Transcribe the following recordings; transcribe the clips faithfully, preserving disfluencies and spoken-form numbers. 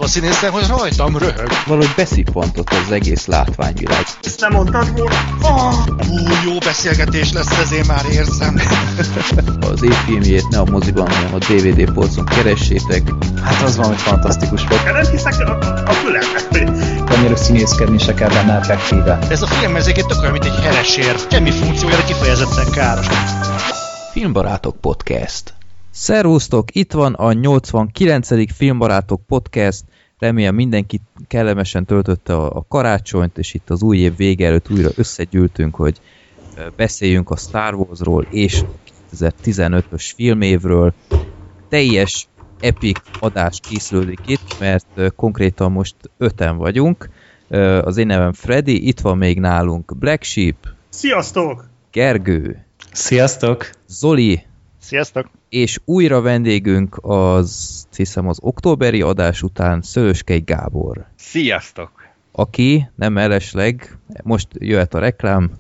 színészen, hogy rajtam röhög. Valahogy beszippantott az egész látványvilág. Ezt nem mondtad volna? Oh, ú, jó beszélgetés lesz, ezért már érzem. Az év filmjét ne a moziban, hanem a dé vé dé polcon keressétek. Hát az valami fantasztikus volt. Nem hiszek a, a fülemnek. Annyira színészkedni se kell benne effektíve. Ez a film ezeket tök olyan, mint egy heresér. Semmi funkciójára kifejezetten káros. Filmbarátok Podcast. Szervusztok, itt van a nyolcvankilencedik Filmbarátok Podcast. Remélem mindenki kellemesen töltötte a, a karácsonyt, és itt az új év vége előtt újra összegyűltünk, hogy beszéljünk a Star Warsról és kétezer-tizenötös filmévről. Teljes epic adás készülődik itt, mert konkrétan most öten vagyunk. Az én nevem Freddy, itt van még nálunk Black Sheep. Sziasztok! Gergő. Sziasztok! Zoli. Sziasztok! És újra vendégünk az, hiszem az októberi adás után Szőlőskei Gábor. Sziasztok! Aki nem mellesleg, most jöhet a reklám.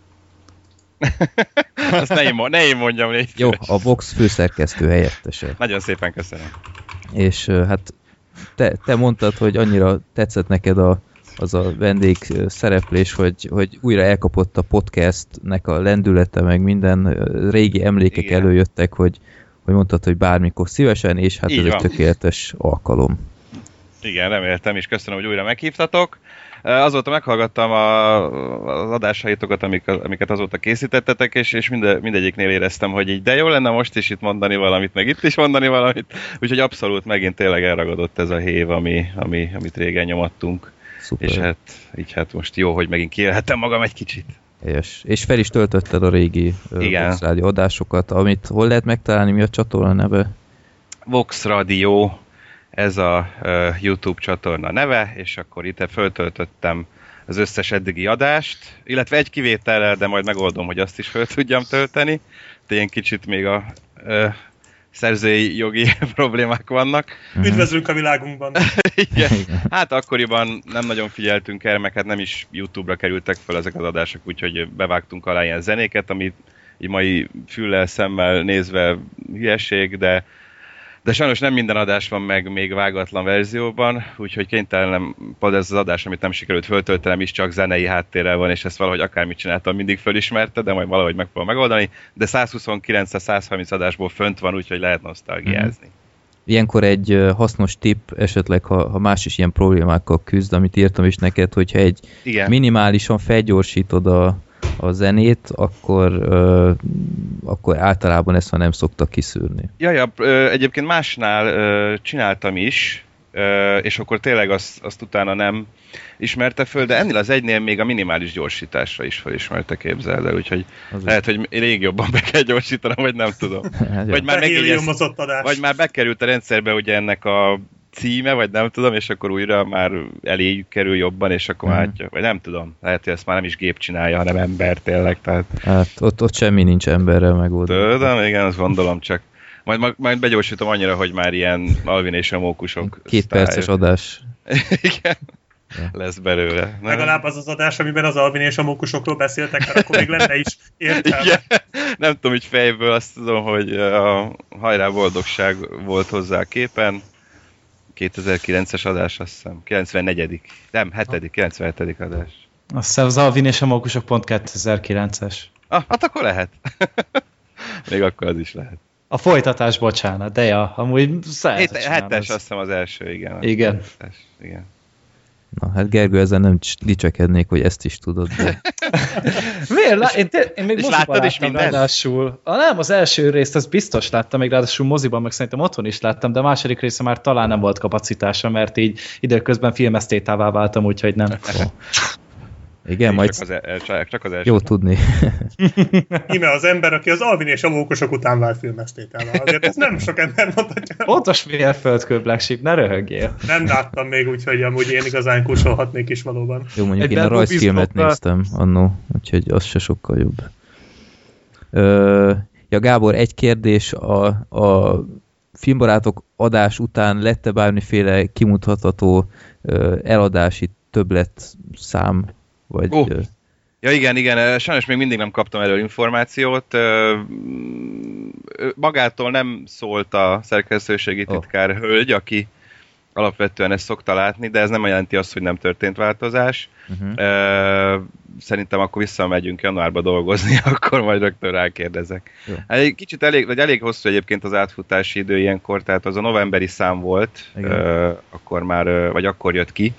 Azt ne én, ne én mondjam, légy Jó, a Vox főszerkesztő helyettese. Nagyon szépen köszönöm. És hát te, te mondtad, hogy annyira tetszett neked a, az a vendég szereplés, hogy, hogy újra elkapott a podcastnek a lendülete, meg minden régi emlékek Igen. előjöttek, hogy, hogy mondtad, hogy bármikor szívesen, és hát Így ez van. Egy tökéletes alkalom. Igen, reméltem, és köszönöm, hogy újra meghívtatok. Azóta meghallgattam a, az adásaitokat, amik, amiket azóta készítettetek, és, és minde, mindegyiknél éreztem, hogy így de jó lenne most is itt mondani valamit, meg itt is mondani valamit, úgyhogy abszolút megint tényleg elragadott ez a hév, ami, ami, amit régen nyomattunk. Szuper. És hát így hát most jó, hogy megint kiélhettem magam egy kicsit. És, és fel is töltötted a régi Vox Rádió adásokat, amit hol lehet megtalálni, mi a csatorna neve? Vox Rádió. Ez a uh, YouTube csatorna neve, és akkor itt föltöltöttem az összes eddigi adást, illetve egy kivétellel, de majd megoldom, hogy azt is föl tudjam tölteni. De ilyen kicsit még a uh, szerzői jogi problémák vannak. Üdvözlünk a világunkban! Igen. Hát akkoriban nem nagyon figyeltünk erre, meg hát nem is YouTube-ra kerültek fel ezek az adások, úgyhogy bevágtunk alá ilyen zenéket, amit így mai füllel, szemmel nézve hülyeség, de De sajnos nem minden adás van meg még vágatlan verzióban, úgyhogy kénytelenem, például ez az adás, amit nem sikerült föltöltenem is, csak zenei háttérrel van, és ezt valahogy akármit csináltam, mindig fölismerte, de majd valahogy meg fogom megoldani. De százhuszonkilenc-százharminc adásból fönt van, úgyhogy lehet nosztalgiázni. Mm. Ilyenkor egy hasznos tipp, esetleg ha, ha más is ilyen problémákkal küzd, amit írtam is neked, hogyha egy Igen. minimálisan felgyorsítod a a zenét, akkor, uh, akkor általában ezt már nem szoktak kiszűrni. Jaj, ja, egyébként másnál uh, csináltam is, uh, és akkor tényleg azt, azt utána nem ismerte föl, de ennél az egynél még a minimális gyorsításra is felismerte, képzeld el, úgyhogy az lehet, hogy rég jobban be kell gyorsítanom, vagy nem tudom. vagy, már megjegyez, vagy már bekerült a rendszerbe ugye ennek a címe, vagy nem tudom, és akkor újra már eléjük kerül jobban, és akkor mm. látja, vagy nem tudom, lehet, hogy ezt már nem is gép csinálja, hanem ember tényleg, tehát... Hát ott, ott semmi nincs emberrel megoldva. Tudom, igen, azt gondolom, csak majd, majd begyorsítom annyira, hogy már ilyen Alvin és a mókusok. Két sztály. Perces adás. Igen, ja. Lesz belőle. Nem? Legalább az az adás, amiben az Alvin és a mókusokról beszéltek, mert akkor még lenne is értelme. Igen. Nem tudom, hogy fejből azt tudom, hogy a Hajrá Boldogság volt hozzá a képen, kétezer-kilences adás, azt hiszem. kilencvennegyedik Nem, hetedik kilencvenhetedik adás. Azt hiszem az Alvin és a mókusok pont kétezer-kilences Ah, hát akkor lehet. Még akkor az is lehet. A folytatás, bocsánat, de ja, amúgy szeretett csinálni. Hetes, azt hiszem az első, igen. Igen. Hetes, igen. Na, hát Gergő, ezzel nem dicsekednék, hogy ezt is tudod, de... Miért? Én, te, én még és moziban láttad is láttam mindent? Ráadásul. Ah, nem, az első részt az biztos láttam, még ráadásul moziban, meg szerintem otthon is láttam, de a második része már talán nem volt kapacitása, mert így időközben filmesztétává váltam, úgyhogy nem. Igen, majd... Csak az, el, csak az első. Jó tudni. Íme az ember, aki az Alvin és a mókusok után vált filmesztétává. Azért ez nem sok ember mondhatja. Pontos mérföldkő, Black Sheep, ne röhögjél. Nem láttam még, úgyhogy amúgy én igazán kusolhatnék is valóban. Jó, mondjuk Egy én a rajzfilmet néztem annó, úgyhogy az se sokkal jobb. Ö, ja, Gábor, egy kérdés, a, a Filmbarátok adás után lett-e bármiféle kimutatható eladási többlet szám? Vagy, oh. Ja igen, igen, sajnos még mindig nem kaptam erről információt. Magától nem szólt a szerkesztőségi titkár oh. hölgy, aki alapvetően ezt szokta látni, de ez nem jelenti azt, hogy nem történt változás. Uh-huh. Szerintem akkor visszamegyünk januárba dolgozni, akkor majd rögtön rákérdezek. Egy kicsit elég, vagy elég hosszú egyébként az átfutási idő ilyenkor, tehát az a novemberi szám volt, uh, akkor már, vagy akkor jött ki,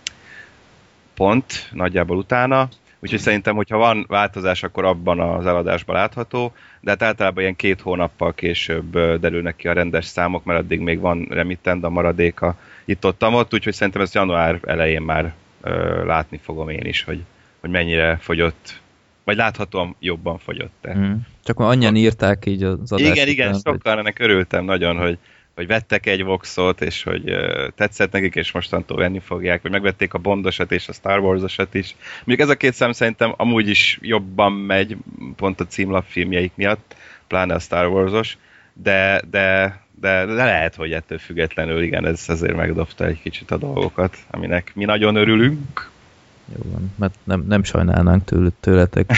pont, nagyjából utána. Úgyhogy szerintem, hogyha van változás, akkor abban az eladásban látható, de hát általában ilyen két hónappal később derülnek ki a rendes számok, mert addig még van remittend, a maradéka itt-ott-ott, úgyhogy szerintem ezt január elején már ö, látni fogom én is, hogy, hogy mennyire fogyott, vagy láthatóan jobban fogyott-e. Mm. Csak már annyian írták így az adást. Igen, igen, sokkal ennek örültem nagyon, hogy hogy vettek egy Voxot, és hogy uh, tetszett nekik, és mostantól venni fogják, vagy megvették a Bondosat és a Star Wars-osat is. Mondjuk ez a két szám szerintem amúgy is jobban megy, pont a címlapfilmjeik miatt, pláne a Star Wars-os, de, de, de, de lehet, hogy ettől függetlenül, igen, ez azért megdobta egy kicsit a dolgokat, aminek mi nagyon örülünk. Jó van, mert nem, nem sajnálnánk tőle, tőletek.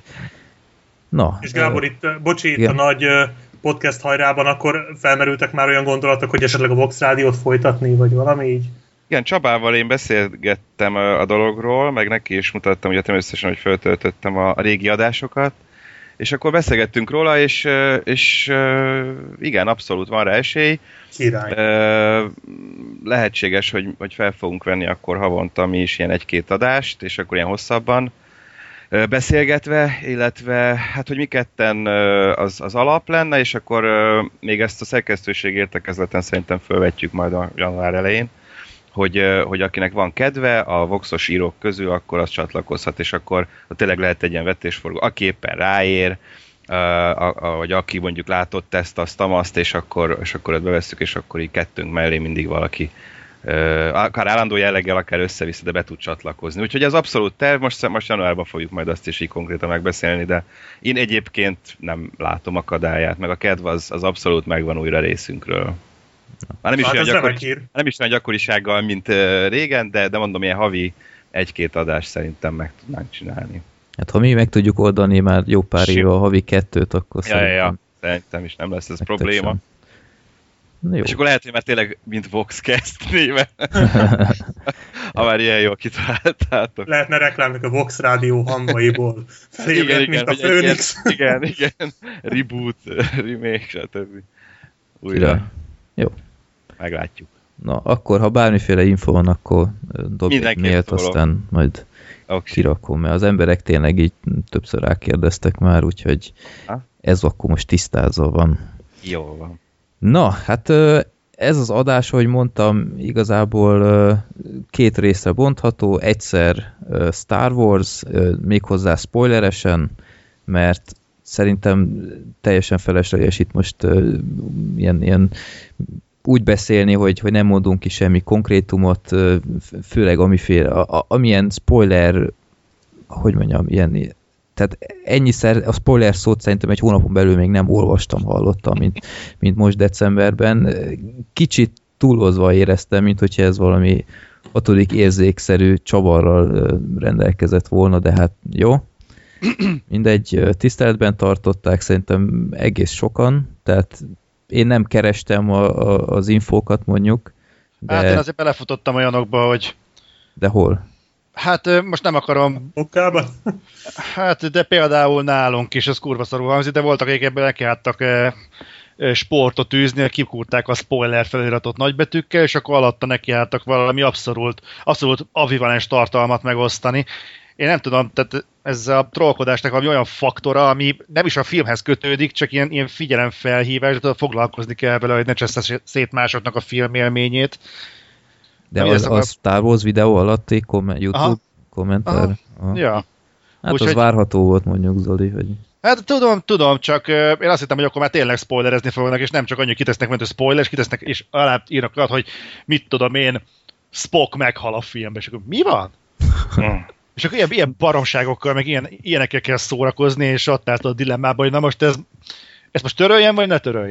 Na. És Gábor, itt, bocsi, itt a nagy podcast hajrában akkor felmerültek már olyan gondolatok, hogy esetleg a Vox Rádiót folytatni, vagy valami így? Igen, Csabával én beszélgettem a dologról, meg neki is mutattam, ugye természetesen, hogy föltöltöttem a régi adásokat, és akkor beszélgettünk róla, és, és igen, abszolút van rá esély. Király. Lehetséges, hogy, hogy fel fogunk venni akkor havonta mi is ilyen egy-két adást, és akkor ilyen hosszabban beszélgetve, illetve hát, hogy mi ketten az, az alap lenne, és akkor még ezt a szerkesztőség értekezleten szerintem fölvetjük majd a január elején, hogy, hogy akinek van kedve a Voxos írók közül, akkor az csatlakozhat, és akkor tényleg lehet egy ilyen vetésforgó, aki éppen ráér, vagy aki mondjuk látott ezt, azt, azt, és akkor, és akkor ezt bevesszük, és akkor így kettőnk mellé mindig valaki akár állandó jelleggel, akár össze-vissza, de be tud csatlakozni. Úgyhogy ez abszolút terv, most, most januárban fogjuk majd azt is így konkrétan megbeszélni, de én egyébként nem látom akadályát, meg a kedv az, az abszolút megvan újra részünkről. Már nem is, hát olyan, gyakori, nem is olyan gyakorisággal, mint uh, régen, de, de mondom, ilyen havi egy-két adást szerintem meg tudnánk csinálni. Hát ha mi meg tudjuk oldani már jó pár éve a havi kettőt, akkor ja, szerintem... Ja, szerintem is nem lesz ez probléma. Jó. És akkor lehet, hogy már tényleg, mint Voxcast néven. Ha már ilyen jól kitaláltátok. Lehetne reklámnak a Vox Rádió hangaiból. Igen, igen, mint a Phoenix. Igen, igen. Reboot, remake, stb. Újra. Kira. Jó. Meglátjuk. Na, akkor ha bármiféle info van, akkor dobj egy mailt, aztán majd okay. kirakom, mert az emberek tényleg így többször rákérdeztek már, úgyhogy ha? Ez akkor most tisztázva van. Jó van. Na, hát ez az adás, ahogy mondtam, igazából két részre bontható, egyszer Star Wars, méghozzá spoileresen, mert szerintem teljesen felesleges itt most ilyen, ilyen úgy beszélni, hogy, hogy nem mondunk ki semmi konkrétumot, főleg amiféle, amilyen spoiler, hogy mondjam, ilyen, tehát ennyiszer a spoiler szót szerintem egy hónapon belül még nem olvastam, hallottam, mint, mint most decemberben. Kicsit túlozva éreztem, mint hogyha ez valami hatodik érzékszerű csavarral rendelkezett volna, de hát jó. Mindegy, tiszteletben tartották szerintem egész sokan, tehát én nem kerestem a, a, az infókat mondjuk. De... Hát én azért belefutottam olyanokba, hogy... De hol? Hát most nem akarom... Munkában? Hát, de például nálunk is, ez kurva szarul hangzik, de voltak, akik ebből nekiálltak e, e, sportot űzni, kikúrták a spoiler feliratot nagybetűkkel, és akkor alatta nekiálltak valami abszolút, abszolút avivalens tartalmat megosztani. Én nem tudom, tehát ez a trollkodásnak valami olyan faktora, ami nem is a filmhez kötődik, csak ilyen, ilyen figyelemfelhívás, de foglalkozni kell vele, hogy ne cseszte szét másoknak a filmélményét. De az, az Star Wars videó alatti komment, YouTube aha. kommentár? Aha. Aha. Ja. Hát úgy, az hogy... várható volt mondjuk, Zoli, hogy... Hát tudom, tudom, csak uh, én azt hittem, hogy akkor már tényleg spoilerezni fognak, és nem csak annyi kitesznek, mint a spoilers, kitesznek, és alá írnak rá, hogy mit tudom én, Spock meghal a filmben, és akkor mi van? És akkor ilyen, ilyen baromságokkal, meg ilyen, ilyenekkel kell szórakozni, és ott állt a dilemmába, hogy na most ez, ezt most töröljem, vagy ne töröljem?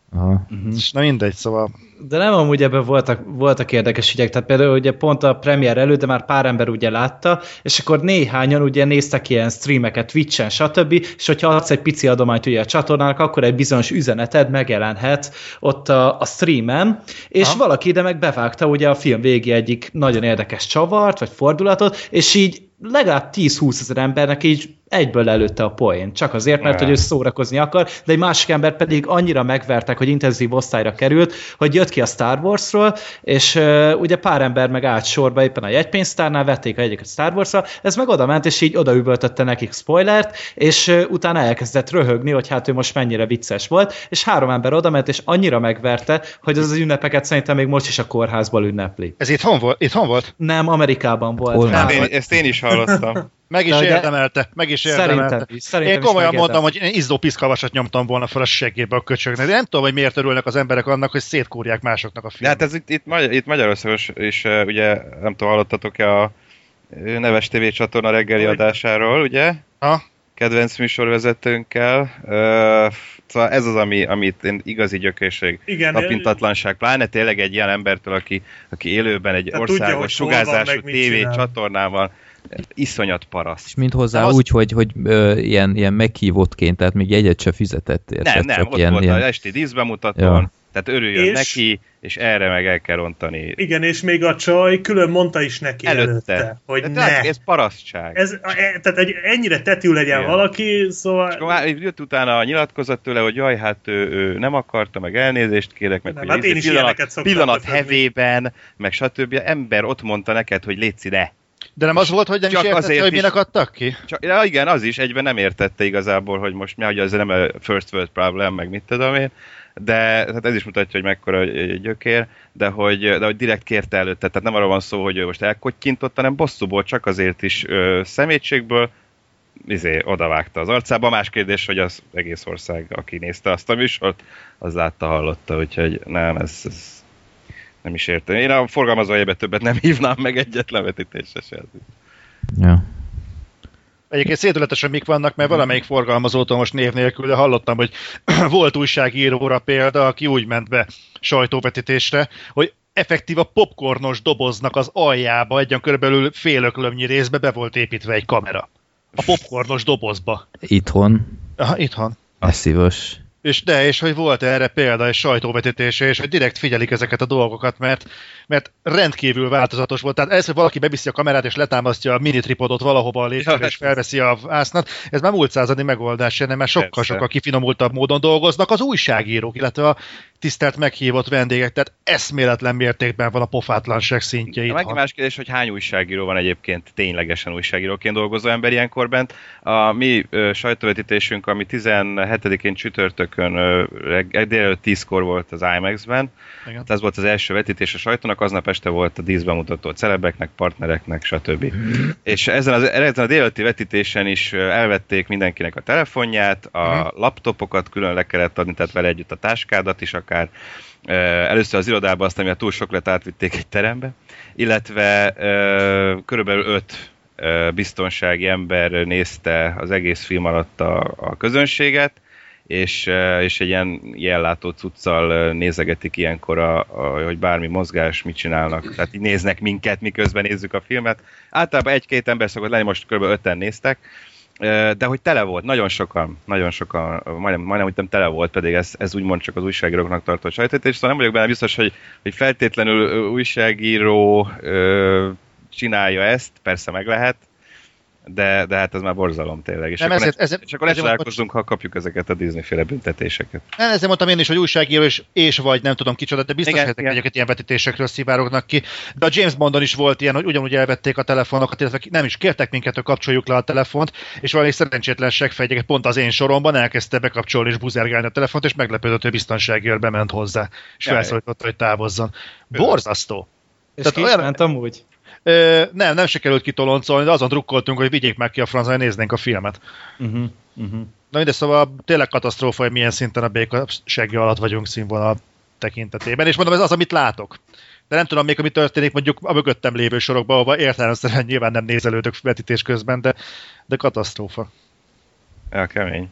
Aha. Uh-huh. Na mindegy, szóval... De nem, amúgy ebben voltak, voltak érdekes ügyek, tehát például ugye pont a premier előtt, de már pár ember ugye látta, és akkor néhányan ugye néztek ilyen streameket Twitch-en, stb., és hogyha adsz egy pici adományt ugye a csatornának, akkor egy bizonyos üzeneted megjelenhet ott a, a streamen, és ha. valaki ide meg bevágta ugye a film végé egyik nagyon érdekes csavart, vagy fordulatot, és így legalább tíz-húsz ezer embernek így egyből előtte a poén. Csak azért, mert hogy ő szórakozni akar, de egy másik ember pedig annyira megvertek, hogy intenzív osztályra került, hogy jött ki a Star Warsról, és uh, ugye pár ember meg állt sorba éppen a jegypénztárnál, vették a jegyeket Star Warsra, ez meg oda ment, és így odaüvöltötte nekik spoilert, és uh, utána elkezdett röhögni, hogy hát ő most mennyire vicces volt, és három ember oda ment, és annyira megverte, hogy az az ünnepeket szerintem még most is a kórházból ünnepli. Ez itthon volt? Itthon volt? Nem, Amerikában volt. Hát én, ezt én is hallottam. Meg is de érdemelte, meg is érdemelte. Szerintem is, szerintem én komolyan is mondtam, hogy én izzó piszkavasat nyomtam volna fel a seggébe a köcsögnek. De nem tudom, hogy miért örülnek az emberek annak, hogy szétkúrják másoknak a filmet. De hát ez itt, itt, Magy- itt Magyarországon is, uh, ugye, nem tudom, hallottatok-e a Neves té vé csatorna reggeli hogy? adásáról, ugye? Ha? Kedvenc műsorvezetőnkkel. Uh, szóval ez az, ami, amit én igazi gyökérség, igen, tapintatlanság, pláne tényleg egy ilyen embertől, aki, aki élőben egy országos sugárzású té vé csatornával iszonyat paraszt. És mindhozzá az... úgy, hogy, hogy ö, ilyen, ilyen meghívottként, tehát még jegyet se fizetett. Érted? Nem, nem, csak ott ilyen, volt ilyen... az esti díszbemutatón, ja. Tehát örüljön és... neki, és erre meg el kell rontani. Igen, és még a csaj külön mondta is neki előtte, előtte hogy de ne. Tehát ez parasztság. Ez, tehát egy, ennyire tetű legyen igen. valaki, szóval... És akkor már jött utána a nyilatkozat tőle, hogy jaj, hát ő, ő nem akarta, meg elnézést kérek, meg nem, hogy hát én is pillanat, pillanat hevében, meg stb. Ember ott mondta neked, hogy létszi, ne. De nem az volt, hogy nem csak is értette, hogy minek adtak ki? Csak, ja, igen, az is, egyben nem értette igazából, hogy most mi, hogy ez nem a first world problem, meg mit tudom én, de hát ez is mutatja, hogy mekkora egy gyökér, de hogy, de hogy direkt kérte előtte, tehát nem arról van szó, hogy ő most elkottyintott, hanem bosszúból, csak azért is ö, szemétségből izé, odavágta az arcába. Más kérdés, hogy az egész ország, aki nézte azt a műsort, az látta, hallotta, úgyhogy nem, ez... ez nem is értem. Én a forgalmazójében többet nem hívnám meg egyetlen vetítésre se. Ja. Egyébként szédületesen mik vannak, mert valamelyik forgalmazótól most név nélkül, de hallottam, hogy volt újságíróra példa, aki úgy ment be sajtóvetítésre, hogy effektív a popcornos doboznak az aljába, egyen körülbelül félöklömnyi részbe be volt építve egy kamera. A popcornos dobozba. Itthon? Aha, itthon. Masszívos. És de, és hogy volt erre példa egy sajtóvetítése, és hogy direkt figyelik ezeket a dolgokat, mert, mert rendkívül változatos volt. Tehát ez, hogy valaki beviszi a kamerát, és letámasztja a minitripodot valahova a légtérre, és felveszi a ásznat, ez már múlt századi megoldás, nem, mert sokkal-sokkal kifinomultabb módon dolgoznak az újságírók, illetve a tisztelt meghívott vendégek, tehát eszméletlen mértékben van a pofátlanság szintje itt. Megint más kérdés, hogy hány újságíró van egyébként ténylegesen újságíróként dolgozó ember ilyenkor bent. A mi ö, sajtóvetítésünk, ami tizenhetedikén csütörtökön délelőtt tízkor volt az IMAX-ben, ez volt az első vetítés a sajtónak, aznap este volt a díszbemutató celebeknek, partnereknek, stb. És ezen, az, ezen a délelőtti vetítésen is elvették mindenkinek a telefonját, a uh-huh. laptopokat külön le kellett adni, tehát vele együtt a táskádat is akár. Először az irodába, aztán miatt túl sok lett, átvitték egy terembe, illetve körülbelül öt biztonsági ember nézte az egész film alatt a, a közönséget, és, és egy ilyen jellátó cuccal nézegetik ilyenkor, a, a, hogy bármi mozgás, mit csinálnak. Tehát így néznek minket, miközben nézzük a filmet. Általában egy-két ember szokott lenni, most kb. öten néztek, de hogy tele volt, nagyon sokan, nagyon sokan, majdnem, majdnem úgy nem tele volt, pedig ez, ez úgymond csak az újságíróknak tartott sajtóvetítés, szóval nem vagyok benne biztos, hogy, hogy feltétlenül újságíró ö, csinálja ezt, persze meg lehet, de, de hát ez már borzalom tényleg. És nem, akkor, ezért, ne, ezért, és akkor ne találkozzunk, ha kapjuk ezeket a Disney-féle büntetéseket. Nem, ezért mondtam én is, hogy újságíró és, és vagy nem tudom kicsoda, de biztos, hogy egyébként ilyen vetítésekről szivárognak ki. De a James Bondon is volt ilyen, hogy ugyanúgy elvették a telefonokat, illetve nem is kértek minket, hogy kapcsoljuk le a telefont, és valami szerencsétlen seggfejegyeket pont az én soromban elkezdte bekapcsolni és buzergálni a telefont, és meglepődött, hogy biztonságiőr bement hozzá, és felszólította, hogy távozzon. Borzasztó. És ki is ment amúgy? Ö, nem, nem sikerült kitoloncolni, de azon drukkoltunk, hogy vigyék meg ki a francba, hogy néznénk a filmet. Uh-huh, uh-huh. Na mindegy, szóval tényleg katasztrófa, hogy milyen szinten a béka segge alatt vagyunk színvonal tekintetében, és mondom, ez az, amit látok. De nem tudom még, ami történik mondjuk a mögöttem lévő sorokban, ahol értelemszerűen nyilván nem nézelődök vetítés közben, de, de katasztrófa. Ja, kemény.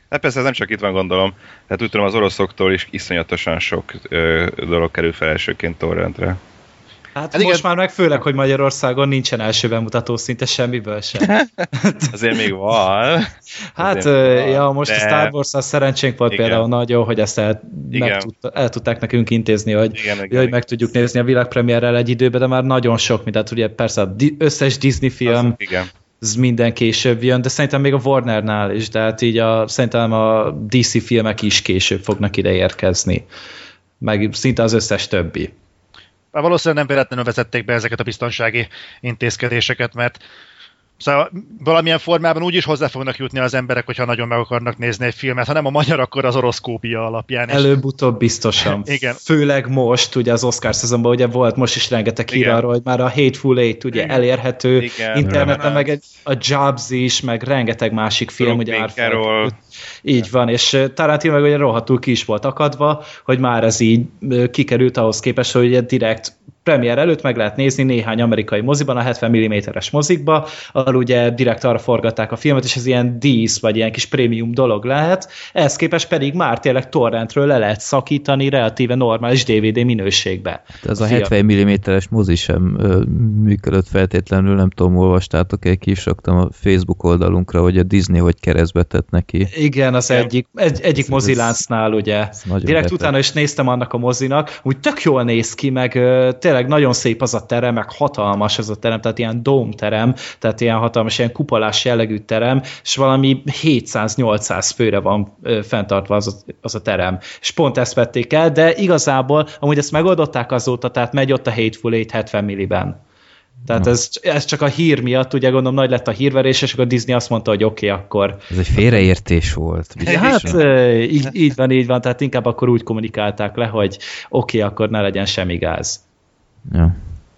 Hát persze ez nem csak itt van, gondolom. Tehát úgy tudom, az oroszoktól is iszonyatosan sok ö, dolog kerül fel elsőként torrentre. Hát, hát most igen. Már meg főleg, hogy Magyarországon nincsen első bemutató szinte semmiből sem. Azért még van. Hát, van, ja, most de... a Star Wars-szal szerencsénk volt igen. például nagyon, hogy ezt el, meg tud, el tudták nekünk intézni, hogy, igen, igen, hogy meg tudjuk nézni a világpremierrel egy időben, de már nagyon sok mindent, ugye persze az összes Disney film, az, ez minden később jön, de szerintem még a Warnernál is, de hát így a, szerintem a dé cé filmek is később fognak ide érkezni. Meg szinte az összes többi. Valószínűleg nem véletlenül vezették be ezeket a biztonsági intézkedéseket, mert szóval valamilyen formában úgy is hozzá fognak jutni az emberek, hogyha nagyon meg akarnak nézni egy filmet, ha nem a magyar, akkor az orosz kópia alapján. Előbb-utóbb biztosan. Igen. Főleg most, ugye az Oscar szezonban ugye volt most is rengeteg hír arról, hogy már a Hateful Eight ugye igen. elérhető, igen. interneten meg egy, a Jobs is, meg rengeteg másik film, ugye árfalt. Így van, és Tarantino meg ugye rohadtul ki is volt akadva, hogy már ez így kikerült ahhoz képest, hogy ugye direkt premier előtt meg lehet nézni néhány amerikai moziban, a hetven milliméteres mozikba, ahol ugye direkt arra forgatták a filmet, és ez ilyen dísz, vagy ilyen kis prémium dolog lehet. Ehhez képest pedig már tényleg torrentről le lehet szakítani relatíve normális dé vé dé minőségbe. Ez a, a hetven milliméteres mozi sem ö, működött feltétlenül, nem tudom, olvastátok-e, kisraktam a Facebook oldalunkra, hogy a Disney hogy keresztbe tett neki. Igen, az Igen. egyik, egy, egyik moziláncnál ugye. Direkt beteg. Utána is néztem annak a mozinak, úgy tök jól néz ki, meg tényleg nagyon szép az a terem, meg hatalmas az a terem, tehát ilyen dómterem, tehát ilyen hatalmas, ilyen kupolás jellegű terem, és valami hétszáz-nyolcszáz főre van ö, fenntartva az a, az a terem. És pont ezt vették el, de igazából amúgy ezt megoldották azóta, tehát megy ott a Hateful Eight hetven milliben. Tehát no. ez, ez csak a hír miatt, ugye gondolom nagy lett a hírverés, és akkor a Disney azt mondta, hogy oké, okay, akkor... Ez egy félreértés volt. Hát így, így van, így van, tehát inkább akkor úgy kommunikálták le, hogy oké, okay, akkor ne legyen semmi gáz. Ja.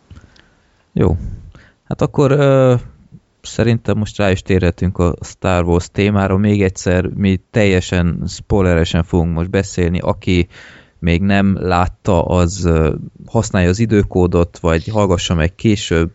Jó. Hát akkor ö, szerintem most rá is térhetünk a Star Wars témára. Még egyszer mi teljesen spoileresen fogunk most beszélni. Aki még nem látta, az ö, használja az időkódot, vagy hallgassa meg később,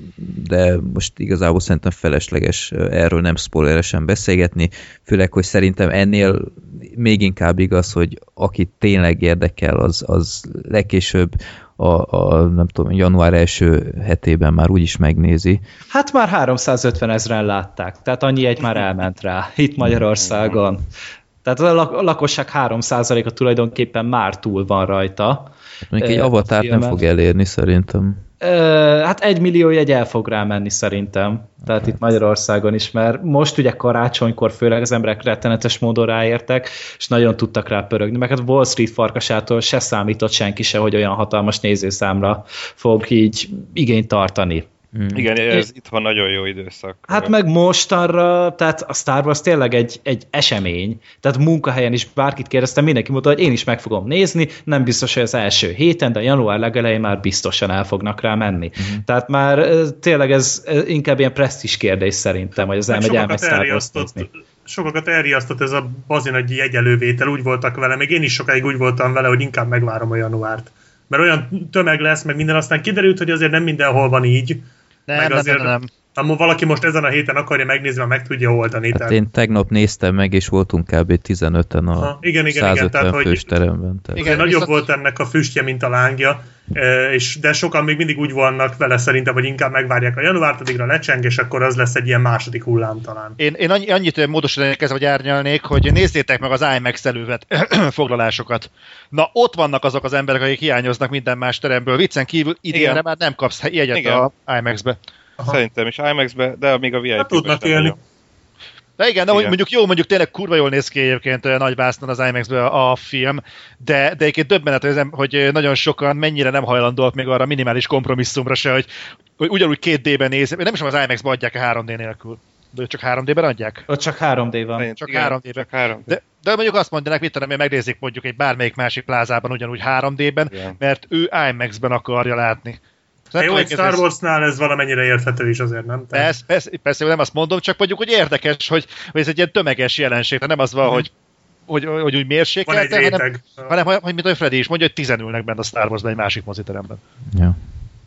de most igazából szerintem felesleges erről nem spoileresen beszélgetni. Főleg, hogy szerintem ennél még inkább igaz, hogy aki tényleg érdekel, az, az legkésőbb A, a, nem tudom, január első hetében már úgyis megnézi. Hát már háromszázötven ezren látták, tehát annyi egy már elment rá, itt Magyarországon. Tehát a, lak- a lakosság három százaléka tulajdonképpen már túl van rajta. Hát mondjuk egy avatárt nem fog elérni szerintem. Hát egy millió jegy el fog rá menni szerintem. Tehát hát. Itt Magyarországon is, mert most ugye karácsonykor főleg az emberek rettenetes módon ráértek, és nagyon tudtak rá pörögni, meg hát Wall Street farkasától se számított senki se, hogy olyan hatalmas nézőszámra fog így igényt tartani. Hmm. Igen, ez itt van nagyon jó időszak. Hát meg mostanra, tehát a Star Wars tényleg egy, egy esemény, tehát munkahelyen is bárkit kérdeztem, mindenki mondta, hogy én is meg fogom nézni, nem biztos, hogy az első héten, de január legelején már biztosan el fognak rá menni. Hmm. Tehát már tényleg ez inkább ilyen presztízs kérdés szerintem, hogy az elmegy elmegy Star Wars nézni. Sokakat elriasztott ez a bazin egy jegyelővétel, úgy voltak vele, még én is sokáig úgy voltam vele, hogy inkább megvárom a januárt. Mert olyan tömeg lesz, meg minden, aztán kiderült, hogy azért nem mindenhol van így. Nem, meg azért, nem, nem. Ha valaki most ezen a héten akarja megnézni, meg tudja oldani. Hát tehát... Én tegnap néztem meg, és voltunk kb. tizenöten a ha, igen, igen, százötven igen, fős teremben. Tehát. Igen, nagyobb viszont... volt ennek a füstje, mint a lángja, és, de sokan még mindig úgy vannak vele szerintem, hogy inkább megvárják a januárt, addigra lecseng, és akkor az lesz egy ilyen második hullám talán. Én, én annyit módosítanék ezzel, hogy árnyalnék, hogy nézzétek meg az IMAX elővet foglalásokat. Na, ott vannak azok az emberek, akik hiányoznak minden más teremből. Viccen kívül idénre már nem kapsz jegyet igen. a IMAX-be. Aha. Szerintem is IMAX-be, de még a vé i pé-be hát tudnak élni. De igen, de igen. mondjuk jó, mondjuk tényleg kurva jól néz ki egyébként nagy vásznon az IMAX-ben a, a film, de, de egyébként döbbenet, hogy nagyon sokan mennyire nem hajlandóak még arra minimális kompromisszumra se, hogy, hogy ugyanúgy két dé-ben néz, nem is az IMAX-ben adják a három dé nélkül. De csak három dé-ben adják? Ott csak három dé van. Csak igen, három dé-ben. Csak három dé. De, de mondjuk azt mondanak, mit tudom, hogy megnézik mondjuk egy bármelyik másik plázában ugyanúgy három dé-ben, igen. mert ő IMAX-ben akarja látni. Jó, egy Star Warsnál ez valamennyire érthető is azért, nem? Persze, persze, persze, nem azt mondom, csak mondjuk, hogy érdekes, hogy, hogy ez egy ilyen tömeges jelenség, tehát nem az van, mm. hogy, hogy, hogy úgy mérsékelte, hanem, hanem, hogy mint a Freddy is mondja, hogy tizen ülnek benne a Star Warsban egy másik moziteremben. Ja.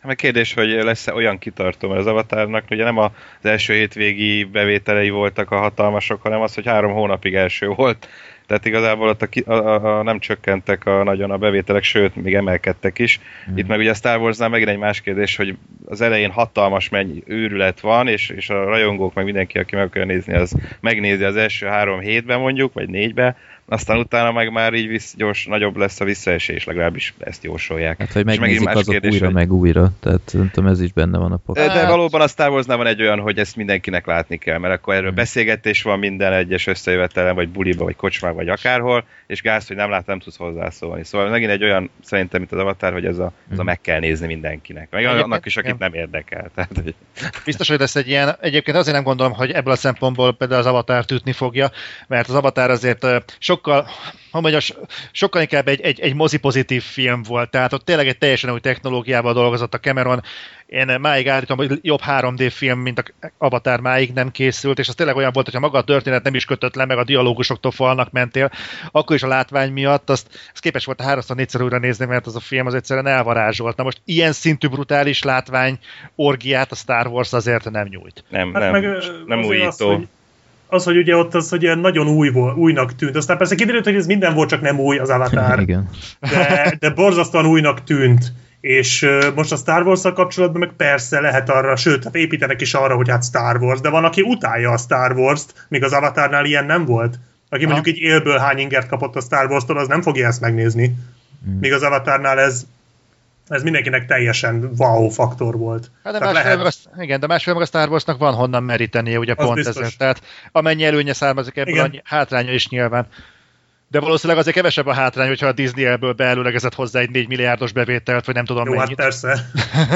Meg kérdés, hogy lesz-e olyan kitartó, mert az Avatarnak ugye nem az első hétvégi bevételei voltak a hatalmasok, hanem az, hogy három hónapig első volt. Tehát igazából ott a, a, a, a nem csökkentek a, nagyon a bevételek, sőt, még emelkedtek is. Mm. Itt meg ugye a Star Warsnál megint egy más kérdés, hogy az elején hatalmas mennyi őrület van, és, és a rajongók, meg mindenki, aki meg akarja nézni, az megnézi az első három hétben mondjuk, vagy négyben, aztán utána meg már így visz, gyors, nagyobb lesz a visszaesés, legalábbis ezt jósolják. Hát, hogy megnézik azok kérdés, újra, hogy... meg újra, tehát szerintem ez is benne van a pakban. De, de valóban a Star Warsnál van egy olyan, hogy ezt mindenkinek látni kell, mert akkor erről hmm. beszélgetés van minden egyes összejövetelen, vagy buliba, vagy kocsmában, vagy akárhol, és gáz, hogy nem lát, nem tudsz hozzászólni. Szóval megint egy olyan, szerintem, mint az Avatar, hogy ez a, ez a meg kell nézni mindenkinek. Meg egyébként, annak is, akit nem érdekel. Tehát, hogy... Biztos, hogy lesz egy ilyen, egyébként azért nem gondolom, hogy ebből a szempontból például az Avatar ütni fogja, mert az Avatar azért sokkal, hogy mondjam, sokkal inkább egy, egy, egy mozi-pozitív film volt, tehát ott tényleg egy teljesen új technológiával dolgozott a Cameron. Én máig állítom, hogy jobb három dé film, mint a Avatar máig nem készült, és az tényleg olyan volt, hogyha maga a történet nem is kötött le, meg a dialógusoktól falnak mentél, akkor is a látvány miatt, azt, azt képes volt a háromszor négyszer újra nézni, mert az a film az egyszerűen elvarázsolt. Na most ilyen szintű brutális látvány orgiát a Star Wars azért nem nyújt. Nem, hát nem, meg, nem újító. Az, hogy, az, hogy ugye ott az, hogy nagyon új volt, újnak tűnt. Aztán persze kiderült, hogy ez minden volt, csak nem új az Avatar. Igen. De, de borzasztóan újnak tűnt. És most a Star Wars-szal kapcsolatban meg persze lehet arra, sőt, hát építenek is arra, hogy hát Star Wars, de van, aki utálja a Star Wars-t, míg az Avatarnál ilyen nem volt. Aki ha. mondjuk így élből hány ingert kapott a Star Wars-tól, az nem fogja ezt megnézni. Hmm. Míg az Avatarnál ez, ez mindenkinek teljesen wow faktor volt. Hát de másfél lehet... a, igen, de másfél meg a Star Wars-nak van honnan merítenie, ugye az pont ezért. Tehát amennyi előnye származik ebből, annyi hátránya is nyilván. De valószínűleg azért kevesebb a hátrány, hogyha a Disney ebből beelőlegezett hozzá egy négy milliárdos bevételt, vagy nem tudom Jó, mennyit. Hát persze.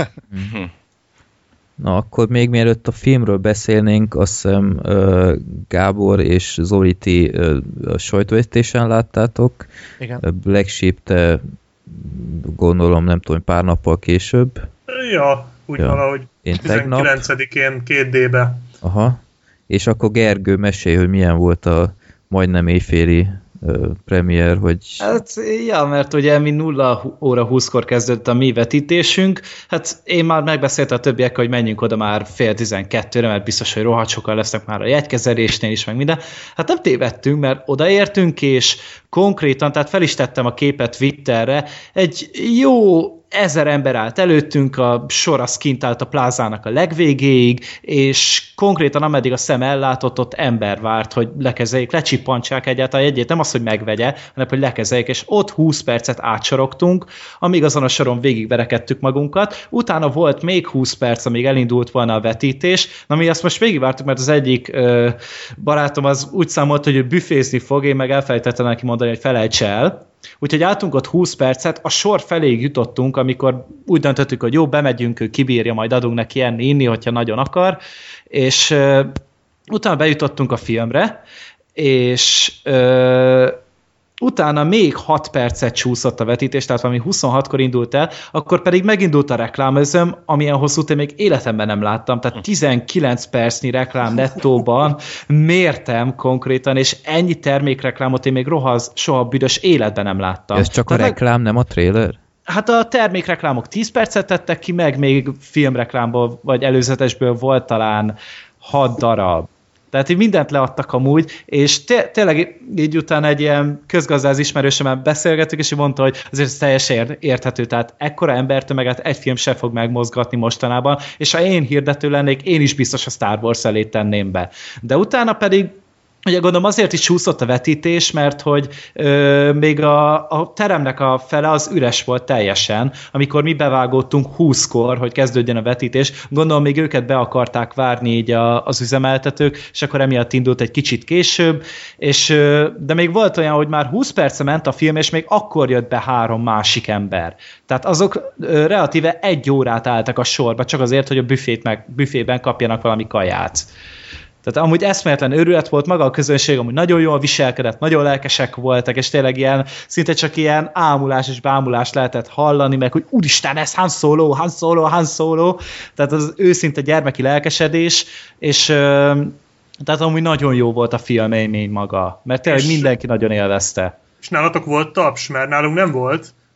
Na, akkor még mielőtt a filmről beszélnénk, azt hiszem uh, Gábor és Zoli ti uh, a sajtóvetítésen láttátok. Igen. Black Sheep te gondolom, nem tudom, pár nappal később. Ja, úgy ja. valahogy Én tizenkilencedikén két dé-be. Aha. És akkor Gergő, mesélj, hogy milyen volt a majdnem éjféli premier, hogy... Hát, ja, mert ugye mi nulla óra húszkor kezdődött a mi vetítésünk, hát én már megbeszéltem a többiekkel, hogy menjünk oda már fél tizenkettőre, mert biztos, hogy rohadt sokan lesznek már a jegykezelésnél is, meg minden. Hát nem tévedtünk, mert odaértünk, és konkrétan, tehát fel is tettem a képet Twitterre, egy jó ezer ember állt előttünk, a sor az kint állt a plázának a legvégéig, és konkrétan ameddig a szem ellátott, ott ember várt, hogy lekezeljék, lecsippantsák egyáltalán egyet, nem az, hogy megvegye, hanem hogy lekezeljék, és ott húsz percet átsorogtunk, amíg azon a soron végigverekedtük magunkat, utána volt még húsz perc, amíg elindult volna a vetítés, na mi azt most végigvártuk, mert az egyik ö, barátom az úgy számolt, hogy ő büfézni fog, én meg elfelejtettem neki mondani, hogy felejts el. Úgyhogy álltunk ott húsz percet, a sor feléig jutottunk, amikor úgy döntöttük, hogy jó, bemegyünk, ő kibírja, majd adunk neki enni, inni, hogyha nagyon akar, és uh, utána bejutottunk a filmre, és uh, utána még hat percet csúszott a vetítés, tehát valami huszonhatkor indult el, akkor pedig megindult a reklámözöm, amilyen hosszút én még életemben nem láttam, tehát tizenkilenc percnyi reklám nettóban mértem konkrétan, és ennyi termékreklámot én még rohaz, soha büdös életben nem láttam. Ez csak tehát a reklám, meg... nem a trailer? Hát a termékreklámok tíz percet tettek ki, meg még filmreklámból, vagy előzetesből volt talán hat darab. Tehát így mindent leadtak amúgy, és té- tényleg így utána egy ilyen közgazdász ismerősömmel beszélgettük, és ő mondta, hogy azért ez teljesen érthető, tehát ekkora embertömeget egy film sem fog megmozgatni mostanában, és ha én hirdető lennék, én is biztos a Star Wars elé tenném be. De utána pedig ugye gondolom azért is csúszott a vetítés, mert hogy ö, még a, a teremnek a fele az üres volt teljesen, amikor mi bevágódtunk húszkor, hogy kezdődjön a vetítés, gondolom még őket be akarták várni így a, az üzemeltetők, és akkor emiatt indult egy kicsit később, és, ö, de még volt olyan, hogy már húsz perce ment a film, és még akkor jött be három másik ember. Tehát azok ö, relatíve egy órát álltak a sorba, csak azért, hogy a büfét meg, büfében kapjanak valami kaját. Tehát amúgy eszméletlen őrület volt, maga a közönség amúgy nagyon jól viselkedett, nagyon lelkesek voltak, és tényleg ilyen, szinte csak ilyen ámulás és bámulás lehetett hallani, meg hogy úristen, ez Han Solo, Han Solo, Han Solo, tehát az őszinte gyermeki lelkesedés, és tehát amúgy nagyon jó volt a filmélmény maga, mert tényleg és mindenki nagyon élvezte. És nálatok volt taps, mert nálunk nem volt,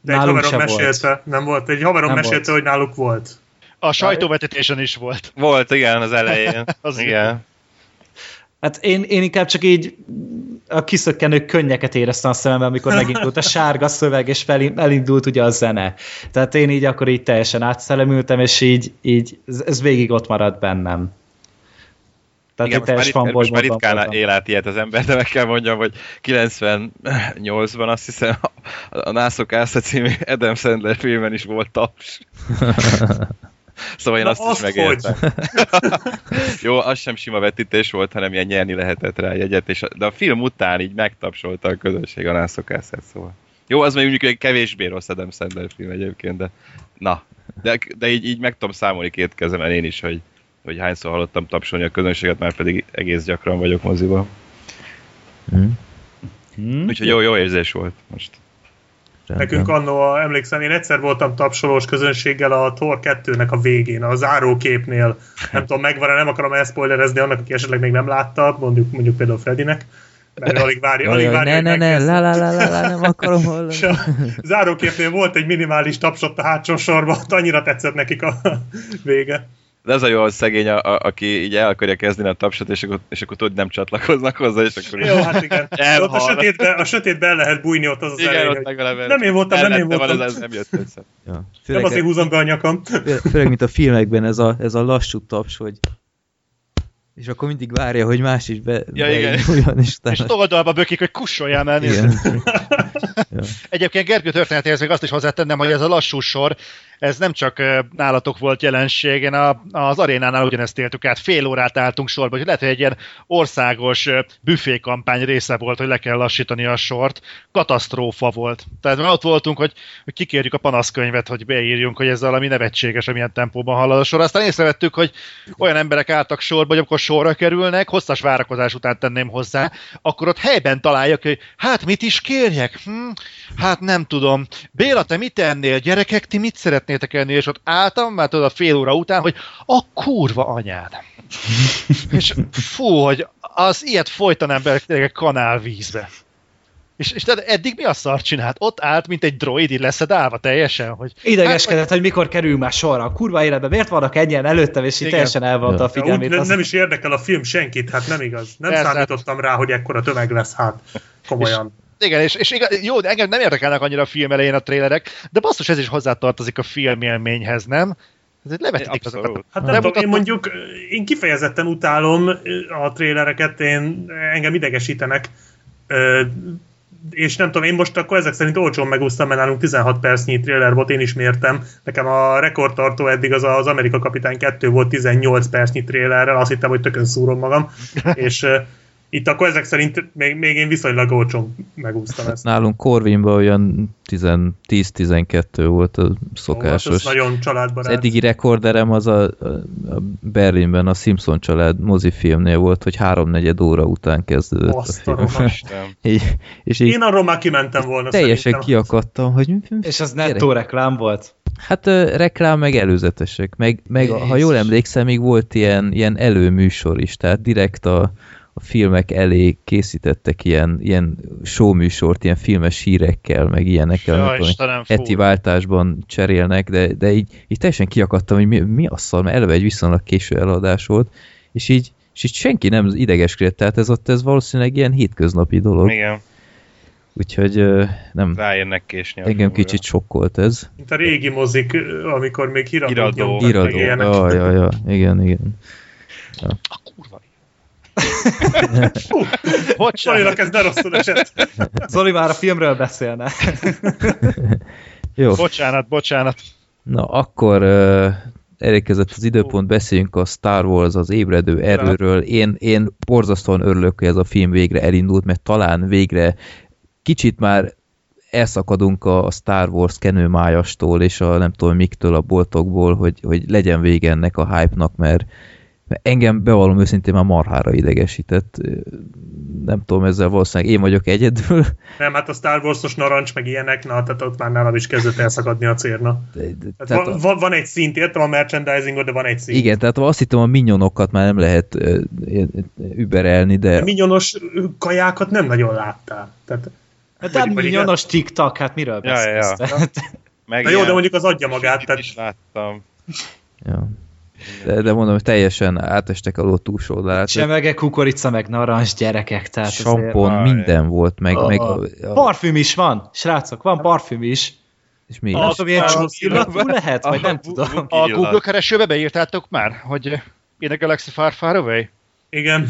De egy haverom mesélte, volt. nem volt. Egy haverom mesélte, volt. hogy náluk volt. A sajtóvetítésen is volt. Volt, igen, az elején. az igen. Hát én, én inkább csak így a kiszökkenő könnyeket éreztem a szememben, amikor megindult a sárga szöveg, és fel, elindult ugye a zene. Tehát én így akkor így teljesen átszellemültem, és így, így ez, ez végig ott maradt bennem. Tehát igen, most már, most már ritkán él át ilyet az ember, de meg kell mondjam, hogy kilencvennyolcban azt hiszem a, a Nászok Ásza című Adam Sandler filmen is volt taps. Szóval én na azt, azt is megértem. Jó, az sem sima vetítés volt, hanem ilyen nyerni lehetett rá jegyet, és a, de a film után így megtapsolta a közönség a Nászok Ászát, szóval. Jó, az mondjuk egy kevésbé rossz Adam Sandler film egyébként, de na. De, de így, így meg tudom számolni két kezemen én is, hogy, hogy hányszor hallottam tapsolni a közönséget, már pedig egész gyakran vagyok moziban. Hmm. Hmm. Úgyhogy jó, jó érzés volt most. Nekünk annó, emlékszem, én egyszer voltam tapsolós közönséggel a Thor kettőnek a végén, a záróképnél. Nem tudom, megvan-e, nem akarom elszpoilerezni annak, aki esetleg még nem látta, mondjuk, mondjuk például Freddynek. Mert alig várja, alig várja, ne, ne, ne, la, la, la, la, la, nem akarom hallani. És a záróképnél volt egy minimális tapsot a hátsó sorba, annyira tetszett nekik a vége. De ez a jó, az szegény, a, a, aki így el akarja kezdeni a tapsot, és akkor, és akkor tudod, nem csatlakoznak hozzá, és akkor... Jó, hát igen. Ott a sötétben, a sötétben lehet bújni ott az az igen, elég, ott nem én voltam, nem én voltam. Van, ez nem jött össze. Ja. Nem azért húzom be a nyakam. Főleg, mint a filmekben ez a, ez a lassú taps, hogy és akkor mindig várja, hogy más is be, ja, beinduljon. És, és oldalba bökik, hogy kussoljál el. Ja. Egyébként Gergő történetéhez még azt is hozzátennem, hogy ez a lassú sor, ez nem csak nálatok volt jelenség, én a, az arénánál ugyanezt éltük át, fél órát álltunk sorba, hogy lehet, hogy egy ilyen országos büfékampány része volt, hogy le kell lassítani a sort, katasztrófa volt. Tehát ott voltunk, hogy, hogy kikérjük a panaszkönyvet, hogy beírjunk, hogy ez valami nevetséges, amilyen tempóban halad a sor. Aztán észrevettük, hogy olyan emberek álltak sorba, hogy amikor sorra kerülnek, hosszas várakozás után tenném hozzá, akkor ott helyben találják, hogy hát mit is kérjek? Hm? Hát nem tudom. Béla, te mit ennél? Gyerekek, ti mit szeretnétek enni? És ott álltam, már tudod a fél óra után, hogy a kurva anyád. És fú, hogy az ilyet folytanám be tényleg kanálvízbe. És, és tehát eddig mi a szart csinált? Ott állt, mint egy droid, így leszedálva teljesen, hogy... Idegeskedett, hát, hogy mikor kerül már sorra a kurva életbe, miért vannak ennyien előttem, és így teljesen elvonta a figyelmét. Ja, úgy, nem is érdekel a film senkit, hát nem igaz. Nem Persze. számítottam rá, hogy ekkora tömeg lesz, hát komolyan. És, igen, és, és igaz, jó, de engem nem érdekelnek annyira a film elején a trélerek, de basszus, ez is hozzátartozik a filmélményhez, nem? Ez levetítik azokat. Hát nem tudom, én mondjuk, én kifejezetten utálom a trélereket, én, engem idegesítenek, és nem tudom, én most akkor ezek szerint olcsón megúsztam, mert nálunk tizenhat percnyi tréler volt, én is mértem. Nekem a rekordtartó eddig az az Amerika Kapitány kettő volt tizennyolc percnyi trélerrel, azt hittem, hogy tökön szúrom magam, és uh, itt akkor ezek szerint még, még én viszonylag olcsón megúsztam ezt. Nálunk Corvinban olyan tíz-tizenkettő volt a szokásos. Ó, hát nagyon családbarát. Az eddigi rekorderem az a, a Berlinben a Simpson család mozifilmnél volt, hogy háromnegyed óra után kezdődött azt a film. és, és így én arról már kimentem volna. Teljesen szerintem. Kiakadtam, hogy... És az nettó reklám volt? Hát uh, reklám meg előzetesek. Meg, meg ha jól emlékszem, még volt ilyen, ilyen előműsor is, tehát direkt a a filmek elé készítettek ilyen, ilyen showműsort, ilyen filmes hírekkel, meg ilyenekkel, ja, amikor heti váltásban cserélnek, de, de így, így teljesen kiakadtam, hogy mi, mi a szar, mert eleve egy viszonylag késő eladás volt, és így, és így senki nem idegeskedett, tehát ez ott ez valószínűleg ilyen hétköznapi dolog. Igen. Úgyhogy nem... Ráérnek késni. Engem kicsit sokkolt ez. Mint a régi mozik, amikor még híradót Iradó. nyomtak Iradó. meg ilyenek. Ja, ja, ja, igen, igen. Ja. A kurva. Zolinak ez ne rosszul esett. Zoli már a filmről beszélne. Jó. Bocsánat, bocsánat. Na, akkor uh, elérkezett az időpont, beszéljünk a Star Wars, az ébredő erőről. Én, én borzasztóan örülök, hogy ez a film végre elindult, mert talán végre kicsit már elszakadunk a Star Wars kenőmájastól, és a nem tudom miktől, a boltokból, hogy, hogy legyen vége ennek a hype-nak, mert engem bevallom őszintén már marhára idegesített. Nem tudom, ezzel valószínűleg én vagyok egyedül. Nem, hát a Star Wars-os narancs, meg ilyenek, na, tehát ott már nálam is kezdett elszakadni a cérna. De, de, tehát van, a... van egy szint, értem a merchandisingot, de van egy szint. Igen, tehát azt hittem, a minyonokat már nem lehet uh, überelni, de... A minyonos kajákat nem nagyon láttál. Tehát Hát tehát millionos TikTok, hát miről beszélsz? Ja, ja. Na jó, de mondjuk az adja magát. Tehát... is láttam. Ja. De, de mondom, hogy teljesen átestek a ló túlsó oldalát. Csemege, kukorica, meg narancs, gyerekek. Tehát sampon, azért... minden volt, meg... A, meg a, a... Parfüm is van, srácok, van parfüm is. És mi? Nem tudom, ilyen csúszillatú lehet, vagy nem tudom. A Google keresőbe beírtátok már, hogy in a Galaxy Far Far Away? Igen.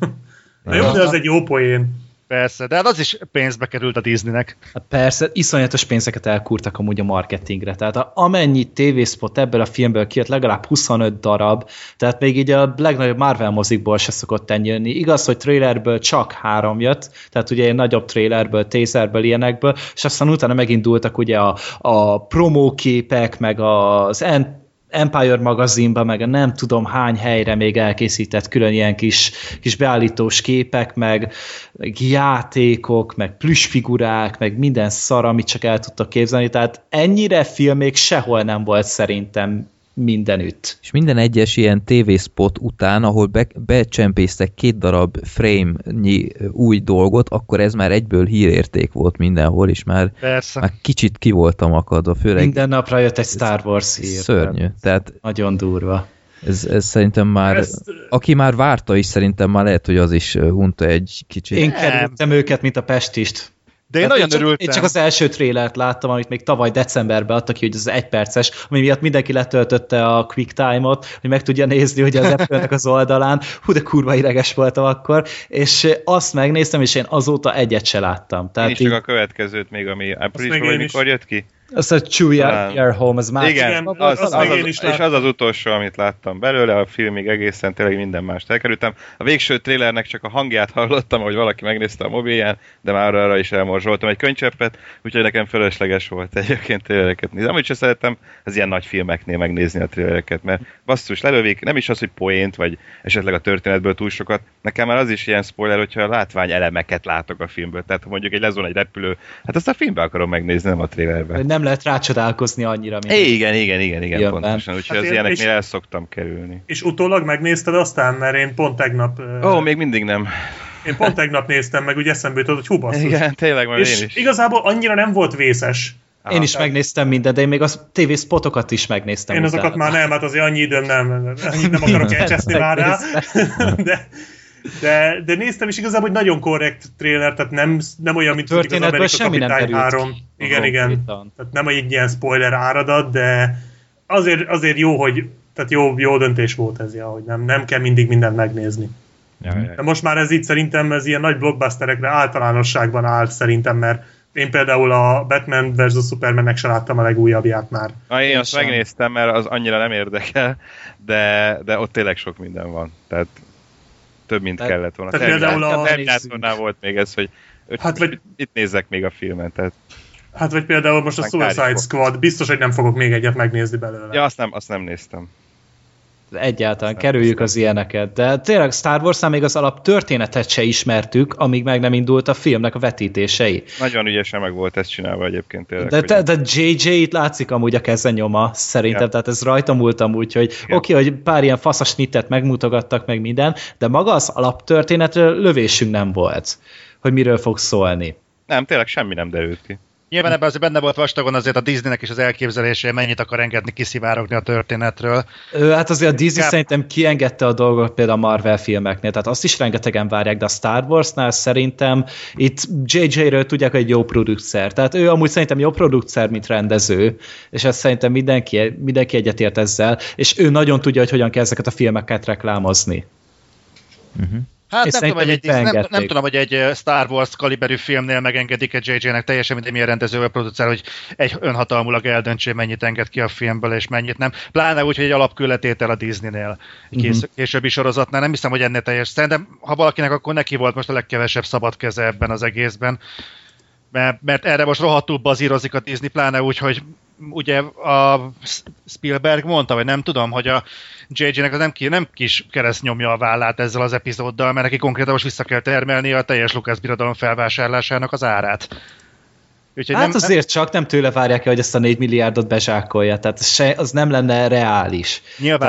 Na jó, de az egy jó poén. Persze, de hát az is pénzbe került a Disneynek. Hát persze, iszonyatos pénzeket elkúrtak amúgy a marketingre. Tehát a, amennyi tévészpot ebből a filmből kijött, legalább huszonöt darab, tehát még így a legnagyobb Marvel mozikból se szokott ennyi jönni. Igaz, hogy trailerből csak három jött, tehát ugye egy nagyobb trailerből, teaserből, ilyenekből, és aztán utána megindultak ugye a, a promóképek, meg az end Empire magazinba, meg a nem tudom hány helyre még elkészített külön ilyen kis, kis beállítós képek, meg, meg játékok, meg plüssfigurák, meg minden szar, amit csak el tudtak képzelni. Tehát ennyire film még sehol nem volt szerintem mindenütt. És minden egyes ilyen tévészpot után, ahol be, becsempésztek két darab frame-nyi új dolgot, akkor ez már egyből hírérték volt mindenhol, és már, már kicsit ki voltam akadva. Főleg minden napra jött egy Star Wars hír. Szörnyű. Tehát nagyon durva. Ez, ez szerintem már, Ezt... aki már várta is, szerintem már lehet, hogy az is unta egy kicsit. Én kerültem őket, mint a Pestist. De én hát nagyon én csak, örültem. Én csak az első trélert láttam, amit még tavaly decemberben adtak ki, hogy az egy perces, ami miatt mindenki letöltötte a Quick Time-ot, hogy meg tudja nézni, hogy az Apple-nek az oldalán. Hú, de kurva ideges voltam akkor, és azt megnéztem, és én azóta egyet se láttam. Tehát én is így... csak a következőt még, ami áprilisban, vagy mikor jött ki? Azt a Chewie Your Home, az már... Igen, igen az, az, az, az, az, és az az utolsó, amit láttam belőle, a filmig egészen tényleg minden mást elkerültem. A végső trélernek csak a hangját hallottam, hogy valaki megnézte a mobilján, de már arra is elmorzsoltam egy könycseppet, úgyhogy nekem fölösleges volt egyébként trélereket nézni. Amit sem szeretem, az ilyen nagy filmeknél megnézni a trélereket, mert basszus, lelövik, nem is az, hogy poént, vagy esetleg a történetből túl sokat. Nekem már az is ilyen spoiler, hogyha a látvány elemeket látok a filmből. Tehát ha mondjuk egy lezon egy repülő, hát azt a filmbe akarom megnézni, nem a trélerben. Nem lehet rácsodálkozni annyira, mint... É, igen, igen, igen, igen, Jön pontosan. Úgyhogy hát az ilyeneknél és, el szoktam kerülni. És utólag megnézted aztán, mert én pont tegnap... Ó, uh, még mindig nem. Én pont tegnap néztem meg, úgy eszembe jutott, hogy hú basszus. Igen, tényleg, majd és én is. igazából annyira nem volt vészes. Én is tehát... megnéztem mindent, de én még a tévészpotokat is megnéztem. Én azokat utána. Már nem, hát azért annyi időm nem, annyit nem akarok elcseszni már rá. De, de, de néztem, és igazából hogy nagyon korrekt trailer, tehát nem, nem olyan, mint az Amerika Kapitány három. Igen, oh, igen. Vitan. Tehát nem egy ilyen spoiler áradat, de azért, azért jó, hogy tehát jó, jó döntés volt ez, ja, hogy nem, nem kell mindig mindent megnézni. Ja, ja. De most már ez így szerintem ez ilyen nagy blockbusterekre általánosságban áll szerintem, mert én például a Batman versus. Supermannek se láttam a legújabbját már. Na, én, én azt sem. megnéztem, mert az annyira nem érdekel, de, de ott tényleg sok minden van. Tehát több, mint tehát, kellett volna. Tehát például a... Terminátornál volt még ez, hogy hát vagy... itt nézzek még a filmet. Tehát... Hát vagy például most a Suicide Squad, biztos, hogy nem fogok még egyet megnézni belőle. Ja, azt nem, azt nem néztem. Egyáltalán kerüljük az ilyeneket, de tényleg Star Wars-nál még az alap történetet se ismertük, amíg meg nem indult a filmnek a vetítései. Nagyon ügyesen meg volt ezt csinálva egyébként tényleg. De, de, de jé jé itt látszik amúgy a kezenyoma, szerintem, ja. Tehát ez rajta múlt amúgy, hogy oké, okay, hogy pár ilyen faszas snittet megmutogattak meg minden, de maga az alaptörténetről lövésünk nem volt, hogy miről fog szólni. Nem, tényleg semmi nem derült ki. Nyilván ebben azért benne volt vastagon azért a Disneynek is az elképzelése, mennyit akar engedni kiszivárogni a történetről. Ö, hát azért a Disney Kár... szerintem kiengedte a dolgot például a Marvel filmeknél, tehát azt is rengetegen várják, de a Star Warsnál szerintem itt jé jé-ről tudják, hogy egy jó producer. Tehát ő amúgy szerintem jó producer, mint rendező, és ezt szerintem mindenki, mindenki egyetért ezzel, és ő nagyon tudja, hogy hogyan kell ezeket a filmeket reklámozni. Uh-huh. Hát nem tudom, hogy egy, nem, nem tudom, hogy egy Star Wars kaliberű filmnél megengedik-e jé jé-nek teljesen mindegy milyen rendező vagy producer, hogy egy önhatalmulag eldöntse, mennyit enged ki a filmből és mennyit nem. Pláne úgy, hogy egy alapkülletétel a Disneynél, egy kés, uh-huh. későbbi sorozatnál. Nem hiszem, hogy ennél teljes. Szerintem, ha valakinek, akkor neki volt most a legkevesebb szabad keze ebben az egészben. Mert, mert erre most rohadtul bazírozik a Disney, pláne úgy, hogy ugye a Spielberg mondta, vagy nem tudom, hogy a jé jé-nek nem, ki, nem kis kereszt nyomja a vállát ezzel az epizóddal, mert neki konkrétan most vissza kell termelni a teljes Lucas birodalom felvásárlásának az árát. Úgyhogy hát nem, azért nem... csak nem tőle várják el, hogy ezt a négy milliárdot bezsákolja, tehát se, az nem lenne reális. Nyilván tehát, nem.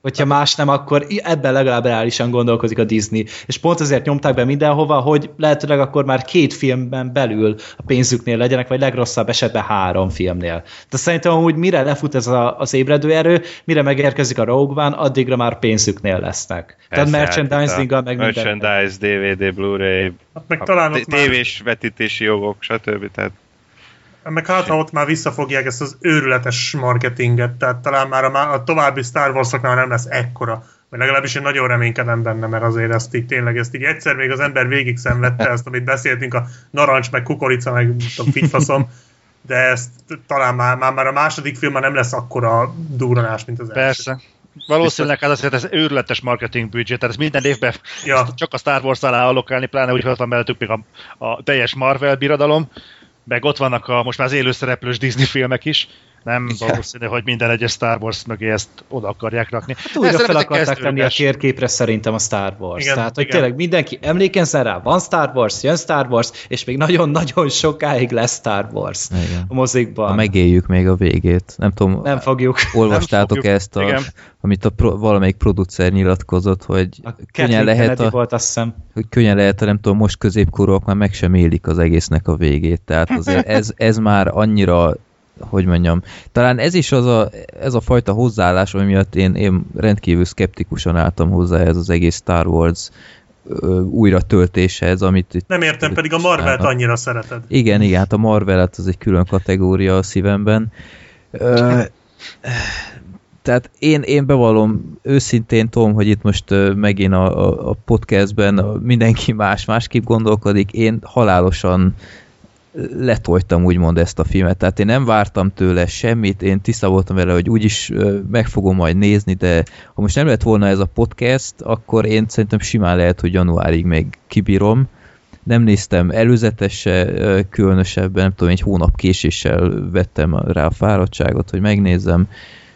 Hogyha más nem, akkor ebben legalább reálisan gondolkozik a Disney. És pont azért nyomták be mindenhova, hogy lehetőleg akkor már két filmben belül a pénzüknél legyenek, vagy legrosszabb esetben három filmnél. De szerintem amúgy mire lefut ez a, az ébredő erő, mire megérkezik a Rogue One, addigra már pénzüknél lesznek. Tehát merchandisinggal meg minden. Merchandise, dé vé dé, Blu-ray, hát meg talán ott tévés már... vetítési jogok, stb. Tehát... Meg hát, ha ott már visszafogják ezt az őrületes marketinget, tehát talán már a, a további Star Wars-oknál nem lesz ekkora. Vagy legalábbis én nagyon reménykedem benne, mert azért ezt így tényleg, ezt így egyszer még az ember végig szenvedte, ezt, amit beszéltünk, a narancs, meg kukorica, meg tudom, figyfaszom, de ezt talán már, már, már a második film már nem lesz akkora durranás, mint az első. Persze. Valószínűleg hát azért ez őrületes marketing budget, tehát ez minden évben ja. csak a Star Wars alá allokálni, pláne úgy, hogy van mellettük még a, a teljes Marvel birodalom, meg ott vannak a most már az élőszereplős Disney filmek is, nem ja. valószínű, hogy minden egyes Star Wars mögé ezt oda akarják rakni. Hát újra fel akarták tenni a térképre szerintem a Star Wars. Igen, Tehát, hogy igen. tényleg mindenki emlékezzen rá, van Star Wars, jön Star Wars, és még nagyon-nagyon sokáig lesz Star Wars igen. a mozikban. Ha megéljük még a végét. Nem tudom, nem fogjuk. Olvastátok nem ezt, a, amit a pro, valamelyik producer nyilatkozott, hogy könnyen lehet, a, volt, azt hiszem. hogy könnyen lehet, a, nem tudom, most középkorúak már meg sem élik az egésznek a végét. Tehát azért ez, ez már annyira hogy mondjam, talán ez is az a, ez a fajta hozzáállás, ami miatt én, én rendkívül szkeptikusan álltam hozzá ez az egész Star Wars ö, újra töltéshez, amit itt... Nem értem, pedig a Marvelt annyira szereted. Igen, igen, hát a Marvelet az egy külön kategória a szívemben. Ö, tehát én, én bevallom őszintén, Tom, hogy itt most uh, megint a, a, a podcastben mindenki más másképp gondolkodik, én halálosan letoltam úgymond ezt a filmet, tehát én nem vártam tőle semmit, én tiszta voltam vele, hogy úgyis meg fogom majd nézni, de ha most nem lett volna ez a podcast, akkor én szerintem simán lehet, hogy januárig még kibírom. Nem néztem előzetese, különösebben, nem tudom, egy hónap késéssel vettem rá a fáradtságot, hogy megnézzem,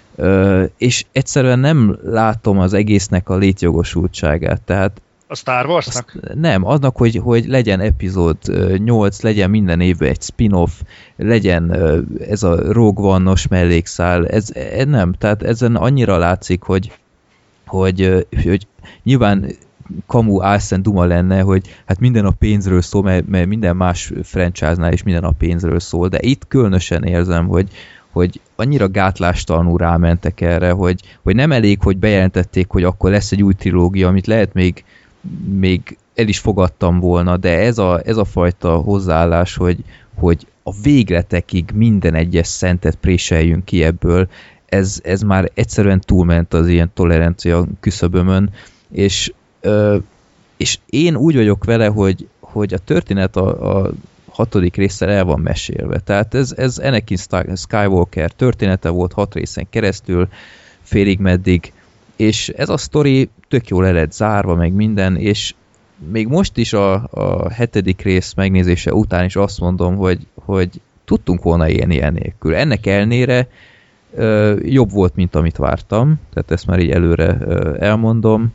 és egyszerűen nem látom az egésznek a létjogosultságát, tehát a Star Warsnak? Nem, annak, hogy, hogy legyen epizód nyolc, legyen minden évben egy spin-off, legyen ez a Rogue One-os mellékszál, ez, ez nem, tehát ezen annyira látszik, hogy, hogy, hogy nyilván kamu álszent duma lenne, hogy hát minden a pénzről szól, mert, mert minden más franchise-nál is minden a pénzről szól, de itt különösen érzem, hogy, hogy annyira gátlástalanul rámentek erre, hogy, hogy nem elég, hogy bejelentették, hogy akkor lesz egy új trilógia, amit lehet még még el is fogadtam volna, de ez a, ez a fajta hozzáállás, hogy, hogy a végletekig minden egyes szentet préseljünk ki ebből, ez, ez már egyszerűen túlment az ilyen tolerancia küszöbömön, és, ö, és én úgy vagyok vele, hogy, hogy a történet a, a hatodik résszel el van mesélve. Tehát ez, ez Anakin Skywalker története volt hat részen keresztül, félig meddig, és ez a sztori tök jól le lett zárva, meg minden, és még most is a, a hetedik rész megnézése után is azt mondom, hogy, hogy tudtunk volna ilyen ilyen nélkül. Ennek ellenére ö, jobb volt, mint amit vártam, tehát ezt már így előre ö, elmondom,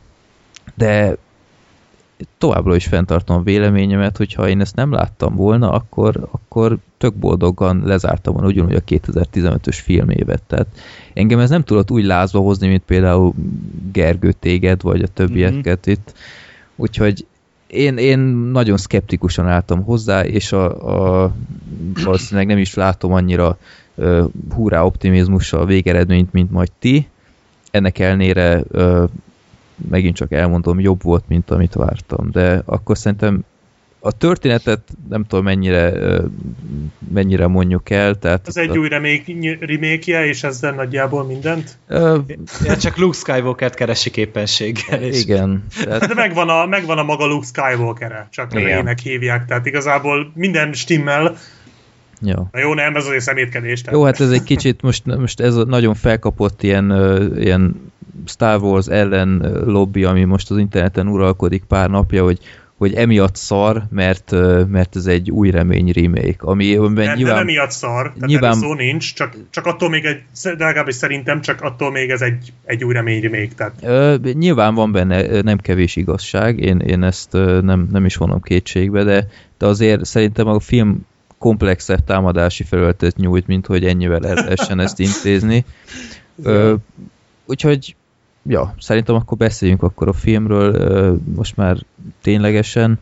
de továbbra is fenntartom a véleményemet, hogyha én ezt nem láttam volna, akkor, akkor tök boldogan lezártam volna ugyanúgy a kétezer-tizenötös filmévet. Tehát engem ez nem tudott úgy lázba hozni, mint például Gergő téged, vagy a többieket mm-hmm. itt. Úgyhogy én, én nagyon szkeptikusan álltam hozzá, és a, a, valószínűleg nem is látom annyira uh, hurrá optimizmussal a végeredményt, mint majd ti. Ennek ellenére uh, megint csak elmondom, jobb volt, mint amit vártam. De akkor szerintem a történetet nem tudom mennyire, mennyire mondjuk el. Tehát ez egy a... új remake-je, és ezzel nagyjából mindent? Uh, ja, csak Luke Skywalker-t keresi képességgel. És... Igen. Tehát... De megvan a, megvan a maga Luke Skywalker-e, csak Rey-nek hívják, tehát igazából minden stimmel. Jó. Na jó, nem, ez azért szemétkedés. Tehát. Jó, hát ez egy kicsit, most, most ez nagyon felkapott ilyen, ilyen Star Wars ellen lobby, ami most az interneten uralkodik pár napja, hogy, hogy emiatt szar, mert, mert ez egy új remény remake. Ami nem, nyilván, nem emiatt szar, tehát nyilván, szó nincs, csak, csak attól még egy, de legalábbis szerintem csak attól még ez egy, egy új remény remake. Tehát. Ö, nyilván van benne nem kevés igazság, én, én ezt nem, nem is vonom kétségbe, de, de azért szerintem a film komplexebb támadási felületet nyújt, mint hogy ennyivel lehessen ezt intézni. Ö, úgyhogy ja, szerintem akkor beszéljünk akkor a filmről most már ténylegesen.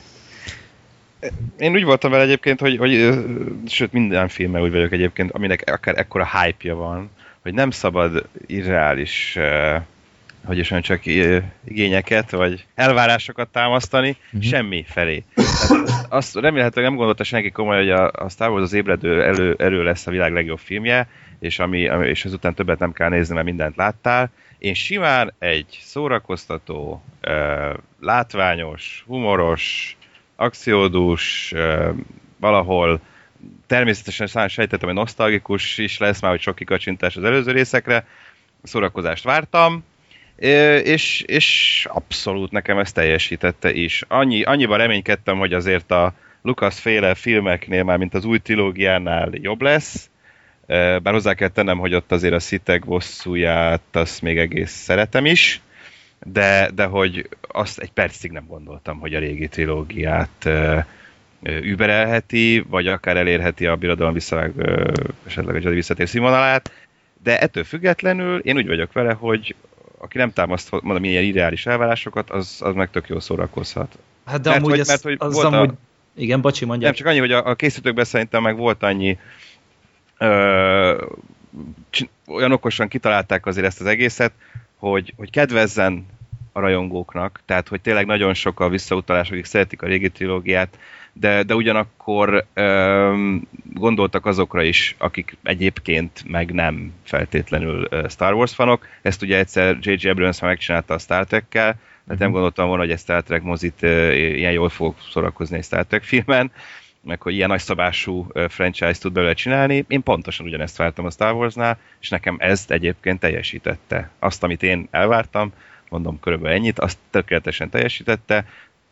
Én úgy voltam vele egyébként, hogy, hogy sőt minden filmmel úgy vagyok egyébként, aminek akár ekkora hype-ja van, hogy nem szabad irreális hogy is mondjam, csak igényeket, vagy elvárásokat támasztani, uh-huh. semmi felé. Tehát azt remélhetőleg nem gondolta senki komolyan, hogy a, a Star Wars az ébredő elő, erő lesz a világ legjobb filmje, és, ami, ami, és ezután többet nem kell nézni, mert mindent láttál. Én simán egy szórakoztató, uh, látványos, humoros, akciódús, uh, valahol természetesen sejtettem, hogy nosztalgikus is lesz, már hogy sok kikacsintás az előző részekre, szórakozást vártam, És, és abszolút nekem ezt teljesítette is. Annyi, annyiban reménykedtem, hogy azért a Lucas-féle filmeknél, már mint az új trilógiánál jobb lesz, bár hozzá kell tennem, hogy ott azért a Sith-ek bosszúját azt még egész szeretem is, de, de hogy azt egy percig nem gondoltam, hogy a régi trilógiát überelheti, vagy akár elérheti a Birodalom visszavág, esetleg a Jedi visszatér színvonalát, de ettől függetlenül én úgy vagyok vele, hogy aki nem támaszt, mondom, ilyen ideális elvárásokat, az, az meg tök jól szórakozhat. Hát de mert, amúgy hogy, ez, mert, hogy az volt amúgy... A... Igen, bocsi, mondja. Nem, csak annyi, hogy a, a készítőkben szerintem meg volt annyi ö, csin, olyan okosan kitalálták azért ezt az egészet, hogy, hogy kedvezzen a rajongóknak, tehát hogy tényleg nagyon sok a visszautalás, akik szeretik a régi trilógiát, de, de ugyanakkor ö, gondoltak azokra is, akik egyébként meg nem feltétlenül Star Wars fanok. Ezt ugye egyszer J J Abrams már megcsinálta a Star Trek-kel, mert nem gondoltam volna, hogy egy Star Trek mozit ilyen jól fog szórakozni egy Star Trek filmen, meg hogy ilyen nagyszabású franchise tud belőle csinálni. Én pontosan ugyanezt vártam a Star Warsnál, és nekem ezt egyébként teljesítette. Azt, amit én elvártam, mondom körülbelül ennyit, azt tökéletesen teljesítette.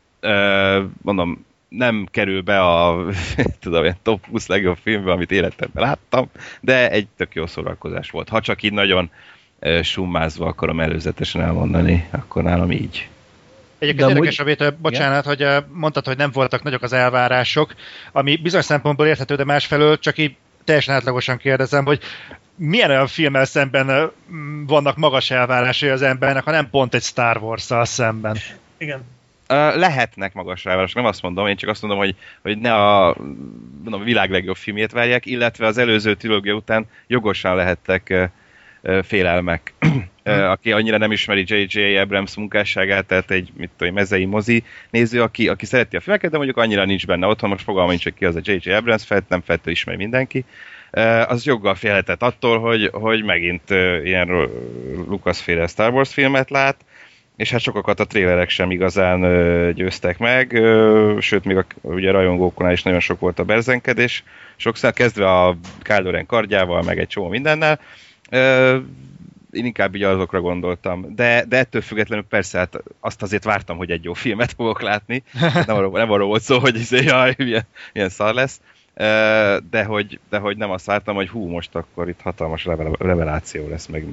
Mondom, nem kerül be a tudom, ilyen top húsz legjobb filmbe, amit életemben láttam, de egy tök jó szórakozás volt. Ha csak így nagyon summázva akarom előzetesen elmondani, akkor nálam így. Egyébként érdekes, amit, bocsánat, hogy mondtad, hogy nem voltak nagyok az elvárások, ami bizonyos szempontból érthető, de másfelől csak így teljesen átlagosan kérdezem, hogy milyen olyan filmmel szemben vannak magas elvárásai az embernek, ha nem pont egy Star Wars-szal szemben? Igen. Uh, lehetnek magas elvárások, nem azt mondom, én csak azt mondom, hogy, hogy ne a, mondom, a világ legjobb filmjét várják, illetve az előző trilógia után jogosan lehettek uh, uh, félelmek. uh, aki annyira nem ismeri J J Abrams munkásságát, tehát egy mit tudom, mezei mozi néző, aki, aki szereti a filmeket, de mondjuk annyira nincs benne otthon, most fogalma nincs, hogy ki az a J J Abrams, felt, nem feltétlenül ismeri mindenki. Uh, az joggal félhetett attól, hogy, hogy megint uh, ilyen Lucas-féle Star Wars filmet lát, és hát sokakat a trélerek sem igazán ö, győztek meg, ö, sőt, még a ugye, rajongóknál is nagyon sok volt a berzenkedés, sokszor kezdve a Kylo Ren kardjával, meg egy csomó mindennel. Ö, én inkább így azokra gondoltam, de, de ettől függetlenül persze, hát azt azért vártam, hogy egy jó filmet fogok látni, nem arról, nem arról volt szó, hogy izé, jaj, milyen, milyen szar lesz, ö, de, hogy, de hogy nem azt vártam, hogy hú, most akkor itt hatalmas reveláció lesz, meg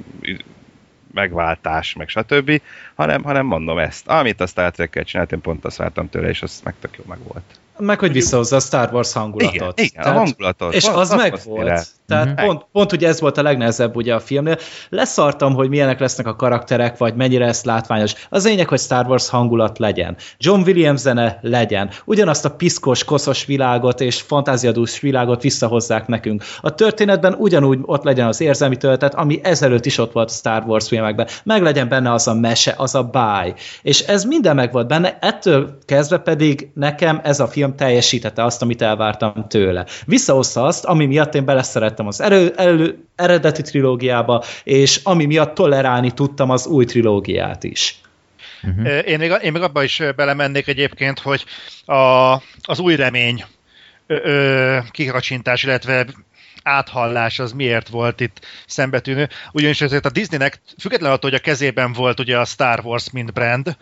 megváltás, meg stb., hanem, hanem mondom ezt. Amit a Star Trek-kel csinált, én pont azt vártam tőle, és az meg tök jó meg volt. Meg, hogy visszahozza a Star Wars hangulatot. Igen, igen tehát, a hangulatot. És az meg volt. Tehát uh-huh. pont, pont ugye ez volt a legnehezebb ugye a filmnél. Leszartam, hogy milyenek lesznek a karakterek, vagy mennyire ez látványos. Az lényeg, hogy Star Wars hangulat legyen. John Williams zene legyen. Ugyanazt a piszkos, koszos világot és fantáziadús világot visszahozzák nekünk. A történetben ugyanúgy ott legyen az érzelmi töltet, ami ezelőtt is ott volt a Star Wars filmekben. Meg legyen benne az a mese, az a báj. És ez minden meg volt benne, ettől kezdve pedig nekem ez a film teljesítette azt, amit elvártam tőle. Visszahozta azt, ami miatt én beleszerettem az erő, erő, eredeti trilógiába, és ami miatt tolerálni tudtam az új trilógiát is. Uh-huh. Én, még, én még abba is belemennék egyébként, hogy a, az új remény ö, ö, kikacsintás, illetve áthallás az miért volt itt szembetűnő. Ugyanis ezért a Disneynek, függetlenül attól, hogy a kezében volt ugye a Star Wars mint brand,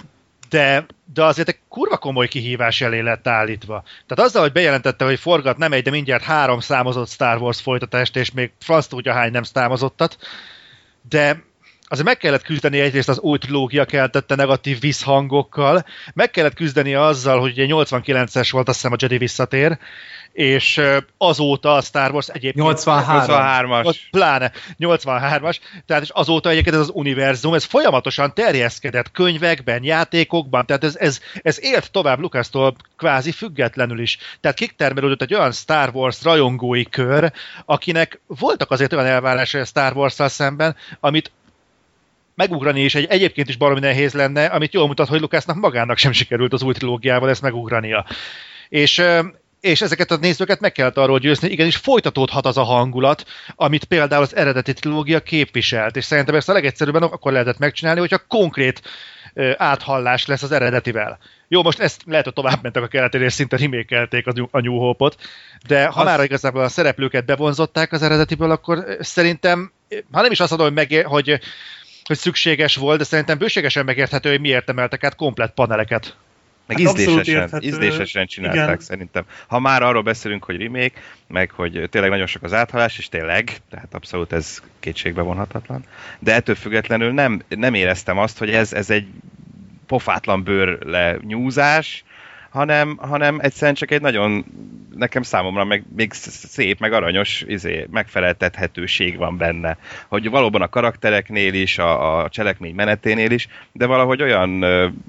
de, de azért egy kurva komoly kihívás elé lett állítva. Tehát azzal, hogy bejelentette, hogy forgat nem egy, de mindjárt három számozott Star Wars folytatást, és még franc tudja hány nem számozottat, de azért meg kellett küzdeni egyrészt az új trilógia keltette negatív visszhangokkal, meg kellett küzdeni azzal, hogy ugye nyolcvankilences volt, azt hiszem a Jedi visszatér, és azóta a Star Wars egyébként... nyolcvanhármas. Pláne nyolcvanhármas, tehát és azóta egyébként ez az univerzum, ez folyamatosan terjeszkedett könyvekben, játékokban, tehát ez, ez, ez élt tovább Lucastól kvázi függetlenül is. Tehát kitermelődött egy olyan Star Wars rajongói kör, akinek voltak azért olyan elvárásai a Star Wars-szal szemben, amit megugrani is egy, egyébként is baromi nehéz lenne, amit jól mutat, hogy Lucasnak magának sem sikerült az új trilógiával ezt megugrania. És... és ezeket a nézőket meg kellett arról győzni, igenis folytatódhat az a hangulat, amit például az eredeti trilógia képviselt, és szerintem ezt a legegyszerűbben akkor lehetett megcsinálni, hogyha konkrét ö, áthallás lesz az eredetivel. Jó, most ezt lehet, hogy tovább mentek a keleti rész, szinte remékelték a New Hope-ot, de ha az... már igazából a szereplőket bevonzották az eredetiből, akkor szerintem, ha nem is azt mondom, hogy, meg, hogy, hogy szükséges volt, de szerintem bőségesen megérthető, hogy miért emeltek át komplett paneleket. Meg hát ízlésesen, ízlésesen csinálták igen. Szerintem. Ha már arról beszélünk, hogy remake, meg hogy tényleg nagyon sok az áthalás, és tényleg, tehát abszolút ez kétségbe vonhatatlan, de ettől függetlenül nem, nem éreztem azt, hogy ez, ez egy pofátlan bőrle nyúzás, hanem, hanem egyszerűen csak egy nagyon, nekem számomra meg, még szép, meg aranyos izé, megfeleltethetőség van benne. Hogy valóban a karaktereknél is, a, a cselekmény meneténél is, de valahogy olyan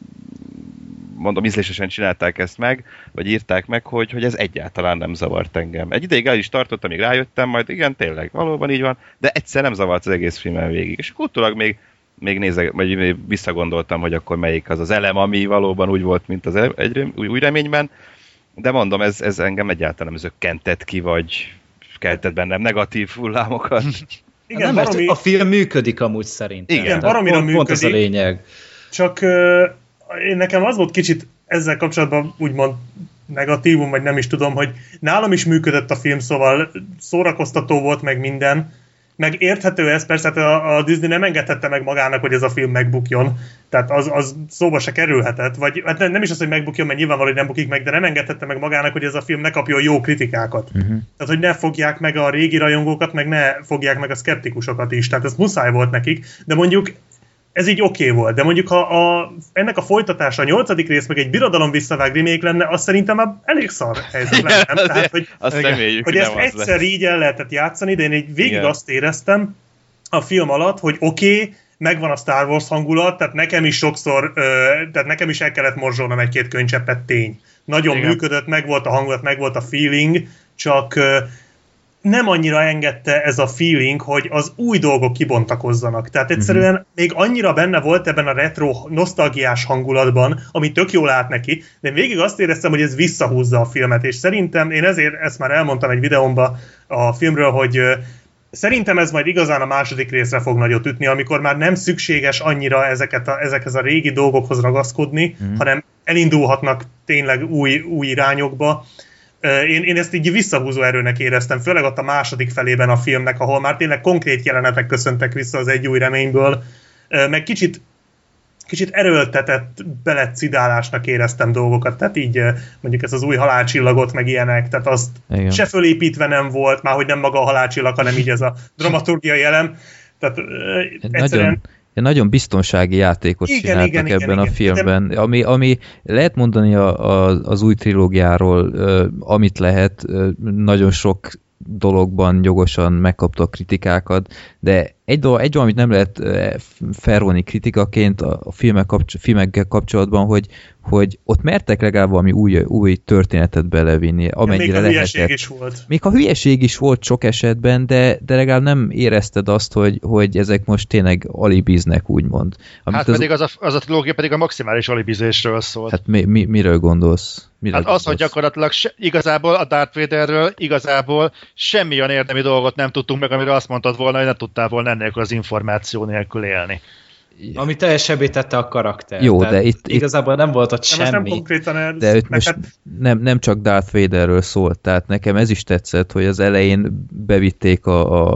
mondom, ízlésesen csinálták ezt meg, vagy írták meg, hogy, hogy ez egyáltalán nem zavart engem. Egy ideig el is tartottam, amíg rájöttem, majd igen, tényleg, valóban így van, de egyszer nem zavart az egész filmen végig. És utólag még, még nézek, vagy még visszagondoltam, hogy akkor melyik az az elem, ami valóban úgy volt, mint az egy, új, új reményben, de mondom, ez, ez engem egyáltalán nem zökkentett ki, vagy keltett bennem negatív hullámokat. Igen, nem, baromi... a film működik amúgy szerintem. Igen, baromira működik. Pont ez a lényeg. Csak uh, én nekem az volt kicsit ezzel kapcsolatban úgymond negatívum, vagy nem is tudom, hogy nálam is működött a film, szóval szórakoztató volt meg minden, meg érthető ez, persze hát a, a Disney nem engedhette meg magának, hogy ez a film megbukjon, tehát az, az szóba se kerülhetett, vagy hát nem is az, hogy megbukjon, mert nyilvánvaló, hogy nem bukik meg, de nem engedhette meg magának, hogy ez a film ne kapjon jó kritikákat. Uh-huh. Tehát, hogy ne fogják meg a régi rajongókat, meg ne fogják meg a szkeptikusokat is, tehát ez muszáj volt nekik, de mondjuk ez így oké okay volt, de mondjuk ha a, ennek a folytatása, a nyolcadik rész meg egy birodalom visszavág remake lenne, az szerintem már elég szar helyzet lenne, nem? Tehát, hogy, azt reméljük, hogy ezt egyszer így el lehetett játszani, de én így végig igen. azt éreztem a film alatt, hogy oké, okay, megvan a Star Wars hangulat, tehát nekem is sokszor, ö, tehát nekem is el kellett morzsolnom egy-két könycseppet, tény. Nagyon igen. működött, meg volt a hangulat, meg volt a feeling, csak ö, nem annyira engedte ez a feeling, hogy az új dolgok kibontakozzanak. Tehát egyszerűen uh-huh. még annyira benne volt ebben a retro, nosztalgiás hangulatban, ami tök jól állt neki, de végig azt éreztem, hogy ez visszahúzza a filmet, és szerintem, én ezért ezt már elmondtam egy videómban a filmről, hogy szerintem ez majd igazán a második részre fog nagyot ütni, amikor már nem szükséges annyira ezeket a, ezekhez a régi dolgokhoz ragaszkodni, uh-huh. hanem elindulhatnak tényleg új, új irányokba. Én, én ezt így visszahúzó erőnek éreztem, főleg ott a második felében a filmnek, ahol már tényleg konkrét jelenetek köszöntek vissza az Egy új reményből, meg kicsit, kicsit erőltetett belecidálásnak éreztem dolgokat, tehát így mondjuk ez az új halálcsillagot, meg ilyenek, tehát azt igen. se fölépítve nem volt, már hogy nem maga a halálcsillag, hanem így ez a dramaturgiai elem, tehát egyszerűen... Nagyon... nagyon biztonsági játékot igen, csináltak igen, ebben igen, a filmben, de... ami, ami lehet mondani a, a, az új trilógiáról, amit lehet, nagyon sok dologban jogosan megkapta a kritikákat, de egy dolog, egy dolog, amit nem lehet felvonni kritikaként a, a filmek kapcs- filmekkel kapcsolatban, hogy, hogy ott mertek legalább valami új, új történetet belevinni, amennyire lehetett. Még a hülyeség is volt. Még a hülyeség is volt sok esetben, de, de legalább nem érezted azt, hogy, hogy ezek most tényleg alibiznek, úgymond. Amit hát az... pedig az a, az a trilógia pedig a maximális alibizésről szólt. Hát mi, mi, miről gondolsz? Miről hát gondolsz? Az, hogy gyakorlatilag se, igazából a Darth Vaderről igazából semmilyen érdemi dolgot nem tudtunk meg, amiről azt mondtad volna, hogy nem tudtál volna ennél az információ nélkül élni. Igen. Ami teljesebbé tette a karakter. Jó, de itt... Igazából itt, nem volt ott semmi. Nem konkrétan el... De itt most nem, nem csak Darth Vaderről szólt, tehát nekem ez is tetszett, hogy az elején bevitték a, a,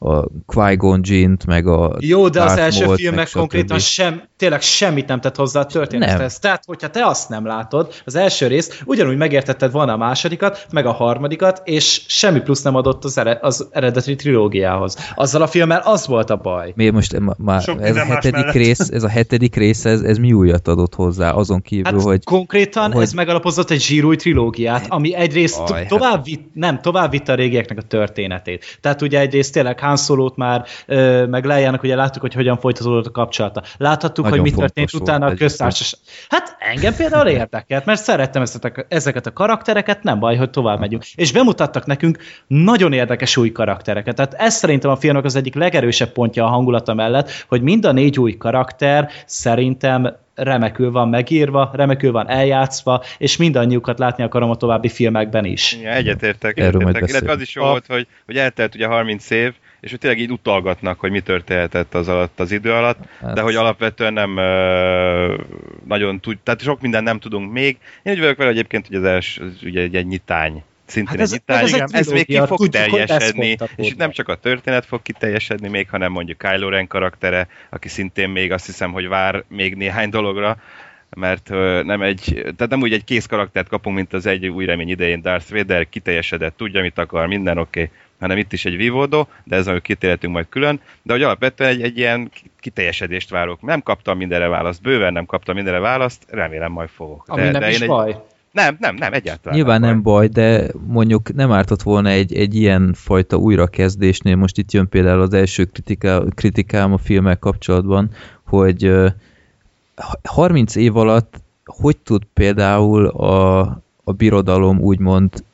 a Qui-Gon Jinn-t, meg a Jó, de az Darth első Maul-t, filmek meg konkrétan stb. sem, tényleg semmit nem tett hozzá a történethez. Tehát, hogyha te azt nem látod, az első részt, ugyanúgy megértetted volna a másodikat, meg a harmadikat, és semmi plusz nem adott az, ered, az eredeti trilógiához. Azzal a filmmel az volt a baj. Miért most már Sok ez a minden más hetedik mellett. rész, ez a hetedik rész, ez, ez mi újat adott hozzá, azon kívül, Hát hogy... konkrétan hogy- ez megalapozott egy zsírúj trilógiát, ami egyrészt Aj, to- hát- tovább vitt, nem, tovább vitte a régieknek a történetét. Tehát ugye egyrészt tényleg Han Solót már, ö, meg Leiának ugye láttuk, hogy hogyan folytatódott a kapcsolata. Láthattuk, Nagyon hogy mi történt fontos utána a volt köztársaság. Hát engem például érdekelt, mert szerettem ezeket, ezeket a karaktereket, nem baj, hogy tovább megyünk. És bemutattak nekünk nagyon érdekes új karaktereket. Tehát ez szerintem a filmnek az egyik legerősebb pontja a hangulata mellett, hogy mind a négy új karakter szerintem remekül van megírva, remekül van eljátszva, és mindannyiukat látni akarom a további filmekben is. Ja, egyetértek, Erről majd egyetértek. Illetve az beszélünk. is jó A- volt, hogy, hogy eltelt ugye harminc év, és hogy tényleg így utalgatnak, hogy mi történhetett az alatt az idő alatt, Hát- de hogy alapvetően nem ö, nagyon tud, tehát sok minden nem tudunk még. Én úgy vagyok vele egyébként, hogy az első, az ugye egy, egy nyitány. Szintén Hát egy ez- nyitány, ez egy ez még ki trilógia, fog tudjuk, hogy lesz teljesedni, folytatódva. és itt nem csak a történet fog kiteljesedni még, hanem mondjuk Kylo Ren karaktere, aki szintén még azt hiszem, hogy vár még néhány dologra, mert ö, nem egy, tehát nem úgy egy kész karaktert kapunk, mint az egy új remény idején Darth Vader, kiteljesedett, tudja, mit akar, minden oké, okay, hanem itt is egy vívódó, de ezzel kitérhetünk majd külön, de hogy alapvetően egy, egy ilyen kiteljesedést várok. Nem kaptam mindenre választ, bőven nem kaptam mindenre választ, remélem majd fogok. Ami nem is én baj. Egy... Nem, nem, nem, egyáltalán Nyilván nem nem baj, de mondjuk nem ártott volna egy, egy ilyen fajta újrakezdésnél, most itt jön például az első kritika, kritikám a filmmel kapcsolatban, hogy ö, harminc év alatt hogy tud például a, a birodalom úgymond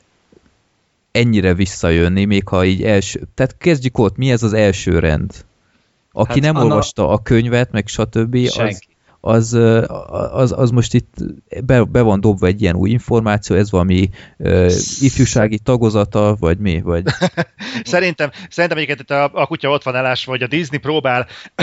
ennyire visszajönni, még ha így első... Tehát kezdjük ott, mi ez az első rend? Aki Hát nem Anna- olvasta a könyvet, meg stb. az, Senki. az, az, az most itt be, be van dobva egy ilyen új információ, ez valami uh, ifjúsági tagozata, vagy mi? Vagy... Szerintem, szerintem egyébként itt a, a kutya ott van elásva, hogy a Disney próbál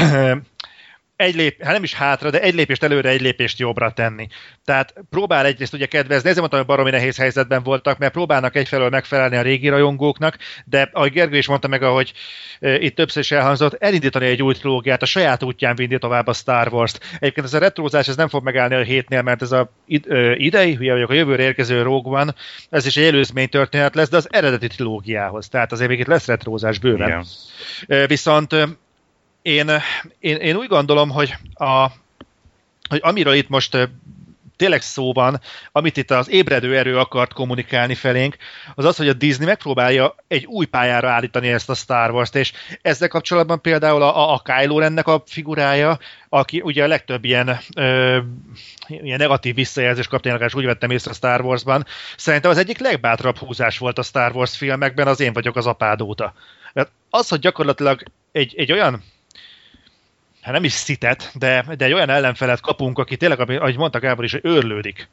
egy lép, hát nem is hátra, de egy lépést előre, egy lépést jobbra tenni. Tehát próbál egyrészt ugye kedvezni, ezért mondtam, hogy baromi nehéz helyzetben voltak, mert próbálnak egyfelől megfelelni a régi rajongóknak, de ahogy Gergő is mondta meg, ahogy e, itt többször is elhangzott, elindítani egy új trilógiát, a saját útján vinni tovább a Star Wars-t. Egyébként ez a retrózás, ez nem fog megállni a hétnél, mert ez a id, ö, idei, ugye vagyok a jövőre érkező Rogue One, ez is egy előzmény történet lesz, de az eredeti trilógiához. Tehát azért még itt lesz retrózás bőven. Igen. E, viszont Én, én, én úgy gondolom, hogy, a, hogy amiről itt most ö, tényleg szó van, amit itt az ébredő erő akart kommunikálni felénk, az az, hogy a Disney megpróbálja egy új pályára állítani ezt a Star Wars-t, és ezzel kapcsolatban például a, a Kylo Rennek a figurája, aki ugye a legtöbb ilyen, ö, ilyen negatív visszajelzést kapta, én legalábbis úgy vettem észre a Star Wars-ban, szerintem az egyik legbátrabb húzás volt a Star Wars filmekben, az Én vagyok az apád óta. Mert az, hogy gyakorlatilag egy, egy olyan hát nem is szitet, de, de egy olyan ellenfelet kapunk, aki tényleg, ahogy mondta Gábor is, hogy őrlődik.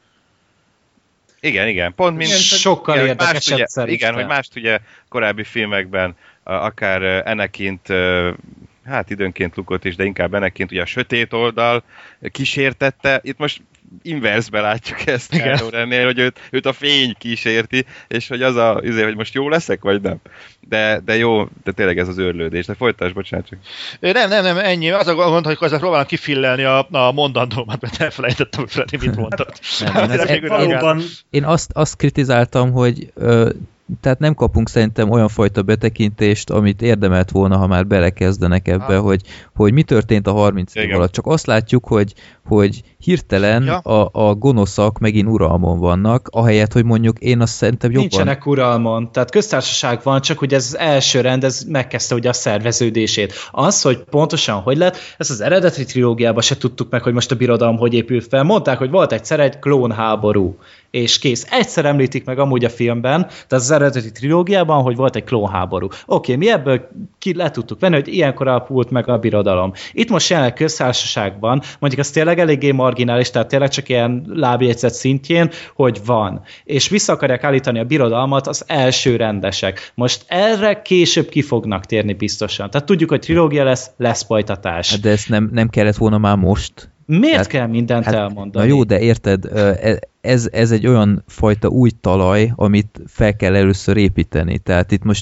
Igen, igen, pont mint... Igen, sokkal igen, érdekesebb mást ugye, szerintem. igen, hogy mást ugye korábbi filmekben, a- akár uh, Anakin-t, uh, hát időnként Luke-ot is, de inkább Anakin-t ugye a sötét oldal kísértette. Itt most inverzbe látjuk ezt Kylo Rennél, hogy őt, őt a fény kísérti, és hogy az a, azért, hogy most jó leszek, vagy nem. De, de jó, de tényleg ez az őrlődés. De folytasd, bocsánat csak. Nem, nem, nem, ennyi. Az a gond, hogy közben próbálom kifillelni a, a mondandómat, mert elfelejtettem, hogy Freddy mit mondott. Nem, én, az, Még én, Valóban én azt, azt kritizáltam, hogy ö, tehát nem kapunk szerintem olyan fajta betekintést, amit érdemelt volna, ha már belekezdenek ebbe, hogy, hogy mi történt a harminc év Igen. alatt. Csak azt látjuk, hogy, hogy hirtelen Ja. a, a gonoszak megint uralmon vannak, ahelyett, hogy mondjuk én azt szerintem jobban... Nincsenek uralmon, tehát köztársaság van, csak ugye ez az első rend, ez megkezdte ugye a szerveződését. Az, hogy pontosan hogy lett, ezt az eredeti trilógiában se tudtuk meg, hogy most a birodalom hogy épül fel. Mondták, hogy volt egyszer egy klónháború, és kész. Egyszer említik meg amúgy a filmben, tehát az eredeti trilógiában, hogy volt egy klónháború. Oké, okay, mi ebből ki le tudtuk venni, hogy ilyenkor alapult meg a birodalom. Itt most jelenleg köztársaságban, mondjuk az tényleg eléggé marginális, tehát tényleg csak ilyen lábjegyzet szintjén, hogy van. És vissza akarják állítani a birodalmat az első rendesek. Most erre később ki fognak térni biztosan. Tehát tudjuk, hogy trilógia lesz, lesz folytatás. Hát de ezt nem, nem kellett volna már most? Miért hát- kell mindent hát, elmondani? Na jó, de érted, ö, ez, ez egy olyan fajta új talaj, amit fel kell először építeni. Tehát itt most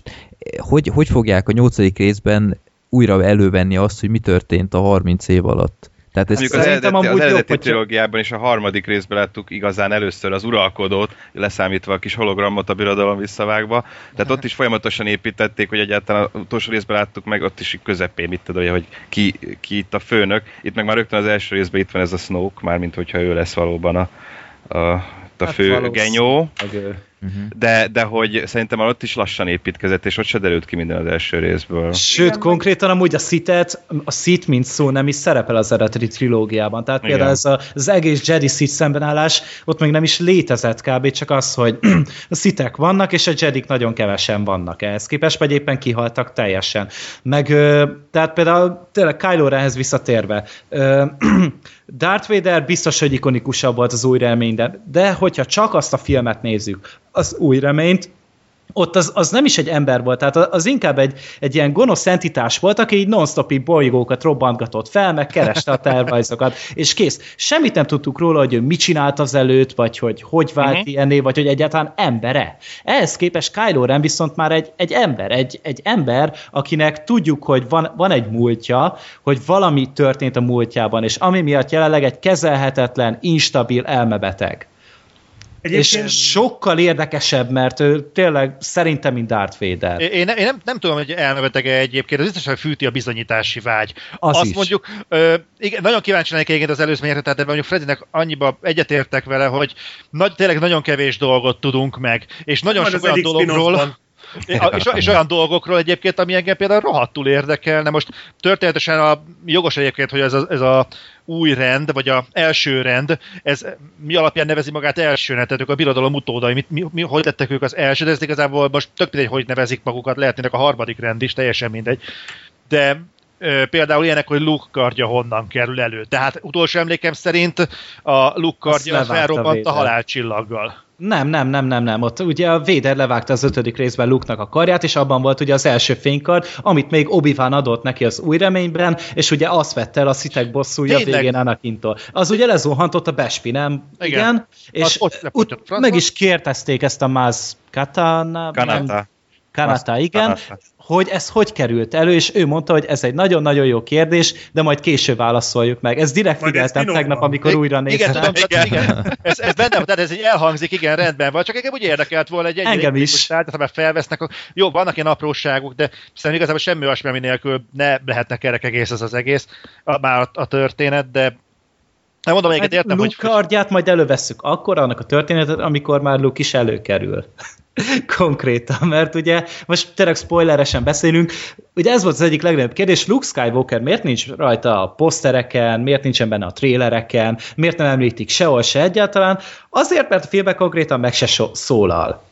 hogy, hogy fogják a nyolcadik részben újra elővenni azt, hogy mi történt a harminc év alatt? Tehát ez az eredeti, az eredeti trilógiában és a harmadik részben láttuk igazán először az uralkodót, leszámítva a kis hologramot a birodalom visszavágva. Tehát ott is folyamatosan építették, hogy egyáltalán az utolsó részben láttuk meg, ott is közepén, mit tudom, hogy ki, ki itt a főnök. Itt meg már rögtön az első részben itt van ez a Snoke, mármint hogyha ő lesz valóban a, a, a hát fő genyó. Uh-huh. De, de hogy szerintem már ott is lassan építkezett, és ott se derült ki minden az első részből. Sőt, igen, konkrétan amúgy a Sith-et, a Sith mint szó nem is szerepel az eredeti trilógiában. Tehát például ez a, az egész Jedi-Sith szembenállás ott még nem is létezett kb. Csak az, hogy a Sithek vannak, és a Jedik nagyon kevesen vannak ehhez képest, vagy éppen kihaltak teljesen. Meg, tehát például tényleg Kylo Renhez visszatérve, Darth Vader biztos, hogy ikonikusabb volt az új reményben, de hogyha csak azt a filmet nézzük, az új reményt, ott az, az nem is egy ember volt, tehát az inkább egy, egy ilyen gonosz entitás volt, aki így non-stop bolygókat robbantgatott fel, meg kereste a tervrajzokat, és kész. Semmit nem tudtuk róla, hogy ő mit csinált az előtt, vagy hogy hogy vált uh-huh. ilyenné, vagy hogy egyáltalán embere. Ehhez képest Kylo Ren viszont már egy, egy ember, egy, egy ember, akinek tudjuk, hogy van, van egy múltja, hogy valami történt a múltjában, és ami miatt jelenleg egy kezelhetetlen, instabil elmebeteg. Egyébként... És sokkal érdekesebb, mert ő tényleg szerintem, mint Darth Vader. Én, én nem, nem tudom, hogy elmebetege egyébként, az biztos, hogy fűti a bizonyítási vágy. Az Azt is. mondjuk, ö, igen, nagyon kíváncsi lennék egyébként az előzményekre, tehát de mondjuk Fredinek annyiba egyetértek vele, hogy nagy, tényleg nagyon kevés dolgot tudunk meg, és nagyon sok olyan dologról... és, és olyan dolgokról egyébként, ami engem például rohadtul érdekelne. Most történetesen a jogos egyébként, hogy ez a, ez a új rend, vagy a első rend, ez mi alapján nevezi magát elsőnek, tehát ők a birodalom utódai, mi, mi, mi, hogy lettek ők az első, de ez igazából most tök mindegy, hogy nevezik magukat, lehetnének a harmadik rend is, teljesen mindegy. De ö, például ilyenek, hogy Luke kardja honnan kerül elő. Tehát utolsó emlékem szerint a Luke kardja felrobbant a halálcsillaggal. Nem, nem, nem, nem, nem. Ott ugye a Vader levágta az ötödik részben Luke-nak a karját, és abban volt ugye az első fénykard, amit még Obi-Wan adott neki az új reményben, és ugye azt vette el a Sithek bosszúja végén Anakintól. Az ugye lezuhantott a Bespi, nem? Igen. Igen. És ut- meg is kérdezték ezt a Maz Katana... Kanata. Kanata, igen. Kanata. Hogy ez hogy került elő, és ő mondta, hogy ez egy nagyon-nagyon jó kérdés, de majd később válaszoljuk meg. Ez direkt majd figyeltem tegnap, van. Amikor I- újra néztem. Igen, tudom, igen. igen. Ez, ez benne van, tehát ez egy elhangzik, igen, rendben van, csak engem úgy érdekelt volna egy engem is. Tehát ha felvesznek, jó, vannak ilyen apróságok, de szerintem igazából semmi olyasmi, ami nélkül ne lehetne kerek egész ez az egész, a, már a, a történet, de nem mondom, hát értem, Luke hogy... kardját majd elővesszük akkor, annak a történetet, amikor már Luke is előkerül. Konkrétan, mert ugye most tényleg spoileresen beszélünk, ugye ez volt az egyik legnagyobb kérdés, Luke Skywalker miért nincs rajta a posztereken, miért nincsen benne a trélereken, miért nem említik sehol se egyáltalán, azért, mert a filmben konkrétan meg se so- szólal.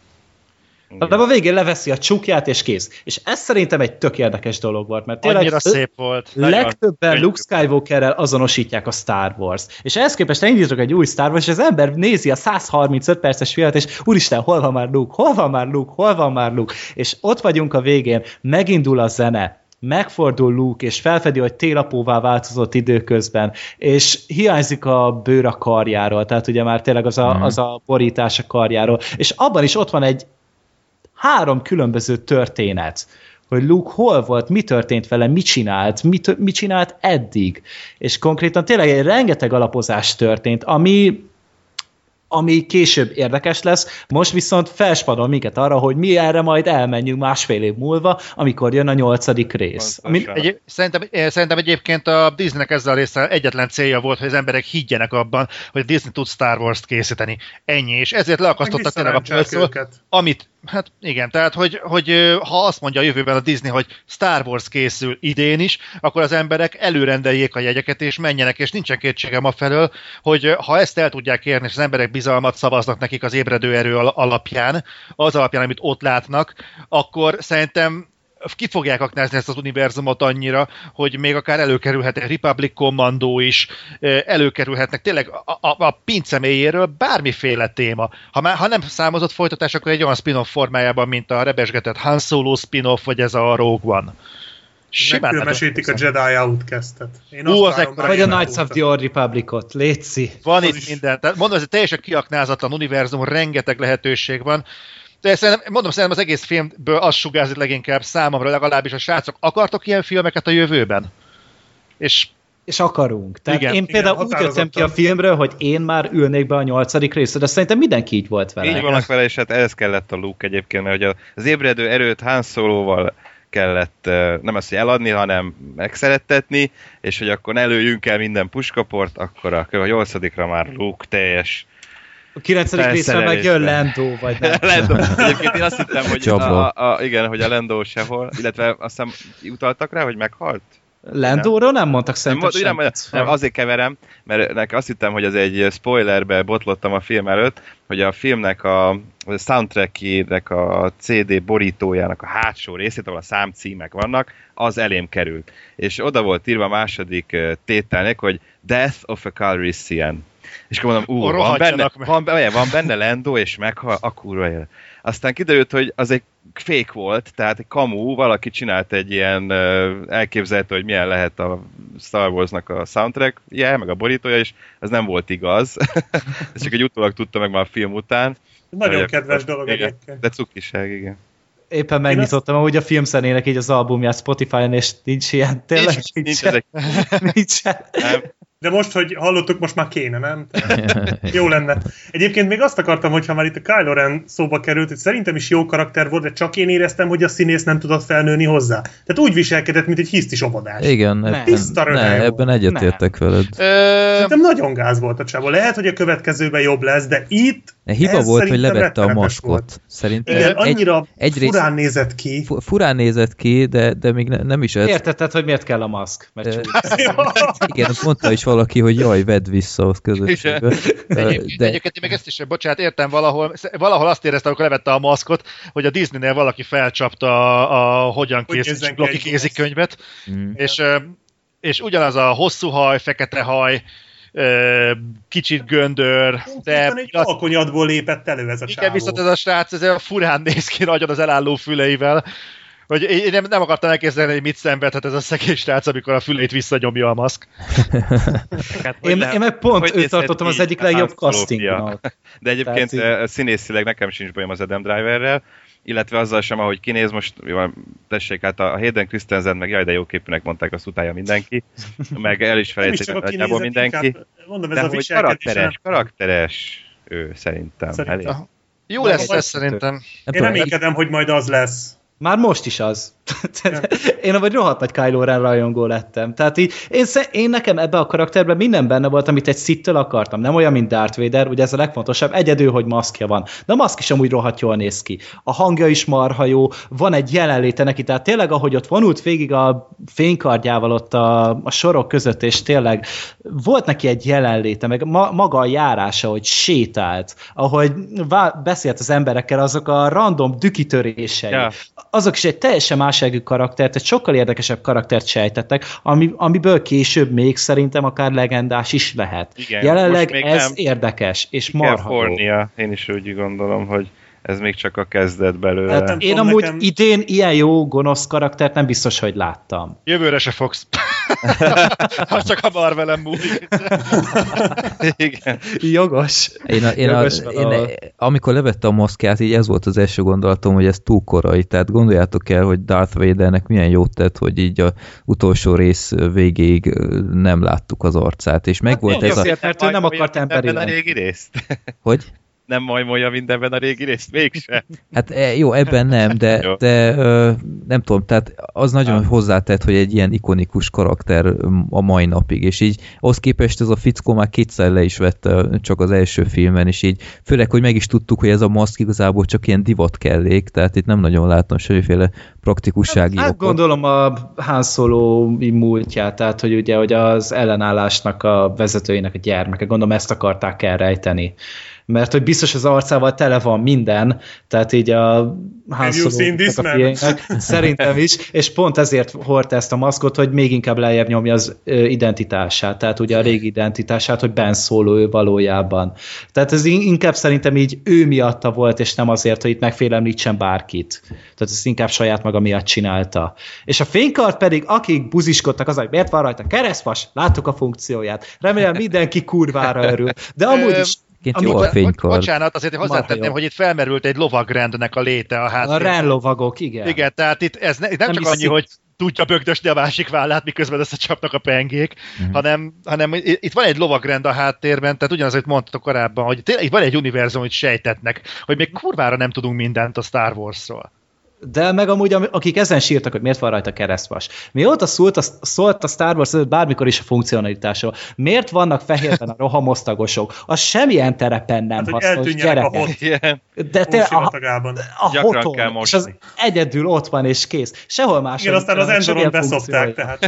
De a végén leveszi a csukját, és kész. És ez szerintem egy tök érdekes dolog volt, mert tényleg annyira szép volt. Legtöbben Luke Skywalkerrel azonosítják a Star Wars-t. És ehhez képest elindítok egy új Star Wars, és az ember nézi a száz harmincöt perces filmet, és úristen, hol van már Luke, hol van már Luke, hol van már Luke. És ott vagyunk a végén, megindul a zene, megfordul Luke, és felfedi, hogy télapóvá változott időközben, és hiányzik a bőr a karjáról, tehát ugye már tényleg az a, az a borítás a karjáról. És abban is ott van egy három különböző történet, hogy Luke hol volt, mi történt vele, mit csinált, mit, mit csinált eddig. És konkrétan tényleg egy rengeteg alapozás történt, ami, ami később érdekes lesz, most viszont felspadol minket arra, hogy mi erre majd elmenjünk másfél év múlva, amikor jön a nyolcadik rész. Ami... Egy, szerintem, szerintem egyébként a Disneynek ezzel a résszel egyetlen célja volt, hogy az emberek higgyenek abban, hogy a Disney tud Star Wars-t készíteni. Ennyi, és ezért leakasztottak tényleg a polcról, amit hát igen, tehát hogy, hogy ha azt mondja a jövőben a Disney, hogy Star Wars készül idén is, akkor az emberek előrendeljék a jegyeket, és menjenek, és nincsen kétségem afelől, hogy ha ezt el tudják érni, és az emberek bizalmat szavaznak nekik az ébredő erő alapján, az alapján, amit ott látnak, akkor szerintem ki fogják aknázni ezt az univerzumot annyira, hogy még akár előkerülhet egy Republic Commando is, előkerülhetnek tényleg a, a, a pince mélyéről bármiféle téma. Ha, már, ha nem számozott folytatás, akkor egy olyan spin-off formájában, mint a rebesgetett Han Solo spin-off, vagy ez a Rogue One. Megfilmesítik a Jedi Outcast-et. Ú, azek, vagy a Knights of the Old Republic-ot, létszi. Van itt is minden. Tehát mondom, ez egy teljesen kiaknázatlan univerzum, rengeteg lehetőség van. De szerintem, mondom, szerintem az egész filmből az sugárzik leginkább számomra, legalábbis a srácok, akartok ilyen filmeket a jövőben? És És akarunk. Tehát igen, én például igen, úgy jöttem ki a filmről, hogy én már ülnék be a nyolcadik részre, de szerintem mindenki így volt vele. Így vannak vele, és hát ez kellett a Luke egyébként, mert hogy az ébredő erőt Han Solo-val kellett nem azt, hogy eladni, hanem megszerettetni, és hogy akkor ne lőjünk el minden puskaport, akkor a nyolcadikra már Luke teljes a kilencedik részre meg jön Lando, vagy nem. Lando. Egyébként én azt hittem, hogy a, a, a, igen, hogy a Lando sehol, illetve azt hiszem utaltak rá, hogy meghalt. Landóról nem mondtak szerintem nem, nem, nem, azért keverem, mert nekem azt hittem, hogy az egy spoilerbe botlottam a film előtt, hogy a filmnek a, a soundtrackjének a cé dé borítójának a hátsó részét, ahol a számcímek vannak, az elém került. És oda volt írva a második tételnek, hogy Death of a Calrissian. És akkor mondom, ú, van benne, van, van, van benne Lando, és meghal, a kurva él. Aztán kiderült, hogy az egy fake volt, tehát egy kamu, valaki csinált egy ilyen uh, elképzelhető, hogy milyen lehet a Star Wars-nak a soundtrack-je, meg a borítója, és az nem volt igaz. Ezt csak egy utólag tudta meg már a film után. Nagyon de, kedves dolog igen, egyébként. De cukiság, igen. Éppen megnyitottam amúgy a filmszenének így az albumját Spotify-on, és nincs ilyen, tényleg nincs. Nincs, nincs, nincs, nincsen. Nem. De most, hogy hallottuk, most már kéne, nem? Jó lenne. Egyébként még azt akartam, hogyha már itt a Kylo Ren szóba került, hogy szerintem is jó karakter volt, de csak én éreztem, hogy a színész nem tudott felnőni hozzá. Tehát úgy viselkedett, mint egy hisztis óvodás. Igen, ebben, ne, ebben egyetértek veled. Szerintem nagyon gáz volt a csávó. Lehet, hogy a következőben jobb lesz, de itt ne, hiba volt, hogy levette a maszkot. Szerintem igen, annyira egy, egy furán rész, nézett ki. Furán nézett ki, de, de még ne, nem is ez. Értetted, hogy miért kell a maszk? Mert igen, mondta is valaki, hogy jaj, vedd vissza az közösségbe. Egyébként, de... egyébként én meg ezt is, bocsánat, értem valahol, valahol azt éreztem, amikor levette a maszkot, hogy a Disneynél valaki felcsapta a, a hogyan készítsük Loki kézikönyvet, mm. és, és ugyanaz a hosszú haj, fekete haj, kicsit göndör, de... Egy alkonyatból lépett elő ez a igen, csávó. viszont ez a srác, ez a furán néz ki nagyon az elálló füleivel, hogy én nem, nem akartam elképzelni, hogy mit szenvedhet ez a szegény srác, amikor a fülét visszanyomja a maszk. Hát, én, én meg pont őt tartottam az egyik legjobb castingnak. De egyébként Tehát, színészileg nekem sincs bajom az Adam Driverrel, illetve azzal sem, ahogy kinéz, most jó, tessék, hát a Hayden Christensen meg jaj, de jó képűnek mondták, azt utálja mindenki, meg el is felejtett nagyjából mindenki. Inkább, mondom, ez de a hogy karakteres, karakteres ő szerintem. szerintem. Elég. Jó lesz ez szerintem. Én remélkedem, hogy majd az lesz. Már most is az. Én vagy rohadt nagy Kylo Ren rajongó lettem. Tehát így, én, én nekem ebbe a karakterben minden benne volt, amit egy Sith-től akartam. Nem olyan, mint Darth Vader, ugye ez a legfontosabb, egyedül, hogy maszkja van. De a maszk is amúgy rohadt jól néz ki. A hangja is marha jó, van egy jelenléte neki, tehát tényleg, ahogy ott vonult végig a fénykardjával ott a, a sorok között, és tényleg volt neki egy jelenléte, meg ma, maga a járása, hogy sétált, ahogy vá- beszélt az emberekkel, azok a random dükitörései. Ja. Azok is egy teljesen másságű karaktert, egy sokkal érdekesebb karaktert sejtettek, ami, amiből később még szerintem akár legendás is lehet. Igen, jelenleg ez nem érdekes, és marha jó. Én is úgy gondolom, hogy ez még csak a kezdet belőle. Hát én amúgy nekem... idén ilyen jó gonosz karaktert nem biztos, hogy láttam. Jövőre se fogsz. Ha csak a Marvelen múlik. Igen. Jogos. Én, a, én, Jogos a, én amikor levette a maszkját, így ez volt az első gondolatom, hogy ez túl korai. Tehát gondoljátok el, hogy Darth Vadernek milyen jót tett, hogy így a utolsó rész végéig nem láttuk az arcát. És meg hát volt ez azért, a... mert ő nem akart emberi a régi részt. Hogy? Nem majmolja mindenben a régi részt, mégse. Hát jó, ebben nem, de, de ö, nem tudom, tehát az nagyon ah. hozzátett, hogy egy ilyen ikonikus karakter a mai napig, és így ahhoz képest ez a fickó már kétszer le is vette csak az első filmen, és így főleg, hogy meg is tudtuk, hogy ez a maszk igazából csak ilyen divat kellék, tehát itt nem nagyon látom semmiféle praktikussági hát, hát gondolom a Han Solo múltját, tehát hogy ugye hogy az ellenállásnak a vezetőinek a gyermeke, gondolom ezt akarták elrejteni. Mert hogy biztos az arcával tele van minden, tehát így a Han Solo-nak a fiainak, szerintem is, és pont ezért hordta ezt a maszkot, hogy még inkább lejjebb nyomja az identitását, tehát ugye a régi identitását, hogy Ben Solo ő valójában. Tehát ez inkább szerintem így ő miatta volt, és nem azért, hogy itt megfélemlítsen bárkit. Tehát ezt inkább saját maga miatt csinálta. És a fénykard pedig, akik buziskodtak az, hogy miért van rajta keresztpas, láttuk a funkcióját. Remélem mindenki kurvára örül. De amúgy is jó a fénykard. Bocsánat, azért hozzátenném, hogy itt felmerült egy lovagrendnek a léte a háttérben. A Ren lovagok, igen. Igen, tehát itt ez ne, itt nem, nem csak annyi, szik... hogy tudja bögdösni a másik vállát, miközben összecsapnak a pengék, uh-huh. hanem, hanem itt van egy lovagrend a háttérben, tehát ugyanaz, amit mondtatok korábban, hogy tényleg itt van egy univerzum, hogy sejtetnek, hogy még kurvára nem tudunk mindent a Star Warsról. De meg amúgy, akik ezen sírtak, hogy miért van rajta keresztvas. Mióta szólt a, szólt a Star Wars bármikor is a funkcionalitásról. Miért vannak fehérben a rohamosztagosok? Az semmilyen terepen nem hát, hasznos, gyerekek. De te a, a hoton, és az egyedül ott van, és kész. Sehol máshol. Igen, aztán az Endoron beszopták, tehát.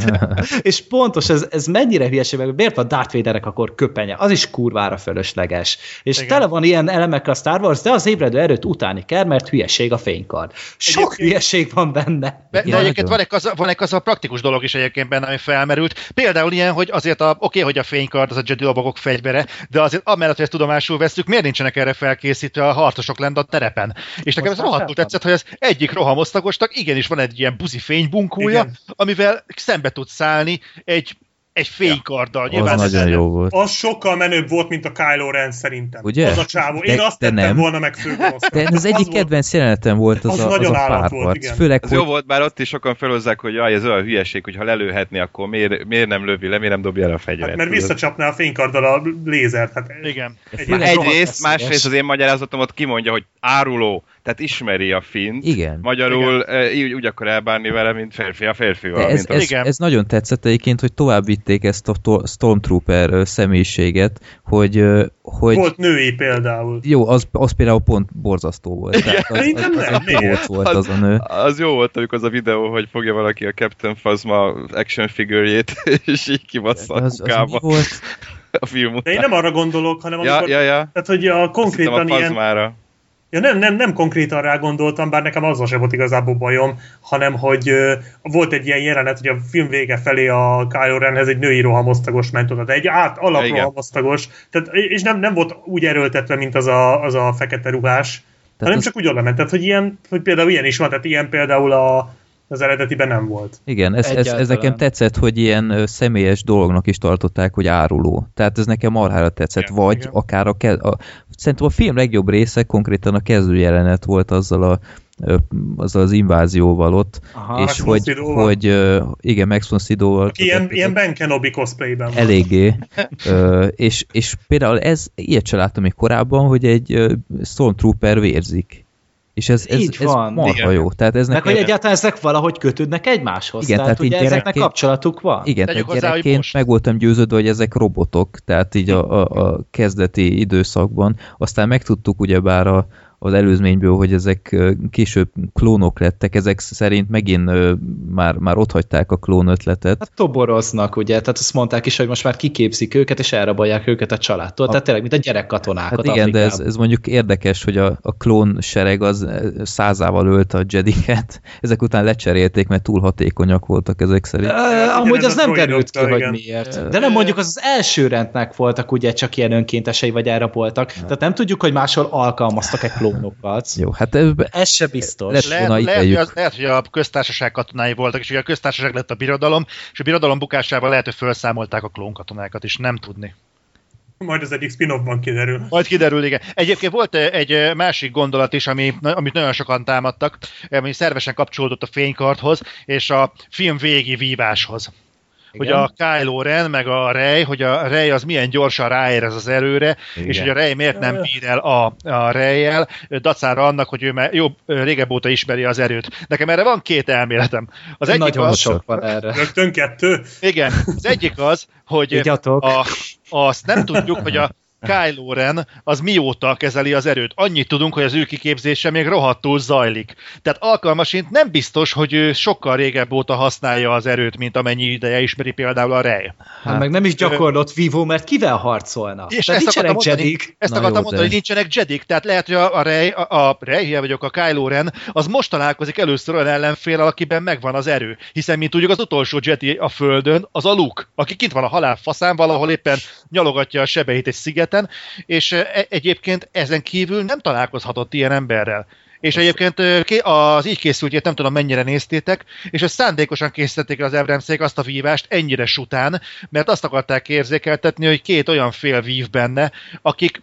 És pontos, ez, ez mennyire hülyeség, meg miért van Darth Vadernek akkor köpenye? Az is kurvára fölösleges. És igen. Tele van ilyen elemekkel a Star Wars, de az ébredő erőt utáni kell, mert hülyeség a fénykard. Sok egyébként... hülyeség van benne. De, de egyébként van egy, az, van egy az a praktikus dolog is egyébként benne, ami felmerült. Például ilyen, hogy azért a, oké, okay, hogy a fénykard az a Jedi lovagok fegyvere, de azért amellett, hogy ezt tudomásul vesszük, miért nincsenek erre felkészítve a harcosok lent a terepen? És nekem ez rohadtul tetszett, hogy az egyik rohamosztagosnak igenis van egy ilyen buzi fénybunkója, igen. amivel szembe tud szállni egy egy fénykarddal. Ja. Az nagyon jó volt. Az sokkal menőbb volt, mint a Kylo Ren szerintem. Ugye? Az a csávó. Én de, azt tettem nem. volna meg főgonosznak. De ez egyik kedvenc jelenetem volt az, az, a, az a párharc. Főleg, ez hogy... jó volt, bár ott is sokan felhozzák, hogy jaj, ez olyan hülyeség, hogy ha lelőhetné, akkor miért, miért nem lövi le, miért nem dobja el a fegyvert. Hát, mert visszacsapná a fénykarddal a lézert. Hát, igen. Egyrészt, másrészt az én magyarázatom ott kimondja, hogy áruló, tehát ismeri a Fint. Igen. Magyarul igen. úgy akar elbánni vele, mint férfi a férfival. Ez, mint ez, igen. ez nagyon tetszett egyébként, hogy tovább vitték ezt a Stormtrooper személyiséget, hogy, hogy... Volt női például. Jó, az, az például pont borzasztó volt. Tehát az, az, az, az, az, volt az a nő. Az jó volt, amikor az a videó, hogy fogja valaki a Captain Phasma action figure-jét, és így kibassza a kukába. Az volt? A film után. De én nem arra gondolok, hanem ja, amikor... Ja, ja. Tehát, hogy a konkrétan a ilyen... Ja, nem, nem, nem konkrétan rá gondoltam, bár nekem azzal sem volt igazából bajom, hanem hogy uh, volt egy ilyen jelenet, hogy a film vége felé a Kylo Renhez egy női rohamosztagos ment oda, de egy át alap ja, rohamosztagos, tehát, és nem, nem volt úgy erőltetve, mint az a, az a fekete ruhás, tehát hanem az... csak úgy oda ment, tehát hogy, ilyen, hogy például ilyen is van, tehát ilyen például a az eredetiben nem volt. Igen, ez, ez, ez nekem tetszett, hogy ilyen személyes dolognak is tartották, hogy áruló. Tehát ez nekem marhára tetszett. Igen, vagy igen. akár a, kez, a... Szerintem a film legjobb része konkrétan a kezdőjelenet volt azzal a azzal az invázióval ott, aha, és hogy, hogy igen, Max von Sydow-val. Ilyen, ilyen Ben Kenobi cosplayben. Eléggé. ö, és, és például ez, ilyet sem láttam még korábban, hogy egy Stormtrooper vérzik. És ez, ez, ez marha jó. Tehát ez meg nekem... hogy egyáltalán ezek valahogy kötődnek egymáshoz. Igen, tehát, tehát ugye ezeknek kapcsolatuk van. Igen, tehát gyerekként meg voltam győződve, hogy ezek robotok, tehát így a, a, a kezdeti időszakban. Aztán megtudtuk ugyebár a az előzményből, hogy ezek később klónok lettek, ezek szerint megint már, már otthagyták a klón ötletet. Hát toboroznak, ugye, tehát azt mondták is, hogy most már kiképzik őket, és elrabolják őket a családtól, a... tehát tényleg, mint a gyerekkatonákat. Hát igen, Afrikában. De ez, ez mondjuk érdekes, hogy a, a klón sereg az százával ölt a Jediket, ezek után lecserélték, mert túl hatékonyak voltak ezek szerint. Uh, amúgy az nem derült ki, hogy miért. De nem mondjuk az, az első rendnek voltak ugye csak ilyen önkéntesei vagy elraboltak, tehát nem tudjuk, hogy máshol alkalmaztak egy klón. Jó, hát ez, ez se biztos. Lehet, lehet, lehet, hogy lehet, hogy a köztársaság katonái voltak, és ugye a köztársaság lett a birodalom, és a birodalom bukásával lehet, hogy felszámolták a klónkatonákat is, nem tudni. Majd az egyik spin-offban kiderül. Majd kiderül, igen. Egyébként volt egy másik gondolat is, ami, amit nagyon sokan támadtak, ami szervesen kapcsolódott a fénykardhoz, és a film végi víváshoz. Igen. Hogy a Kylo Ren, meg a Rey, hogy a Rey az milyen gyorsan ráér ez az erőre, igen. és hogy a Rey miért nem bír el a, a Rey-jel, dacára annak, hogy ő már jobb, régebb óta ismeri az erőt. Nekem erre van két elméletem. Az egyik nagyon az, sok van erre. Rögtön kettő? Igen. Az egyik az, hogy a, azt nem tudjuk, hogy a Kylo Ren az mióta kezeli az erőt. Annyit tudunk, hogy az ő kiképzése még rohadtul zajlik. Tehát alkalmasint nem biztos, hogy ő sokkal régebb óta használja az erőt, mint amennyi ideje ismeri például a Rey. Hát meg nem is gyakorlott vívó, mert kivel harcolna? És ezt nincsenek Jedik. Ezt akartam mondani, hogy nincsenek Jedik. Tehát lehet, hogy a, a Rey, a, a Rey, vagyok, a Kylo Ren, az most találkozik először olyan ellenfél, akiben megvan az erő. Hiszen, mint tudjuk, az utolsó Jedi a Földön, az a Luke, aki kint van a halál faszán, valahol éppen nyalogatja a sebeit egy sziget, és egyébként ezen kívül nem találkozhatott ilyen emberrel. És egyébként az így készültjét nem tudom mennyire néztétek, és ezt szándékosan készítették az Abramsék azt a vívást ennyire sután, mert azt akarták érzékeltetni, hogy két olyan fél vív benne, akik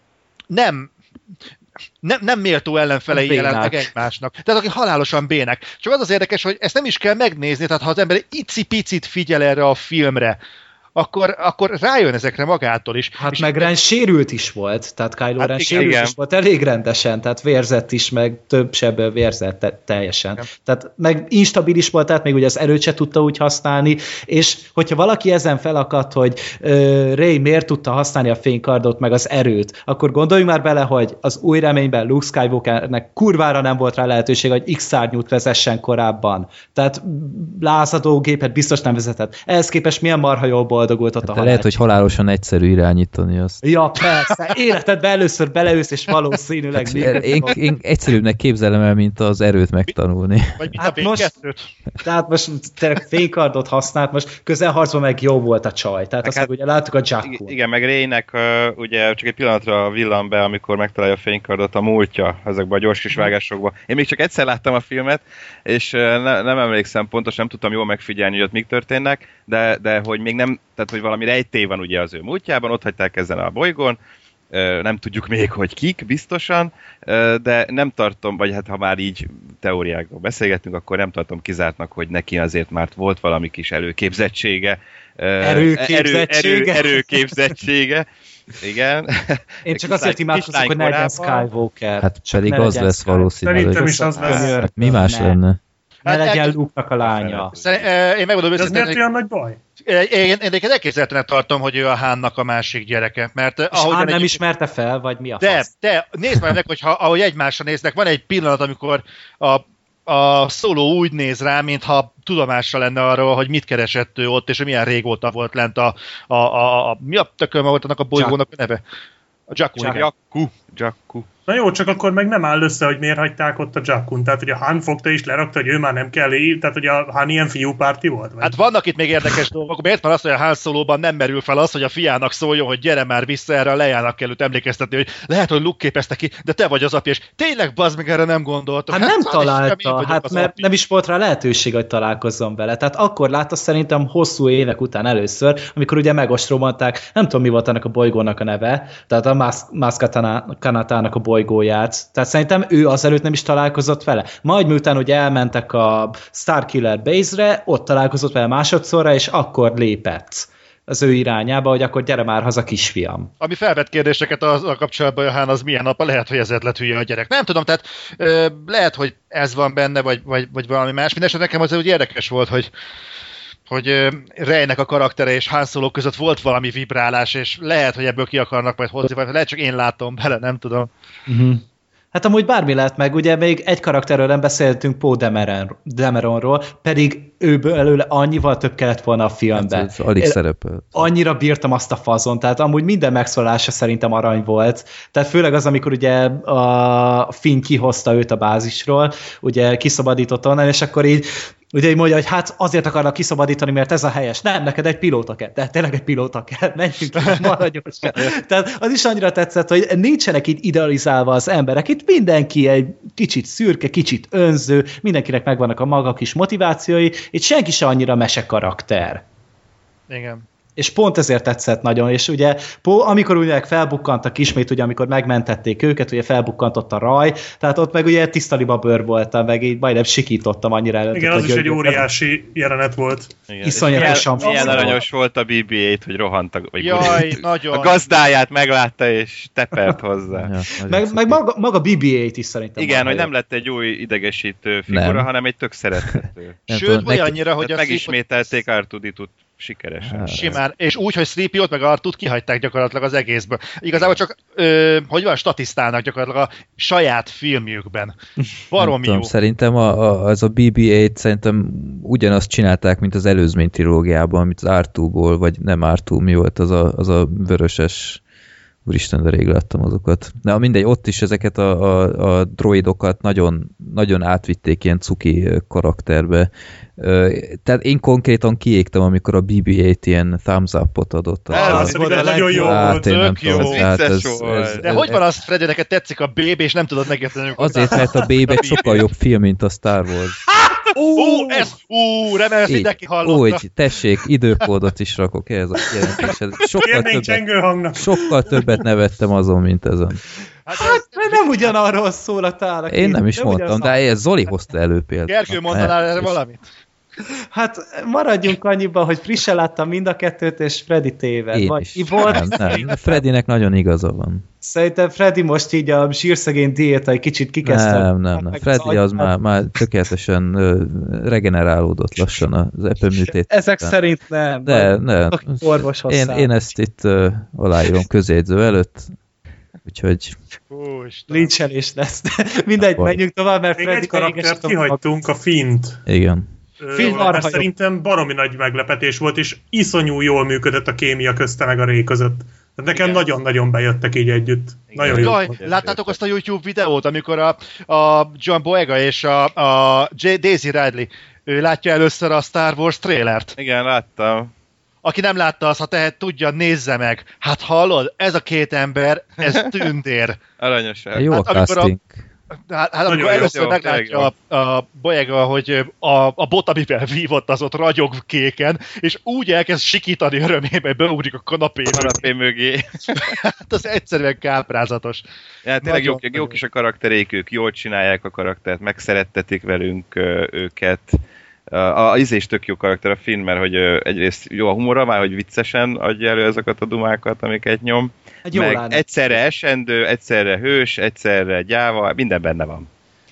nem Nem, nem méltó ellenfelei jelentek egymásnak. Tehát akik halálosan bének. Csak az az érdekes, hogy ezt nem is kell megnézni, tehát ha az ember icipicit figyel erre a filmre, akkor, akkor rájön ezekre magától is. Hát és meg Ren sérült is volt, tehát Kylo hát Ren sérült igen. is volt elég rendesen, tehát vérzett is, meg több sebből vérzett te- teljesen. Igen. Tehát meg instabilis volt, tehát még ugye az erőt se tudta úgy használni, és hogyha valaki ezen felakadt, hogy uh, Rey miért tudta használni a fénykardot, meg az erőt, akkor gondoljunk már bele, hogy az új reményben Luke Skywalkernek kurvára nem volt rá lehetőség, hogy X-szárnyút vezessen korábban. Tehát lázadó gépet biztos nem vezetett. Ehhez képest milyen marha jól boldogult ott hát a lehet, hogy halálosan egyszerű irányítani azt. Ja, persze. Életedben először beleülsz, és valószínűleg... Hát, én, én egyszerűbbnek képzelem el, mint az erőt megtanulni. Vagy mint Hát a most, tehát most tényleg fénykardot használt, most közelharcban meg jó volt a csaj. Tehát azt hát, meg ugye láttuk a Jakku. Igen, meg Reynek uh, ugye csak egy pillanatra villan be, amikor megtalálja a fénykardot a múltja ezekben a gyors kis vágásokban. Én még csak egyszer láttam a filmet, és uh, ne, nem emlékszem pontosan, nem tudtam jól megfigyelni, hogy ott mik történnek, de, de hogy még nem, tehát hogy valami rejtély van ugye az ő múltjában, ott hagyták ezen a bolygón, nem tudjuk még, hogy kik, biztosan, de nem tartom, vagy hát ha már így teóriákról beszélgetünk, akkor nem tartom kizártnak, hogy neki azért már volt valami kis előképzettsége. Erőképzettsége? Erő, erő, erőképzettsége. Igen. Én csak azért imádkozok, hogy ne legyen Skywalker. Hát pedig az lesz valószínűleg. Szerintem is az lesz. Hát mi más lenne? Ne legyen Luke-nak a lánya. Én megmondom őszintén, ez miért olyan nagy baj? Én, én elképzelhetően tartom, hogy ő a Hánnak a másik gyereke. Mert és Hán nem egy... ismerte fel, vagy mi a de, fasz? De, nézd már meg, hogy ha, ahogy egymásra néznek, van egy pillanat, amikor a, a Solo úgy néz rá, mintha tudomásra lenne arról, hogy mit keresett ő ott, és hogy milyen régóta volt lent a... a, a, a mi a tököm volt annak a bolygónak a neve? A Jakku. Jakku. Jakku. Na jó, csak akkor meg nem áll össze, hogy miért hagyták ott a Jakkun. Tehát, hogy a Han fogta és lerakta, hogy ő már nem kell, tehát, hogy a Han ilyen fiúpárti volt? Vagy? Hát vannak itt még érdekes dolgok. Miért van az, hogy a Han Solo-ban nem merül fel az, hogy a fiának szóljon, hogy gyere már vissza, erre a Leiának kell őt emlékeztetni, hogy lehet, hogy Luke képezte ki, de te vagy az apja, és tényleg bazd meg, erre nem gondoltam. Hát, hát nem találta, hát mert apja. Nem is volt rá lehetőség, hogy találkozzon vele. Tehát akkor látta szerintem hosszú évek után először, amikor ugye megostromolták, nem tudom mi volt annak a bolygónak a neve, tehát a Maz-Kanatának a bolygóját. Tehát szerintem ő azelőtt nem is találkozott vele. Majd miután ugye elmentek a Starkiller Base-re, ott találkozott vele másodszorra, és akkor lépett az ő irányába, hogy akkor gyere már haza, kisfiam. Ami felvett kérdéseket az a kapcsolatban, hogy Hán az milyen nap, lehet, hogy ezért lett hülye a gyerek. Nem tudom, tehát ö, lehet, hogy ez van benne, vagy, vagy, vagy valami más. Mindenesetre nekem az úgy érdekes volt, hogy hogy Reynek a karaktere és Han Solo között volt valami vibrálás, és lehet, hogy ebből ki akarnak majd hozni, vagy lehet csak én látom bele, nem tudom. Uh-huh. Hát amúgy bármi lehet meg, ugye még egy karakterről nem beszéltünk, Poe Dameron, Dameronról, pedig őből előle annyival több kellett volna a filmben. Hát, alig szerepelt. Annyira bírtam azt a fazon, tehát amúgy minden megszólalása szerintem arany volt. Tehát főleg az, amikor ugye a Finn kihozta őt a bázisról, ugye kiszabadított onnan, és akkor így ugye így mondja, hogy hát azért akarnak kiszabadítani, mert ez a helyes. Nem, neked egy pilóta kell. De tényleg egy pilóta kell. Menjünk ki, maradjon. Tehát az is annyira tetszett, hogy nincsenek itt idealizálva az emberek. Itt mindenki egy kicsit szürke, kicsit önző, mindenkinek megvannak a maga kis motivációi, itt senki se annyira mese karakter. Igen. És pont ezért tetszett nagyon, és ugye amikor ugye felbukkantak ismét, ugye amikor megmentették őket, ugye felbukkantott a raj, tehát ott meg ugye tisztaliba bőr voltam, meg így majdnem sikítottam annyira előtt. Igen, az is egy óriási jelenet volt. Iszonyatosan. Milyen aranyos volt a bé bé eight, hogy rohantak, vagy Jaj, nagyon. A gazdáját meglátta, és tepert hozzá. Ja, meg meg maga, maga bé bé eight is szerintem. Igen, hogy nem lett egy új idegesítő figura, nem. hanem egy tök szerethető. Sőt, vagy annyira, hogy a megismételték er kettő dé two-t sikeresen. Simán. És úgy, hogy Sleepy-ot meg Artut kihagyták gyakorlatilag az egészből. Igazából csak, ö, hogy van, statisztálnak gyakorlatilag a saját filmjükben. Baromi tudom, jó. Szerintem a, a, az a bé bé eight szerintem ugyanazt csinálták, mint az előzmény trilógiában, amit az er kettőból, vagy nem er kettő, mi volt az a, az a vöröses. Úristen, de rég láttam azokat. Na mindegy, ott is ezeket a, a, a droidokat nagyon, nagyon átvitték ilyen cuki karakterbe. Tehát én konkrétan kiégtem, amikor a bé bé eight ilyen thumbs up-ot adott. Ah, az az nagyon jó volt, tök jó. Hát ez, ez, de ez, hogy van ez, az, Freddy, neked tetszik a bé bé, és nem tudod megérteni? Azért, mert a bé bé egy sokkal jobb film, mint a Star Wars. Ú, ez, ú, remélem, ezt mindenki hallotta. Úgy, tessék, időkódot is rakok ez a jelentéshez. Sokkal többet, sokkal többet nevettem azon, mint ezen. Hát, hát mert nem ugyanarról szól a tálak. Én nem is mondtam, de ez Zoli hozta elő például. Gergő, mondanál erre valamit? Hát maradjunk annyiban, hogy frissen láttam mind a kettőt, és Freddy téved. Én vagy is. Nem, nem. Freddynek nagyon igaza van. Szerintem Freddy most így a zsírszegény diéta egy kicsit kikezdte. Nem, nem, nem. Freddy az, az már, már tökéletesen uh, regenerálódott lassan az epőműtét. Ezek szerint nem. De, nem. Én, én ezt itt uh, aláírom közjegyző előtt. Úgyhogy... Lincselés lesz. Mindegy, menjünk tovább, mert még Freddy egy karaktert kihagytunk, a Fint. Igen. Ö, szerintem baromi nagy meglepetés volt, és iszonyú jól működött a kémia közte meg a Ray között. Tehát nekem nagyon-nagyon bejöttek így együtt. Igen. Nagyon jó. Jaj, láttátok azt a YouTube videót, amikor a, a John Boyega és a, a Daisy Ridley, ő látja először a Star Wars trailert? Igen, láttam. Aki nem látta, az, ha tehet, tudja, nézze meg. Hát hallod, ez a két ember, ez tündér. Aranyosan. Jó hát, a casting. A, hát, hát amikor először jó, meglátja a, a Boyega, hogy a, a bot, amivel vívott, az ott ragyog kéken, és úgy elkezd sikítani örömébe, beugrik a kanapé, kanapé mögé. Hát az egyszerűen káprázatos. Ja, tényleg jók, jók is a karakterék, ők jól csinálják a karaktert, megszerettetik velünk őket. A, a izés tök jó karakter, a Finn, mert hogy egyrészt jó a humora, már hogy viccesen adja elő ezeket a dumákat, amiket nyom. Egy meg egyszerre esendő, egyszerre hős, egyszerre gyáva, minden benne van.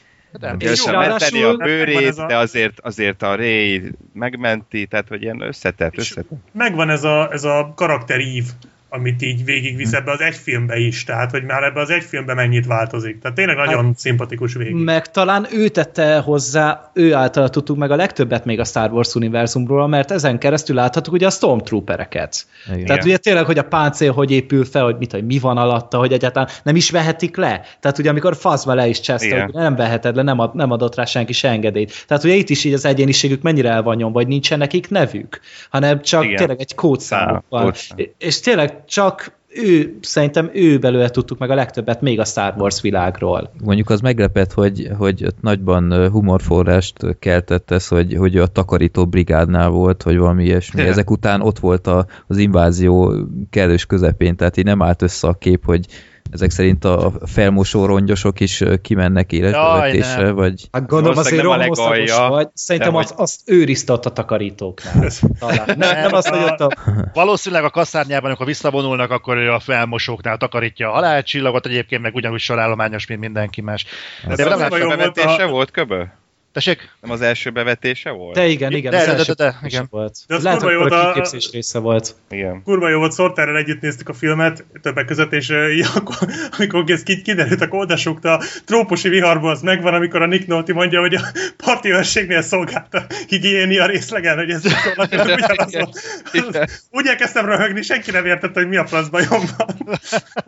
Gyorsan menteni a bőrét, a... de azért, azért a Ray megmenti, tehát hogy ilyen összetett, összetett. Megvan ez a, ez a karakterív, amit így végigvisz ebbe az egy filmbe is, tehát hogy már ebbe az egy filmbe mennyit változik. Tehát tényleg nagyon hát, szimpatikus végig. Meg talán ő tette hozzá, ő által tudtuk meg a legtöbbet még a Star Wars univerzumról, mert ezen keresztül láthatjuk ugye a Stormtroopereket. Igen. Tehát ugye tényleg, hogy a páncél hogy épül fel, hogy mit, hogy mi van alatta, hogy egyáltalán nem is vehetik le. Tehát ugye amikor faszba le is cseszte, hogy nem veheted le, nem, ad, nem adott rá senki se engedélyt. Tehát ugye itt is így az egyéniségük mennyire el van nyomva, vagy nincsen nekik nevük, hanem csak igen. tényleg egy kódszámuk van. És tényleg csak ő, szerintem ő belőle tudtuk meg a legtöbbet még a Star Wars világról. Mondjuk az meglepett, hogy, hogy nagyban humorforrást keltett ez, hogy, hogy a takarító brigádnál volt, vagy valami ilyesmi. Ezek után ott volt a, az invázió kellős közepén, tehát így nem állt össze a kép, hogy ezek szerint a felmosó rongyosok is kimennek életbevetésre, vagy... Hát gondolom azért rohamoszagos vagy. Szerintem azt, azt őrizte ott a takarítóknál. Nem, nem azt, hogy ott a... Valószínűleg a kaszárnyában, amikor visszavonulnak, akkor ő a felmosóknál takarítja a halálcsillagot, egyébként meg ugyanúgy sorállományos, mint mindenki más. Ez de nem a bevetése a... volt, köbö? Tessék? Nem az első bevetése volt? De igen, igen, de, az de, első de, de, de, igen. volt. De lehet, hogy a, a kiképzés része volt. Igen. Kurva jó volt, Sorterrel együtt néztük a filmet, többek között, és uh, akkor, amikor ez kiderült, akkor odasúgta a trópusi viharból, az megvan, amikor a Nick Nolte mondja, hogy a parti őrségnél szolgált a higiénia részlegen, hogy ez gyakorlatilag ugyanaz volt. Úgy elkezdtem röhögni, senki nem értette, hogy mi a frasz bajom van.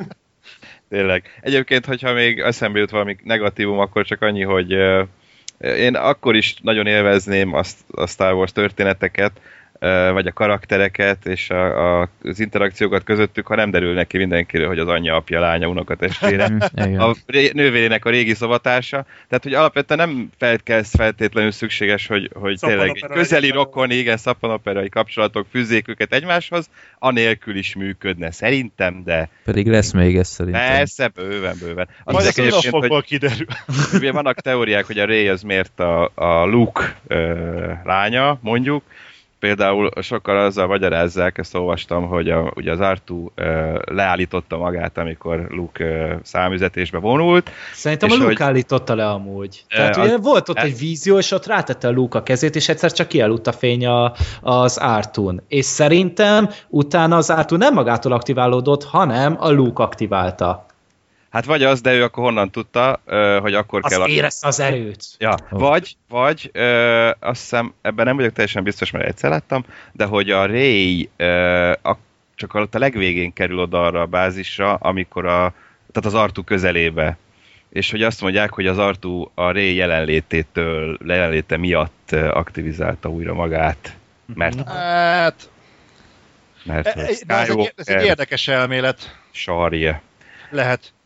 Tényleg. Egyébként, hogyha még eszembe jut valami negatívum, akkor csak annyi, hogy uh, én akkor is nagyon élvezném azt, a Star Wars történeteket, vagy a karaktereket és a, a, az interakciókat közöttük, ha nem derül neki mindenkiről, hogy az anyja, apja, lánya, unokatestvére, a nővérének a régi szobatársa. Tehát, hogy alapvetően nem felkelsz feltétlenül szükséges, hogy, hogy tényleg egy közeli rokon, igen, szappanoperai kapcsolatok fűzzék őket egymáshoz, anélkül is működne szerintem, de... Pedig lesz még ez szerintem. Persze, bőven, bőven. Majd ez a napokból kiderül. Ugye vannak teóriák, hogy a Rey az miért a, a Luke ö, lánya, mondjuk. Például sokkal azzal magyarázzák, ezt olvastam, hogy a, ugye az Artu uh, leállította magát, amikor Luke uh, számüzetésbe vonult. Szerintem a Luke hogy, állította le amúgy. Tehát uh, ugye az, volt ott az, egy vízió, és ott rátette a Luke a kezét, és egyszer csak kialudt a fény a, az Artun. És szerintem utána az Artu nem magától aktiválódott, hanem a Luke aktiválta. Hát vagy az, de ő akkor honnan tudta, hogy akkor azt kell... Azt érezte az erőt. Ja, vagy, vagy ö, azt hiszem, ebben nem vagyok teljesen biztos, mert egyszer láttam, de hogy a Rey ö, a, csak alatt a legvégén kerül oda arra a bázisra, amikor a, tehát az Artu közelébe. És hogy azt mondják, hogy az Artu a Rey jelenlététől, jelenléte miatt aktivizálta újra magát. Mert... Hát... Mert ez, egy, ez egy érdekes elmélet. Sarje. Lehet.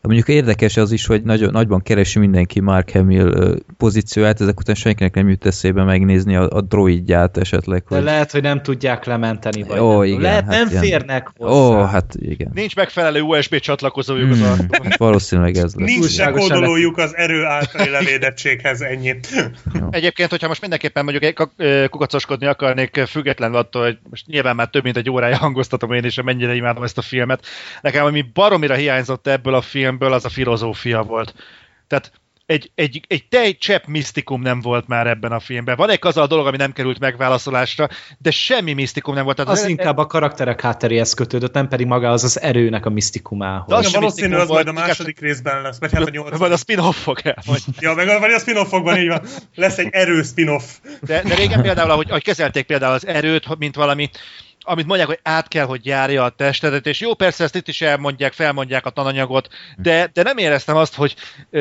Mondjuk érdekes az is, hogy nagy, nagyban keresi mindenki Mark Hamill pozícióját, ezek után senkinek nem jut eszébe megnézni a, a droidját esetleg. De hogy... lehet, hogy nem tudják lementeni, vagy Ó, nem. igen, Lehet, hát nem ilyen... férnek hozzá. Ó, hát igen. Nincs megfelelő u es bé csatlakozójuk Hmm, az arcban. valószínűleg ez lesz. Nincs se kódolójuk az erő általi levédettséghez, ennyit. Egyébként, hogyha most mindenképpen mondjuk kukacoskodni akarnék, függetlenül attól, hogy most nyilván már több mint egy órája hangoztatom én is, hogy mennyire imádom ezt a filmet. Nekem, ami baromira hiányzott ebből a filmből, az a filozófia volt. Tehát egy, egy, egy tej csepp misztikum nem volt már ebben a filmben. Van egy az a dolog, ami nem került megválaszolásra, de semmi misztikum nem volt. Tehát az, az inkább a karakterek hátteréhez kötődött, nem pedig magához az erőnek a misztikumához. De az valószínű, az majd a második részben lesz, vagy hát a nyolcadik. Vagy a spin-offok el. Ja, meg vagy a spin-offokban így van. Lesz egy erő spin-off. De, de régen például, ahogy, ahogy kezelték például az erőt, mint valami, amit mondják, hogy át kell, hogy járja a testedet, és jó, persze ezt itt is elmondják, felmondják a tananyagot, de, de nem éreztem azt, hogy,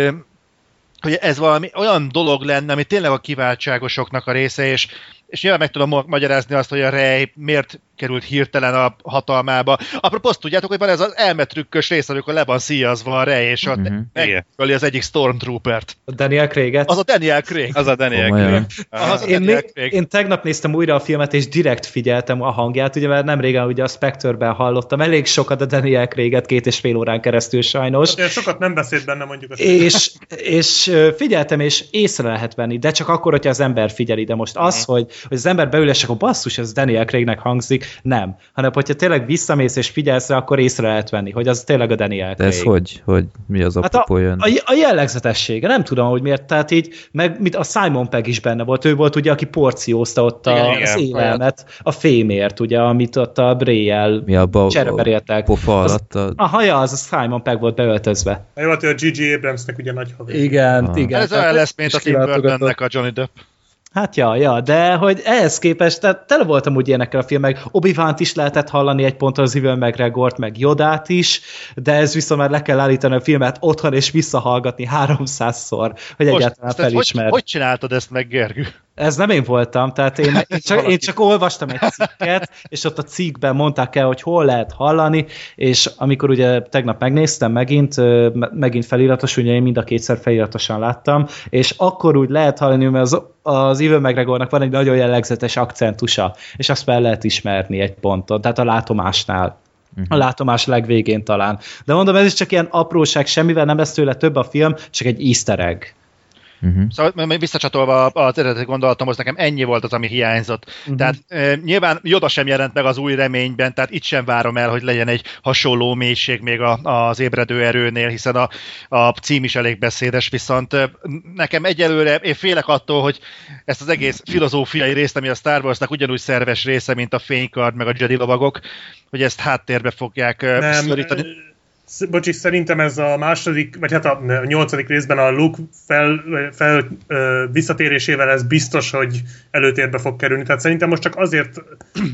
hogy ez valami olyan dolog lenne, ami tényleg a kiváltságosoknak a része, és, és nyilván meg tudom magyarázni azt, hogy a Rey miért került hirtelen a hatalmába. Apropó, azt tudjátok, hogy van ez az elmetrükkös rész, amikor le van szíjazva a Rey, és ott mm-hmm. megöli az egyik Stormtroopert. A Daniel Craig-et? Az a Daniel Craig. Az a Daniel Komolyan. Craig. Az a Én, Daniel még, Craig. én tegnap néztem újra a filmet, és direkt figyeltem a hangját, ugye, mert nem régen ugye a Spectre-ben hallottam elég sokat a Daniel Craig-et két és fél órán keresztül sajnos. De sokat nem beszélt benne mondjuk. És, és figyeltem, és észre lehet venni, de csak akkor, hogyha az ember figyeli. De most az, hogy, hogy az ember beül, és akkor basszus, ez Daniel Craignek hangzik, nem. Hanem, hogyha tényleg visszamész és figyelsz rá, akkor észre lehet venni, hogy az tényleg a Daniel Craig. De ez hogy? Hogy mi az Hát apropó a, jön? a, a jellegzetessége, nem tudom, hogy miért, tehát így, meg mit a Simon Pegg is benne volt, ő volt ugye, aki porciózta ott a, Igen, az igen, élelmet, a fémért, ugye, amit ott a Bray-jel Mi abba csereberéltek. a pofa alatt? A... A haja, az a Simon Pegg volt beöltözve. Jó, hát a gé gé Abramsnek ugye nagy haver. Igen, Ah. igen. Ez olyan lesz, mint a Tim Burtonnek a Johnny Depp. Hát ja, ja, de hogy ehhez képest, tehát tele voltam úgy ilyenekkel a film, meg Obi-Wan-t is lehetett hallani egy ponton, az Ewan McGregort, meg Yodát is, de ez viszont már le kell állítani a filmet otthon és visszahallgatni háromszázszor, hogy Most, egyáltalán hogy, felismer. hogy csináltad ezt meg, Gergő? Ez nem én voltam, tehát én, én, csak, én csak olvastam egy cikket, és ott a cikkben mondták el, hogy hol lehet hallani, és amikor ugye tegnap megnéztem megint, megint feliratos, ugye én mind a kétszer feliratosan láttam, és akkor úgy lehet hallani, mert az, az Ewan McGregornak van egy nagyon jellegzetes akcentusa, és azt fel lehet ismerni egy ponton, tehát a látomásnál. A látomás legvégén talán. De mondom, ez is csak ilyen apróság, semmivel nem lesz tőle több a film, csak egy easter egg. Uh-huh. Szóval visszacsatolva az eredeti gondolatomhoz, nekem ennyi volt az, ami hiányzott. Uh-huh. Tehát e, nyilván Yoda sem jelent meg az új reményben, tehát itt sem várom el, hogy legyen egy hasonló mélység még a, az ébredő erőnél, hiszen a, a cím is elég beszédes, viszont e, nekem egyelőre, én félek attól, hogy ezt az egész filozófiai részt, ami a Star Warsnak ugyanúgy szerves része, mint a fénykard, meg a Jedi lovagok, hogy ezt háttérbe fogják e, szorítani. Bocsi, szerintem ez a második, vagy hát a nyolcadik részben a Luke fel, fel ö, visszatérésével ez biztos, hogy előtérbe fog kerülni. Tehát szerintem most csak azért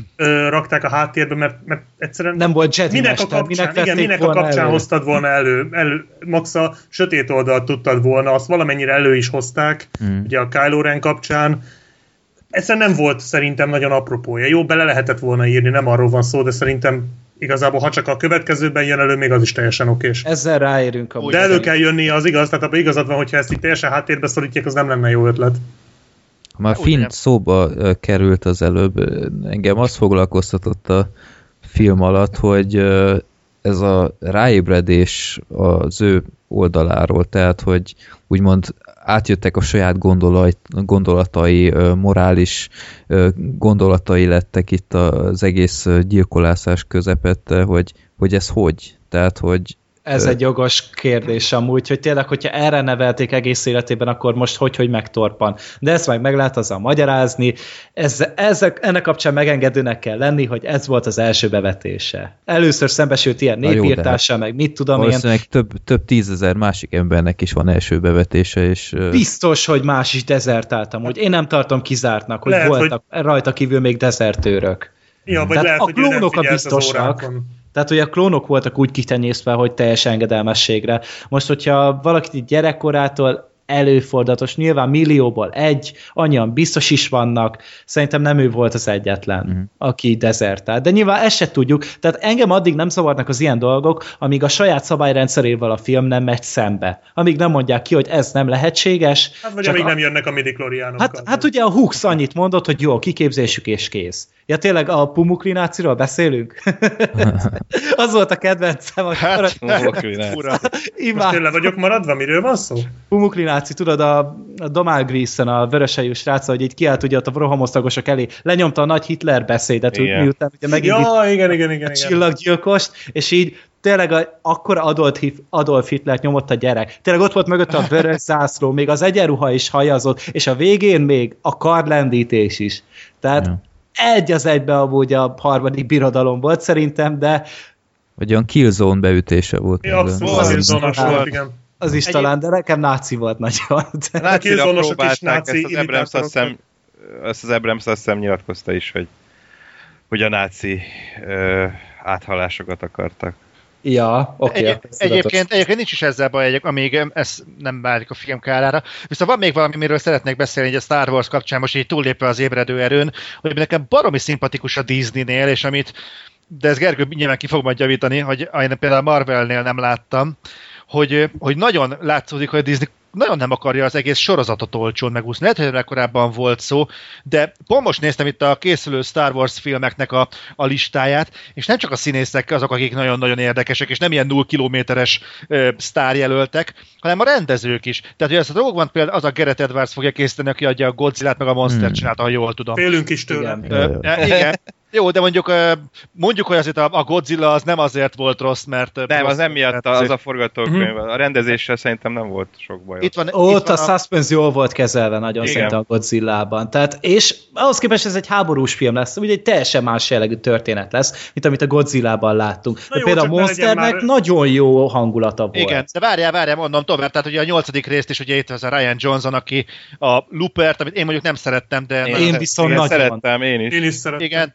ö, rakták a háttérbe, mert, mert egyszerűen... Nem volt Jedi minek mester, a kapcsán, minek igen, minek a kapcsán elő? hoztad volna elő? elő max a sötét oldalt tudtad volna, azt valamennyire elő is hozták, hmm. ugye a Kylo Ren kapcsán. Egyszerűen nem volt szerintem nagyon apropója. Jó, bele lehetett volna írni, nem arról van szó, de szerintem igazából, ha csak a következőben jön elő, még az is teljesen okés. Ezzel ráérünk. A De elő kell jönni, az igaz, tehát abban igazad van, hogyha ezt itt teljesen háttérbe szorítják, az nem lenne jó ötlet. Már Finn szóba került az előbb, engem azt foglalkoztatott a film alatt, hogy ez a ráébredés az ő oldaláról, tehát, hogy úgymond átjöttek a saját gondolat, gondolatai, morális gondolatai lettek itt az egész gyilkolászás közepette, hogy, hogy ez hogy? Tehát, hogy Ez egy jogos kérdés amúgy, hogy tényleg, hogyha erre nevelték egész életében, akkor most hogy, hogy megtorpan. De ezt meg meg lehet azzal magyarázni. Ez, ezek, ennek kapcsán megengedőnek kell lenni, hogy ez volt az első bevetése. Először szembesült ilyen népírtással, meg mit tudom én. Valószínűleg több, több tízezer másik embernek is van első bevetése, és... Biztos, hogy más is dezertáltam, hogy én nem tartom kizártnak, hogy lehet, voltak hogy... rajta kívül még dezertőrök. Ja, vagy Tehát lehet, a hogy klónok a biztosak. Tehát, hogy a klónok voltak úgy kitenyésztve, hogy teljes engedelmességre. Most, hogyha valakit így gyerekkorától előfordulatos, nyilván millióból egy, annyian biztos is vannak, szerintem nem ő volt az egyetlen, uh-huh. aki dezertált. De nyilván ezt se tudjuk, tehát engem addig nem zavarnak az ilyen dolgok, amíg a saját szabályrendszerével a film nem megy szembe. Amíg nem mondják ki, hogy ez nem lehetséges. Hát vagy amíg a... nem jönnek a midichlorianokkal. Hát, hát ugye a Hux annyit mondott, hogy jó, kiképzésük és kész. Ja tényleg a pumuklináciról beszélünk? Az volt a kedvencem. Hát, fura. Most tényleg vagyok maradva, miről van szó? Pumuklináci, tudod, a, a Domhnall Gleeson, a vörösejű sráca, hogy így kiállt ugye ott a rohamosztagosok elé, lenyomta a nagy Hitler beszédet, igen. miután ugye megint ja, igen, igen, igen, a csillaggyilkost, és így tényleg a, akkor Adolf, Adolf Hitlert nyomott a gyerek. Tényleg ott volt mögött a vörös zászló, még az egyenruha is hajazott, és a végén még a karlendítés is. Tehát ja. egy az egybe amúgy a harmadik birodalom volt szerintem, de vagy olyan Killzone beütése volt. Ja, abszolút, az, az, az, volt, igen. Az is egy talán, de nekem náci volt nagyon. Nácira próbálták, ezt az Abrams azt hiszem, ezt az Abrams azt hiszem nyilatkozta is, hogy, hogy a náci ö, áthallásokat akartak. Ja, oké. Okay, Egy, egyébként, egyébként nincs is ezzel baj, amíg ez nem válik a film kárára. Viszont van még valami, miről szeretnék beszélni, hogy a Star Wars kapcsán most így túllépve az ébredő erőn, hogy nekem baromi szimpatikus a Disneynél, és amit, de ez Gergő nyilván ki fog majd javítani, hogy én például a Marvelnél nem láttam, hogy, hogy nagyon látszódik, hogy a Disney nagyon nem akarja az egész sorozatot olcsón megúszni. Lehet, hogy erre korábban volt szó, de pont most néztem itt a készülő Star Wars filmeknek a, a listáját, és nem csak a színészek azok, akik nagyon-nagyon érdekesek, és nem ilyen null kilométeres ö, sztárjelöltek, hanem a rendezők is. Tehát, hogy ez a dolgokban például az a Gareth Edwards fogja készíteni, aki adja a Godzillát, meg a Monster hmm. csinálta, ha jól tudom. Félünk is tőle. Igen. Ö, ö, igen. Jó, de mondjuk, mondjuk, hogy azért a Godzilla az nem azért volt rossz, mert... Nem, az nem miatt, az a forgatókönyv. A rendezéssel szerintem nem volt sok baj. Itt van, Ott itt van a, a suspense jól volt kezelve nagyon igen. szerintem a Godzillában. Tehát, és ahhoz képest ez egy háborús film lesz, ugye egy teljesen más jellegű történet lesz, mint amit a Godzillában láttunk. De jó, például a Monsternek már... nagyon jó hangulata volt. Igen, de várjál, várjál, mondom tovább. Tehát ugye a nyolcadik részt is ugye itt az a Ryan Johnson, aki a Loopert, amit én mondjuk nem szerettem, de... Én, én viszont nagyon szerettem, én is. Én is szerettem. Igen.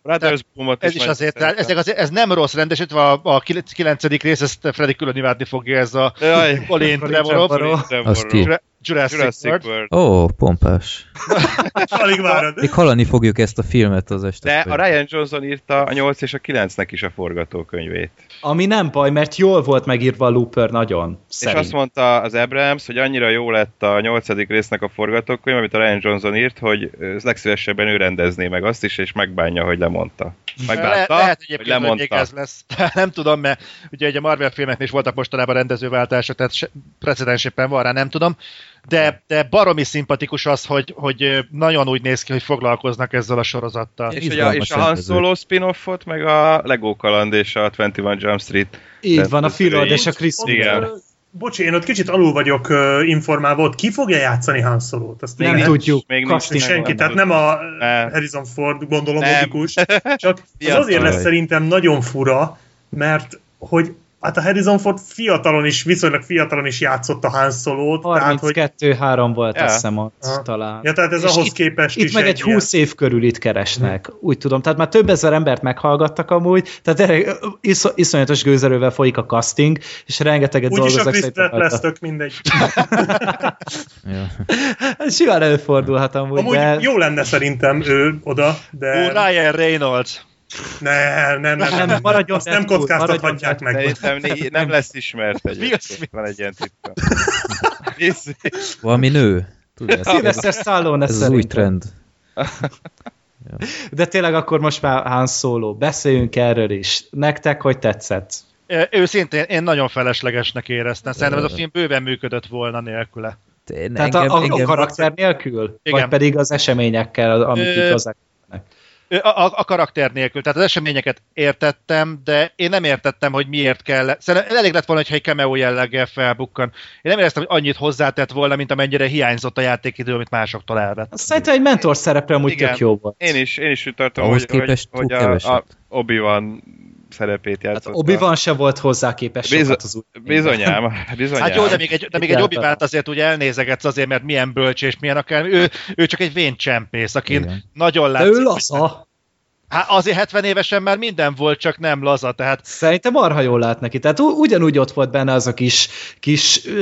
Ez is, is azért, ez, ez nem rossz rendesítve, a, a kilencedik rész, ezt Freddy külön imádni fogja, ez a Colin Trevorrow, Jurassic, Jurassic World. Ó, oh, pompás. Alig várod. Még hallani fogjuk ezt a filmet az este. De a Ryan Johnson írta a nyolc és a kilencnek is a forgatókönyvét. Ami nem baj, mert jól volt megírva a Looper nagyon. Szerint. És azt mondta az Abrams, hogy annyira jó lett a nyolcadik résznek a forgatókönyv, amit a Ryan Johnson írt, hogy legszívesebben ő rendezné meg azt is, és megbánja, hogy lemondta. Megbánta, Le- lehet egyébként, hogy még ez lesz. Nem tudom, mert ugye egy a Marvel filmeknél is voltak mostanában rendezőváltások, tehát precedenséppen van rá, nem tudom. De, de baromi szimpatikus az, hogy, hogy nagyon úgy néz ki, hogy foglalkoznak ezzel a sorozattal. És, és, a, és a Han Solo spin-offot, meg a Lego kaland és a huszonegy Jump Street. Így van, a Phil Lord és a Chris. Igen. Bocsi, én ott kicsit alul vagyok uh, informálva, ott ki fogja játszani Han Solót? Azt nem nem tudjuk. Még nincs senki, nem tehát nem a nem. Harrison Ford, gondolom nem. logikus. Csak az azért lesz szerintem nagyon fura, mert hogy hát a Harrison Ford fiatalon is, viszonylag fiatalon is játszott a Han Solót. harminckettő három volt, ja. azt hiszem ott Aha. talán. Ja, tehát ez és ahhoz itt, képest itt is meg egy húsz év körül itt keresnek, hmm. úgy tudom. Tehát már több ezer embert meghallgattak amúgy, tehát isz, iszonyatos gőzerővel folyik a casting, és rengeteget dolgoznak. Úgyis a Chris Pratt lesz, tök mindegy. Simán előfordulhat amúgy. Amúgy de... jó lenne szerintem ő oda, de... Ó, Ryan Reynolds. Nem, nem, nem, nem. Maradjon azt nem kockáztathatják meg. Szerintem nem lesz ismert egyébként. Van egy ilyen titka. Valami nő. Sylvester Stallone ez az új trend. De tényleg akkor most már Han Solo. Beszéljünk erről is. Nektek hogy tetszett? Őszintén én nagyon feleslegesnek éreztem. Szerintem ez a film bőven működött volna nélküle. Én, Tehát engem, a, a, engem a karakter nélkül? Igen. Vagy pedig az eseményekkel, amik itt hozzá. A, a, a karakter nélkül. Tehát az eseményeket értettem, de én nem értettem, hogy miért kell. Szerintem elég lett volna, hogyha egy cameo jelleggel felbukkan. Én nem éreztem, hogy annyit hozzátett volna, mint amennyire hiányzott a játékidő, amit másoktól elvett. Szerintem egy mentor szerepre amúgy tök jó volt. Én is, én is úgy tartom, hogy, hogy, hogy a, a Obi-Wan szerepét játszott. Hát Obi-Wan se volt hozzá képes Bizo- sokat az új. Bizonyám, bizonyám. Hát jó, de még egy, de még egy Obi-Wan-t azért ugye elnézegetsz azért, mert milyen bölcs és milyen akár. Ő, ő csak egy véncsempész, akin igen. nagyon látszik. De ő laza. Hát azért hetven évesen már minden volt, csak nem laza, tehát... Szerintem marha jól lát neki. Tehát ugyanúgy ott volt benne az a kis, kis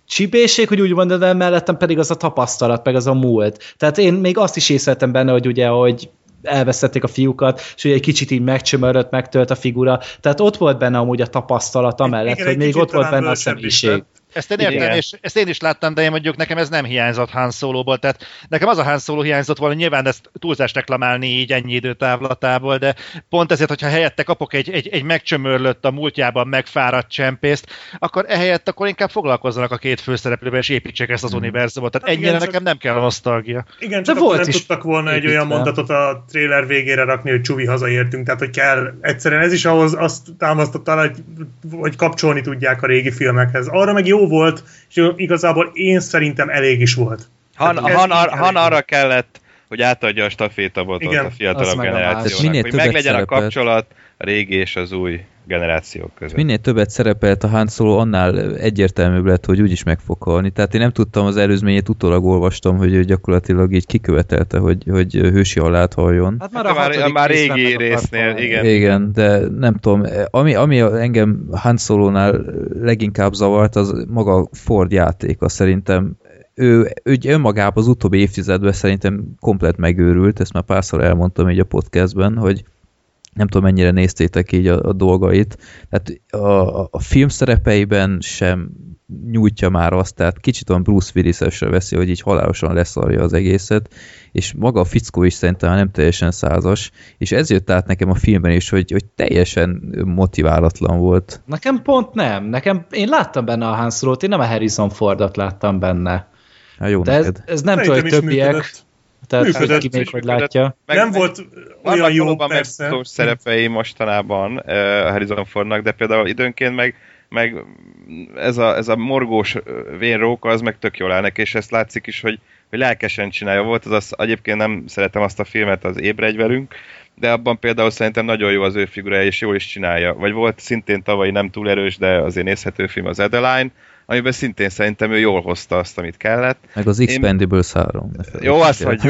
csibészség, hogy úgy mondod, de mellettem pedig az a tapasztalat, meg az a múlt. Tehát én még azt is észleltem benne, hogy ugye, hogy elvesztették a fiúkat, és ugye egy kicsit így megcsömörött, megtölt a figura. Tehát ott volt benne amúgy a tapasztalat amellett, igen, hogy még ott volt benne a személyiség. Ezt én értem, és ezt én is láttam, de én mondjuk nekem ez nem hiányzott Han Solo-ból, tehát nekem az a Han Solo hiányzott volna, nyilván ezt túlzás reklamálni így ennyi időtávlatából, de pont ezért, hogyha helyette kapok egy, egy, egy megcsömörlött a múltjában megfáradt csempészt, akkor ehelyett akkor inkább foglalkozzanak a két főszereplővel, és építsék ezt az hmm. univerzumot. Tehát hát ennyire igen, nekem nem kell a nosztalgia. Igen, csak akkor nem tudtak volna egy olyan mondatot a trailer végére rakni, hogy Csuvi hazaértünk, tehát hogy kell egyszerűen ez is ahhoz azt támasztotta, hogy, hogy kapcsolni tudják a régi filmekhez. Arra meg jó volt, és igazából én szerintem elég is volt. Han, Han, ar, Han arra kellett, hogy átadja a stafétabotot a fiatalabb generációnak, hogy meglegyen a kapcsolat a régi és az új generációk között. Minél többet szerepelt a Han Solo, annál egyértelműbb lett, hogy úgyis meg fog halni. Tehát én nem tudtam az előzményét, utólag olvastam, hogy ő gyakorlatilag így kikövetelte, hogy, hogy hősi halát halljon. Hát már a már, már régi résznél, igen. Igen, de nem tudom, ami, ami engem Han Solónál leginkább zavart, az maga Ford játéka szerintem. Ő, ő önmagában az utóbbi évtizedben szerintem komplet megőrült, ezt már párszor elmondtam így a podcastben, hogy nem tudom, mennyire néztétek így a, a dolgait. Tehát a, a film szerepeiben sem nyújtja már azt, tehát kicsit olyan Bruce Willis-esre veszi, hogy így halálosan leszarja az egészet, és maga a fickó is szerintem nem teljesen százas, és ez jött át nekem a filmben is, hogy, hogy teljesen motiválatlan volt. Nekem pont nem. Nekem, én láttam benne a Han Solót, én nem a Harrison Fordot láttam benne. Hát jó, de ez, ez nem tudom, hogy többiek... Működött. Tehát működött, ki még hogy látja. Meg, nem meg, volt olyan jó, persze. Vannak szerepei mostanában uh, Harrison Fordnak, de például időnként meg, meg ez, a, ez a morgós vénróka, az meg tök jól áll neki, és ezt látszik is, hogy, hogy lelkesen csinálja. Volt az, az, egyébként nem szeretem azt a filmet, az Ébredj velünk, de abban például szerintem nagyon jó az ő figurája, és jól is csinálja. Vagy volt szintén tavalyi nem túl erős, de azért nézhető film, az Adeline, amiben szintén szerintem ő jól hozta azt, amit kellett. Meg az Expendables három. Jó, azt hagyjuk.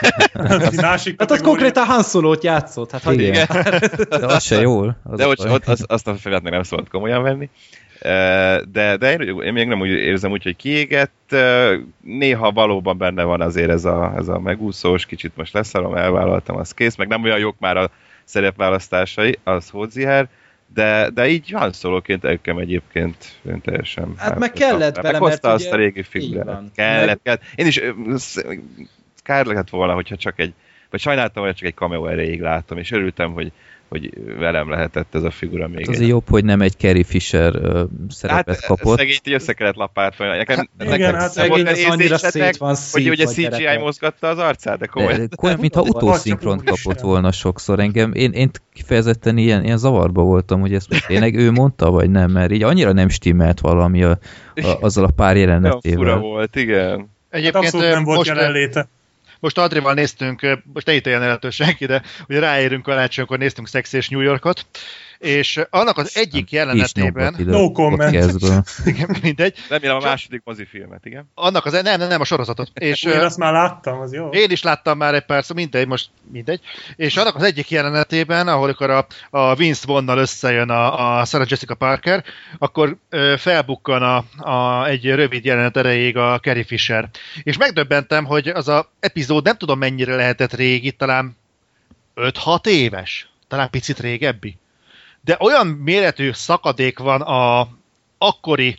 Hát az konkrétan Han Solót játszott. Hát hagyjuk. Igen. De az se jól. Az de hogy ott az, azt a filmet meg nem szabad komolyan venni. De, de én, én még nem úgy érzem úgy, hogy kiégett. Néha valóban benne van azért ez a, ez a megúszós, kicsit most leszarom, elvállaltam, az kész, meg nem olyan jók már a szerepválasztásai, az Hodziher. De, de így Han Soloként elkem egyébként teljesen... Hát meg kellett vele, mert ugye... azt a régi figurát. Kellett, meg... kellett. Én is kár lehet volna, hogyha csak egy... Vagy sajnáltam, hogy csak egy cameo erejéig látom, és örültem, hogy, hogy velem lehetett ez a figura még. Hát azért jobb, hogy nem egy Carrie Fisher uh, szerepet hát, kapott. Szegényt így össze kellett lapátolni. Nekem, hát, nekem igen, hát szegény az annyira szét van szép, hogy ugye cé gé í mozgatta az arcát, de komolyan. De, de, mintha utószinkront kapott volna sokszor engem. Én, én kifejezetten ilyen, ilyen zavarba voltam, hogy ezt tényleg ő mondta, vagy nem, mert így annyira nem stimmelt valami a, a, azzal a pár jelenetével. Fura volt, igen. Egyébként hát nem volt jelenléte. Most Adrival néztünk, most ne ítéljen el senki, de ugye ráérünk karácsonykor néztünk Sex és New Yorkot, és annak az egyik jelenetében... No comment. Igen, mindegy. Remélem a második mozifilmet, igen. Annak az... Nem, nem, nem, a sorozatot. És, én azt már láttam, az jó. Én is láttam már egy pár, mindegy, most mindegy. És annak az egyik jelenetében, ahol a, a Vince Vaughn-nal összejön a, a Sarah Jessica Parker, akkor ö, felbukkan a, a, egy rövid jelenet erejéig a Carrie Fisher. És megdöbbentem, hogy az a epizód nem tudom mennyire lehetett régi, talán öt-hat éves, talán picit régebbi. De olyan méretű szakadék van a akkori,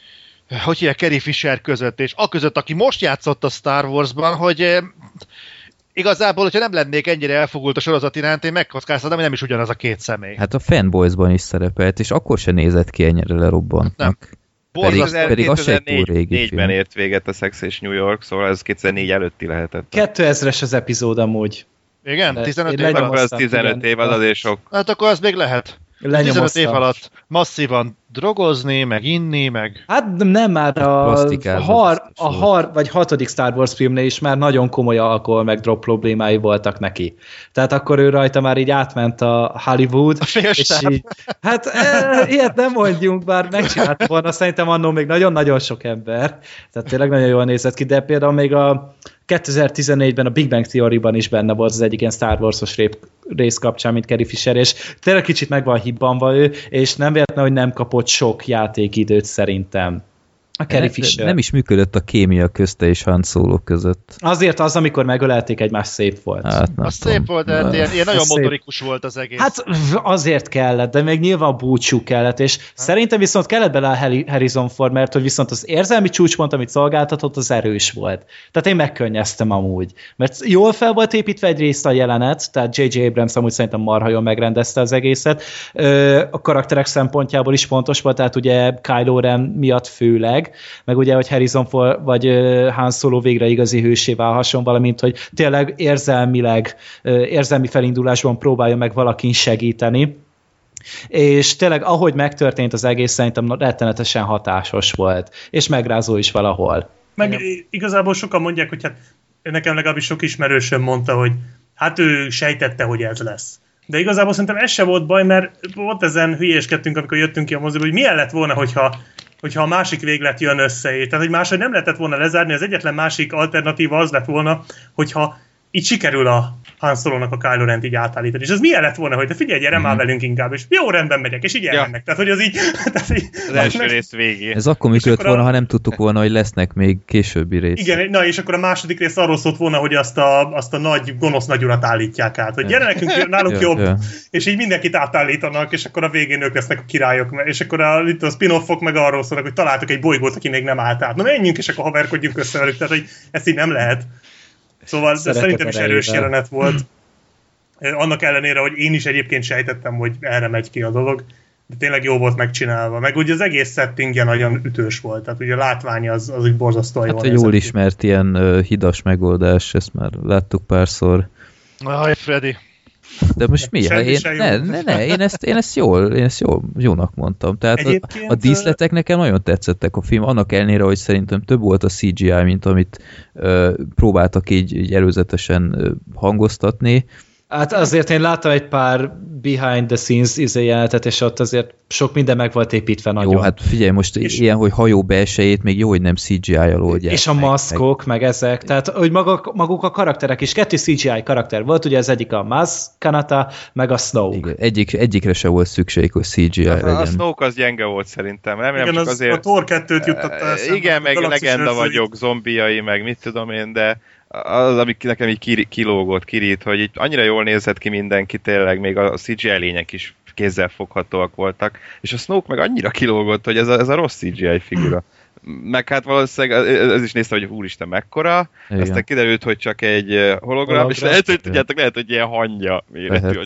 hogy hívják, Carrie Fisher között, és a között, aki most játszott a Star Warsban, hogy eh, igazából, hogyha nem lennék ennyire elfogult a sorozat iránt, én megkockáztatom, hogy nem is ugyanaz a két személy. Hát a Fanboysban is szerepelt, és akkor se nézett ki ennyire lerobbantnak. Pedig, pedig az se egy túl régi négyben ért véget a Sex és New York, szóval ez kétezer-négy előtti lehetett. kétezres az epizód amúgy. Igen? tizenöt év alatt? Az tizenöt év, az azért sok. Hát akkor az még lehet. tizenöt év alatt masszívan drogozni, meg inni, meg... Hát nem már a, a, har, a har, vagy hatodik Star Wars filmnél is már nagyon komoly alkohol meg drog problémái voltak neki. Tehát akkor ő rajta már így átment a Hollywood, a és így, hát e, ilyet nem mondjunk, bár megcsinálta volna, szerintem annól még nagyon-nagyon sok ember. Tehát tényleg nagyon jól nézett ki, de például még a kétezer-tizennégyben a Big Bang Theory-ban is benne volt az egyik ilyen Star Wars-os rész kapcsán, mint Carrie Fisher, és tényleg kicsit meg van hibbanva ő, és nem véletlen, hogy nem kapott sok játékidőt szerintem. A Carrie Fisher. Nem is működött a kémia közte és Han Solo között. Azért az, amikor megölelték egymást, szép volt. Hát, az szép volt, de hát ilyen, ilyen nagyon motorikus szép. Volt az egész. Hát azért kellett, de még nyilván búcsú kellett, és ha. Szerintem viszont kellett bele a Harrison Ford, mert hogy viszont az érzelmi csúcspont, amit szolgáltatott, az erős volt. Tehát én megkönnyeztem amúgy. Mert jól fel volt építve egyrészt a jelenet, tehát jé jé Abrams amúgy szerintem marha jól megrendezte az egészet. A karakterek szempontjából is fontos volt, tehát ugye Kylo Ren miatt főleg, meg ugye, hogy Harrison Ford vagy Han Solo végre igazi hősé válhasson, valamint, hogy tényleg érzelmileg, érzelmi felindulásban próbálja meg valakin segíteni. És tényleg, ahogy megtörtént az egész, szerintem rettenetesen hatásos volt, és megrázó is valahol. Meg igazából sokan mondják, hogy hát nekem legalábbis sok ismerősöm mondta, hogy hát ő sejtette, hogy ez lesz. De igazából szerintem ez se volt baj, mert ott ezen hülyéskedtünk, amikor jöttünk ki a moziba, hogy milyen lett volna, hogyha hogyha a másik véglet jön össze. Tehát, hogy máshogy nem lehetett volna lezárni, az egyetlen másik alternatíva az lett volna, hogyha így sikerül a Han Solo-nak a Kylo Rent így átállítani. És ez milyen lett volna, hogy de figyelj, gyere mm-hmm. már velünk inkább, és jó, rendben megyek, és így ja. elmennek. Tehát, hogy az így... Tehát így az első meg... rész végén. Ez akkor működött volna, a... ha nem tudtuk volna, hogy lesznek még későbbi rész. Igen, na és akkor a második rész arról szólt volna, hogy azt a, azt a nagy, gonosz nagyurat állítják át, hogy gyere nekünk, náluk jobb, ja. és így mindenkit átállítanak, és akkor a végén ők lesznek a királyok, és akkor a, itt a spin-offok meg arról szólnak, hogy találtak egy bolygót, aki még nem állt át. Na menjünk, és akkor haverkodjunk össze velük, tehát hogy ezt így nem lehet. Szóval szerintem is erős jelenet volt. Annak ellenére, hogy én is egyébként sejtettem, hogy erre megy ki a dolog, de tényleg jó volt megcsinálva. Meg ugye az egész settingje nagyon ütős volt, tehát ugye a látvány az, az úgy borzasztóan hát, jól. Hát jól ismert ilyen uh, hidas megoldás, ezt már láttuk párszor. Aj, Freddy. De most mi? Én, ne, ne, ne, én ezt, én ezt jól, én ezt jól, jónak mondtam. Tehát a, a díszletek nekem nagyon tetszettek a film, annak ellenére, hogy szerintem több volt a cé gé í, mint amit uh, próbáltak így, így előzetesen uh, hangoztatni. Hát azért én láttam egy pár behind the scenes izé jelenetet, és ott azért sok minden meg volt építve nagyon. Jó, hát figyelj, most és ilyen, hogy hajó belsejét még jó, hogy nem cé gé í-jal oldják. És a maszkok, meg, meg ezek. Tehát, hogy maguk, maguk a karakterek is, kettő cé gé í karakter volt, ugye az egyik a Maz Kanata, meg a Snoke. Igen, egyik, egyikre se volt szükség, hogy cé gé í legyen. A Snoke az gyenge volt szerintem. Nem, igen, nem csak az, azért... a Thor kettőt juttatta eszembe. Igen, meg legenda vagyok, zombiai, meg mit tudom én, de az, ami nekem így kilógott, kirít, hogy így annyira jól nézett ki mindenki, tényleg még a cé gé í lények is kézzelfoghatóak voltak, és a Snoke meg annyira kilógott, hogy ez a, ez a rossz cé gé í figura. Meg hát valószínűleg ez is nézte, hogy úristen mekkora, igen. Aztán kiderült, hogy csak egy hologram, hologram és lehet, hogy tudjátok, lehet, hogy ilyen hangya méretű.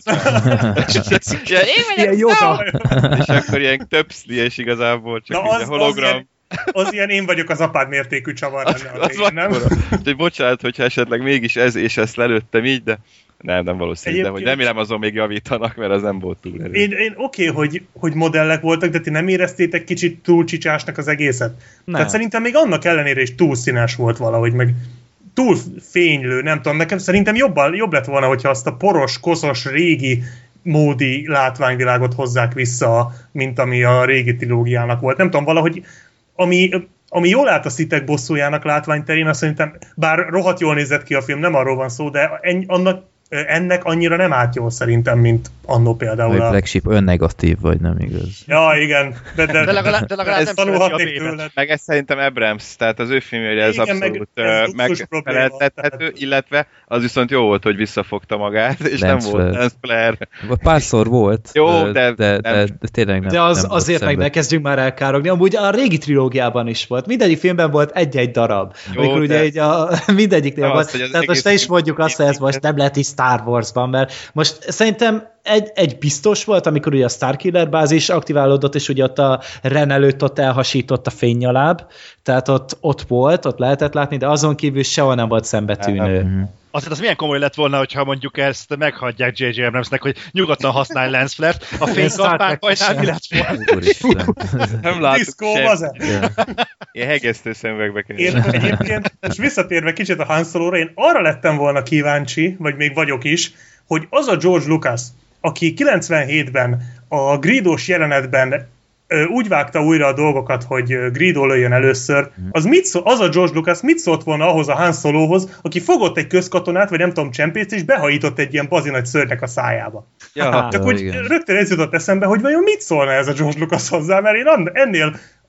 Ilyen Yoda. És akkor ilyen többszli, és igazából csak az, egy hologram. Az ilyen, az ilyen én vagyok az apád mértékű csavar lenne a végén, nem? Úgyhogy bocsánat, hogyha esetleg mégis ez, és ezt lelőttem így, de nem, nem valószínű, de hogy remélem azon még javítanak, mert az nem volt túl erős. Én, én oké, okay, hogy, hogy modellek voltak, de ti nem éreztétek kicsit túl csicsásnak az egészet? Nem. Tehát szerintem még annak ellenére is túl színes volt valahogy, meg túl fénylő, nem tudom, nekem szerintem jobban, jobb lett volna, hogyha azt a poros, koszos, régi módi látványvilágot hozzák vissza, mint ami a régi trilógiának volt. Nem tudom, valahogy ami, ami jól állt a szitek bosszújának látványterén, azt szerintem, bár rohadt jól nézett ki a film, nem arról van szó, de en, annak, ennek annyira nem állt jól szerintem, mint annó például. A Black Sheep önnegatív vagy, nem igaz? Ja, igen. De, de, de legalább, de legalább ez tanulhatnék tőled. Meg ez szerintem Abrams, tehát az ő filmjére ez igen, abszolút megfeleltethető, illetve az viszont jó volt, hogy visszafogta magát, és Lance nem volt Lance Flair. Párszor volt, jó, de, de, de, de, de tényleg nem. De az, nem azért meg ne kezdjünk már elkárogni. Amúgy a régi trilógiában is volt. Mindegyik filmben volt egy-egy darab. Jó, amikor de... ugye így a, mindegyiknél volt. Tehát most ne is mondjuk azt, hogy ez most nem lehet is Star Warsban, mert most szerintem egy, egy biztos volt, amikor ugye a Starkiller bázis aktiválódott, és ugye ott a Ren előtt ott elhasított a fénynyaláb, tehát ott, ott volt, ott lehetett látni, de azon kívül sehol nem volt szembetűnő. Mm-hmm. Azért az milyen komoly lett volna, hogyha mondjuk ezt meghagyják jé jé Abramsnek, hogy nyugodtan használj Lance Flair-t, a fénykampánybajnál mi lett volna? Nem látok sem. Ilyen hegesztő szemüvegbe kell. Én egyébként, most visszatérve kicsit a Han Solo-ra, én arra lettem volna kíváncsi, vagy még vagyok is, hogy az a George Lucas, aki kilencvenhétben a Greedos jelenetben ö, úgy vágta újra a dolgokat, hogy Greedo lőjön először, az, mit szó, az a George Lucas mit szólt volna ahhoz a Han Solohoz, aki fogott egy közkatonát, vagy nem tudom, csempészt, és behajított egy ilyen bazinagy szörnynek a szájába. Ja, csak hogy igen. Rögtön ez jutott eszembe, hogy vajon mit szólna ez a George Lucas hozzá, mert én ennél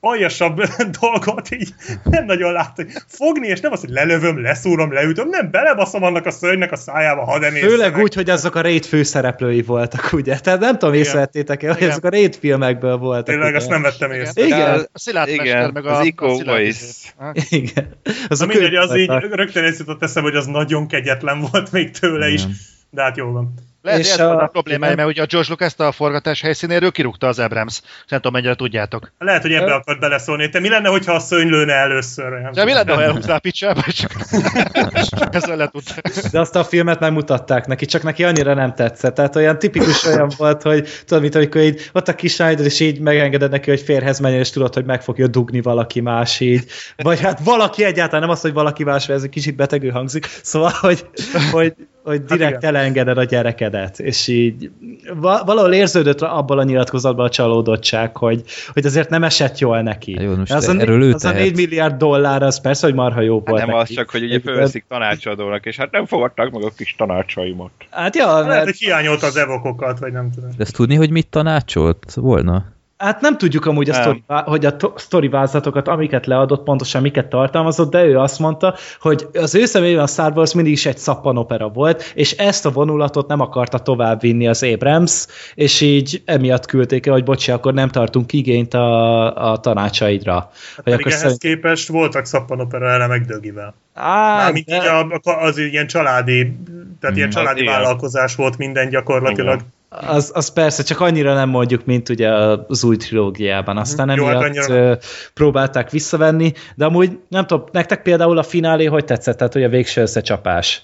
aljasabb dolgot így nem nagyon látta, hogy fogni, és nem az, hogy lelövöm, leszúrom, leütöm, nem, belebaszom annak a szörnynek a szájába, ha nem észre. Főleg úgy, hogy azok a Raid főszereplői voltak, ugye? Tehát nem tudom, észrevettétek-e, hogy azok a Raid filmekből voltak. Tényleg, azt nem vettem észre. Igen. A Szilárd Mester, meg a... az Ico Voice. Igen. Na mindegy, az így rögtön eszított eszem, hogy az nagyon kegyetlen volt még tőle is, de hát jól van. Lehet, és hogy ez a... volt a problémája, mert ugye a George Lucas a forgatás helyszínéről kirúgta az Abrams. Nem tudom, mennyire tudjátok. Lehet, hogy ebbe akart beleszólni. Te mi lenne, hogyha a szörny lőne először? De mi lenne, ha elhúzná a picsába, csak ezzel letudta. De azt a filmet megmutatták neki, csak neki annyira nem tetszett. Tehát olyan tipikus olyan volt, hogy tudod, mint amikor így ott a kis lányod, és így megengeded neki, hogy férhez menjen, és tudod, hogy meg fogja dugni valaki más így. Vagy hát valaki egyáltalán, nem az, hogy valaki más, mert ez egy kicsit betegül hangzik. Szóval, hogy, hogy hogy direkt hát elengeded a gyerekedet, és így valahol érződött abban a nyilatkozatban a csalódottság, hogy, hogy azért nem esett jól neki. Jó, most az, erről a, az a négy milliárd dollár, az persze, hogy marha jó volt hát nem neki. az csak, hogy ugye fölveszik tanácsadónak, és hát nem fogadták meg a kis tanácsaimat. Hát ja, lehet, mert... hogy hiányolta az evokokat, vagy nem tudom. De ezt tudni, hogy mit tanácsolt volna? Hát nem tudjuk amúgy, a sztori, hogy a sztori vázlatokat, amiket leadott, pontosan miket tartalmazott, de ő azt mondta, hogy az ő személyben a Star Wars mindig is egy szappanopera volt, és ezt a vonulatot nem akarta továbbvinni az Abrams, és így emiatt küldték el, hogy bocsi, akkor nem tartunk igényt a, a tanácsaidra. Hát vagy pedig ehhez szerint... képest voltak szappanopera elemek Dögivel. Á, Mármint de... így a, az ilyen családi, tehát mm, ilyen családi vállalkozás igen. volt minden gyakorlatilag. Igen. Az, az persze, csak annyira nem mondjuk, mint ugye az új trilógiában. Aztán Jó, emiatt hát uh, próbálták visszavenni, de amúgy nem tudom, nektek például a finálé hogy tetszett, tehát hogy a végső összecsapás?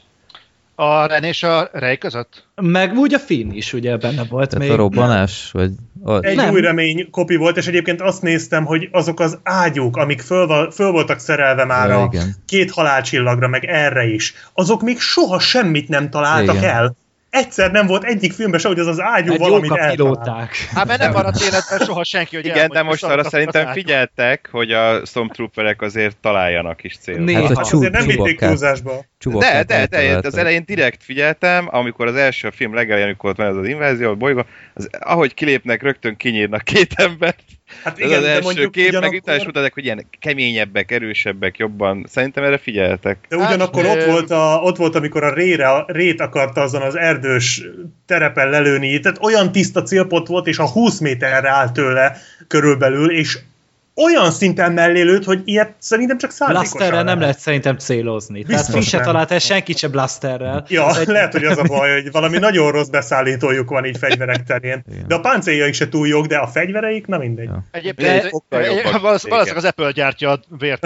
A Ren és a Rey között? Meg úgy a Finn is ugye benne volt. Tehát még. a robbanás? Vagy a... Egy nem. új remény kopi volt, és egyébként azt néztem, hogy azok az ágyúk, amik föl, föl voltak szerelve már ja, a igen. két halálcsillagra, meg erre is, azok még soha semmit nem találtak igen. el. Egyszer nem volt egyik filmben se, hogy az az ágyú egy valamit eltalált. Hát mert nem maradt életben soha senki, hogy igen, de most arra szerintem figyeltek, hogy a Stormtrooperek azért találjanak is célt. Hát, hát azért nem vitték túlzásba. De, de, de, az elején direkt figyeltem, amikor az első film legelején, amikor van ez az invázió, a bolygó, az, ahogy kilépnek, rögtön kinyírnak két embert. Hát igen, ez az első mondjuk, kép, ugyanakkor... meg utána is mutatják, hogy ilyen keményebbek, erősebbek, jobban. Szerintem erre figyeltek. De ugyanakkor hát, ott, volt a, ott volt, amikor a Rére, a Rét akarta azon az erdős terepen lelőni. Tehát olyan tiszta célpont volt, és a húsz méterre állt tőle körülbelül, és olyan szinten mellé lőtt, hogy ilyet szerintem csak szándékosan. Blasterrel nem lehet szerintem célozni. Biztos tehát se talált el senki se blasterrel. Ja, egy... lehet, hogy az a baj, hogy valami nagyon rossz beszállítójuk van így fegyverek terén. De a páncéljaik se túl jók, de a fegyvereik, na mindegy. Ja. Egyébként valószínűleg az Apple gyártja a vért.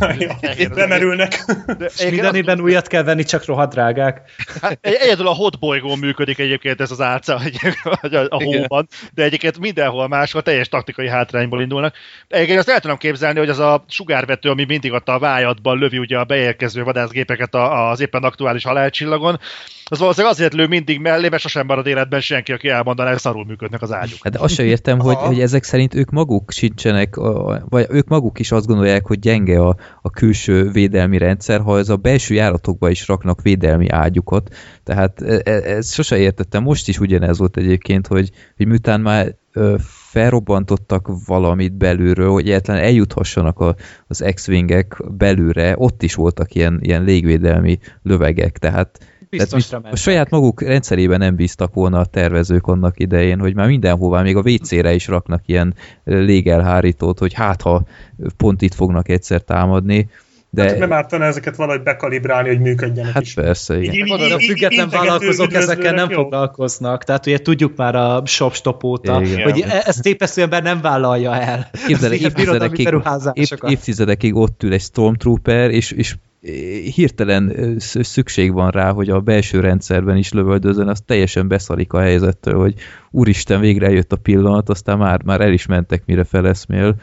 Bemerülnek. És mindenében újat kell venni, csak rohadt drágák. Hát, egyedül a hot bolygón működik egyébként ez az álca a hóban, de egyébként mindenhol máshol teljes taktikai hátrányból indulnak. Én azt el tudom képzelni, hogy az a sugárvető, ami mindig ott a vályadban lövi ugye a beérkező vadászgépeket az éppen aktuális halálcsillagon, az valószínűleg azért lő mindig mellé, mert sosem marad életben senki, aki elmondaná, hogy szarul működnek az ágyuk. Hát de azt sem értem, hogy, hogy ezek szerint ők maguk sincsenek, vagy ők maguk is azt gondolják, hogy gyenge a, a külső védelmi rendszer, ha ez a belső járatokba is raknak védelmi ágyukat. Tehát ezt ez sose értettem. Most is ugyanez volt egyébként, hogy, hogy miután már ö, felrobbantottak valamit belülről, hogy egyáltalán eljuthassanak a, az X-wingek belülre, ott is voltak ilyen, ilyen légvédelmi lövegek, tehát, tehát a saját maguk rendszerében nem bíztak volna a tervezők annak idején, hogy már mindenhová, még a vé cére is raknak ilyen légelhárítót, hogy hát ha pont itt fognak egyszer támadni. De... Hát nem ártana ezeket valahogy bekalibrálni, hogy működjenek hát is. persze, igen. Így, így, így, a független vállalkozók ezekkel nem jó. foglalkoznak. Tehát ugye tudjuk már a shop-stop óta, igen. hogy ezt tépesztő ember nem vállalja el. Képzelek, évtizedekig, év, évtizedekig ott ül egy Stormtrooper, és, és hirtelen szükség van rá, hogy a belső rendszerben is lövöldözön, az teljesen beszarik a helyzettől, hogy úristen, végre eljött a pillanat, aztán már, már el is mentek, mire feleszmél.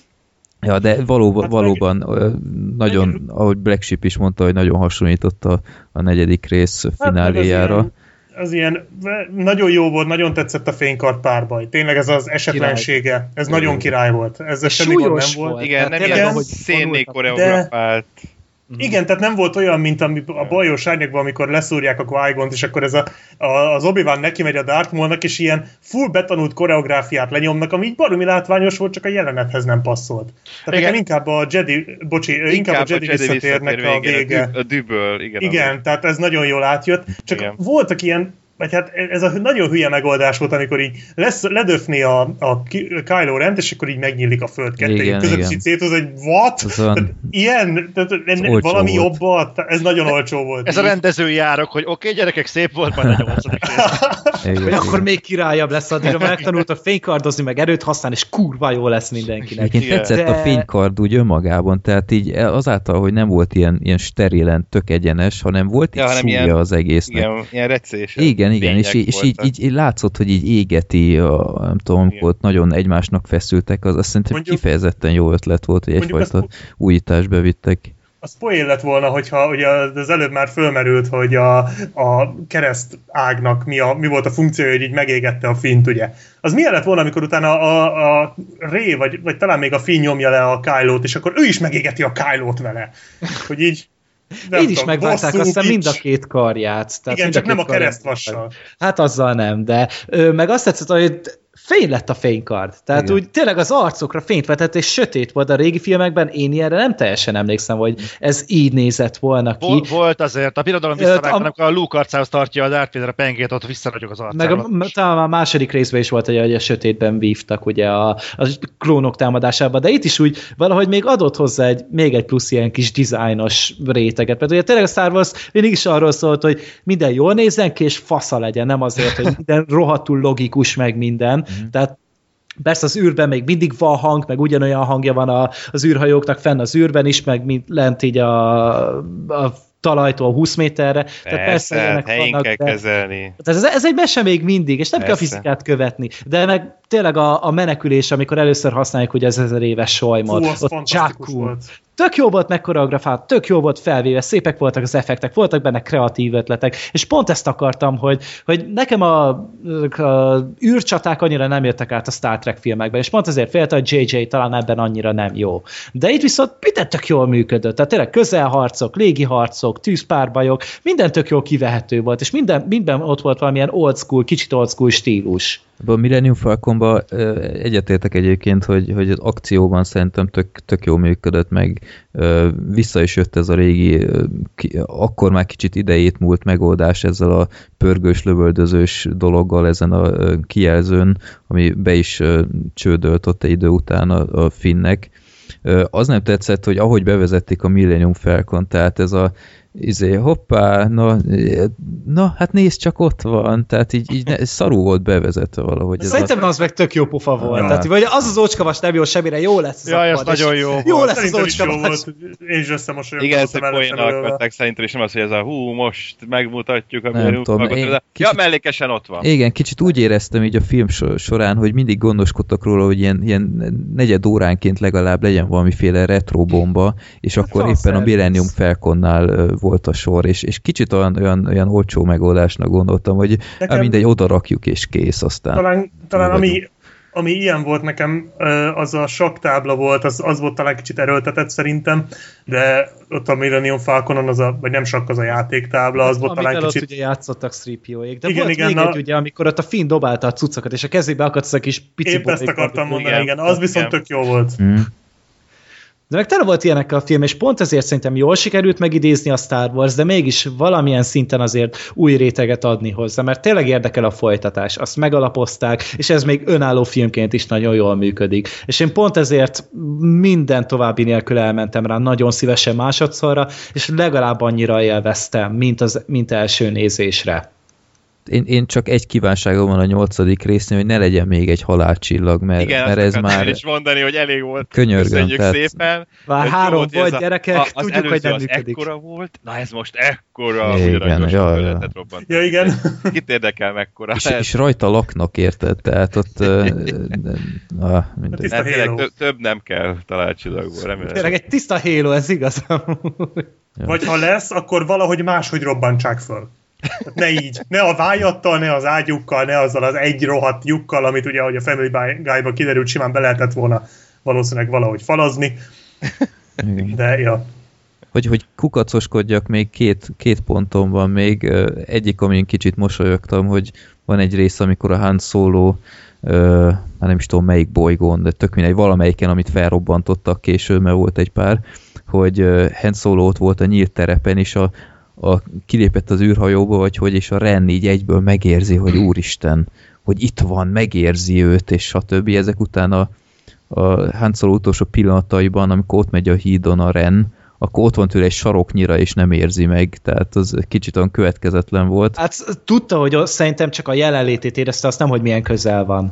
Ja, de valóban, hát valóban meg... nagyon, meg... ahogy Black Sheep is mondta, hogy nagyon hasonlított a, a negyedik rész fináléjára. Hát az, ilyen, az ilyen nagyon jó volt, nagyon tetszett a fénykard párbaj. Tényleg ez az esetlensége, király. ez király. nagyon király volt. Ez semmi gond nem volt. Igen, nem ilyen szénné koreografált. Igen, tehát nem volt olyan, mint a, a bajós árnyakban, amikor leszúrják a Qui-Gont, és akkor ez a, a, az Obi-Wan neki megy a Darth Maulnak, és ilyen full betanult koreográfiát lenyomnak, ami így baromi látványos volt, csak a jelenethez nem passzolt. Tehát nekem inkább a Jedi, bocsi, inkább, inkább a Jedi, a Jedi visszatérnek a vége. A düböl, igen. Igen, tehát ez nagyon jól átjött, csak igen. Voltak ilyen, vagy hát ez a nagyon hülye megoldás volt, amikor így lesz, ledöfni a, a Kylo Rent, és akkor így megnyílik a föld kettejük között, és így széthoz, hogy what? Tehát ilyen, tehát valami jobbat, ez nagyon olcsó volt. Ez így. A rendezői árok, hogy oké, okay, gyerekek, szép volt, majd a nyolcadik rész. Vagy akkor még királyabb lesz, addigra megtanultak fénykardozni, meg erőt használni, és kurva jó lesz mindenkinek. Én tetszett De... a fénykard úgy önmagában, tehát így azáltal, hogy nem volt ilyen, ilyen sterilen, tök egyenes, hanem volt ja, egy súlya ilyen, az egésznek. Igen, ilyen recés. Igen, igen, és, és így, így, így látszott, hogy így égeti, a, nem tudom, amikor nagyon egymásnak feszültek, az azt szerintem mondjuk, kifejezetten jó ötlet volt, hogy egyfajta újítást bevittek. A spoil lett volna, hogyha ugye az előbb már fölmerült, hogy a, a kereszt ágnak mi, a, mi volt a funkciója, hogy így megégette a Fint, ugye. Az milyen lett volna, amikor utána a, a Rey, vagy, vagy talán még a Finn nyomja le a Kylo-t, és akkor ő is megégeti a Kylo-t vele. Hogy így Nem így is megvágták aztán mind a két karját. Tehát igen, csak nem a keresztvassal. Hát azzal nem, de ö, meg azt tetszett, hogy fény lett a fénykard. Tehát igen. Úgy tényleg az arcokra fényt vetett, és sötét volt a régi filmekben. Én ilyenre nem teljesen emlékszem, hogy ez így nézett volna ki. Vol, volt azért. A birodalom visszavágta, am- amikor a Luke arcához tartja a Darth Vader a pengét, ott visszaragyog az arcára. Meg a, talán a második részben is volt, hogy a sötétben vívtak ugye a, a klónok támadásában, de itt is úgy valahogy még adott hozzá egy, még egy plusz ilyen kis dizájnos réteget. Mert ugye tényleg a Star Wars mindig is arról szólt, hogy minden jól nézzen ki, és fasza legyen, nem azért, hogy minden rohadtul logikus, meg minden. Mm. Tehát persze az űrben még mindig van hang, meg ugyanolyan hangja van a, az űrhajóknak fenn az űrben is, meg mint lent így a, a talajtól húsz méterre. Persze, tehát persze helyén vannak, kell de, kezelni. Tehát ez, ez egy mese még mindig, és nem persze. Kell a fizikát követni. De meg tényleg a, a menekülés, amikor először használjuk ugye az ezer éves sajmot. Fú, az fantasztikus volt. Tök jó volt megkoreografált, tök jó volt felvéve, szépek voltak az effektek, voltak benne kreatív ötletek, és pont ezt akartam, hogy, hogy nekem a, a űrcsaták annyira nem jöttek át a Star Trek filmekben, és pont azért féltem, hogy jé jé talán ebben annyira nem jó. De itt viszont minden tök jól működött, tehát tényleg közelharcok, légiharcok, tűzpárbajok, minden tök jól kivehető volt, és minden, minden ott volt valamilyen old school, kicsit old school stílus. A Millennium Falconban egyetértek egyébként, hogy, hogy az akcióban szerintem tök, tök jól működött, meg ö, vissza is jött ez a régi, ö, ki, akkor már kicsit idejét múlt megoldás ezzel a pörgős, lövöldözős dologgal ezen a ö, kijelzőn, ami be is ö, csődölt ott egy idő után a, a Finnnek. Ö, az nem tetszett, hogy ahogy bevezették a Millennium Falcon, tehát ez a izé, hoppá, na, na, hát nézd, csak ott van, tehát így, így ne, szarú volt bevezetve valahogy. Szerintem a... az meg tök jó pofa volt, ja. Tehát vagy az az ócskavas nem jó semmire, jó lesz az ja, ez nagyon jó Jó volt. lesz az ócskavas. Én is összemosolyogtam. Igen, ezt a poénnak vettek szerintem, és nem az, hogy ez a hú, most megmutatjuk, a nem tudom, én kicsit, ja, mellékesen ott van. Igen, kicsit úgy éreztem így a film során, hogy mindig gondoskodtak róla, hogy ilyen, ilyen negyed óránként legalább legyen valamiféle retro bomba, és hát akkor éppen a Millennium Falconnál volt a sor, és, és kicsit olyan, olyan, olyan olcsó megoldásnak gondoltam, hogy nekem, mindegy, oda rakjuk, és kész aztán. Talán, talán ami, ami ilyen volt nekem, az a saktábla volt, az, az volt talán kicsit erőltetett szerintem, de ott a Millennium Falconon, az a, vagy nem sakk, az a játéktábla, az volt talán kicsit... Ott ugye játszottak three P O-ék, de igen, volt igen, még na... egy, ugye, amikor ott a Finn dobálta a cuccokat, és a kezébe akadt az a kis pici épp ezt akartam mondani, igen, igen, az viszont tök jó volt. Mm. De meg tele volt ilyenekkel a film, és pont ezért szerintem jól sikerült megidézni a Star Wars, de mégis valamilyen szinten azért új réteget adni hozzá, mert tényleg érdekel a folytatás, azt megalapozták, és ez még önálló filmként is nagyon jól működik. És én pont ezért minden további nélkül elmentem rá nagyon szívesen másodszorra, és legalább annyira élveztem, mint, az, mint első nézésre. Én, én csak egy kívánságom van a nyolcadik résznél, hogy ne legyen még egy halálcsillag, mert, igen, mert ez már... Igen, is mondani, hogy elég volt. Könyörgöm. Köszönjük tehát... szépen. Már három volt, a, gyerekek, a, az tudjuk, hogy nem az működik. ekkora volt, na ez most ekkora. Igen, ja, ja. ja, igen. Kit érdekel mekkora? És, és rajta laknak, érted? Tehát ott... ah, nem, tényleg, több, több nem kell találcsillagból, remélem. Tényleg egy tiszta Halo, ez igaz. Vagy ha lesz, akkor valahogy máshogy robbantsák föl. Ne így, ne a vájattal, ne az ágyukkal, ne azzal az egy rohadt lyukkal, amit ugye, ahogy a Family Guy-ban kiderült, simán be lehetett volna valószínűleg valahogy falazni. De, ja. hogy, hogy kukacoskodjak, még két, két ponton van még. Egyik, amin kicsit mosolyogtam, hogy van egy rész, amikor a Han Solo, uh, már nem is tudom melyik bolygón, de tök mindegy, valamelyiken, amit felrobbantottak később, mert volt egy pár, hogy uh, Han Solo ott volt a nyílt terepen, és a, a kilépett az űrhajóba, vagy hogy, és a Ren így egyből megérzi, hogy úristen, hogy itt van, megérzi őt, és stb. Ezek után a, a Han Solo utolsó pillanataiban, amikor ott megy a hídon a Ren, akkor ott van tőle egy saroknyira, és nem érzi meg, tehát az kicsit olyan következetlen volt. Hát tudta, hogy szerintem csak a jelenlétét érezte, azt nem, hogy milyen közel van.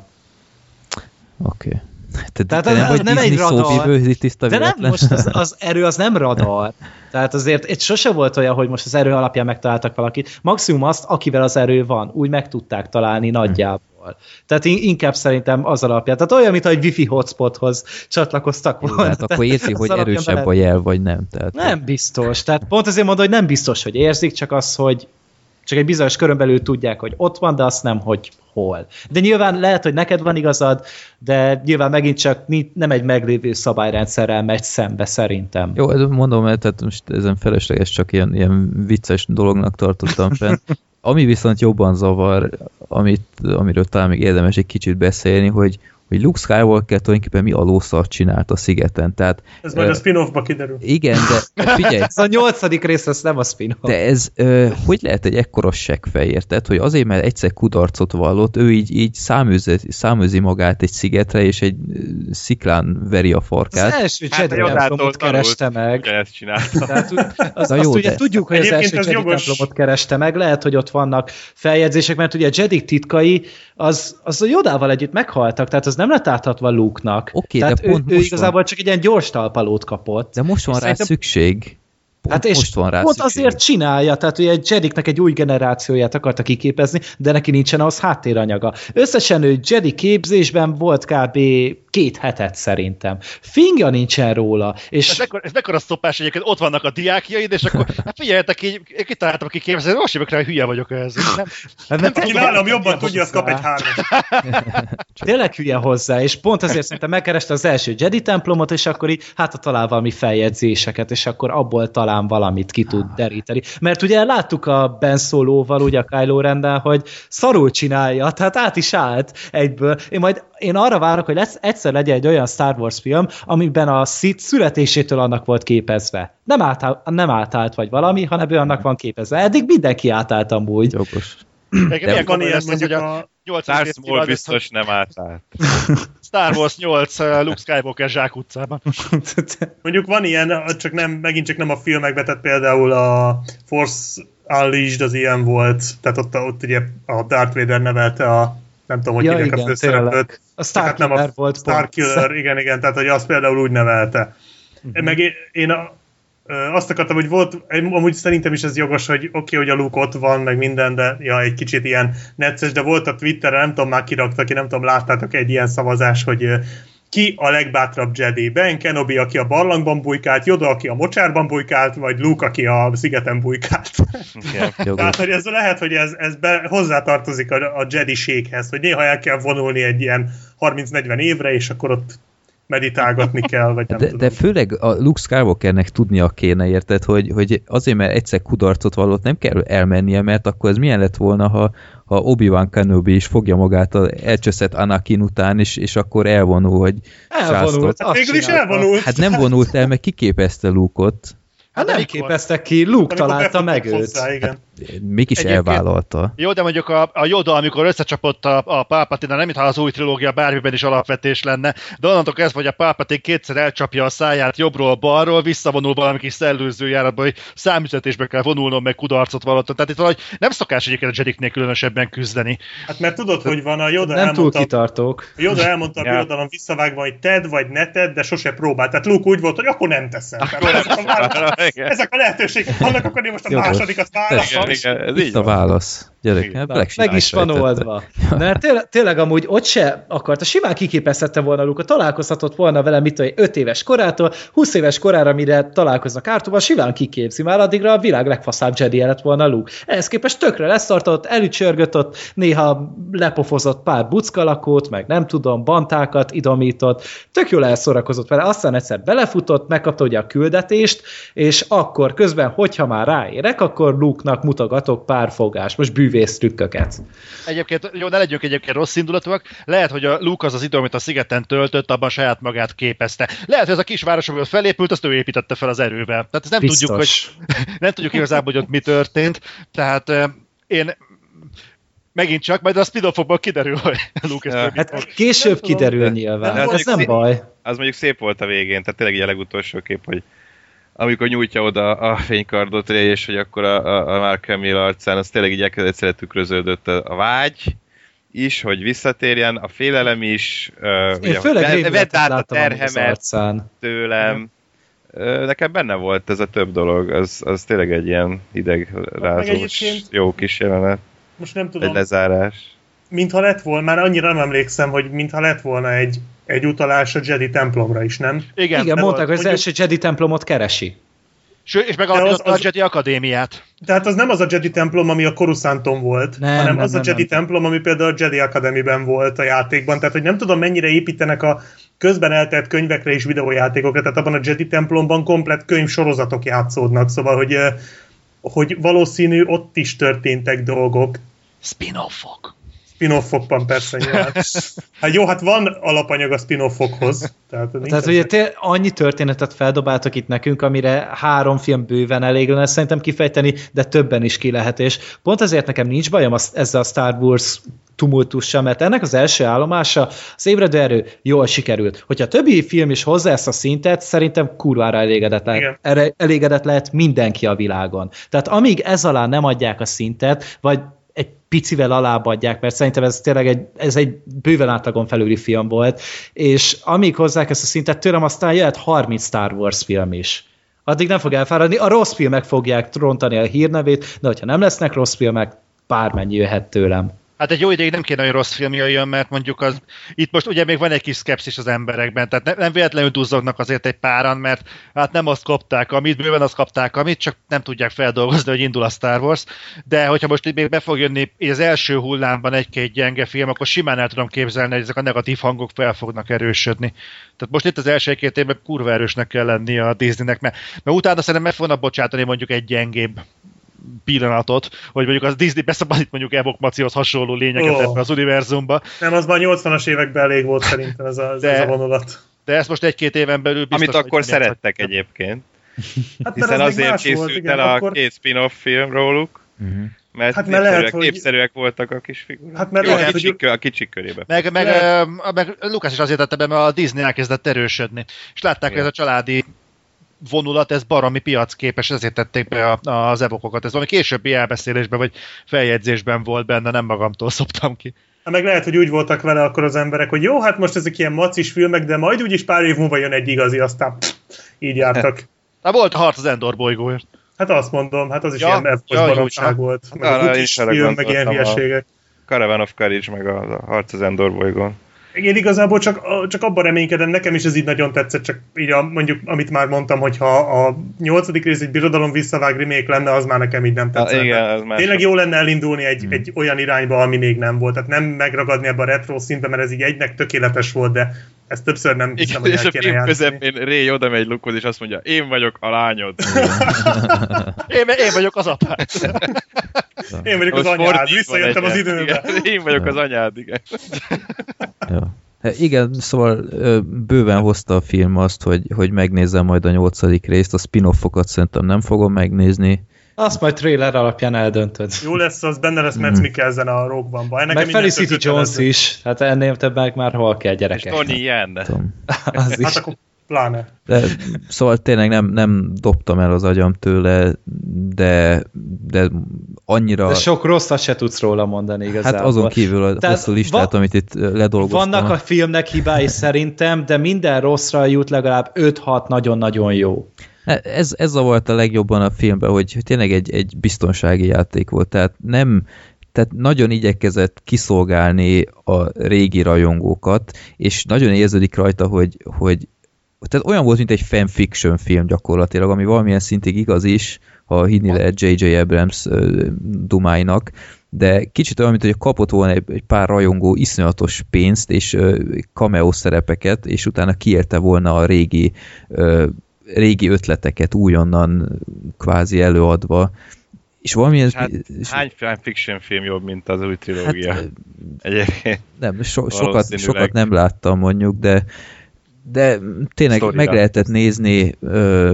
Oké. Okay. Te, Tehát te az, nem az vagy nem Disney egy radar. tiszta de nem, most az, az erő az nem radar. Tehát azért itt sose volt olyan, hogy most az erő alapján megtaláltak valakit. Maximum azt, akivel az erő van, úgy meg tudták találni nagyjából. Tehát inkább szerintem az alapján. Tehát olyan, mintha egy wifi hotspothoz csatlakoztak volna. Tehát akkor érzi, hogy erősebb bele... a jel, vagy nem. Tehát... Nem biztos. Tehát pont azért mondom, hogy nem biztos, hogy érzik, csak az, hogy csak egy bizonyos körön belül tudják, hogy ott van, de azt nem, hogy hol. De nyilván lehet, hogy neked van igazad, de nyilván megint csak nem egy meglévő szabályrendszerrel megy szembe, szerintem. Jó, mondom, mert tehát most ezen felesleges, csak ilyen, ilyen vicces dolognak tartottam fenn. Ami viszont jobban zavar, amit, amiről talán még érdemes egy kicsit beszélni, hogy, hogy Luke Skywalker tulajdonképpen mi a lószart csinált a szigeten. Tehát, ez majd uh, a spin-offba kiderül. Igen, de figyelj. Ez a nyolcadik rész, ez nem a spin-off. De ez, uh, hogy lehet egy ekkora seggfej, érted? Hogy azért, mert egyszer kudarcot vallott, ő így, így száműzi, száműzi magát egy szigetre, és egy sziklán veri a farkát. Az első Jedi templomot kereste meg. Ezt csinálta. Tehát, az, jó, azt ugye de. tudjuk, hogy az első Jedi templomot kereste meg, lehet, hogy ott vannak feljegyzések, mert ugye a Jedi titkai az, az a Jodával együtt meghaltak, tehát az nem lett átadva Luke-nak. Okay, tehát de pont ő, ő igazából van. csak egy ilyen gyors talpalót kapott. De most van rá szerintem... szükség. Pont hát és most van rá pont szükség. azért csinálja, tehát ugye egy Jediknek egy új generációját akarta kiképezni, de neki nincsen ahhoz háttéranyaga. Összesen ő Jedi képzésben volt kb. Két hetet szerintem. Fingja nincsen róla. És... Ez, mekkora, ez mekkora szopás egyébként, ott vannak a diákjaid, és akkor hát figyeljetek, így kitaláltam, aki képzel, most jövök rá, hogy hülye vagyok ez. Nem, nem, nem aki nálam jobban tudja, az kap egy hármat. Tényleg hülye hozzá, és pont azért szerintem megkereste az első Jedi templomot, és akkor így hát talál valami feljegyzéseket, és akkor abból talán valamit ki tud deríteni. Mert ugye láttuk a Ben Solo-val, ugye a Kylo Rennel, hogy szarul csinálja, tehát át is állt egyből. Én majd én arra várok, hogy lesz, egyszer legyen egy olyan Star Wars film, amiben a Sith születésétől annak volt képezve. Nem, átál, nem átállt vagy valami, hanem ő annak van képezve. Eddig mindenki átállt amúgy. Jogos. Milyen van ilyen, mondjuk a Star Wars biztos nem átállt. Star Wars nyolc Luke Skywalker Zsák utcában. Mondjuk van ilyen, csak nem, megint csak nem a filmekben, tehát például a Force Unleashed az ilyen volt, tehát ott, ott ugye a Darth Vader nevelte a nem tudom, hogy ja, hívják a főszereplőt. A Starkiller hát volt Starkiller, igen, igen, tehát hogy azt például úgy nevelte. Uh-huh. Meg én, én a, azt akartam, hogy volt, amúgy szerintem is ez jogos, hogy oké, okay, hogy a Luke ott van, meg minden, de ja, egy kicsit ilyen necces, de volt a Twitteren, nem tudom, már kirakta ki, nem tudom, láttátok egy ilyen szavazás, hogy ki a legbátrabb Jedi? Ben Kenobi, aki a barlangban bujkált, Yoda, aki a mocsárban bujkált, vagy Luke, aki a szigeten bujkált. Okay, tehát, hogy ez lehet, hogy ez, ez be, hozzátartozik a, a Jedi-séghez, hogy néha el kell vonulni egy ilyen harminc-negyven évre, és akkor ott meditálgatni kell, vagy nem de, tudom. De főleg a Luke Skywalkernek tudnia kéne, érted, hogy, hogy azért, mert egyszer kudarcot vallott, nem kell elmennie, mert akkor ez milyen lett volna, ha, ha Obi-Wan Kenobi is fogja magát az elcseszett Anakin után, és, és akkor elvonul, hogy elvonult. Hát végül is elvonult. Hát nem vonult el, meg kiképezte Luke-ot. Hát nem képeztek ki, Luke találta meg őt. Hozzá, igen. Hát, mégis egyébként elvállalta. Jó, de mondjuk a, a Yoda, amikor összecsapott a, a Palpatine, nem mintha az új trilógia bármiben is alapvetés lenne, de onnantól kezdve, hogy a Palpatine kétszer elcsapja a száját jobbról balról, visszavonul valami kis szellőző járatba, hogy számüzetésbe kell vonulnom, meg kudarcot vallott. Tehát itt valahogy nem szokás egyébként a Jediknél különösebben küzdeni. Hát mert tudod, hogy van a Yoda nem elmondta, túl kitartók. A Yoda elmondta a birodalom visszavágva, hogy tedd vagy ne tedd, de sose próbált. Tehát Luke úgy volt, hogy akkor nem teszem. Akkor ezek, a ezek a lehetőségek vannak, akkor én most a másodikat válaszol. Itt a válasz. gyerek. Na, meg is van oldva. Mert tényleg, tényleg amúgy ott se akarta, simán kiképezhette volna Luke, találkozhatott volna vele, mit tudom, öt éves korától, húsz éves korára, mire találkoznak Artúval, simán kiképzi, már addigra a világ legfaszább Jedi lett volna Luke. Ehhez képest tökre leszartott, elücsörgött ott, néha lepofozott pár buckalakót, meg nem tudom, bantákat idomított, tök jól elszórakozott vele, aztán egyszer belefutott, megkapta ugye a küldetést, és akkor közben, hogyha már ráérek, akkor Luke-nak mutogatok pár fogás, most bűvész trükköket. Egyébként, jó, ne legyünk egyébként rossz indulatúak, lehet, hogy a Luke az az idő, amit a szigeten töltött, abban saját magát képezte. Lehet, hogy ez a kisvárosokból felépült, azt ő építette fel az erővel. Tehát ezt nem Biztos. tudjuk, hogy nem tudjuk igazából, hogy ott mi történt. Tehát uh, én megint csak, majd a spin-offokból kiderül, hogy Luke ezt ja. Hát később kiderül nyilván, de ez nem szép, baj. Az mondjuk szép volt a végén, tehát tényleg a legutolsó kép, hogy amikor nyújtja oda a fénykardot, és hogy akkor a, a, a Mark Hamill arcán, az tényleg így egyszerre tükröződött a, a vágy is, hogy visszatérjen, a félelem is, uh, ugye, főleg vedd át a terhemet tőlem. Uh, nekem benne volt ez a több dolog, az, az tényleg egy ilyen hidegrázós, jó kis jelenet. Most nem tudom. Egy lezárás. Mintha lett volna, már annyira nem emlékszem, hogy mintha lett volna egy, egy utalás a Jedi templomra is, nem? Igen, Igen mondták, hogy az első Jedi templomot keresi. Ső, és megalapította a Jedi Akadémiát. Tehát az nem az a Jedi templom, ami a Coruscanton volt, nem, hanem nem, az nem, a Jedi nem. templom, ami például a Jedi Academy-ben volt a játékban. Tehát, hogy nem tudom, mennyire építenek a közben eltelt könyvekre és videójátékokra, tehát abban a Jedi templomban komplett könyvsorozatok játszódnak, szóval, hogy, hogy valószínű ott is történtek dolgok. Spin-offok. Spin-offokban persze nyilván. Hát jó, hát van alapanyag a spin-offokhoz. Tehát, tehát ugye te annyi történetet feldobáltak itt nekünk, amire három film bőven elég lenne szerintem kifejteni, de többen is ki lehet, és pont ezért nekem nincs bajom az, ezzel a Star Wars tumultussal, mert ennek az első állomása, az ébredő erő jól sikerült. Hogyha a többi film is hozza ezt a szintet, szerintem kurvára elégedett lehet, elégedett lehet mindenki a világon. Tehát amíg ez alá nem adják a szintet, vagy egy picivel alább adják, mert szerintem ez tényleg egy, ez egy bőven átlagon felüli film volt, és amíg hozzák ezt a szintet, tőlem aztán jöhet harminc Star Wars film is. Addig nem fog elfáradni, a rossz filmek fogják rontani a hírnevét, de hogyha nem lesznek rossz filmek, bármennyi jöhet tőlem. Hát egy jó ideig nem kéne, hogy rossz film jöjjön, mert mondjuk az, itt most ugye még van egy kis szkepszis az emberekben, tehát ne, nem véletlenül duzzognak azért egy páran, mert hát nem azt kapták, amit, bőven azt kapták, amit, csak nem tudják feldolgozni, hogy indul a Star Wars, de hogyha most még be fog jönni az első hullámban egy-két gyenge film, akkor simán el tudom képzelni, hogy ezek a negatív hangok fel fognak erősödni. Tehát most itt az első két évben kurva erősnek kell lenni a Disneynek, mert, mert utána szerintem meg fognak bocsátani mondjuk egy gyengébb pillanatot, hogy mondjuk az Disney beszabadít mondjuk Evok Macihoz hasonló lényeket oh. ebben az univerzumba. Nem, az már nyolcvanas években elég volt szerintem ez a, de, ez a vonulat. De ezt most egy-két éven belül biztos, amit akkor szerettek egyébként. Hát, hiszen az azért készült volt, igen, el a akkor... két spin-off film róluk, uh-huh. mert, hát mert lehet, hogy... népszerűek voltak a kis figurák. Hát mert jó, lehet, a, kicsik, hogy... a kicsik körébe. Meg, meg, meg, meg Lukasz is azért tette be, mert a Disney elkezdett erősödni. És látták, hogy ez a családi vonulat, ez baromi piacképes, ezért tették be a, az evokokat. Ez valami későbbi elbeszélésben, vagy feljegyzésben volt benne, nem magamtól szoptam ki. Hát meg lehet, hogy úgy voltak vele akkor az emberek, hogy jó, hát most ezek ilyen macis filmek, de majd úgyis pár év múlva jön egy igazi, aztán pff, így jártak. Hát volt a harc az Endor bolygóért. Hát azt mondom, hát az is ja, ilyen evokos ja, baromság volt. Hát, meg a Gutis film, meg ilyen hülyeségek. Caravan of Courage, meg a, a harc az Endor bolygón. Én igazából csak, csak abban reménykedem, nekem is ez így nagyon tetszett, csak így a, mondjuk, amit már mondtam, hogy ha a nyolcadik rész egy Birodalom visszavág remake lenne, az már nekem így nem tetszett. Igen, tényleg jó lenne elindulni egy, hmm. egy olyan irányba, ami még nem volt. Tehát nem megragadni ebbe a retro szintbe, mert ez így egynek tökéletes volt, de ezt többször nem hiszem, hogy el kéne játszani. És a film közepén Ray oda megy Lukehoz, és azt mondja, én vagyok a lányod. én, én vagyok az apád. Én vagyok az anyád, visszajöttem az időbe. Én vagyok az anyád, igen. Ja. Igen, szóval bőven hozta a film azt, hogy, hogy megnézzem majd a nyolcadik részt, a spin-offokat szerintem nem fogom megnézni. Azt majd trailer alapján eldöntöd. Jó lesz, az benne lesz Mads Mikkelsen a Rogue One-ban. Meg Felicity Jones is, hát ennél többek már hol kell, gyerekek. És Donnie Yen. Az is. Hát akkor pláne. De, szóval tényleg nem, nem dobtam el az agyam tőle, de, de annyira... De sok rosszat se tudsz róla mondani igazából. Hát azon kívül a Tehát hosszú listát, va- amit itt ledolgoztam. Vannak a filmnek hibái szerintem, de minden rosszra jut legalább öt-hat nagyon-nagyon jó. Ez, ez zavart a legjobban a filmben, hogy tényleg egy, egy biztonsági játék volt. Tehát nem tehát nagyon igyekezett kiszolgálni a régi rajongókat, és nagyon érződik rajta, hogy, hogy tehát olyan volt, mint egy fanfiction film gyakorlatilag, ami valamilyen szintig igaz is, ha hinni lehet jé jé Abrams dumáinak, de kicsit olyan, mint hogy kapott volna egy, egy pár rajongó iszonyatos pénzt és uh, cameo szerepeket, és utána kiérte volna a régi, uh, régi ötleteket újonnan kvázi előadva. És valamilyen... Hát, hány fanfiction film jobb, mint az új trilógia? Hát, egyébként. Nem, so, sokat, sokat nem láttam mondjuk, de, de tényleg Story meg lehetett nézni, uh,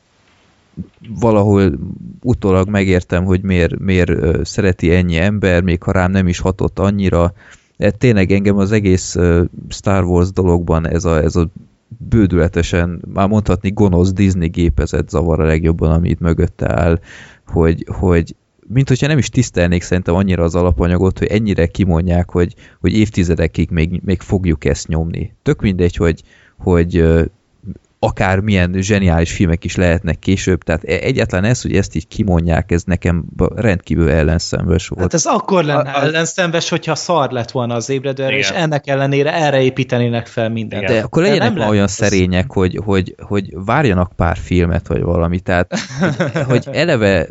valahol utólag megértem, hogy miért, miért szereti ennyi ember, még ha rám nem is hatott annyira. De tényleg engem az egész Star Wars dologban ez a, ez a bődületesen, már mondhatni gonosz Disney gépezet zavar a legjobban, ami itt mögötte áll, hogy, hogy mint hogyha nem is tisztelnék szerintem annyira az alapanyagot, hogy ennyire kimondják, hogy, hogy évtizedekig még, még fogjuk ezt nyomni. Tök mindegy, hogy, hogy akár milyen zseniális filmek is lehetnek később, tehát egyáltalán ez, hogy ezt így kimondják, ez nekem rendkívül ellenszenves volt. Hát ez akkor lenne a, ellenszenves, hogyha szar lett volna az ébredő erő, és ennek ellenére erre építenének fel mindent. De akkor legyenek már olyan szerények, hogy, hogy, hogy várjanak pár filmet, vagy valami, tehát hogy, hogy eleve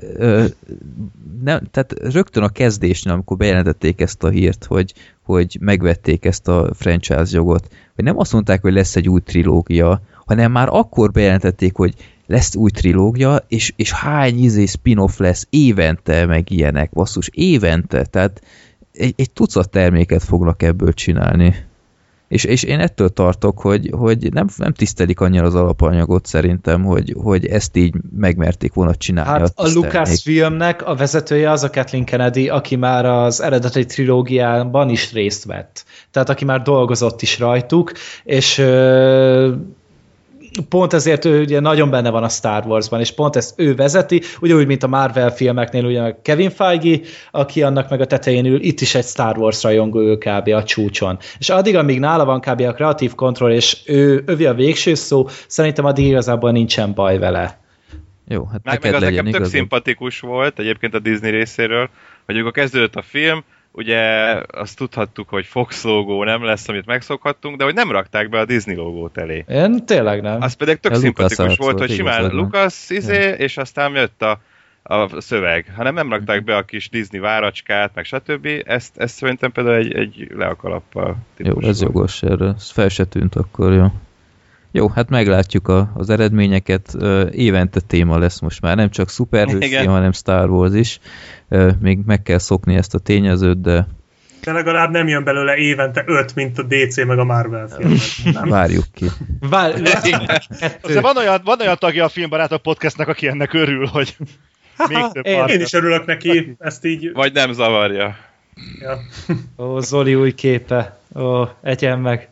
nem, tehát rögtön a kezdésnél, amikor bejelentették ezt a hírt, hogy, hogy megvették ezt a franchise jogot, hogy nem azt mondták, hogy lesz egy új trilógia, hanem már akkor bejelentették, hogy lesz új trilógia, és, és hány izé spin-off lesz évente, meg ilyenek, basszus, évente, tehát egy, egy tucat terméket fognak ebből csinálni. És, és én ettől tartok, hogy, hogy nem, nem tisztelik annyira az alapanyagot szerintem, hogy, hogy ezt így megmerték volna csinálni. Hát a Lucasfilmnek a vezetője az a Kathleen Kennedy, aki már az eredeti trilógiában is részt vett. Tehát aki már dolgozott is rajtuk, és ö, pont ezért ő ugye nagyon benne van a Star Warsban, és pont ezt ő vezeti, ugyanúgy, mint a Marvel filmeknél, ugye Kevin Feige, aki annak meg a tetején ül, itt is egy Star Wars rajongó ő kb. A csúcson. És addig, amíg nála van kb. A kreatív kontroll, és ő övi a végső szó, szerintem addig igazából nincsen baj vele. Jó, hát meg, meg az nekem tök szimpatikus volt egyébként a Disney részéről, hogy amikor kezdődött a film, ugye azt tudhattuk, hogy Fox logó nem lesz, amit megszokhattunk, de hogy nem rakták be a Disney logót elé. Én tényleg nem. Az pedig tök szimpatikus volt, hogy simán Lucas izé, ja. És aztán jött a, a szöveg. Hanem nem rakták be a kis Disney váracskát, meg stb. Ezt, ezt szerintem például egy, egy leakalappal Jó, ez volt. Jogos erre. Ez fel se tűnt akkor, jó. Jó, hát meglátjuk a, az eredményeket. Évente téma lesz most már. Nem csak szuperhős, hanem Star Wars is. Még meg kell szokni ezt a tényezőt, de... De legalább nem jön belőle évente öt, mint a dé cé meg a Marvel filmek. Várjuk ki. Vár... van, olyan, van olyan tagja a Filmbarátok podcastnak, aki ennek örül, hogy még több én, én is örülök neki, ezt így... Vagy nem zavarja. Ja. Ó, Zoli új képe. Ó, egyen meg.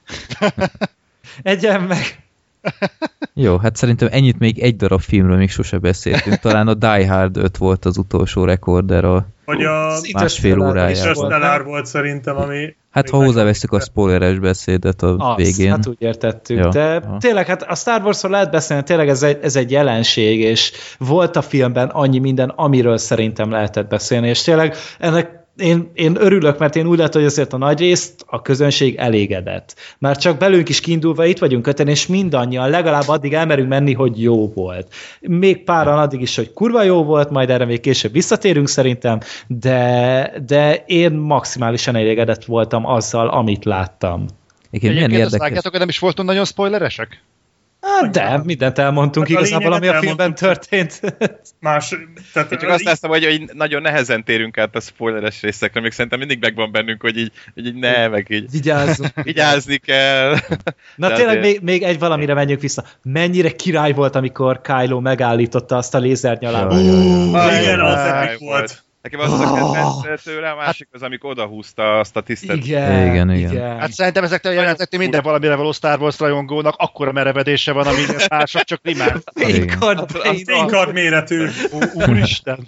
Egyen meg. Jó, hát szerintem ennyit még egy darab filmről még sose beszéltünk. Talán a Die Hard öt volt az utolsó rekorder a Vagy a másfél órájában. Interstellar volt szerintem, ami... Hát ha hozzáveszünk a spoileres beszédet a az, végén. Hát úgy értettük, ja, de ja. Tényleg hát a Star Warsról lehet beszélni, tényleg ez egy, ez egy jelenség, és volt a filmben annyi minden, amiről szerintem lehetett beszélni, és tényleg ennek Én, én örülök, mert én úgy látom, hogy azért a nagy részt a közönség elégedett. Már csak belünk is kiindulva itt vagyunk öten, és mindannyian legalább addig elmerünk menni, hogy jó volt. Még páran addig is, hogy kurva jó volt, majd erre még később visszatérünk szerintem, de, de én maximálisan elégedett voltam azzal, amit láttam. Egyébként azt látjátok, hogy nem is voltunk nagyon spoileresek? Hát de, mindent elmondtunk hát igazából, ami a filmben történt. Más, tehát én csak azt láttam, hogy, hogy nagyon nehezen térünk át a spoileres részekre, még szerintem mindig megvan bennünk, hogy így, hogy így ne, meg így vigyázzunk. Vigyázni kell. Na de tényleg azért... még, még egy valamire menjünk vissza. Mennyire király volt, amikor Kylo megállította azt a lézernyalát. Igen, az epik volt. Nekem az a kedvenc tőle, a másik az, amikor odahúzta azt a tisztet. Igen, igen, igen. igen. Hát szerintem ezektől a jelenetektől minden valamire való Star Wars rajongónak akkora merevedése van, ami mások csak rimán. Fénykard, fénykard méretű. Úristen.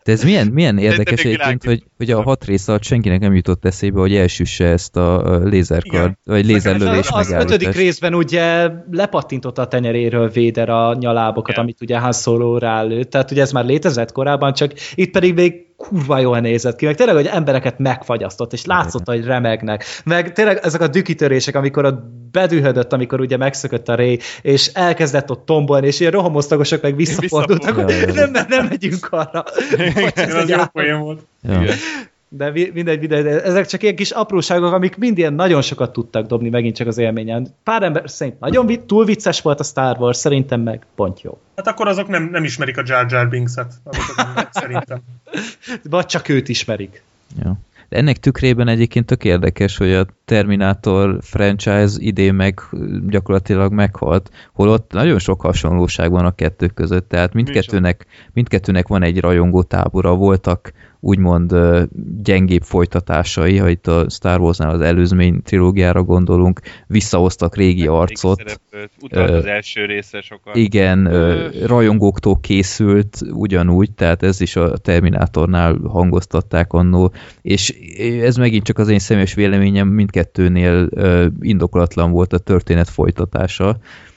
De ez milyen, milyen érdekes tényleg egyébként, világ- hogy, hogy a hat rész alatt senkinek nem jutott eszébe, hogy elsüsse ezt a lézerkard, Igen. vagy lézerlövés Az ötödik megállítást. részben ugye lepattintotta a tenyeréről Vader a nyalábokat, Igen. amit ugye Han Solo rálőtt. Tehát ugye ez már létezett korábban, csak itt pedig még kurva jól nézett ki, meg tényleg, hogy embereket megfagyasztott, és látszott, hogy remegnek. Meg tényleg ezek a dükitörések, amikor ott bedühödött, amikor ugye megszökött a Rey, és elkezdett ott tombolni, és ilyen rohamosztagosok meg visszafordultak, Visszafordultak. hogy Ja, ja, ja. nem, nem megyünk arra. Vagy ez Igen, az egy jó állat. poén volt. Ja. Igen. De mi- mindegy, mindegy, ezek csak ilyen kis apróságok, amik mind ilyen nagyon sokat tudtak dobni megint csak az élményen. Pár ember szerint nagyon vi- túl vicces volt a Star Wars, szerintem meg pont jó. Hát akkor azok nem, nem ismerik a Jar Jar Binks-et, azok az emberek, szerintem. Vagy csak őt ismerik. Ja. De ennek tükrében egyébként tök érdekes, hogy a Terminator franchise idén meg gyakorlatilag meghalt, holott nagyon sok hasonlóság van a kettő között, tehát mindkettőnek, mindkettőnek van egy rajongó tábora, voltak úgymond uh, gyengébb folytatásai, ha itt a Star Warsnál az előzmény trilógiára gondolunk, visszahoztak régi arcot. Szereplőt, utalt Ö, az első részre sokat. Igen, ö, rajongóktól készült ugyanúgy, tehát ez is a Terminátornál hangoztatták annó, és ez megint csak az én személyes véleményem, mindkettőnél ö, indokolatlan volt a történet folytatása,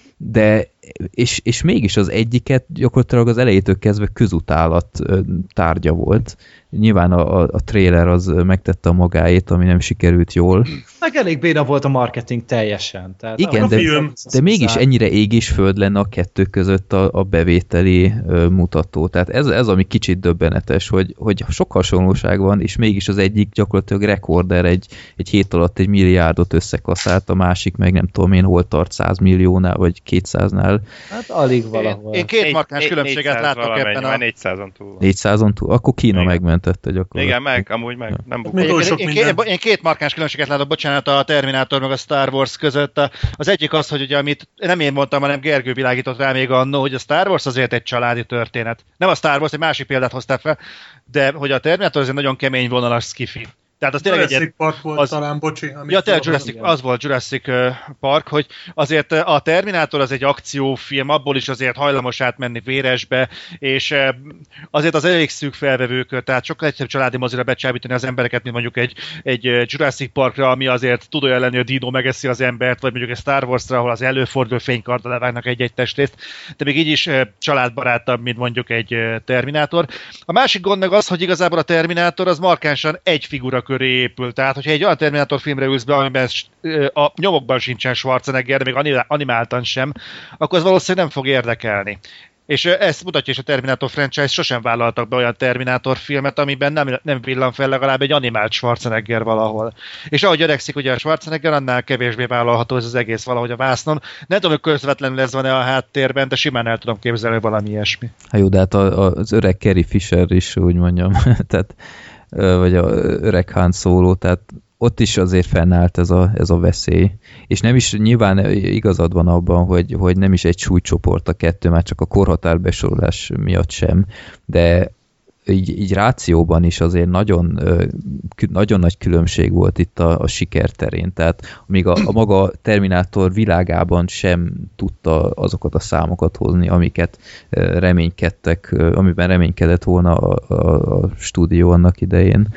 de és, és mégis az egyiket gyakorlatilag az elejétől kezdve közutálat ö, tárgya volt. Nyilván a, a, a trailer az megtette a magáét, ami nem sikerült jól. Meg elég béna volt a marketing teljesen. Tehát Igen, a de, film. de mégis ennyire ég és föld lenne a kettő között a, a bevételi ö, mutató. Tehát ez, ez ami kicsit döbbenetes, hogy, hogy sok hasonlóság van, és mégis az egyik gyakorlatilag rekorder egy, egy hét alatt egy milliárdot összekaszált, a másik meg nem tudom én hol tart száz milliónál, vagy kétszáznál. Hát alig Én, valahol. én két Négy- markáns négy- különbséget négyszáz látok valamennyi, ebben a... már négyszázon túl van. négyszázon túl, akkor Kína Igen. megmentette gyakorlatilag. Igen, meg, amúgy meg, nem bukott. Még oly sok Én, minden. én, én két markáns különbséget látok, bocsánat, a Terminátor meg a Star Wars között. Az egyik az, hogy ugye, amit nem én mondtam, hanem Gergő világított rá még annó, hogy a Star Wars azért egy családi történet. Nem a Star Wars, egy másik példát hoztál fel, de hogy a Terminátor azért nagyon kemény vonalas skifi. Tehát az tényleg egy Jurassic Park volt az- talán, bocsi. amit Ja, tényleg tudom, Jurassic, az volt Jurassic ö, Park, hogy azért ö, a Terminátor az egy akciófilm, abból is azért hajlamos átmenni véresbe, és ö, azért az elég szűk felvevőkör, tehát sokkal egyszerűbb családi mozira becsábítani az embereket, mint mondjuk egy, egy ö, Jurassic Parkra, ami azért tud olyan lenni, hogy Dino megeszi az embert, vagy mondjuk egy Star Warsra, ahol az előforduló fénykarddal levágnak egy-egy testrészt, de még így is ö, családbarátabb, mint mondjuk egy ö, Terminátor. A másik gond meg az, hogy igazából a Terminátor az markánsan egy figura köré épül. Tehát, hogyha egy olyan Terminátor filmre ülsz be, amiben a nyomokban sincsen Schwarzenegger, de még animáltan sem, akkor az valószínűleg nem fog érdekelni. És ezt mutatja is a Terminátor franchise, sosem vállaltak be olyan Terminátor filmet, amiben nem, nem villan fel legalább egy animált Schwarzenegger valahol. És ahogy öregszik ugye a Schwarzenegger, annál kevésbé vállalható ez az egész valahogy a vásznon. Nem tudom, hogy közvetlenül ez van-e a háttérben, de simán el tudom képzelni valami ilyesmi. Hát jó, de hát a, a, az öreg Carrie Fisher is, úgy mondjam, tehát, vagy a öreg Han Solo, tehát ott is azért fennállt ez a, ez a veszély. És nem is nyilván igazad van abban, hogy, hogy nem is egy súlycsoport a kettő, már csak a korhatárbesorolás miatt sem, de így, így rációban is azért nagyon, nagyon nagy különbség volt itt a, a sikerterén. Tehát még a, a maga Terminátor világában sem tudta azokat a számokat hozni, amiket reménykedtek, amiben reménykedett volna a, a, a stúdió annak idején.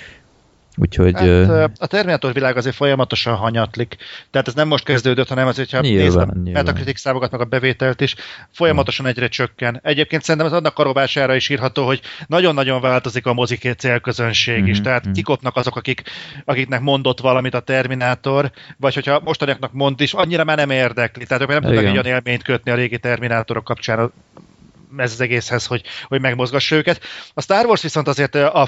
Úgyhogy... Hát, a Terminátor világ azért folyamatosan hanyatlik. Tehát ez nem most kezdődött, hanem az, hogyha nézve a Metacritic számokat, meg a bevételt is, folyamatosan egyre csökken. Egyébként szerintem az annak a robására is írható, hogy nagyon-nagyon változik a mozik célközönség is. Mm-hmm. Tehát kikopnak azok, akik, akiknek mondott valamit a Terminátor, vagy hogyha mostaniaknak mond is, annyira már nem érdekli. Tehát ők nem tudnak egy olyan élményt kötni a régi Terminátorok kapcsán ez az egészhez, hogy, hogy megmozgassa őket. A Star Wars viszont azért a, a,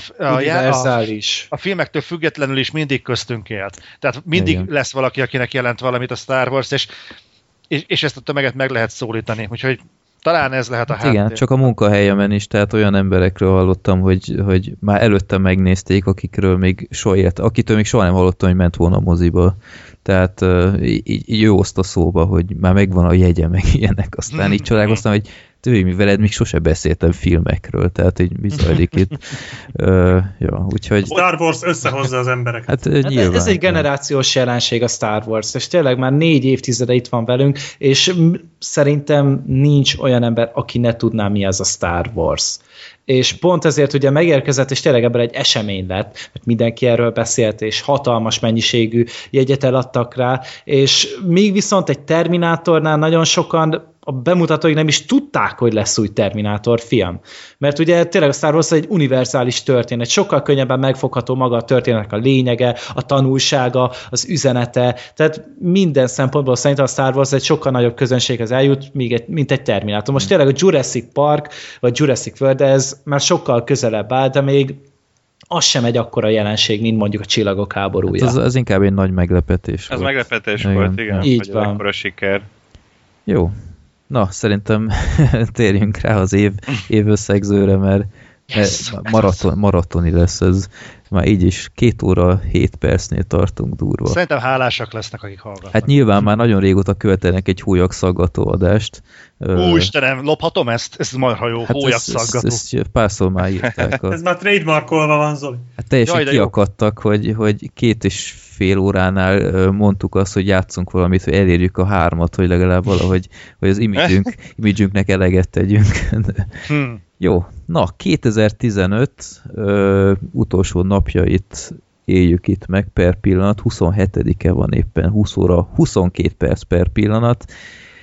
a, a filmektől függetlenül is mindig köztünk élt. Tehát mindig igen. Lesz valaki, akinek jelent valamit a Star Wars, és, és, és ezt a tömeget meg lehet szólítani. Úgyhogy talán ez lehet a hát háttér. Igen, csak a munkahelyemen is, tehát olyan emberekről hallottam, hogy, hogy már előtte megnézték, akikről még soha élt, akitől még soha nem hallottam, hogy ment volna a moziba. Tehát uh, így, így jó oszta szóba, hogy már megvan a jegye, meg ilyenek. Aztán így csodálkoztam, hogy tőle, mi veled még sose beszéltem filmekről, tehát így bizajlik itt. Uh, ja, úgyhogy... Star Wars összehozza az embereket. Hát, uh, hát nyilván, ez egy generációs jelenség a Star Wars, és tényleg már négy évtizede itt van velünk, és szerintem nincs olyan ember, aki ne tudná, mi ez a Star Wars. és pont ezért ugye megérkezett, és tényleg ebből egy esemény lett, mert mindenki erről beszélt, és hatalmas mennyiségű jegyet eladtak rá, és még viszont egy Terminátornál nagyon sokan a bemutatóig nem is tudták, hogy lesz új Terminátor film. Mert ugye tényleg a Star Wars egy univerzális történet, sokkal könnyebben megfogható maga a történetnek a lényege, a tanulsága, az üzenete, tehát minden szempontból szerintem a Star Wars egy sokkal nagyobb közönséghez eljut, mint egy Terminátor. Most tényleg a Jurassic Park, vagy Jurassic World, ez már sokkal közelebb áll, de még az sem egy akkora jelenség, mint mondjuk a Csillagok háborúja. Hát az, az inkább egy nagy meglepetés Ez volt. meglepetés Igen. volt, igen. Így hogy van. akkora siker. Jó. Na, szerintem térjünk rá az év, évösszegzőre, mert Yes, maraton, maratoni lesz ez. Már így is két óra, hét percnél tartunk durva. Szerintem hálásak lesznek, akik hallgatnak. Hát nyilván már nagyon régóta követelnek egy hólyagszaggató adást. Ú, Istenem, lophatom ezt? Ez marha jó, hát hólyagszaggató. ezt, ezt párszor már írták. A... Ez már trademarkolva van, Zoli. Hát teljesen Jaj, de kiakadtak, hogy, hogy két és fél óránál mondtuk azt, hogy játszunk valamit, hogy elérjük a hármat, hogy legalább valahogy hogy az imidzsünk, imidzsünknek eleget tegyünk. Hmm. Jó, na, kétezer-tizenöt ö, utolsó napjait éljük itt meg per pillanat, huszonhetedike van éppen, húsz óra, huszonkét perc per pillanat,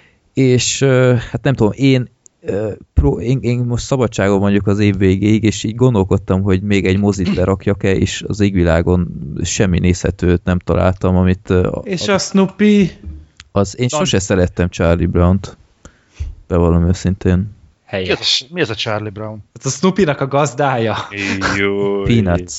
és ö, hát nem tudom, én, ö, pro, én, én most szabadságon vagyok az év végéig, és így gondolkodtam, hogy még egy mozit lerakjak-e, és az égvilágon semmi nézhetőt nem találtam, amit... Ö, És a Snoopy... Az, én sose szerettem Charlie Brown-t, bevallom őszintén. Mi ez, Helyes. a, mi ez a Charlie Brown? Hát a Snoopy-nak a gazdája. Jó. Peanuts.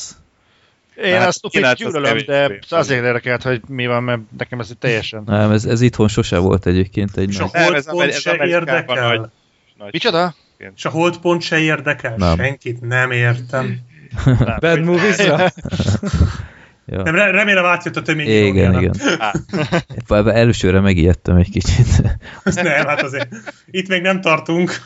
Én Hát, azt kínált, Snoopy az gyűlölöm, kevés de szép. azért érdekelt, hogy mi van, mert nekem ez teljesen... Nem, ez, ez itthon sose volt egyébként egy És a nagy... Nem, ez holdpont Ameri- se ez Amerikában érdekel. nagy- nagy- Micsoda? És a holdpont se érdekel. Nem. Senkit nem értem. Bad Movies-ra? Ja. Nem, re- remélem átjött a tömény. Igen, igen. Elősőre megijedtem egy kicsit. Nem, hát azért. Itt még nem tartunk.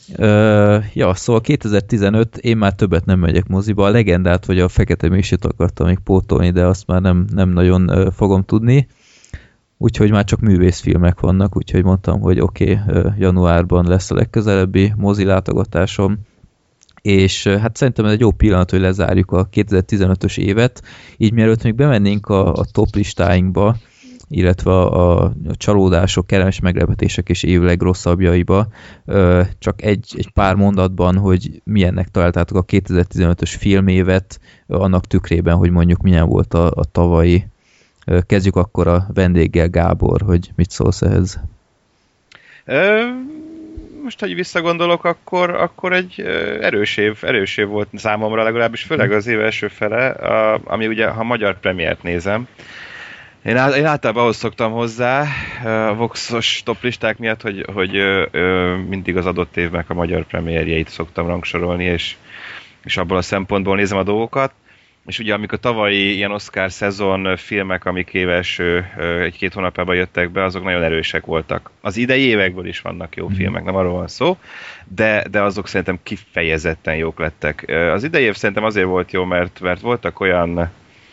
Ö, ja, szóval kétezer-tizenöt, én már többet nem megyek moziba. A legendát vagy a fekete misét akartam még pótolni, de azt már nem, nem nagyon ö, fogom tudni. Úgyhogy már csak művészfilmek vannak, úgyhogy mondtam, hogy oké, okay, januárban lesz a legközelebbi mozi látogatásom. És hát szerintem ez egy jó pillanat, hogy lezárjuk a kétezer-tizenötös évet, így mielőtt még bemennénk a, a top listáinkba, illetve a, a csalódások, kellemes meglepetések és év legrosszabbjaiba, csak egy, egy pár mondatban, hogy milyennek találtátok a kétezer-tizenötös filmévet, annak tükrében, hogy mondjuk milyen volt a, a tavalyi. Kezdjük akkor a vendéggel, Gábor, hogy mit szólsz ehhez? Ö, most, hogy visszagondolok, akkor, akkor egy erős év, erős év volt számomra, legalábbis főleg az év első fele, a, ami ugye, ha magyar premiért nézem. Én, á, én általában ahhoz szoktam hozzá a Voxos toplisták miatt, hogy, hogy ö, ö, mindig az adott évnek a magyar premierjeit szoktam rangsorolni, és, és abból a szempontból nézem a dolgokat. És ugye amikor tavalyi ilyen Oscar szezon filmek, amik éves egy-két hónapjában jöttek be, azok nagyon erősek voltak. Az idei évekből is vannak jó filmek, nem arról van szó, de, de azok szerintem kifejezetten jók lettek. Az idei év szerintem azért volt jó, mert, mert voltak olyan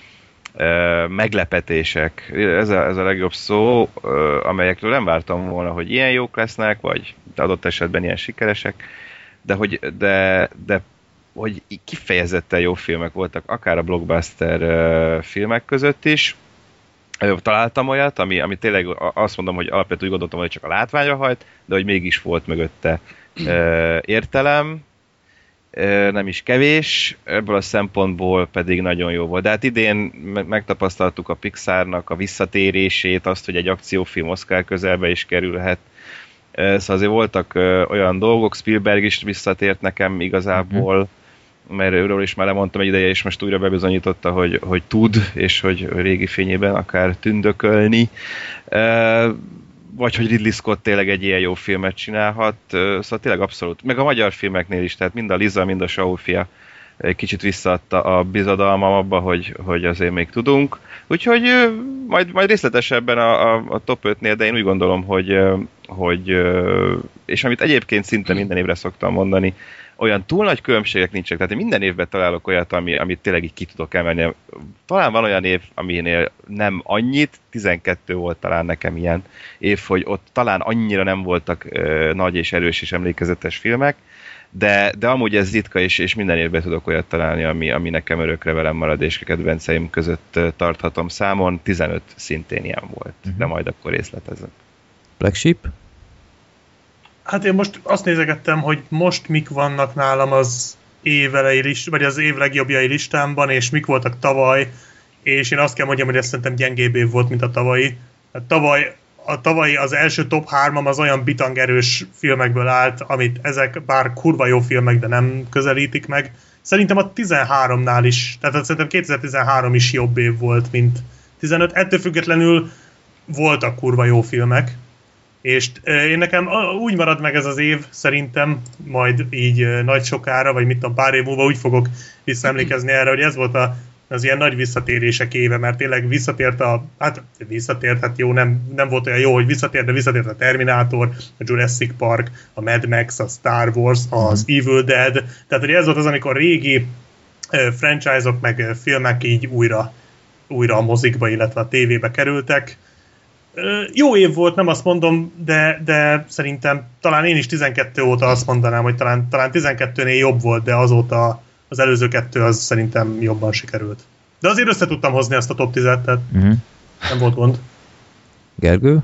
ö, meglepetések, ez a, ez a legjobb szó, ö, amelyekről nem vártam volna, hogy ilyen jók lesznek, vagy adott esetben ilyen sikeresek, de hogy de, de hogy kifejezetten jó filmek voltak, akár a blockbuster uh, filmek között is. Uh, találtam olyat, ami, ami tényleg azt mondom, hogy alapvetően úgy gondoltam, hogy csak a látványra hajt, de hogy mégis volt mögötte uh, értelem, uh, nem is kevés, ebből a szempontból pedig nagyon jó volt. De hát idén me- megtapasztaltuk a Pixarnak a visszatérését, azt, hogy egy akciófilm Oscar közelbe is kerülhet. Uh, szóval azért voltak uh, olyan dolgok, Spielberg is visszatért nekem igazából, uh-huh. mert őről is már lemondtam egy ideje, és most újra bebizonyította, hogy, hogy tud, és hogy régi fényében akár tündökölni. Vagy hogy Ridley Scott tényleg egy ilyen jó filmet csinálhat. Szóval tényleg abszolút. Meg a magyar filmeknél is, tehát mind a Liza, mind a Sofia egy kicsit visszaadta a bizodalmam abba, hogy, hogy azért még tudunk. Úgyhogy majd, majd részletesebben a, a, a top ötnél, de én úgy gondolom, hogy, hogy és amit egyébként szinte minden évre szoktam mondani, olyan túl nagy különbségek nincsenek, tehát én minden évben találok olyat, ami, amit tényleg így ki tudok emelni. Talán van olyan év, aminél nem annyit, tizenkettő volt talán nekem ilyen év, hogy ott talán annyira nem voltak ö, nagy és erős és emlékezetes filmek, de, de amúgy ez ritka, és, és minden évben tudok olyat találni, ami, ami nekem örökre velem marad, és kedvenceim között tarthatom számon. tizenöt szintén ilyen volt, uh-huh. de majd akkor részletezem. Black Sheep? Hát én most azt nézegettem, hogy most mik vannak nálam az évelei list, vagy az év legjobbjai listámban, és mik voltak tavaly, és én azt kell mondjam, hogy ez szerintem gyengébb év volt, mint a tavalyi. Hát tavaly, a tavalyi az első top hármam az olyan bitangerős filmekből állt, amit ezek bár kurva jó filmek, de nem közelítik meg. Szerintem a tizenháromnál is, tehát szerintem kétezer-tizenhárom is jobb év volt, mint tizenöt. Ettől függetlenül voltak kurva jó filmek. És én nekem úgy marad meg ez az év, szerintem majd így nagy sokára, vagy mit tudom, pár év múlva úgy fogok visszaemlékezni erre, hogy ez volt a, az ilyen nagy visszatérések éve, mert tényleg visszatért a, hát visszatért, hát jó, nem, nem volt olyan jó, hogy visszatért, de visszatért a Terminator, a Jurassic Park, a Mad Max, a Star Wars, az Evil Dead, tehát hogy ez volt az, amikor régi franchise-ok meg filmek így újra, újra a mozikba, illetve a tévébe kerültek. Jó év volt, nem azt mondom, de, de szerintem talán én is tizenkettő óta azt mondanám, hogy talán, talán tizenkettőnél jobb volt, de azóta az előző kettő az szerintem jobban sikerült. De azért össze tudtam hozni ezt a top tízet, tehát uh-huh. nem volt gond. Gergő?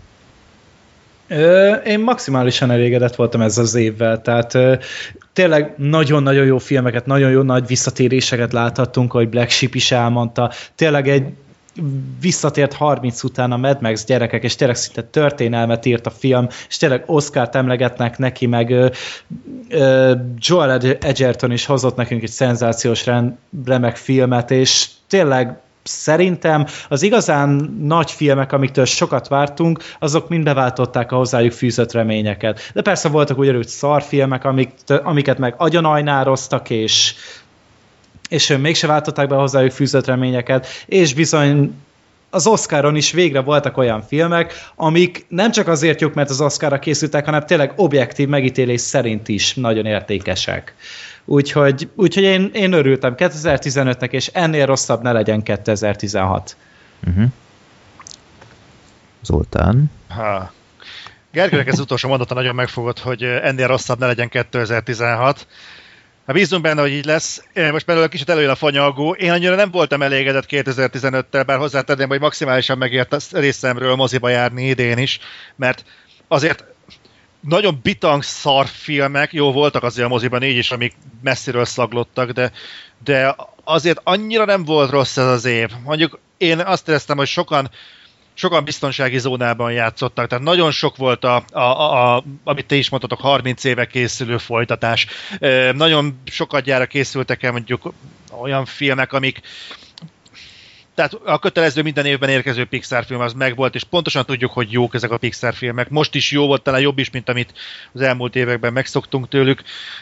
Ö, én maximálisan elégedett voltam ezzel az évvel, tehát ö, tényleg nagyon-nagyon jó filmeket, nagyon jó nagy visszatéréseket láthattunk, ahogy Black Sheep is elmondta. Tényleg egy visszatért harminc után a Mad Max gyerekek, és tényleg szinte történelmet írt a film, és tényleg Oscart emlegetnek neki, meg ö, ö, Joel Edgerton is hozott nekünk egy szenzációs remek filmet, és tényleg szerintem az igazán nagy filmek, amiktől sokat vártunk, azok mind beváltották a hozzájuk fűzött reményeket. De persze voltak ugyanúgy szarfilmek, amik, amiket meg agyonajnároztak, és és mégse váltották be hozzájuk fűzött reményeket, és bizony az Oscaron is végre voltak olyan filmek, amik nem csak azért jók, mert az Oscarra készültek, hanem tényleg objektív megítélés szerint is nagyon értékesek. Úgyhogy, úgyhogy én, én örültem kétezer-tizenötnek, és ennél rosszabb ne legyen kétezer-tizenhat. Uh-huh. Zoltán? Ha. Gergőnek ez utolsó mondata nagyon megfogott, hogy ennél rosszabb ne legyen kétezer-tizenhat. Hát bízunk benne, hogy így lesz. Most belőle kicsit előjön a fanyalgó. Én annyira nem voltam elégedett kétezer-tizenöttel, bár hozzátenném, hogy maximálisan megért a részemről moziba járni idén is, mert azért nagyon bitang szar filmek, jó voltak azért a moziban így is, amik messziről szaglottak, de, de azért annyira nem volt rossz ez az év. Mondjuk én azt éreztem, hogy sokan sokan biztonsági zónában játszottak, tehát nagyon sok volt a, a, a, a amit te is mondtatok, harminc éve készülő folytatás. E, nagyon sokat gyára készültek el mondjuk olyan filmek, amik tehát a kötelező minden évben érkező Pixar film az megvolt, és pontosan tudjuk, hogy jók ezek a Pixar filmek. Most is jó volt, talán jobb is, mint amit az elmúlt években megszoktunk tőlük.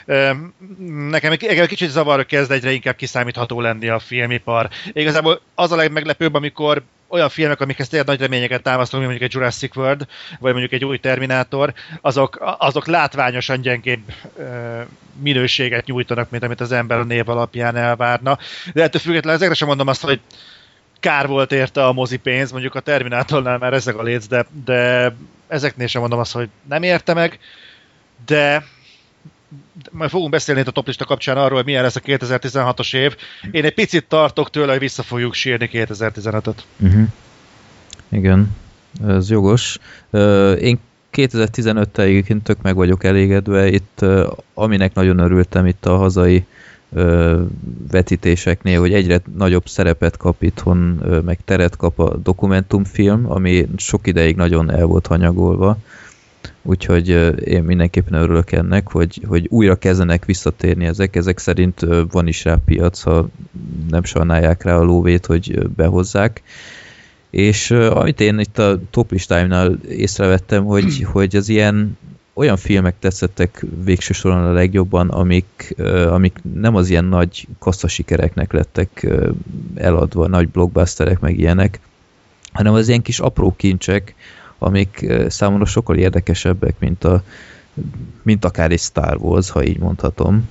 Nekem egy kicsit zavarra kezd egyre inkább kiszámítható lenni a filmipar. Igazából az a legmeglepőbb, amikor olyan filmek, amikhez tényleg nagy reményeket támasztunk, mint mondjuk egy Jurassic World, vagy mondjuk egy új Terminator, azok, azok látványosan gyengébb minőséget nyújtanak, mint amit az ember a név alapján elvárna. De ettől függetlenül ezekre sem mondom azt, hogy kár volt érte a mozipénz, mondjuk a Terminátornál már ezek a léc, de, de ezeknél sem mondom azt, hogy nem érte meg, de majd fogunk beszélni itt a toplista kapcsán arról, hogy milyen lesz a kétezer-tizenhatos év. Én egy picit tartok tőle, hogy vissza fogjuk sírni kétezer-tizenötöt. Uh-huh. Igen, ez jogos. Én kétezer-tizenöttel egyébként tök meg vagyok elégedve. Itt, aminek nagyon örültem itt a hazai vetítéseknél, hogy egyre nagyobb szerepet kap itthon, meg teret kap a dokumentumfilm, ami sok ideig nagyon el volt hanyagolva. Úgyhogy én mindenképpen örülök ennek, hogy, hogy újra kezdenek visszatérni ezek. Ezek szerint van is rá piac, ha nem sajnálják rá a lóvét, hogy behozzák. És amit én itt a top listáimnál észrevettem, hogy, hogy az ilyen olyan filmek tetszettek végső soron a legjobban, amik, amik nem az ilyen nagy kasszasikereknek lettek eladva, nagy blockbusterek meg ilyenek, hanem az ilyen kis apró kincsek, amik számomra sokkal érdekesebbek, mint, a, mint akár egy Star Wars, ha így mondhatom.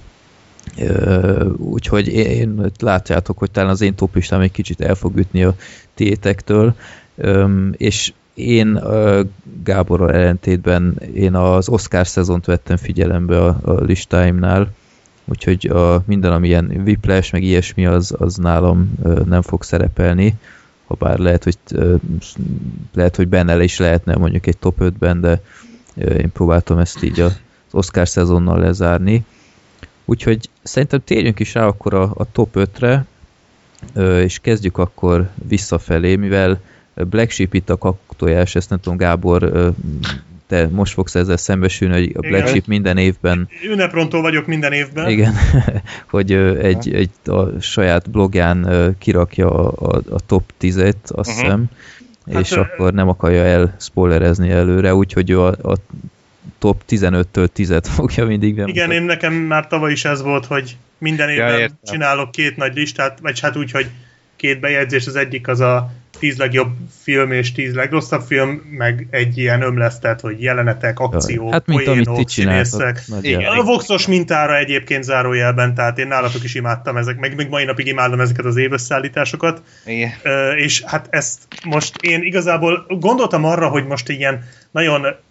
Úgyhogy én látjátok, hogy talán az én toplistám egy kicsit el fog ütni a tiétektől, és én uh, Gáborral ellentétben én az Oscar szezont vettem figyelembe a, a listáimnál, úgyhogy a, minden, ami ilyen Whiplash, meg ilyesmi, az, az nálam uh, nem fog szerepelni, ha bár lehet, hogy uh, lehet, hogy benne is lehetne mondjuk egy top ötben, de uh, én próbáltam ezt így az Oscar szezonnal lezárni. Úgyhogy szerintem térjünk is rá akkor a, a top ötre, uh, és kezdjük akkor visszafelé, mivel Black Sheep itt a kaktojás, ezt nem tudom, Gábor, te most fogsz ezzel szembesülni, hogy a Black igen. Sheep minden évben... Ünneprontól vagyok minden évben. Igen, hogy egy, egy a saját blogján kirakja a, a, a top tízet, azt uh-huh. hiszem, és hát, akkor nem akarja el spoilerezni előre, úgyhogy a, a top tizenöttől tízet fogja mindig bemutatni. Igen, én nekem már tavaly is ez volt, hogy minden évben ja, csinálok két nagy listát, vagy hát úgy, hogy két bejegyzés, az egyik az a tíz legjobb film és tíz legrosszabb film, meg egy ilyen ömlesztet, hogy jelenetek, akciók, hát, mint poénok, amit ti csináltak. A Voxos mintára egyébként zárójelben, tehát én nálatok is imádtam ezek, meg még mai napig imádom ezeket az évösszállításokat. Igen. Uh, és hát ezt most én igazából gondoltam arra, hogy most ilyen nagyon uh,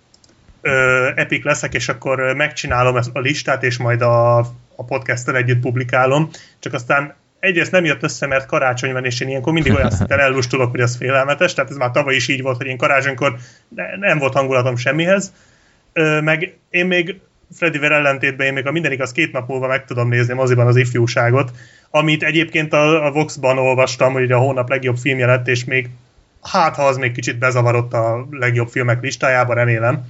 epic leszek, és akkor megcsinálom ezt a listát, és majd a, a podcasten együtt publikálom, csak aztán egyrészt nem jött össze, mert karácsony van, és én ilyenkor mindig olyan szinten ellustulok, hogy ez félelmetes, tehát ez már tavaly is így volt, hogy én karácsonykor ne, nem volt hangulatom semmihez. Ö, meg én még Freddyvel ellentétben én még a minden igaz két nap múlva meg tudom nézni moziban az ifjúságot, amit egyébként a, a Vox-ban olvastam, hogy a hónap legjobb filmje lett, és még hát ha az még kicsit bezavarott a legjobb filmek listájába, remélem.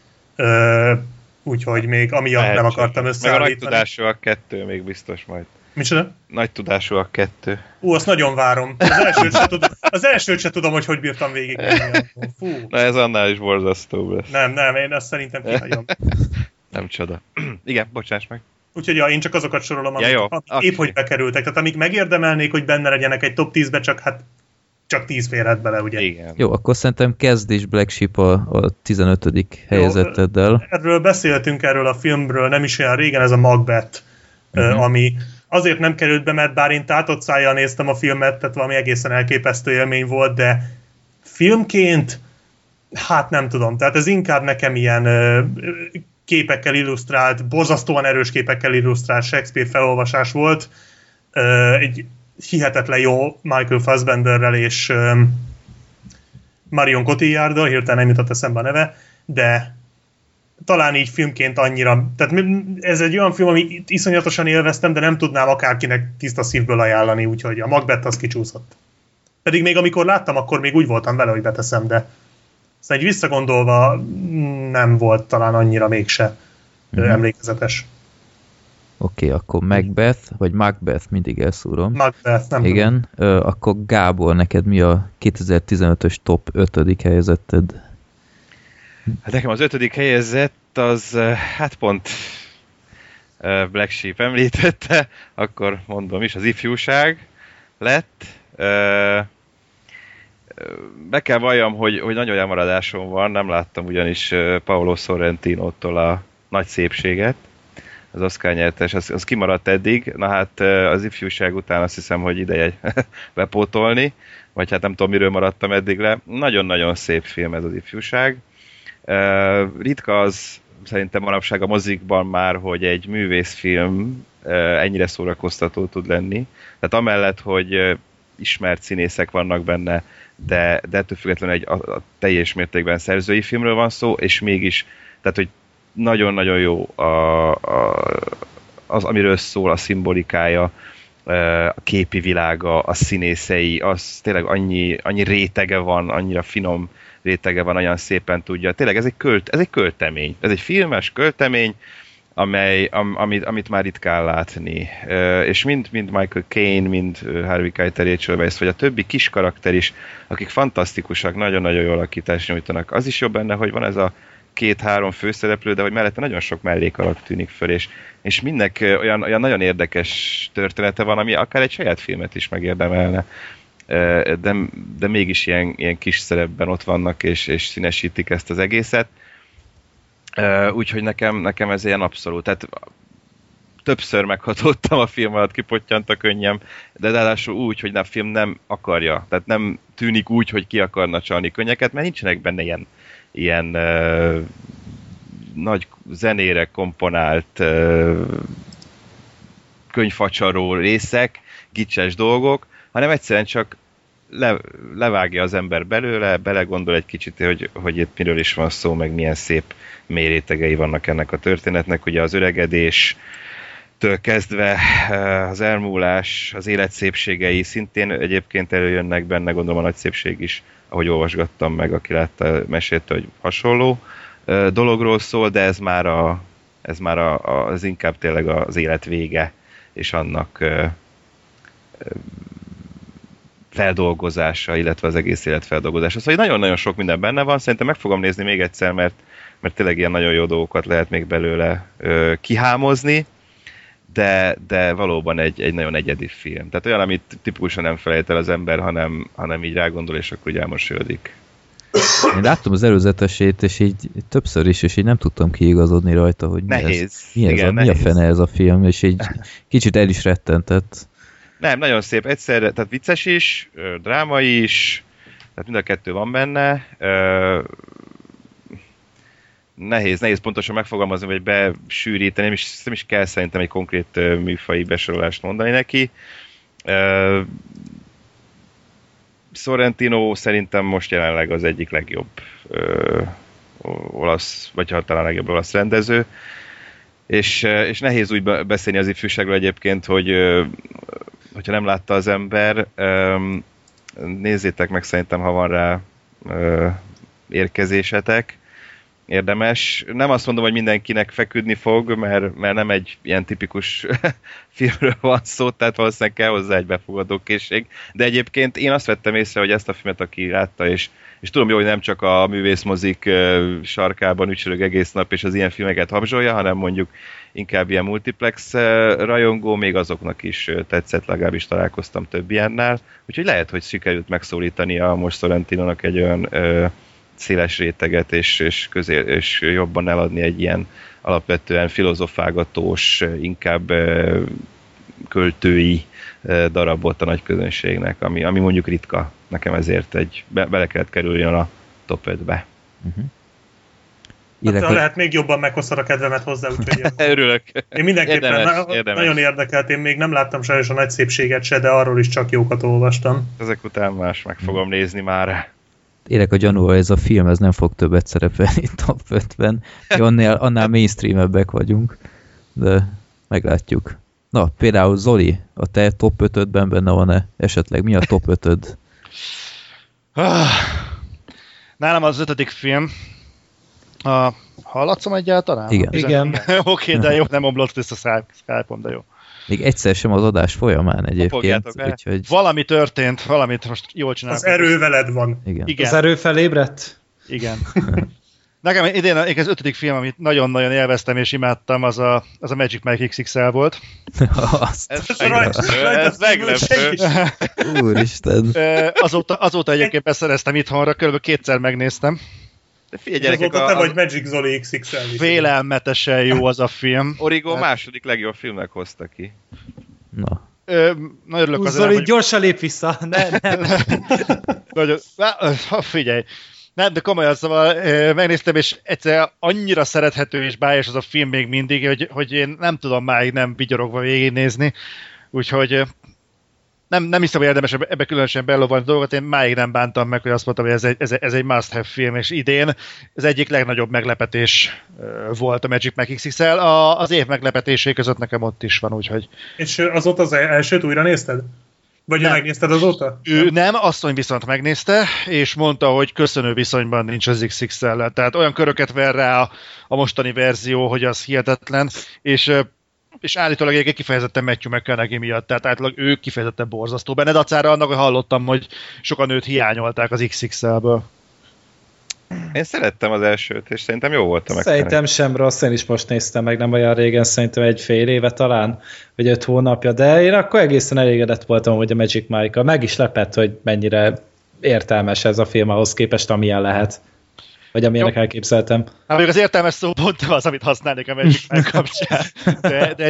Ö, úgyhogy még amiatt Lehet, nem akartam összeállítani. Meg a nagy tudásúak kettő még biztos majd. Micsoda? Nagy tudásúak kettő. Ú, azt nagyon várom. Az elsőt se tudom, az elsőt se tudom, hogy hogy bírtam végig. Fú. Na ez annál is borzasztóbb lesz. Nem, nem, én azt szerintem kihagyom. Nem csoda. Igen, bocsáss meg. Úgyhogy ja, én csak azokat sorolom, amik, ja, jó, amik okay. épp hogy bekerültek. Tehát amik megérdemelnék, hogy benne legyenek egy top tízbe, csak hát csak tíz férhet bele, ugye? Igen. Jó, akkor szerintem kezd is Black Sheep a, a tizenötödik helyezetteddel. Erről beszéltünk, erről a filmről nem is olyan régen, ez a Macbeth, uh-huh. ami azért nem került be, mert bár én tátott szájjal néztem a filmet, tehát valami egészen elképesztő élmény volt, de filmként, hát nem tudom, tehát ez inkább nekem ilyen ö, képekkel illusztrált, borzasztóan erős képekkel illusztrált Shakespeare felolvasás volt, ö, egy hihetetlen jó Michael Fassbenderrel és ö, Marion Cotillarddal, hirtelen nem jutott eszembe a neve, de talán így filmként annyira, tehát ez egy olyan film, ami iszonyatosan élveztem, de nem tudnám akárkinek tiszta szívből ajánlani, úgyhogy a Macbeth az kicsúszott. Pedig még amikor láttam, akkor még úgy voltam vele, hogy beteszem, de aztán egy visszagondolva nem volt talán annyira mégse mm-hmm. emlékezetes. Oké, okay, akkor Macbeth, vagy Macbeth, mindig elszúrom. Macbeth, nem Igen, tudom. Akkor Gábor, neked mi a kétezer-tizenötös top ötödik helyezetted? Hát nekem az ötödik helyezett az, hát pont Black Sheep említette, akkor mondom is, az ifjúság lett. Be kell valljam, hogy, hogy nagyon elmaradásom van, nem láttam ugyanis Paolo Sorrentino-tól a Nagy szépséget, az Oscar nyertes, az, az kimaradt eddig, na hát az ifjúság után azt hiszem, hogy ideje bepótolni, vagy hát nem tudom, miről maradtam eddig le. Nagyon-nagyon szép film ez az ifjúság. Uh, ritka az szerintem manapság a mozikban már, hogy egy művészfilm uh, ennyire szórakoztató tud lenni. Tehát amellett, hogy uh, ismert színészek vannak benne, de, de ettől függetlenül egy a, a teljes mértékben szerzői filmről van szó, és mégis, tehát hogy nagyon-nagyon jó a, a, az, amiről szól, a szimbolikája, uh, a képi világa, a színészei, az tényleg annyi, annyi rétege van, annyira finom rétege van, olyan szépen tudja. Tényleg ez egy, költ, ez egy költemény. Ez egy filmes költemény, amely, am, amit, amit már ritkán látni. Uh, és mind, mind Michael Caine, mind Harvey Keitel, Rachel Weisz, vagy a többi kis karakter is, akik fantasztikusak, nagyon-nagyon jó alakítást nyújtanak. Az is jobb benne, hogy van ez a két-három főszereplő, de hogy mellette nagyon sok mellékalak tűnik föl, és, és mindnek olyan, olyan nagyon érdekes története van, ami akár egy saját filmet is megérdemelne. De, de mégis ilyen, ilyen kis szerepben ott vannak, és, és színesítik ezt az egészet. Úgyhogy nekem, nekem ez ilyen abszolút. Tehát többször meghatottam a film alatt, kipottyant a könnyem, de ráadásul úgy, hogy a film nem akarja, tehát nem tűnik úgy, hogy ki akarna csalni könnyeket, mert nincsenek benne ilyen, ilyen uh, nagy zenére komponált uh, könyvfacsaró részek, gicses dolgok, hanem egyszerűen csak le, levágja az ember belőle, belegondol egy kicsit, hogy, hogy itt miről is van szó, meg milyen szép mély rétegei vannak ennek a történetnek. Ugye az öregedéstől kezdve az elmúlás, az élet szépségei szintén egyébként előjönnek benne, gondolom a nagy szépség is, ahogy olvasgattam meg, aki látta, mesélte, hogy hasonló dologról szól, de ez már, a, ez már a, az inkább tényleg az élet vége, és annak feldolgozása, illetve az egész élet feldolgozása. Szóval nagyon-nagyon sok minden benne van, szerintem meg fogom nézni még egyszer, mert, mert tényleg ilyen nagyon jó dolgokat lehet még belőle ö, kihámozni, de, de valóban egy, egy nagyon egyedi film. Tehát olyan, amit tipikusan nem felejt el az ember, hanem, hanem így rágondol, és akkor így elmosolyodik. Én láttam az előzetesét, és így többször is, és így nem tudtam kiigazodni rajta, hogy mi nehéz. ez, mi, ez Igen, a, mi a fene ez a film, és így kicsit el is rettentett. Nem, nagyon szép, egyszerre, tehát vicces is, dráma is, tehát mind a kettő van benne. Nehéz, nehéz pontosan megfogalmazni, vagy besűríteni, nem is, nem is kell szerintem egy konkrét műfaji besorolást mondani neki. Sorrentino szerintem most jelenleg az egyik legjobb ö, olasz, vagy ha talán legjobb olasz rendező, és, és nehéz úgy beszélni az ifjúságról egyébként, hogy ö, hogyha nem látta az ember, ö, nézzétek meg szerintem, ha van rá ö, érkezésetek, érdemes. Nem azt mondom, hogy mindenkinek feküdni fog, mert, mert nem egy ilyen tipikus filmről van szó, tehát valószínűleg kell hozzá egy befogadókészség. De egyébként én azt vettem észre, hogy ezt a filmet, aki látta, és, és tudom jó, hogy nem csak a művészmozik sarkában ücsörög egész nap, és az ilyen filmeket habzsolja, hanem mondjuk inkább ilyen multiplex rajongó, még azoknak is tetszett, legalábbis találkoztam több ilyennel. Úgyhogy lehet, hogy sikerült megszólítani a most Sorrentinónak egy olyan széles réteget, és, és, közé, és jobban eladni egy ilyen alapvetően filozofálgatós, inkább költői darabot a nagy közönségnek, ami, ami mondjuk ritka. Nekem ezért egy, be, bele kellett kerüljön a top ötbe. Uh-huh. Hát, ha lehet, még jobban meghoztad a kedvemet hozzá, úgyhogy örülök. Én mindenképpen érdemes, na, érdemes. Nagyon érdekelt, én még nem láttam sajnos a nagy szépséget se, de arról is csak jókat olvastam. Ezek után más meg fogom nézni már. Élek a gyanúval, ez a film ez nem fog többet szerepelni top ötben. Annál, annál mainstreamebbek vagyunk, de meglátjuk. Na, például Zoli, a te top ötödben benne van-e esetleg? Mi a top ötöd? Nálam az ötödik film. A... Hallatszom egyáltalán? Igen. Igen. Oké, okay, de jó, nem omlott vissza Skype-on, de jó. Még egyszer sem az adás folyamán egyébként. Úgyhogy... Valami történt, valamit most jól csinálok. Az erő veled van. Igen. Igen. Az erő felébredt? Igen. Nekem idén az ötödik film, amit nagyon-nagyon élveztem és imádtam, az a, az a Magic Mike iksz iksz el volt. Azt. Ez meglepő, ez meglepő. Úristen. Azóta, azóta egyébként beszereztem itthonra, kb. kétszer megnéztem. De figyelj, gyerekek, azóta a, te a... vagy Magic Zoli iksz iksz-el. Félelmetesen jó az a film. Origo második legjobb filmnek hozta ki. Na. Ö, nagyon örülök az Zoli, hogy... gyorsan lép vissza. Ne, nem. Nagyon, figyelj. Nem, de komolyan, szóval megnéztem, és egyszerűen annyira szerethető és bájos az a film még mindig, hogy, hogy én nem tudom máig nem vigyorogva végignézni. Úgyhogy nem, nem hiszem, hogy érdemes ebbe különösen belovalni dolgokat, én máig nem bántam meg, hogy azt mondtam, hogy ez egy, ez, ez egy must-have film, és idén az egyik legnagyobb meglepetés volt a Magic Mike iksz iksz-el. A, az év meglepetésé között nekem ott is van, úgyhogy... És azóta az elsőt újra nézted? Vagy nem. Megnézted azóta? Ő nem, asszony viszont megnézte, és mondta, hogy köszönő viszonyban nincs az iksz iksz-el. Tehát olyan köröket ver rá a, a mostani verzió, hogy az hihetetlen, és és állítólag egyébként kifejezetten Matthew McConaughey miatt, tehát állítólag ő kifejezetten borzasztó benne, dacára annak, hogy hallottam, hogy sokan őt hiányolták az iksz iksz-elből. Én szerettem az elsőt, és szerintem jó volt a McConaughey. Szerintem sem rossz, én is most néztem meg, nem olyan régen, szerintem egy fél éve talán, vagy öt hónapja, de én akkor egészen elégedett voltam, hogy a Magic Mike-a. Meg is lepett, hogy mennyire értelmes ez a film ahhoz képest, amilyen lehet. Vagy amilyenek Jó. elképzeltem. Hát még az értelmes szó pont az, amit használnék a Magic Mike kapcsán. De, de egy,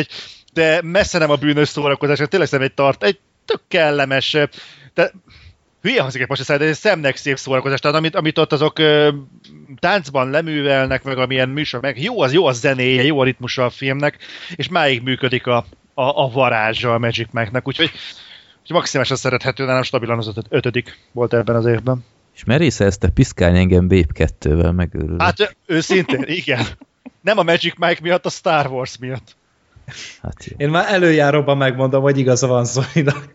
de messze nem a bűnös szórakozás, tényleg szerintem egy tart, egy tök kellemes, de hülye hangzik most a de egy szemnek szép szórakozás, tehát amit, amit ott azok ö, táncban leművelnek, meg amilyen műsor, meg jó az, jó az zenéje, jó a ritmusa a filmnek, és máig működik a, a, a varázsa a Magic Mike-nek, úgyhogy, úgyhogy maximálisan szerethető, nem stabilan az ötöd, ötödik volt ebben az évben. És merész ezt piszkálni engem Babe kettővel, megőrülök. Hát őszintén, igen. Nem a Magic Mike miatt, a Star Wars miatt. Hát jó. Én már előjáróban megmondom, hogy igaza van Zolinak.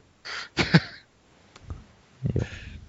Jó.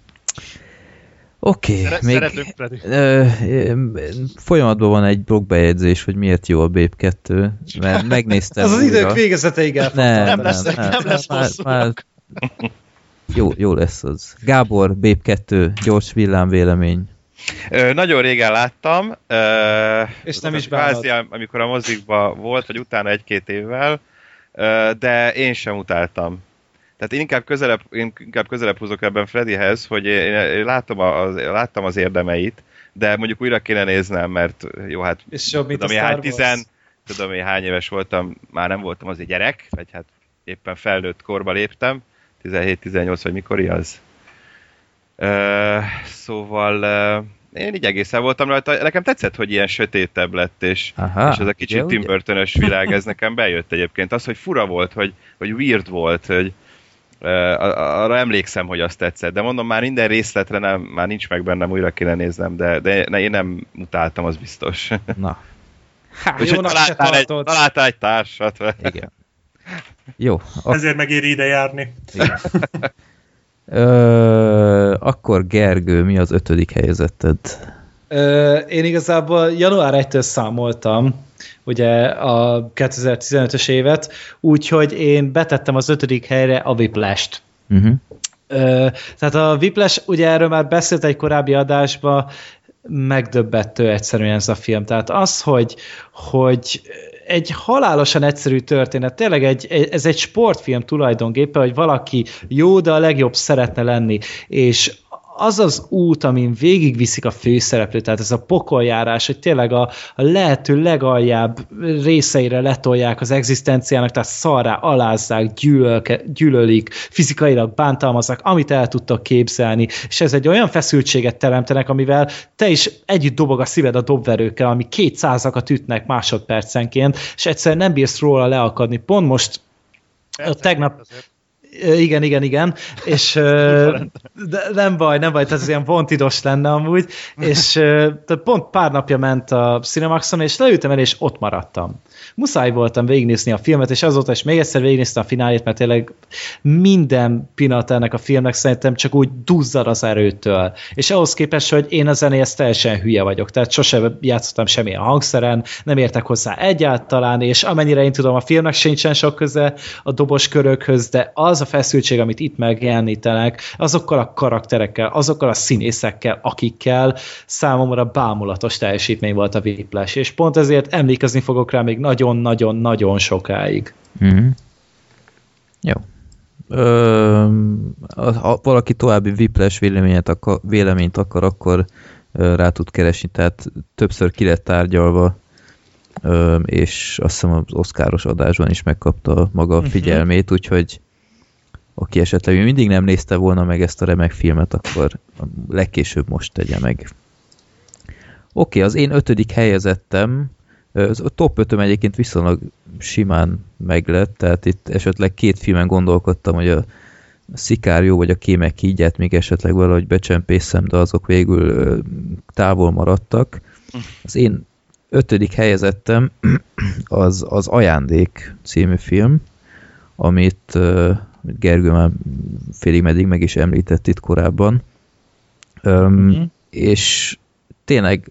Oké, okay, még ö, folyamatban van egy blogbejegyzés, hogy miért jó a Babe kettő, mert megnéztem. Az az újra. Idők végezeteig elfogtam. Nem, nem lesz, nem, nem lesz már, hosszú. már, jó, jó lesz az. Gábor, Babe kettő, gyors villámvélemény. Ö, nagyon régen láttam. Ö, és nem is kvázi, amikor a mozikban volt, vagy utána egy-két évvel, ö, de én sem utáltam. Tehát én inkább közelebb, én inkább közelebb húzok ebben Freddyhez, hogy én, én látom, az, láttam az érdemeit, de mondjuk újra kéne néznem, mert jó, hát és jobb, mint tudom, a hány, Star tizen, tudom én hány éves voltam, már nem voltam azért gyerek, vagy hát éppen felnőtt korba léptem, tizenhét-tizennyolc vagy mikor az. Uh, szóval uh, én így egészen voltam rajta. Nekem tetszett, hogy ilyen sötétebb lett, és, Aha, és ez a kicsit Tim Burton-ös világ, ez nekem bejött egyébként. Az, hogy fura volt, hogy, hogy weird volt, hogy uh, arra emlékszem, hogy azt tetszett. De mondom, már minden részletre nem, már nincs meg bennem, újra kéne néznem, de, de ne, én nem utáltam, az biztos. Na. Hát, és jónak se találtál, egy, tartod. találtál egy társat. Igen. Jó. Ak- Ezért megéri ide járni. Ö, akkor Gergő, mi az ötödik helyezetted? Ö, én igazából január elsejétől számoltam, ugye a kétezer-tizenötös évet, úgyhogy én betettem az ötödik helyre a Whiplash-t. Uh-huh. Ö, tehát a Whiplash, ugye erről már beszélt egy korábbi adásban, megdöbbentő egyszerűen ez a film. Tehát az, hogy, hogy egy halálosan egyszerű történet, tényleg egy, ez egy sportfilm tulajdonképpen, hogy valaki jó, de a legjobb szeretne lenni, és az az út, amin végigviszik a főszereplőt, tehát ez a pokoljárás, hogy tényleg a, a lehető legaljább részeire letolják az egzisztenciának, tehát szarrá alázzák, gyűlölke, gyűlölik, fizikailag bántalmazzák, amit el tudtak képzelni, és ez egy olyan feszültséget teremtenek, amivel te is együtt dobog a szíved a dobverőkkel, ami kétszázakat ütnek másodpercenként, és egyszerűen nem bírsz róla leakadni. Pont most tegnap Igen, igen, igen, és de nem baj, nem baj, tehát ez ilyen vontidos lenne amúgy, és pont pár napja ment a Cinemaxon, és leültem el, és ott maradtam. Muszáj voltam végignézni a filmet, és azóta is még egyszer végignéztem a finálét, mert tényleg minden pillanat ennek a filmnek szerintem csak úgy duzzad az erőtől. És ahhoz képest, hogy én a zenéhez teljesen hülye vagyok, tehát sosem játszottam semmilyen hangszeren, nem értek hozzá egyáltalán, és amennyire én tudom, a filmnek sincsen sok köze a dobos körökhöz, de az a feszültség, amit itt megjelenítenek, azokkal a karakterekkel, azokkal a színészekkel, akikkel számomra bámulatos teljesítmény volt a Whiplash, és pont ezért emlékezni fogok rá még nagyon-nagyon-nagyon sokáig. Mm-hmm. Jó. Ö, ha valaki további Whiplash véleményet akar, véleményt akar, akkor ö, rá tud keresni, tehát többször ki lett tárgyalva, ö, és azt hiszem az Oscaros adásban is megkapta maga a figyelmét, úgyhogy aki esetleg mindig nem nézte volna meg ezt a remek filmet, akkor legkésőbb most tegye meg. Oké, okay, az én ötödik helyezettem, a top ötöm egyébként viszonylag simán meglett, tehát itt esetleg két filmen gondolkodtam, hogy a Szikárió vagy a Kémek kígyát még esetleg valahogy becsempészem, de azok végül távol maradtak. Az én ötödik helyezettem az, az Ajándék című film, amit Gergő már félig meddig meg is említett itt korábban. Mm-hmm. És tényleg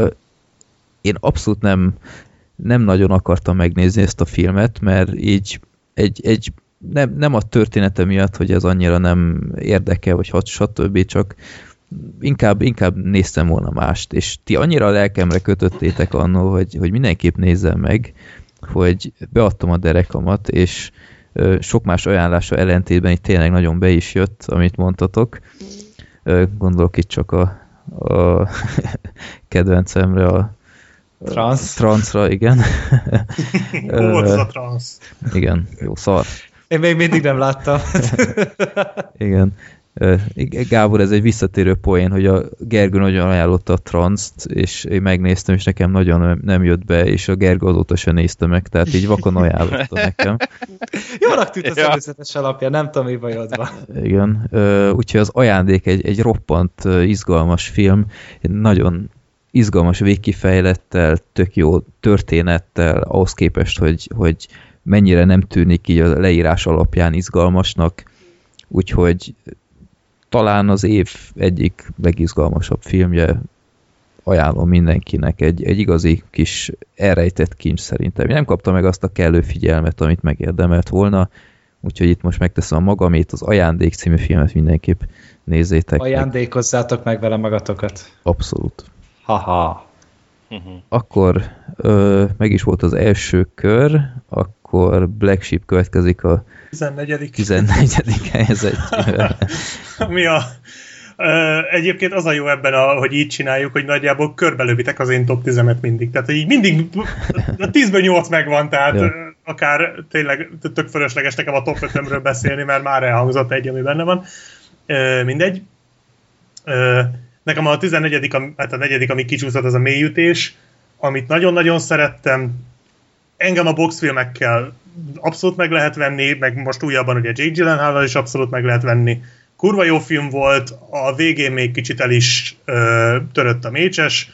én abszolút nem, nem nagyon akartam megnézni ezt a filmet, mert így egy, egy nem, nem a története miatt, hogy ez annyira nem érdekel, vagy hat, stb. Csak inkább, inkább néztem volna mást, és ti annyira a lelkemre kötöttétek annól, hogy, hogy mindenképp nézzem meg, hogy beadtam a derekamat, és sok más ajánlása ellentétben itt tényleg nagyon be is jött, amit mondtatok. Gondolok itt csak a, a kedvencemre, a Transz. Transzra, igen. Volt az a transz. Igen, jó szar. Én még mindig nem láttam. Igen. Gábor, ez egy visszatérő poén, hogy a Gergő nagyon ajánlotta a Transzt, és én megnéztem, és nekem nagyon nem jött be, és a Gergő azóta sem nézte meg, tehát így vakon ajánlotta nekem. Jónak tűnt az ja. előzetes alapja, nem tudom, mi bajod van. Igen, úgyhogy az ajándék egy, egy roppant izgalmas film, egy nagyon izgalmas végkifejlettel, tök jó történettel, ahhoz képest, hogy, hogy mennyire nem tűnik így a leírás alapján izgalmasnak, úgyhogy talán az év egyik legizgalmasabb filmje, ajánlom mindenkinek, egy, egy igazi kis elrejtett kincs szerintem. Én nem kapta meg azt a kellő figyelmet, amit megérdemelt volna, úgyhogy itt most megteszem a magamét, az Ajándék című filmet mindenképp nézzétek. Ajándékozzátok meg vele magatokat. Abszolút. Haha. Akkor ö, meg is volt az első kör, akkor Black Sheep következik a tizennegyedik tizennegyedik helyezettjével. Mi a... Ö, egyébként az a jó ebben, a, hogy így csináljuk, hogy nagyjából körbelövitek az én top tízemet mindig. Tehát így mindig a tízből nyolc megvan, tehát ja. Akár tényleg tök fölösleges nekem a top ötömről beszélni, mert már elhangzott egy, ami benne van. Ö, mindegy. Ö, nekem a tizennegyedik, hát a negyedik, ami kicsúszott, az a Mélyütés, amit nagyon-nagyon szerettem. Engem a boxfilmekkel abszolút meg lehet venni, meg most újabban ugye Jake Gyllenhaal-val is abszolút meg lehet venni. Kurva jó film volt, a végén még kicsit el is ö, törött a mécses,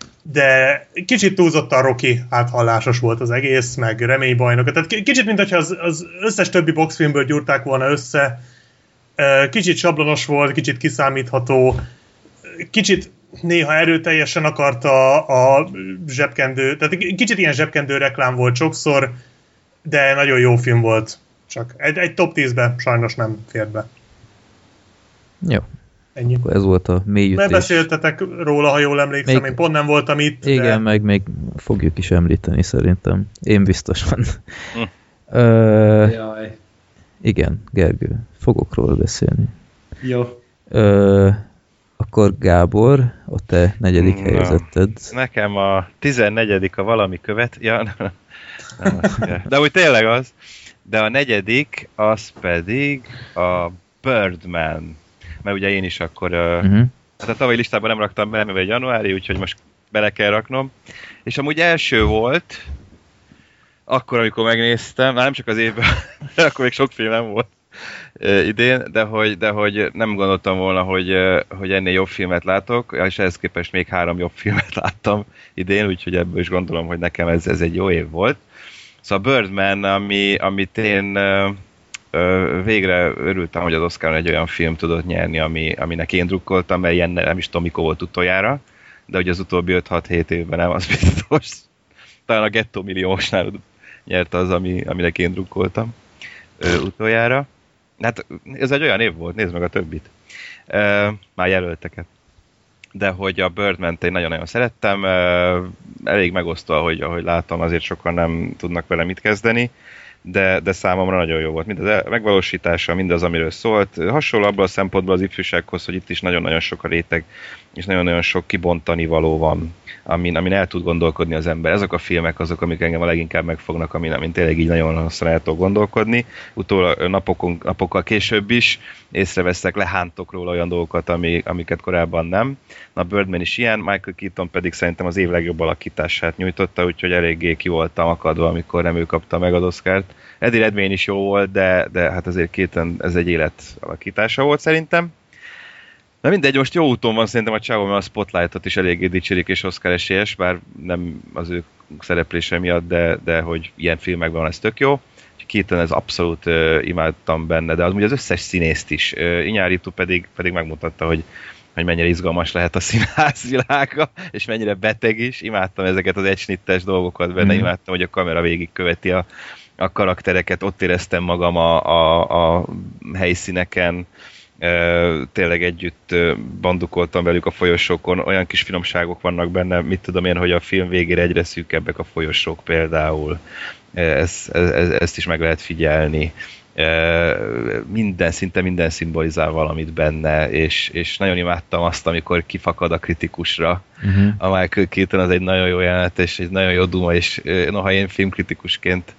de kicsit túlzottan Rocky áthallásos volt az egész, meg reménybajnok. Tehát kicsit, mint hogyha az, az összes többi boxfilmből gyúrták volna össze. Kicsit sablonos volt, kicsit kiszámítható, kicsit néha erőteljesen akarta a zsebkendő, tehát kicsit ilyen zsebkendő reklám volt sokszor, de nagyon jó film volt. Csak egy, egy top tízbe sajnos nem fér be. Jó. Ennyi. Ez volt a Mélyütés. Mert beszéltetek róla, ha jól emlékszem, még... én pont nem voltam itt. Igen, de... meg még fogjuk is említeni szerintem. Én biztosan. Hm. Ö... Jaj. Igen, Gergő, fogok róla beszélni. Jó. Ö... Akkor Gábor, a te negyedik Na, helyezetted. Nekem a tizennegyedik a valami követ. Ja, nem, nem, de úgy tényleg az. De a negyedik, az pedig a Birdman. Mert ugye én is akkor... Uh-huh. Hát a tavalyi listában nem raktam bele, mert egy januári, úgyhogy most bele kell raknom. És amúgy első volt, akkor, amikor megnéztem, már nem csak az évben, akkor még sok film nem volt idén, de hogy, de hogy nem gondoltam volna, hogy, hogy ennél jobb filmet látok, és ehhez képest még három jobb filmet láttam idén, úgyhogy ebből is gondolom, hogy nekem ez, ez egy jó év volt. Szóval Birdman, ami, amit én végre örültem, hogy az Oscaron egy olyan film tudott nyerni, ami, aminek én drukkoltam, mert ilyen nem is tudom, mikor volt utoljára, de hogy az utóbbi öt-hat-hét évben nem, az biztos. Talán a Gettó milliósnál nyert az, ami, aminek én drukkoltam utoljára. Hát ez egy olyan év volt, nézd meg a többit. Uh, már jelölteket. De hogy a Birdman-t én nagyon-nagyon szerettem, uh, elég megosztó, ahogy, ahogy látom, azért sokan nem tudnak vele mit kezdeni, de, de számomra nagyon jó volt. Mind az megvalósítása, mindaz, amiről szólt. Hasonló abban a szempontból az ifjúsághoz, hogy itt is nagyon-nagyon sok a réteg, és nagyon-nagyon sok kibontani való van, amin, amin el tud gondolkodni az ember. Ezek a filmek azok, amik engem a leginkább megfognak, amin, amin tényleg így nagyon hosszan el tudok gondolkodni. Utólag napokon, napokkal később is észreveszek, lehántok róla olyan dolgokat, ami, amiket korábban nem. Na, Birdman is ilyen, Michael Keaton pedig szerintem az év legjobb alakítását nyújtotta, úgyhogy eléggé ki voltam akadva, amikor nem ő kapta meg az Oscart. Eddie Redmayne is jó volt, de, de hát azért Keaton, ez egy élet alakítása volt szerintem. Na mindegy, most jó úton van szerintem a csávó, mert a Spotlightot is eléggé dicsérik és Oscar esélyes, bár nem az ő szereplése miatt, de, de hogy ilyen filmekben van, ez tök jó. Keaton, ez abszolút uh, imádtam benne, de az ugye az összes színészt is. Uh, Iñárritu pedig, pedig megmutatta, hogy, hogy mennyire izgalmas lehet a színház világa, és mennyire beteg is. Imádtam ezeket az egysnittes dolgokat benne, mm. imádtam, hogy a kamera végig követi a, a karaktereket, ott éreztem magam a, a, a helyszíneken, Uh, tényleg együtt uh, bandukoltam velük a folyosókon, olyan kis finomságok vannak benne, mit tudom én, hogy a film végére egyre szűkebbek a folyosók például, uh, ez, ez, ezt is meg lehet figyelni. Uh, minden, szinte minden szimbolizál valamit benne, és, és nagyon imádtam azt, amikor kifakad a kritikusra. Uh-huh. A Michael Keaton az egy nagyon jó jelenet, és egy nagyon jó duma, és noha én filmkritikusként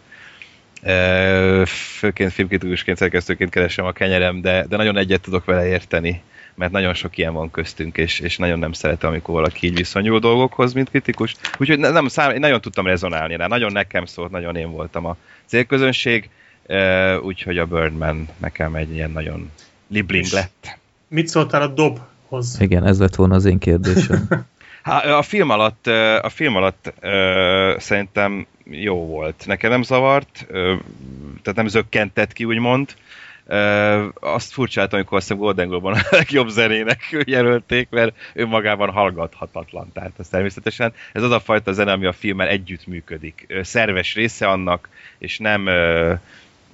főként filmkritikusként, szerkesztőként keresem a kenyerem, de, de nagyon egyet tudok vele érteni, mert nagyon sok ilyen van köztünk, és, és nagyon nem szeretem, amikor valaki így viszonyul dolgokhoz, mint kritikus. Úgyhogy nem, szám, én nagyon tudtam rezonálni rá, nagyon nekem szólt, nagyon én voltam a célközönség, úgyhogy a Birdman nekem egy ilyen nagyon libling lett. Mit szóltál a dobhoz? Igen, ez lett volna az én kérdésem. Há, a film alatt, a film alatt uh, szerintem jó volt. Nekem nem zavart, uh, tehát nem zökkentett ki, úgymond. Uh, azt furcsáltam, amikor azt a Golden Globe-on a legjobb zenének jelölték, mert önmagában hallgathatatlan. Tehát az természetesen ez az a fajta zene, ami a filmmel együtt működik. Uh, szerves része annak, és nem uh, uh,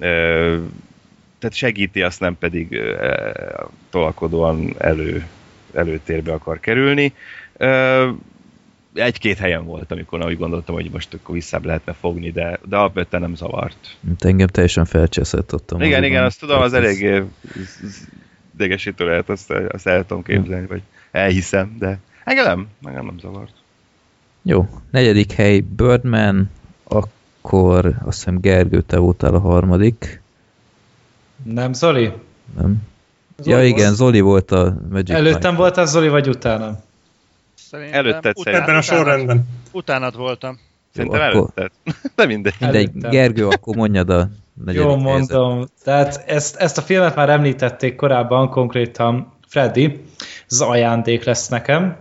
tehát segíti, azt nem pedig uh, tolakodóan elő, előtérbe akar kerülni. Uh, egy-két helyen volt, amikor úgy gondoltam, hogy most akkor visszább lehetne fogni, de, de alapvetően nem zavart. Engem teljesen felcseszett ott. Igen, igen, igen, azt tudom, az eléggé idegesítő lehet, azt, azt el tudom képzelni, vagy elhiszem, de engem nem, engem nem zavart. Jó, negyedik hely Birdman, akkor azt hiszem Gergő, te voltál a harmadik. Nem, Zoli? Nem. Zoli ja volt. Igen, Zoli volt a Magic Előttem Mike. voltál Zoli, vagy utána? Szerintem Előtted után, szerintem. Ebben a sorrendben. Utánad voltam. Szerintem Jó, akkor- előtted. De mindegy. Mindegy, Előttem. Gergő, akkor mondjad a negyedik Jó, helyzet. mondom. Tehát ezt, ezt a filmet már említették korábban, konkrétan Freddy. Ez ajándék lesz nekem.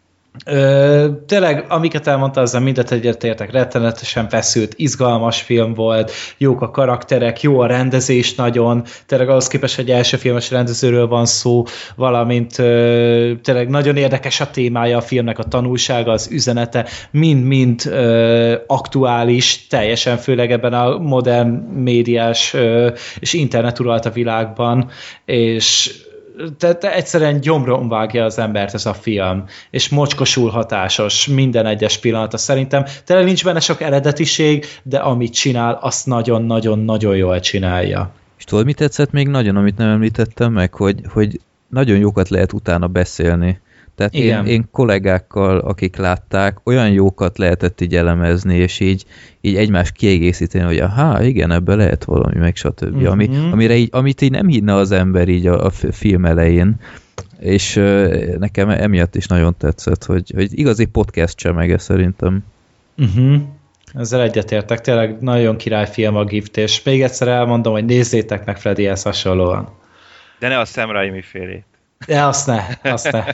Ö, tényleg, amiket elmondta, azzal mindet egyetértek, rettenetesen feszült, izgalmas film volt, jók a karakterek, jó a rendezés nagyon, tényleg ahhoz képest, hogy első filmes rendezőről van szó, valamint ö, tényleg nagyon érdekes a témája a filmnek, a tanulsága, az üzenete, mind-mind ö, aktuális, teljesen főleg ebben a modern médiás ö, és internet uralta világban, és tehát egyszerűen gyomron vágja az embert ez a film, és mocskosul hatásos minden egyes pillanata szerintem. Tényleg nincs benne sok eredetiség, de amit csinál, azt nagyon-nagyon-nagyon jól csinálja. És tudod, mit tetszett még nagyon, amit nem említettem meg, hogy, hogy nagyon jókat lehet utána beszélni. Tehát én, én kollégákkal, akik látták, olyan jókat lehetett így elemezni, és így, így egymást kiegészíteni, hogy aha, igen, ebbe lehet valami, meg stb. Mm-hmm. Ami, amire így, amit így nem hinne az ember így a, a film elején, és uh, nekem emiatt is nagyon tetszett, hogy, hogy igazi podcast csemege szerintem. Uh-huh. Ezzel egyetértek, tényleg nagyon királyfilm a Gift, és még egyszer elmondom, hogy nézzétek meg Freddyhez hasonlóan. De ne a Sam Raimi félét. De azt ne, azt ne.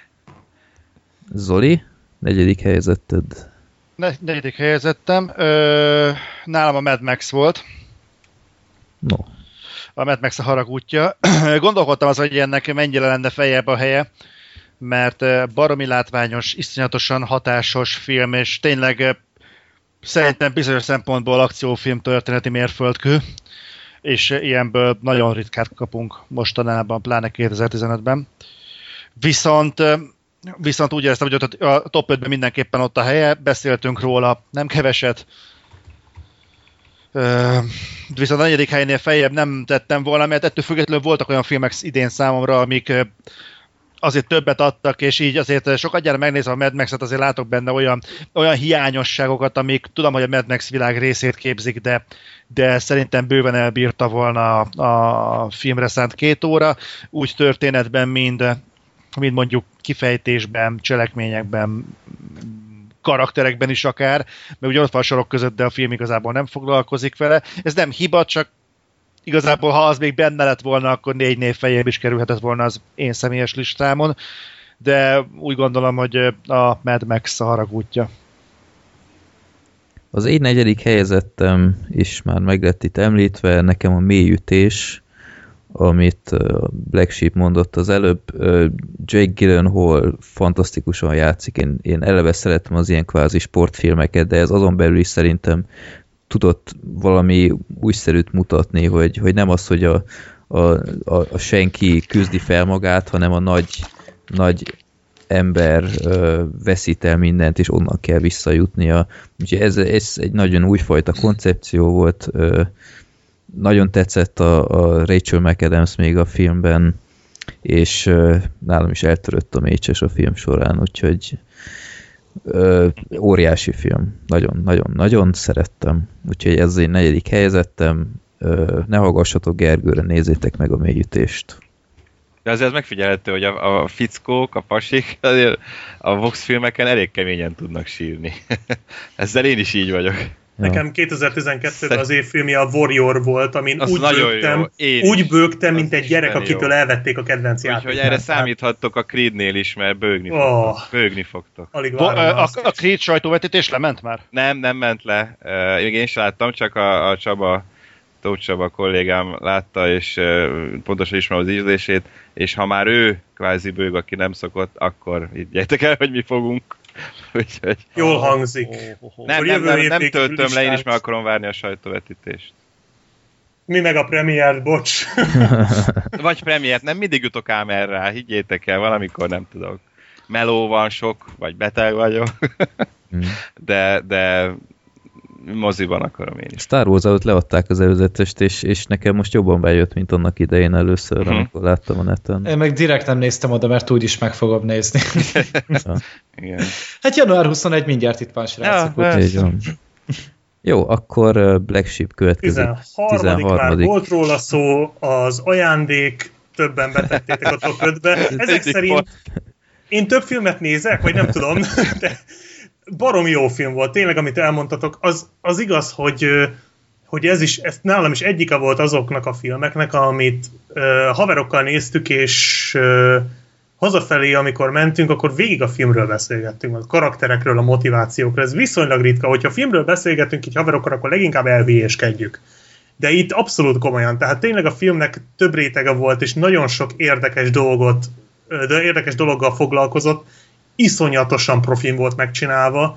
Zoli, negyedik helyzeted. Ne, negyedik helyezettem. Ö, nálam a Mad Max volt. No. A Mad Max a haragútja. Gondolkodtam az, hogy ennek mennyire lenne feljebb a helye, mert baromi látványos, iszonyatosan hatásos film, és tényleg szerintem bizonyos szempontból akciófilm történeti mérföldkő, és ilyenből nagyon ritkát kapunk mostanában, pláne kétezer-tizenötben. Viszont Viszont úgy éreztem, hogy ott a top ötben mindenképpen ott a helye, beszéltünk róla, nem keveset. Viszont a negyedik helynél feljebb nem tettem volna, mert ettől függetlenül voltak olyan filmek idén számomra, amik azért többet adtak, és így azért sokat gyára megnézve a Mad Max-et, azért látok benne olyan, olyan hiányosságokat, amik tudom, hogy a Mad Max világ részét képzik, de, de szerintem bőven elbírta volna a, a filmre szánt két óra, úgy történetben, mind mint mondjuk kifejtésben, cselekményekben, karakterekben is akár, mert ugye ott van a sorok között, de a film igazából nem foglalkozik vele. Ez nem hiba, csak igazából, ha az még benne lett volna, akkor négy név feljebb is kerülhetett volna az én személyes listámon, de úgy gondolom, hogy a Mad Max a haragútja. Az én negyedik helyezettem is már meg lett itt említve, nekem a mélyütés, amit Black Sheep mondott az előbb. Jake Gyllenhaal fantasztikusan játszik. Én, én eleve szeretem az ilyen kvázi sportfilmeket, de ez azon belül is szerintem tudott valami újszerűt mutatni, hogy, hogy nem az, hogy a, a, a, a senki küzdi fel magát, hanem a nagy, nagy ember ö, veszít el mindent, és onnan kell visszajutnia. Úgyhogy ez, ez egy nagyon újfajta koncepció volt, ö, nagyon tetszett a, a Rachel McAdams még a filmben, és uh, nálam is eltörött a mécses a film során, úgyhogy uh, óriási film. Nagyon, nagyon, nagyon szerettem. Úgyhogy ez az én negyedik helyezettem. Uh, ne hallgassatok Gergőre, nézzétek meg a mélyütést. De azért megfigyelhető, hogy a, a fickók, a pasik azért a Vox filmeken elég keményen tudnak sírni. Ezzel én is így vagyok. Nekem kétezer-tizenkettőben az évfilmje a Warrior volt, amin az úgy bőgtem, úgy bőgtem, mint egy gyerek, akitől elvették a kedvenc játékát. Úgyhogy erre számíthattok a Creednél is, mert bőgni fogtok. Oh. Bőgni fogtok. A, a, a Creed sajtóvetítés lement már? Nem, nem ment le. Uh, még én sem láttam, csak a, a Csaba, Tóth Csaba kollégám látta, és uh, pontosan ismerem az ízlését, és ha már ő kvázi bőg, aki nem szokott, akkor higgyétek el, hogy mi fogunk. Úgyhogy... Jól hangzik. Oh, oh, oh. Nem, nem, nem, nem töltöm le, én is meg akarom várni a sajtóvetítést. Mi meg a premiért, bocs. Vagy premiért, nem mindig jutok ám erre, higgyétek el, valamikor nem tudok. Meló van sok, vagy beteg vagyok. de, de moziban akarom én is. Star Wars előtt leadták az előzetest, és, és nekem most jobban bejött, mint annak idején először, hmm. amikor láttam a neten. Én meg direkt nem néztem oda, mert úgyis meg fogom nézni. Igen. Hát január huszonegyedike mindjárt itt van, srácok. Ja, jó, akkor Black Sheep következik. tizenharmadik már volt róla szó, az ajándék, többen betettétek a top ötbe. Ezek szerint én több filmet nézek, vagy nem tudom, de baromi jó film volt, tényleg, amit elmondtatok. Az, az igaz, hogy, hogy ez is, ez nálam is egyike volt azoknak a filmeknek, amit uh, haverokkal néztük, és uh, hazafelé, amikor mentünk, akkor végig a filmről beszélgettünk, a karakterekről, a motivációkról. Ez viszonylag ritka, hogyha a filmről beszélgetünk így haverokkal, akkor leginkább elhülyéskedjük. De itt abszolút komolyan. Tehát tényleg a filmnek több rétege volt, és nagyon sok érdekes dolgot, de érdekes dologgal foglalkozott. Iszonyatosan profin volt megcsinálva.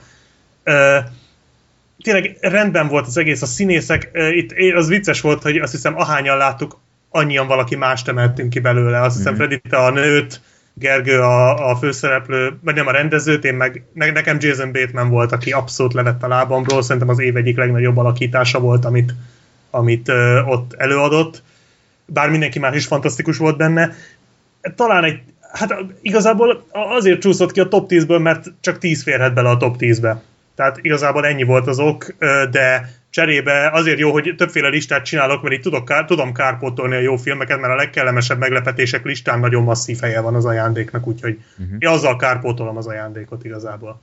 Tényleg rendben volt az egész, a színészek, itt az vicces volt, hogy azt hiszem ahányan láttuk, annyian valaki mást emeltünk ki belőle. Azt hiszem Freddy a nőt, Gergő a, a főszereplő, vagy nem a rendezőt, én meg ne, nekem Jason Bateman volt, aki abszolút levett a lábamról, szerintem az év egyik legnagyobb alakítása volt, amit, amit ö, ott előadott, bár mindenki más is fantasztikus volt benne. Talán egy, hát igazából azért csúszott ki a top tízből, mert csak tíz férhet bele a top tízbe. Tehát igazából ennyi volt az ok, de cserébe azért jó, hogy többféle listát csinálok, mert így tudok, kár, tudom kárpótolni a jó filmeket, mert a legkellemesebb meglepetések listán nagyon masszív helye van az ajándéknak, úgyhogy uh-huh. én azzal kárpótolom az ajándékot igazából.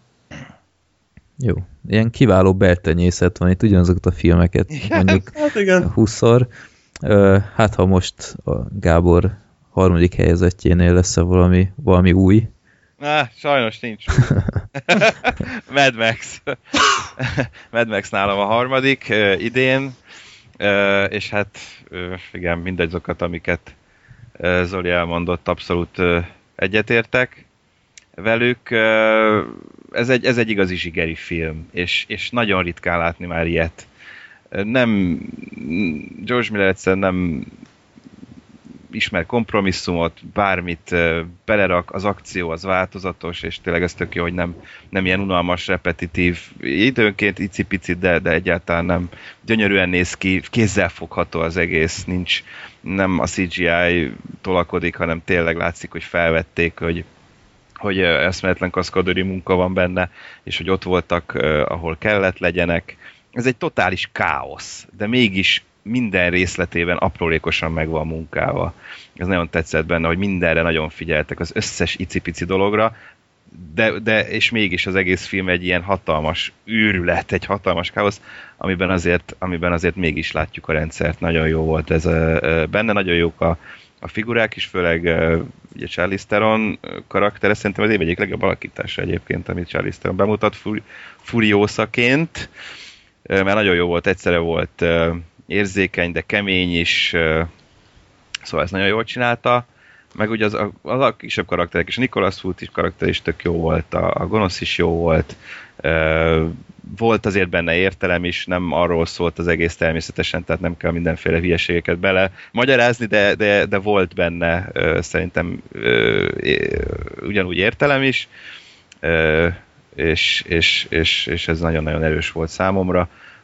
Jó. Ilyen kiváló beltenyészet van itt, ugyanazokat a filmeket mondjuk hát igen. húszszor. Hát ha most a Gábor harmadik helyezettjénél lesz valami, valami új. Á, sajnos nincs. Mad Max. Mad Max nálam a harmadik uh, idén, uh, és hát uh, igen, mindazokat, amiket uh, Zoli elmondott, abszolút uh, egyetértek velük. Uh, ez, egy, ez egy igazi zsigeri film, és, és nagyon ritkán látni már ilyet. Uh, nem, George Miller egyszerűen nem ismer kompromisszumot, bármit uh, belerak, az akció az változatos, és tényleg ez tök jó, hogy nem, nem ilyen unalmas, repetitív, időnként icipicit, de, de egyáltalán nem gyönyörűen néz ki, kézzelfogható az egész, nincs, nem a cé gé í tolakodik, hanem tényleg látszik, hogy felvették, hogy, hogy eszméletlen kaszkadőri munka van benne, és hogy ott voltak, uh, ahol kellett legyenek. Ez egy totális káosz, de mégis minden részletében aprólékosan meg van munkálva. Ez nagyon tetszett benne, hogy mindenre nagyon figyeltek, az összes icipici dologra, de, de és mégis az egész film egy ilyen hatalmas űrület, egy hatalmas káosz, amiben azért, amiben azért mégis látjuk a rendszert. Nagyon jó volt ez benne, nagyon jók a, a figurák is, főleg ugye Charlize Theron karaktere, szerintem az év egyik legjobb alakítása egyébként, amit Charlize Theron bemutat Fur- Furiosaként, mert nagyon jó volt, egyszerre volt érzékeny, de kemény is, szóval ezt nagyon jól csinálta, meg ugye az a, az a kisebb karakterek is, a Nicholas Hoult is karakter is tök jó volt, a, a gonosz is jó volt, volt azért benne értelem is, nem arról szólt az egész természetesen, tehát nem kell mindenféle hülyeségeket bele magyarázni, de, de, de volt benne szerintem ugyanúgy értelem is, és, és, és, és ez nagyon-nagyon erős volt számomra.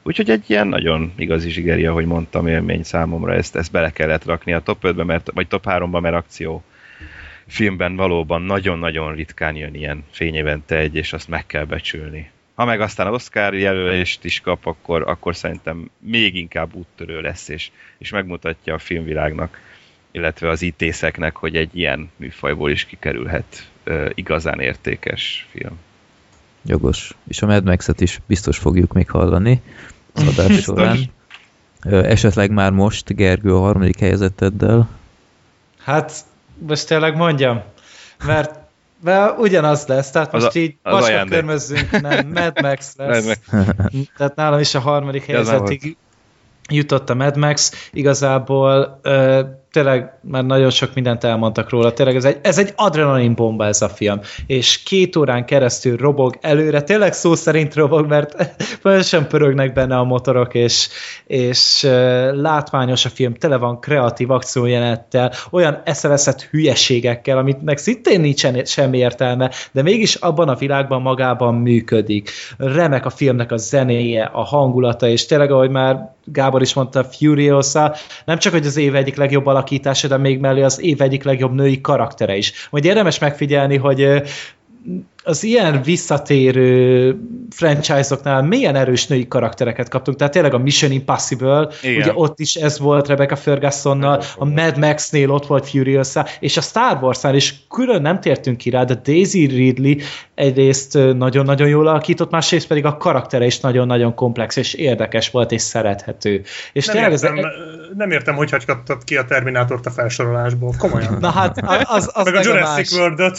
Úgyhogy egy ilyen nagyon igazi zsigeri, ahogy mondtam, élmény számomra, ezt, ezt bele kellett rakni a top ötbe, mert, vagy top háromba, mert akció filmben valóban nagyon-nagyon ritkán jön ilyen fényévente egy, és azt meg kell becsülni. Ha meg aztán az Oscar jelölést is kap, akkor, akkor szerintem még inkább úttörő lesz, és, és megmutatja a filmvilágnak, illetve az ítészeknek, hogy egy ilyen műfajból is kikerülhet uh, igazán értékes film. Jogos. És a Mad Max-et is biztos fogjuk még hallani az adás során. Esetleg már most, Gergő, a harmadik helyezetteddel. Hát, most tényleg mondjam, mert, mert ugyanaz lesz, tehát most az így vasba körmözzünk, nem, Mad Max lesz. Tehát nálam is a harmadik helyezettig jutott a Mad Max. Igazából ö, tényleg már nagyon sok mindent elmondtak róla. Tényleg ez egy, ez egy adrenalin bomba ez a film. És két órán keresztül robog előre. Tényleg szó szerint robog, mert sem pörögnek benne a motorok, és, és uh, látványos a film. Tele van kreatív akciójelenettel, olyan eszeveszett hülyeségekkel, amitnek szintén nincsen semmi értelme, de mégis abban a világban magában működik. Remek a filmnek a zenéje, a hangulata, és tényleg, ahogy már Gábor is mondta, Furiosa, nem csak, hogy az év egyik legjobb alakítása, de még mellé az év egyik legjobb női karaktere is. Majd érdemes megfigyelni, hogy az ilyen visszatérő franchise-oknál milyen erős női karaktereket kaptunk. Tehát tényleg a Mission Impossible, igen. Ugye ott is ez volt Rebecca Fergusonnal, a Mad Max-nél ott volt Furiosa, és a Star Wars-nál is külön nem tértünk ki rá, de Daisy Ridley egyrészt nagyon-nagyon jól alakított, másrészt pedig a karaktere is nagyon-nagyon komplex, és érdekes volt, és szerethető. És nem, értem, ez... nem értem, hogy hagyhattad ki a Terminátort a felsorolásból. Komolyan. Na hát, az, az meg a Jurassic World-öt.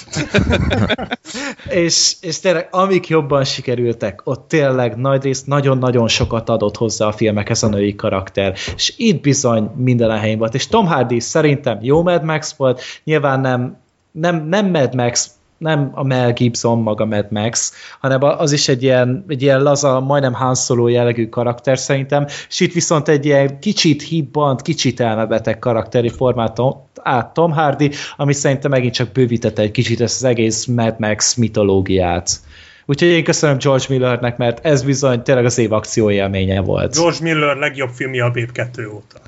és, és tényleg, amik jobban sikerültek, ott tényleg nagyrészt nagyon-nagyon sokat adott hozzá a filmekhez a női karakter, és itt bizony minden a helyén volt, és Tom Hardy szerintem jó Mad Max volt, nyilván nem, nem, nem Mad Max, nem a Mel Gibson maga Mad Max, hanem az is egy ilyen, egy ilyen laza, majdnem Han Solo jellegű karakter szerintem, és itt viszont egy ilyen kicsit hibbant, kicsit elmebeteg karakteri formáton át Tom Hardy, ami szerintem megint csak bővítette egy kicsit ezt az egész Mad Max mitológiát. Úgyhogy én köszönöm George Millernek, mert ez bizony tényleg az év akcióélménye volt. George Miller legjobb filmje a Babe kettő óta.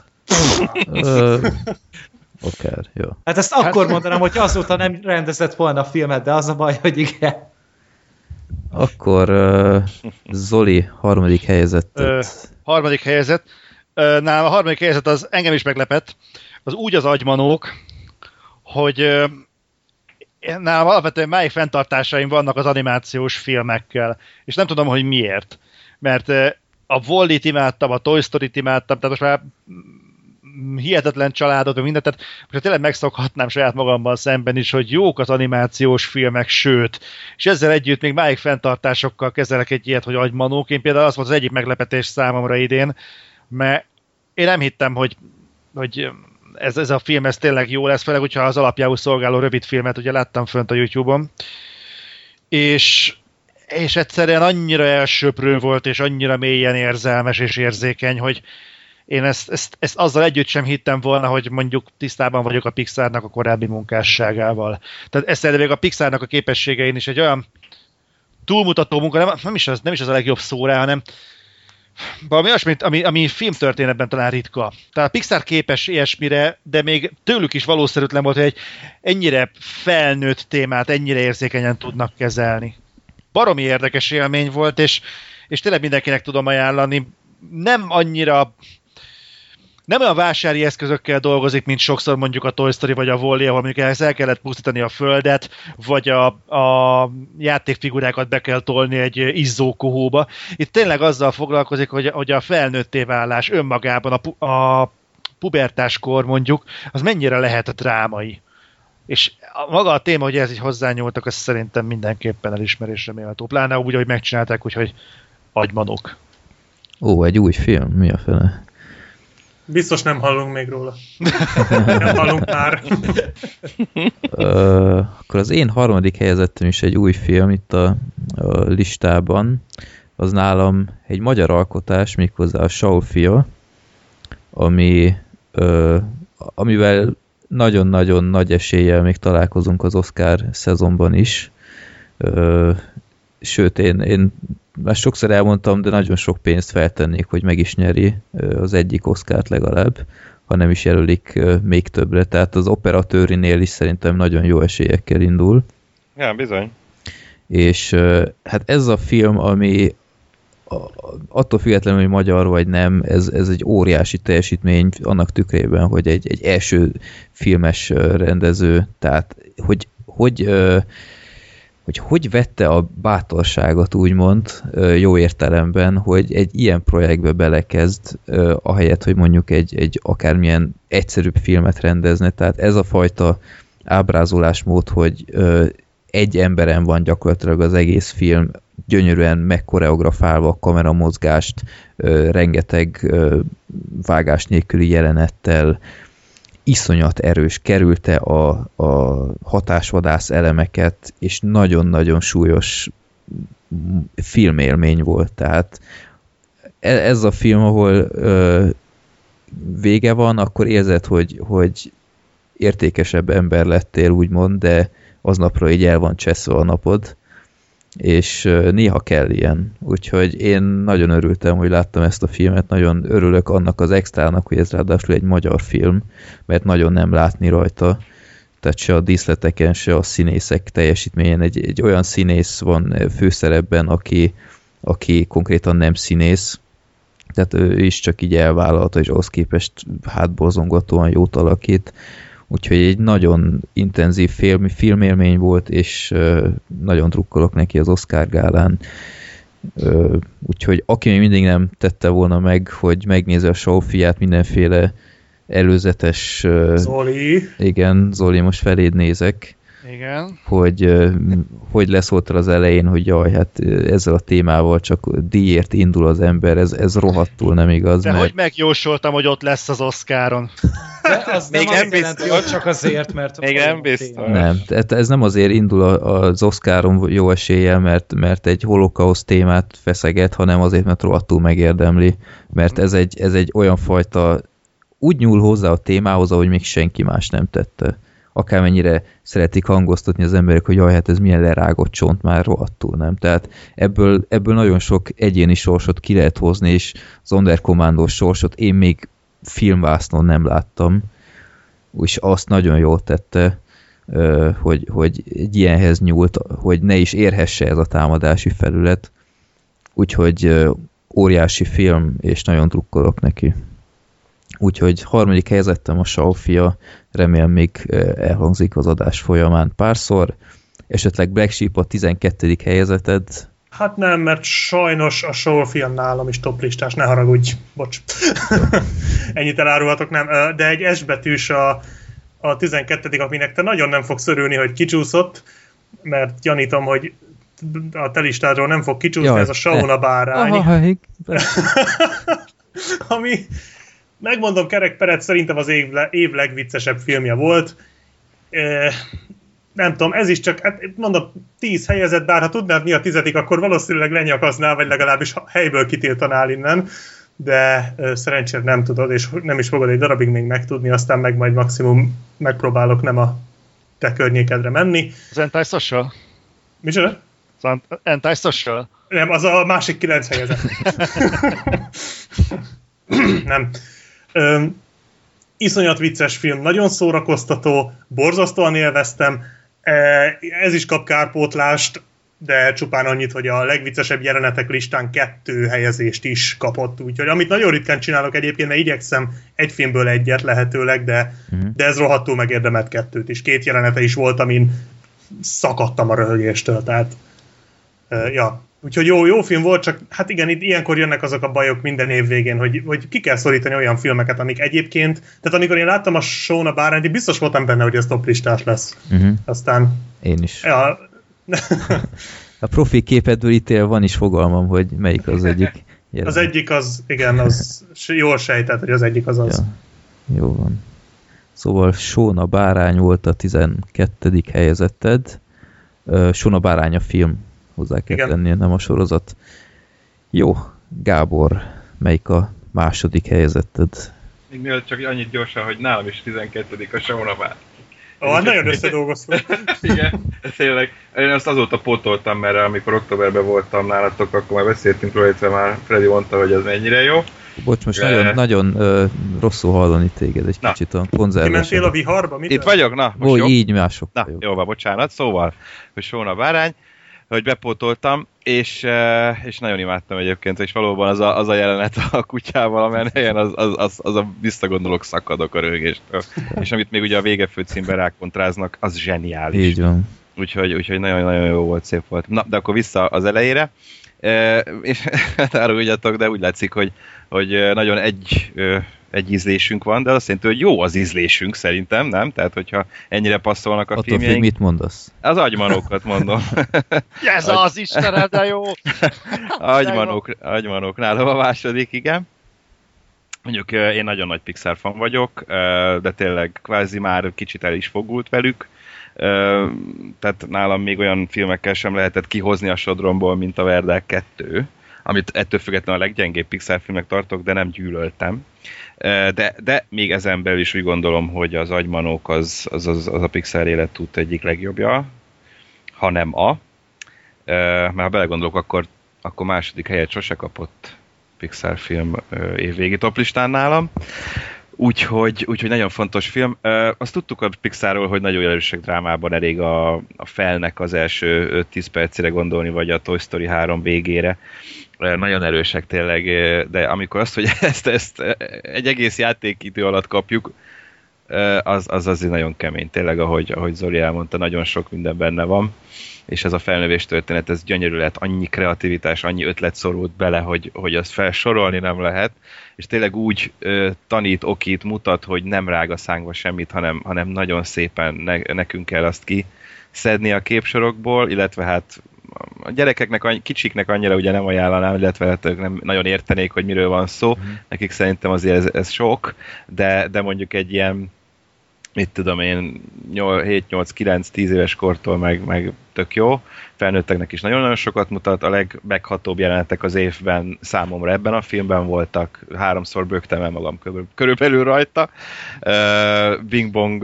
Oké, jó. Hát ezt akkor mondanám, hogy azóta nem rendezett volna a filmet, de az a baj, hogy igen. Akkor uh, Zoli harmadik helyezett. Uh, harmadik helyezett. Uh, nálam a harmadik helyezett az engem is meglepett. Az úgy az agymanók, hogy uh, nálam alapvetően máig fenntartásaim vannak az animációs filmekkel. És nem tudom, hogy miért. Mert uh, a Wall-E-t imádtam, a Toy Story-t imádtam, tehát most már hihetetlen családot, vagy mindent, tehát most tényleg megszokhatnám saját magamban szemben is, hogy jók az animációs filmek, sőt, és ezzel együtt még máig fenntartásokkal kezelek egy ilyet, hogy agymanók. Én például az volt az egyik meglepetés számomra idén, mert én nem hittem, hogy, hogy ez, ez a film ez tényleg jó lesz, főleg, hogyha az alapjául szolgáló rövid filmet ugye láttam fönt a YouTube-on, és és egyszerűen annyira elsöprő volt, és annyira mélyen érzelmes és érzékeny, hogy én ezt, ezt, ezt azzal együtt sem hittem volna, hogy mondjuk tisztában vagyok a Pixarnak a korábbi munkásságával. Tehát ezt még a Pixarnak a képességein is egy olyan túlmutató munka, nem, nem, is, az, nem is az a legjobb szó rá, hanem valami olyasmi, ami, ami filmtörténetben talán ritka. Tehát a Pixar képes ilyesmire, de még tőlük is valószerűtlen volt, hogy egy ennyire felnőtt témát ennyire érzékenyen tudnak kezelni. Baromi érdekes élmény volt, és, és tényleg mindenkinek tudom ajánlani. Nem annyira nem olyan vásári eszközökkel dolgozik, mint sokszor mondjuk a Toy Story vagy a Wall-E, ahol mondjuk ehhez el kellett pusztítani a földet, vagy a, a játékfigurákat be kell tolni egy izzókohóba. Itt tényleg azzal foglalkozik, hogy, hogy a felnőtté válás önmagában, a, pu- a pubertáskor mondjuk, az mennyire lehet a drámai. És a, maga a téma, hogy ez így hozzányúltak, az szerintem mindenképpen elismerésre méltó. Pláne úgy, hogy megcsinálták, úgyhogy agymanok. Ó, egy új film? Mi a fele? Biztos nem hallunk még róla. Nem hallunk már. Ö, akkor az én harmadik helyezettem is egy új film itt a, a listában. Az nálam egy magyar alkotás, méghozzá a Saul fia, ami, ö, amivel nagyon-nagyon nagy eséllyel még találkozunk az Oscar szezonban is. Ö, sőt, én, én már sokszor elmondtam, de nagyon sok pénzt feltennék, hogy meg is nyeri az egyik Oscart legalább, ha nem is jelölik még többre. Tehát az operatőrinél is szerintem nagyon jó esélyekkel indul. Ja, bizony. És hát ez a film, ami attól függetlenül, hogy magyar vagy nem, ez, ez egy óriási teljesítmény annak tükrében, hogy egy, egy első filmes rendező, tehát hogy hogy, hogy hogy vette a bátorságot, úgymond, jó értelemben, hogy egy ilyen projektbe belekezd, ahelyett, hogy mondjuk egy, egy akármilyen egyszerűbb filmet rendezne. Tehát ez a fajta ábrázolásmód, hogy egy emberen van gyakorlatilag az egész film, gyönyörűen megkoreografálva, kameramozgást, rengeteg vágás nélküli jelenettel, iszonyat erős, kerülte a, a hatásvadász elemeket, és nagyon-nagyon súlyos filmélmény volt. Tehát ez a film, ahol vége van, akkor érzed, hogy, hogy értékesebb ember lettél, úgymond, de aznapra így el van cseszve a napod, és néha kell ilyen. Úgyhogy én nagyon örültem, hogy láttam ezt a filmet, nagyon örülök annak az extrának, hogy ez ráadásul egy magyar film, mert nagyon nem látni rajta, tehát se a díszleteken, se a színészek teljesítményen. Egy, egy olyan színész van főszerepben, aki, aki konkrétan nem színész, tehát ő is csak így elvállalta, és ahhoz képest hátborzongatóan jót alakít. Úgyhogy egy nagyon intenzív film, filmélmény volt, és uh, nagyon drukkolok neki az Oscar gálán. Uh, úgyhogy aki még mindig nem tette volna meg, hogy megnézze a Soffiát, mindenféle előzetes... Uh, Zoli. Igen, Zoli, most feléd nézek. Igen. Hogy uh, hogy leszóltál az elején, hogy jaj, hát ezzel a témával csak díjért indul az ember, ez, ez rohadtul nem igaz. De mert... hogy megjósoltam, hogy ott lesz az Oscaron? De az Még nem, nem nem jelenti, hogy csak azért, mert... Még nem biztos. Nem, ez nem azért indul az Oscaron jó eséllyel, mert, mert egy holokauszt témát feszeget, hanem azért, mert rohadtul megérdemli. Mert ez egy, ez egy olyan fajta, úgy nyúl hozzá a témához, ahogy még senki más nem tette. Akármennyire szeretik hangoztatni az emberek, hogy jaj, hát ez milyen lerágott csont, már rohadtul, nem? Tehát ebből, ebből nagyon sok egyéni sorsot ki lehet hozni, és Sonderkommandós sorsot én még filmvásznon nem láttam, és azt nagyon jól tette, hogy, hogy egy ilyenhez nyúlt, hogy ne is érhesse ez a támadási felület. Úgyhogy óriási film, és nagyon drukkolok neki. Úgyhogy harmadik helyezettem a Sofia, remélem még elhangzik az adás folyamán párszor. Esetleg Black Sheep a tizenkettedik helyezeted. Hát nem, mert sajnos a Sofia nálam is toplistás, ne haragudj, bocs. Ennyit elárulhatok, nem. De egy S betűs a, a tizenkettedik, aminek te nagyon nem fogsz örülni, hogy kicsúszott, mert gyanítom, hogy a te listádról nem fog kicsúszni, jaj, ez a Sauna bárány. Aha, ami, megmondom, Kerek Perec szerintem az év, év legviccesebb filmje volt. E, nem tudom, ez is csak, hát mondom, tíz helyezett, bár ha tudnád mi a tizedik, akkor valószínűleg lenyakaznál, vagy legalábbis helyből kitiltanál innen, de e, szerencsére nem tudod, és nem is fogod egy darabig még megtudni, aztán meg majd maximum megpróbálok nem a te környékedre menni. Az Anti-Social? Micsoda? Az Anti-Social? Nem, az a másik kilenc helyezett. Nem. Ö, iszonyat vicces film, nagyon szórakoztató, borzasztóan élveztem. Ez is kap kárpótlást, de csupán annyit, hogy a legviccesebb jelenetek listán kettő helyezést is kapott. Úgyhogy amit nagyon ritkán csinálok egyébként, mert igyekszem egy filmből egyet lehetőleg, de, mm. de ez rohadtul megérdemelt kettőt is. Két jelenete is volt, amin szakadtam a röhögéstől. Tehát, uh, ja. Úgyhogy jó, jó film volt, csak hát igen, itt ilyenkor jönnek azok a bajok minden év végén, hogy, hogy ki kell szorítani olyan filmeket, amik egyébként, tehát amikor én láttam a Sauna bárányt, én biztos voltam benne, hogy ez toplistás lesz. Uh-huh. Aztán... Én is. Ja. A profi képedből ítél van is fogalmam, hogy melyik az egyik. Az egyik az, igen, az jól sejtett, hogy az egyik az az. Ja, jó van. Szóval Sauna bárány volt a tizenkettedik helyezetted. Sauna bárány a film. Hozzá kell igen. tenni, nem a sorozat. Jó, Gábor, melyik a második helyezetted? Még mielőtt csak annyit gyorsan, hogy nálam is tizenkettedik a Sauna bárány. Ah, nagyon összedolgoztam. Igen, tényleg. Én azt azóta pótoltam, mert amikor októberben voltam nálatok, akkor már beszéltünk róla, illetve már Freddy mondta, hogy ez mennyire jó. Bocs, most nagyon, uh, nagyon uh, rosszul hallani téged egy na. Kicsit a konzervesen. Kimentél a viharba? Mit Itt vagyok, na. Ó, így mások. Na, jó van, bocsánat. Szóval, hogy Sóna bárány, hogy bepótoltam, és, és nagyon imádtam egyébként, és valóban az a, az a jelenet a kutyával, amelyen helyen az, az, az, az a visszagondolok, szakadok a röhögéstől. És amit még ugye a végefőcímben rákontráznak, az zseniális. Így van. Úgyhogy, úgyhogy nagyon-nagyon jó volt, szép volt. Na, de akkor vissza az elejére. E, és áruljatok, de úgy látszik, hogy, hogy nagyon egy, egy ízlésünk van, de azt jelenti, hogy jó az ízlésünk szerintem, nem? Tehát, hogyha ennyire passzolnak a attól filmjeink. Attól mit mondasz? Az agymanókat mondom. Ez az Istenem, de jó! Agymanók, agymanók nálam a második, igen. Mondjuk én nagyon nagy Pixar fan vagyok, de tényleg kvázi már kicsit el is fogult velük. Tehát nálam még olyan filmekkel sem lehetett kihozni a sodromból, mint a Verdák kettő, amit ettől függetlenül a leggyengébb Pixar filmnek tartok, de nem gyűlöltem. De, de még ezen belül is úgy gondolom, hogy az Agymanók az, az, az, az a Pixar életút egyik legjobbja, ha nem a. Mert ha belegondolok, akkor, akkor második helyet sose kapott Pixar film évvégi toplistán nálam. Úgyhogy, úgyhogy nagyon fontos film. Azt tudtuk a Pixarról, hogy nagyon erősek drámában, elég a, a Felnek az első öt-tíz percére gondolni, vagy a Toy Story három végére. Nagyon erősek tényleg, de amikor azt, hogy ezt, ezt egy egész játékidő alatt kapjuk, az, az azért nagyon kemény. Tényleg, ahogy, ahogy Zoli elmondta, nagyon sok minden benne van. És ez a felnövés történet, ez gyönyörű lett, annyi kreativitás, annyi ötlet szorult bele, hogy, hogy azt felsorolni nem lehet, és tényleg úgy ö, tanít, okít, mutat, hogy nem rág a szánkba semmit, hanem, hanem nagyon szépen ne, nekünk kell azt kiszedni a képsorokból, illetve hát a gyerekeknek, a kicsiknek annyira ugye nem ajánlanám, illetve hát ők nem nagyon értenék, hogy miről van szó, mm. nekik szerintem azért ez, ez sok, de, de mondjuk egy ilyen mit tudom én, hét nyolc kilenc tíz éves kortól meg, meg tök jó. Felnőtteknek is nagyon-nagyon sokat mutat. A legmeghatóbb jelenetek az évben számomra ebben a filmben voltak. Háromszor bögtem el magam körülbelül rajta. Uh, Bing Bong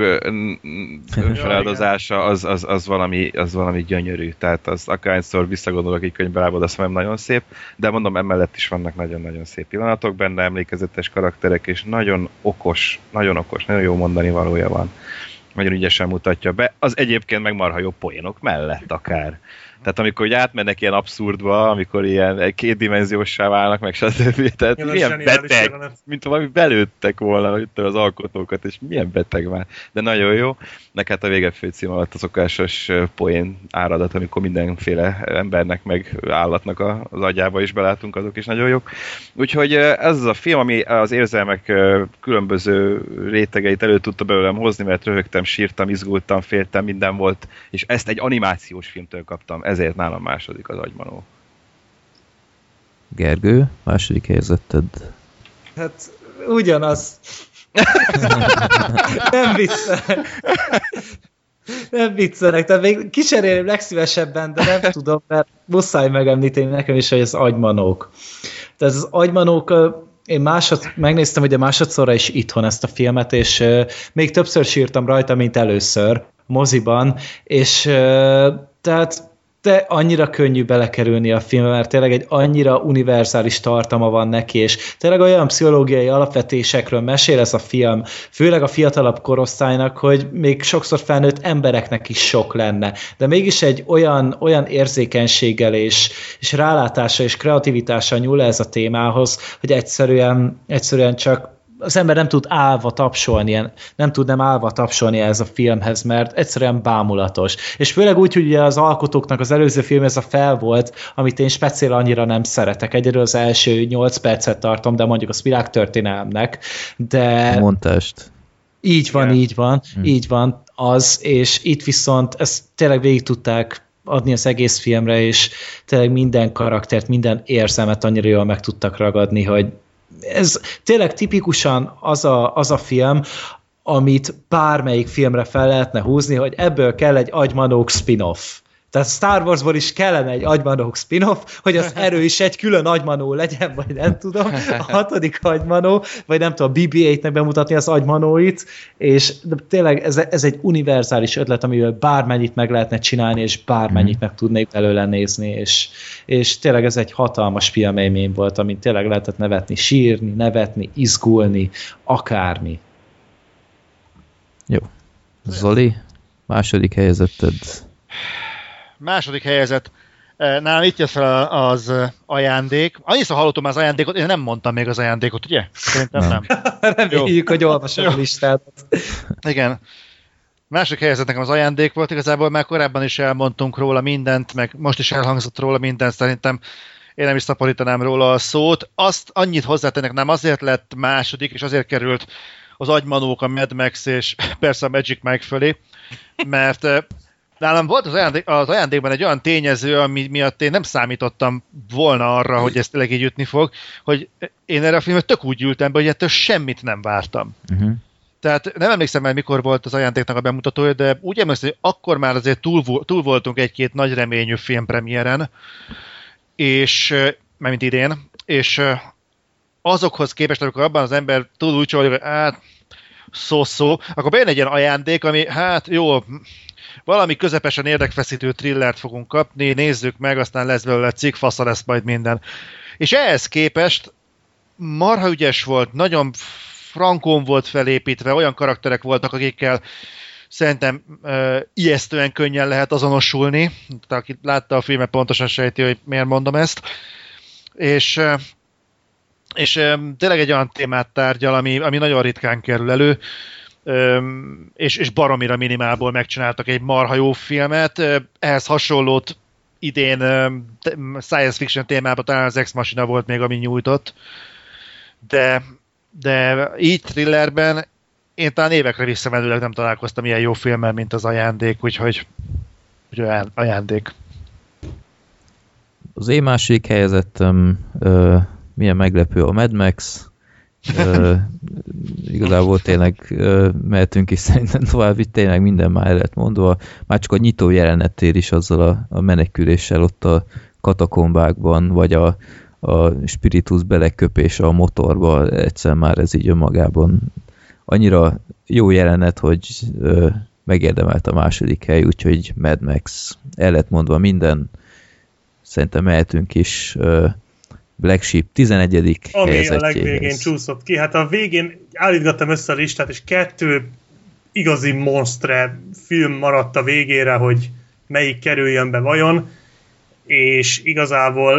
feláldozása az, az, az, valami, az valami gyönyörű. Tehát az akárhányszor visszagondolok így könyvbe lábad, azt mondom, nagyon szép. De mondom, emellett is vannak nagyon-nagyon szép pillanatok benne, emlékezetes karakterek, és nagyon okos, nagyon okos, nagyon jó mondani valója van. Nagyon ügyesen mutatja be, az egyébként meg marha jó poénok mellett akár. Tehát amikor ugye átmennek ilyen abszurdba, amikor ilyen kétdimenzióssá válnak, meg stb. Tehát ja, milyen beteg, mint valami belőttek volna itt az alkotókat, és milyen beteg már. De nagyon jó. Nek hát a végefőcím alatt a szokásos poén áradat, amikor mindenféle embernek meg állatnak az agyába is belátunk, azok is nagyon jók. Úgyhogy ez az a film, ami az érzelmek különböző rétegeit elő tudta belőlem hozni, mert röhögtem, sírtam, izgultam, féltem, minden volt, és ezt egy animációs filmtől kaptam. Ezért nálam második az Agymanó. Gergő, második helyzeted. Hát ugyanaz. Nem viccelek. Nem viccelek, tehát még kicserélem legszívesebben, de nem tudom, mert muszáj megemlíteni nekem is, hogy az Agymanók. Tehát az Agymanók, én másod, megnéztem ugye másodszorra is itthon ezt a filmet, és még többször sírtam rajta, mint először moziban, és tehát de annyira könnyű belekerülni a filmbe, mert tényleg egy annyira univerzális tartalma van neki, és tényleg olyan pszichológiai alapvetésekről mesél ez a film, főleg a fiatalabb korosztálynak, hogy még sokszor felnőtt embereknek is sok lenne. De mégis egy olyan, olyan érzékenységgel és, és rálátása és kreativitással nyúl ez a témához, hogy egyszerűen, egyszerűen csak az ember nem tud állva tapsolni, nem tud nem állva tapsolni ez a filmhez, mert egyszerűen bámulatos. És főleg úgy, hogy az alkotóknak az előző film ez a fel volt, amit én speciál annyira nem szeretek. Egyedül az első nyolc percet tartom, de mondjuk az világtörténelmnek. De... Montást. Így van, yeah. így van, hmm. így van az, és itt viszont ezt tényleg végig tudták adni az egész filmre, és tényleg minden karaktert, minden érzelmet annyira jól meg tudtak ragadni, hogy ez tényleg tipikusan az a, az a film, amit bármelyik filmre fel lehetne húzni, hogy ebből kell egy Agymanók spin-off. Tehát Star Warsból is kellene egy agymanók spin-off, hogy az erő is egy külön agymanó legyen, vagy nem tudom, a hatodik agymanó, vagy nem tudom, bé bé nyolcnak bemutatni az agymanóit, és tényleg ez, ez egy univerzális ötlet, amivel bármennyit meg lehetne csinálni, és bármennyit meg tudnék belőle nézni, és, és tényleg ez egy hatalmas filmélmény volt, amit tényleg lehetett nevetni, sírni, nevetni, izgulni, akármi. Jó. Zoli, második helyezetted. Második helyezet. Nálam itt jött fel az ajándék. Annyiszor hallottam az ajándékot, én nem mondtam még az ajándékot, ugye? Szerintem nem. Reméljük, hogy olvasom a listát. Igen. Második helyezet nekem az ajándék volt, igazából már korábban is elmondtunk róla mindent, meg most is elhangzott róla mindent, szerintem én nem is szaporítanám róla a szót. Azt annyit hozzátennek, nem azért lett második, és azért került az agymanók, a Mad Max és persze a Magic Mike fölé, mert nálam volt az, ajándék, az ajándékban egy olyan tényező, ami miatt én nem számítottam volna arra, hogy ez tényleg így jutni fog, hogy én erre a filmet tök úgy ültem be, hogy ettől semmit nem vártam. Uh-huh. Tehát nem emlékszem el, mikor volt az ajándéknak a bemutatója, de úgy emlékszem, hogy akkor már azért túl, túl voltunk egy-két nagy reményű filmpremiéren, és, mármint idén, és azokhoz képest, amikor abban az ember túl úgy csinálja, hogy hát szó-szó, akkor bejön egy ilyen ajándék, ami hát jó, valami közepesen érdekfeszítő thrillert fogunk kapni, nézzük meg, aztán lesz belőle cikk, fasza lesz majd minden. És ehhez képest marha ügyes volt, nagyon frankón volt felépítve, olyan karakterek voltak, akikkel szerintem uh, ijesztően könnyen lehet azonosulni. Tehát, aki látta a filmet, pontosan sejti, hogy miért mondom ezt. És, uh, és um, tényleg egy olyan témát tárgyal, ami, ami nagyon ritkán kerül elő, um, és, és baromira minimálból megcsináltak egy marha jó filmet. Uh, ehhez hasonlót idén um, science fiction témában talán az Ex Machina volt még, ami nyújtott. De, de így thrillerben én talán évekre visszamenőleg nem találkoztam ilyen jó filmmel, mint az ajándék, úgyhogy, úgyhogy ajándék. Az én másik helyezettem, ö, milyen meglepő a Mad Max. Ö, igazából tényleg ö, mehetünk is szerintem tovább, itt tényleg minden már el lett mondva. Már csak a nyitó jelenettér is azzal a, a meneküléssel ott a katakombákban, vagy a, a spiritus beleköpése a motorba, egyszer már ez így önmagában annyira jó jelenet, hogy ö, megérdemelt a második hely, úgyhogy Mad Max, el lett mondva minden, szerintem mehetünk is. Ö, Black Sheep tizenegyedik Ami a legvégén csúszott ki. Hát a végén állítgattam össze a listát, és kettő igazi monstre film maradt a végére, hogy melyik kerüljön be vajon, és igazából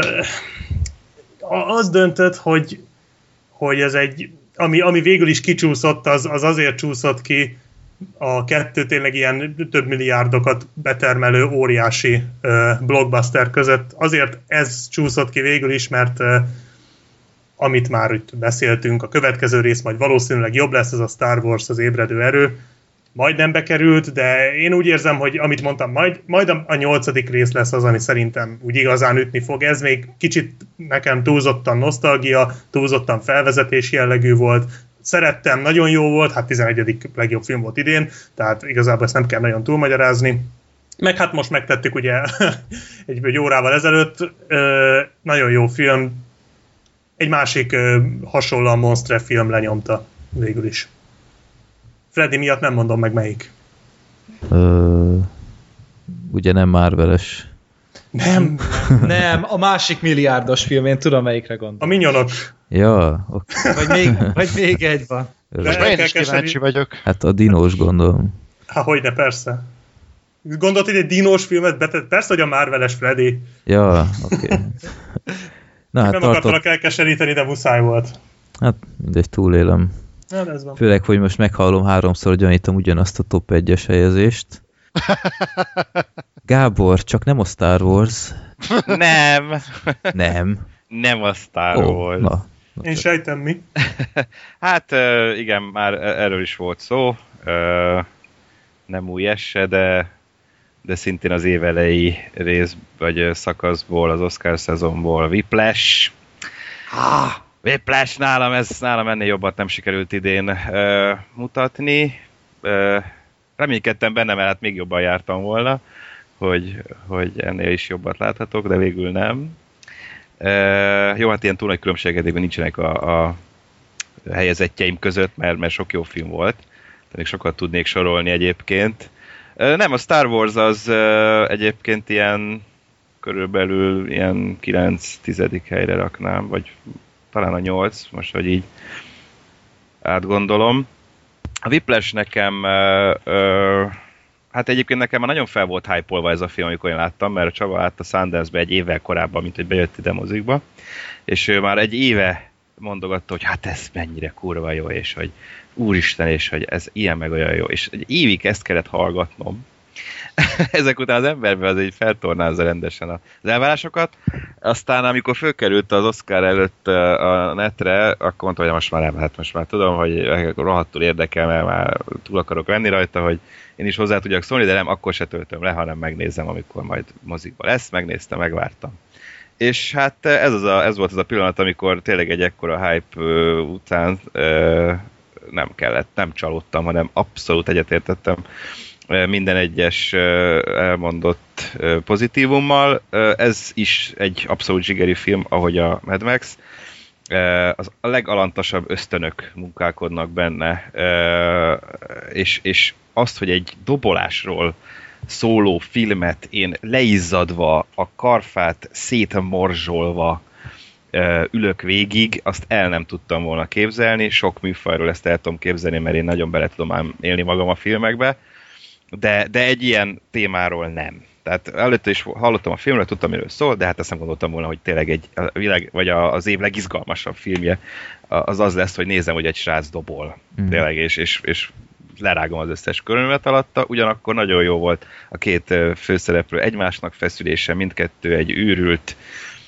az döntött, hogy, hogy ez egy Ami, ami végül is kicsúszott, az, az azért csúszott ki, a kettő tényleg ilyen több milliárdokat betermelő óriási uh, blockbuster között. Azért ez csúszott ki végül is, mert uh, amit már itt beszéltünk, a következő rész majd valószínűleg jobb lesz, ez a Star Wars, az ébredő erő. Majdnem bekerült, de én úgy érzem, hogy amit mondtam, majd, majd a, a nyolcadik rész lesz az, ami szerintem úgy igazán ütni fog. Ez még kicsit nekem túlzottan nosztalgia, túlzottan felvezetés jellegű volt. Szerettem, nagyon jó volt, hát tizenegyedik legjobb film volt idén, tehát igazából ezt nem kell nagyon túlmagyarázni. Meg hát most megtettük ugye egy, egy órával ezelőtt, ö, nagyon jó film, egy másik ö, hasonlóan monstre film lenyomta végül is. Freddy miatt nem mondom meg melyik. Ö, ugye nem Marvel-es. Nem. Nem, a másik milliárdos film, én tudom melyikre gondolom. A Minyonok. Ja, okay. Vagy még, vagy még egy van. Most én is kíváncsi vagyok. Hát a dinós gondolom. Há, hogyne, persze. Gondolt, hogy egy dinós filmet betett? Persze, hogy a Marvel-es Freddy. Ja, oké. Okay. Na, hát nem tartott... akartalak elkeseríteni, de muszáj volt. Hát mindegy, túlélem. Hát ez van. Főleg, hogy most meghallom háromszor, gyanítom ugyanazt a top egyes helyezést. Gábor, csak nem a Star Wars. Nem. Nem. Nem a Star oh, Wars. Na, na Én sejtem mi. Hát igen, már erről is volt szó. Nem új esse, de, de szintén az évelei rész, vagy szakaszból, az Oscar szezonból Whiplash. Ah, Whiplash nálam, ez nálam ennél jobbat nem sikerült idén mutatni. Reménykedtem benne, mert hát még jobban jártam volna. hogy, hogy ennél is jobbat láthatok, de végül nem. Uh, jó, hát ilyen túl nagy különbségedében nincsenek a, a helyezettjeim között, mert, mert sok jó film volt. De még sokat tudnék sorolni egyébként. Uh, nem, a Star Wars az uh, egyébként ilyen körülbelül ilyen kilenc-tizedik helyre raknám, vagy talán a nyolc, most, hogy így átgondolom. A Whiplash nekem uh, uh, hát egyébként nekem már nagyon fel volt hype-olva ez a film, amikor én láttam, mert a Csaba látta Sundance-be egy évvel korábban, mint hogy bejött ide mozikba, és ő már egy éve mondogatta, hogy hát ez mennyire kurva jó, és hogy úristen, és hogy ez ilyen meg olyan jó, és egy évig ezt kellett hallgatnom. Ezek után az emberben az így feltornázza rendesen az elvárásokat. Aztán, amikor fölkerült az Oscar előtt a netre, akkor mondta, hogy most már nem, hát most már tudom, hogy rohadtul érdekel, mert már túl akarok lenni rajta, hogy én is hozzá tudjak szólni, de nem, akkor se töltöm le, hanem megnézem, amikor majd mozikba lesz, megnéztem, megvártam. És hát ez, az a, ez volt az a pillanat, amikor tényleg egy ekkora hype után nem kellett, nem csalódtam, hanem abszolút egyetértettem minden egyes elmondott pozitívummal. Ez is egy abszolút zsigeri film, ahogy a Mad Max. Az a legalantasabb ösztönök munkálkodnak benne, és, és azt, hogy egy dobolásról szóló filmet én leizzadva, a karfát szétmorzsolva ülök végig, azt el nem tudtam volna képzelni. Sok műfajról ezt el tudom képzelni, mert én nagyon bele tudom ám élni magam a filmekbe, de, de egy ilyen témáról nem. Tehát előtte is hallottam a filmről, tudtam, miről szól, de hát ezt nem gondoltam volna, hogy tényleg egy a világ, vagy az év legizgalmasabb filmje az az lesz, hogy nézem, hogy egy srác dobol. Mm. Tényleg, és, és, és lerágom az összes körülmet alatta, ugyanakkor nagyon jó volt a két főszereplő egymásnak feszülése, mindkettő egy őrült,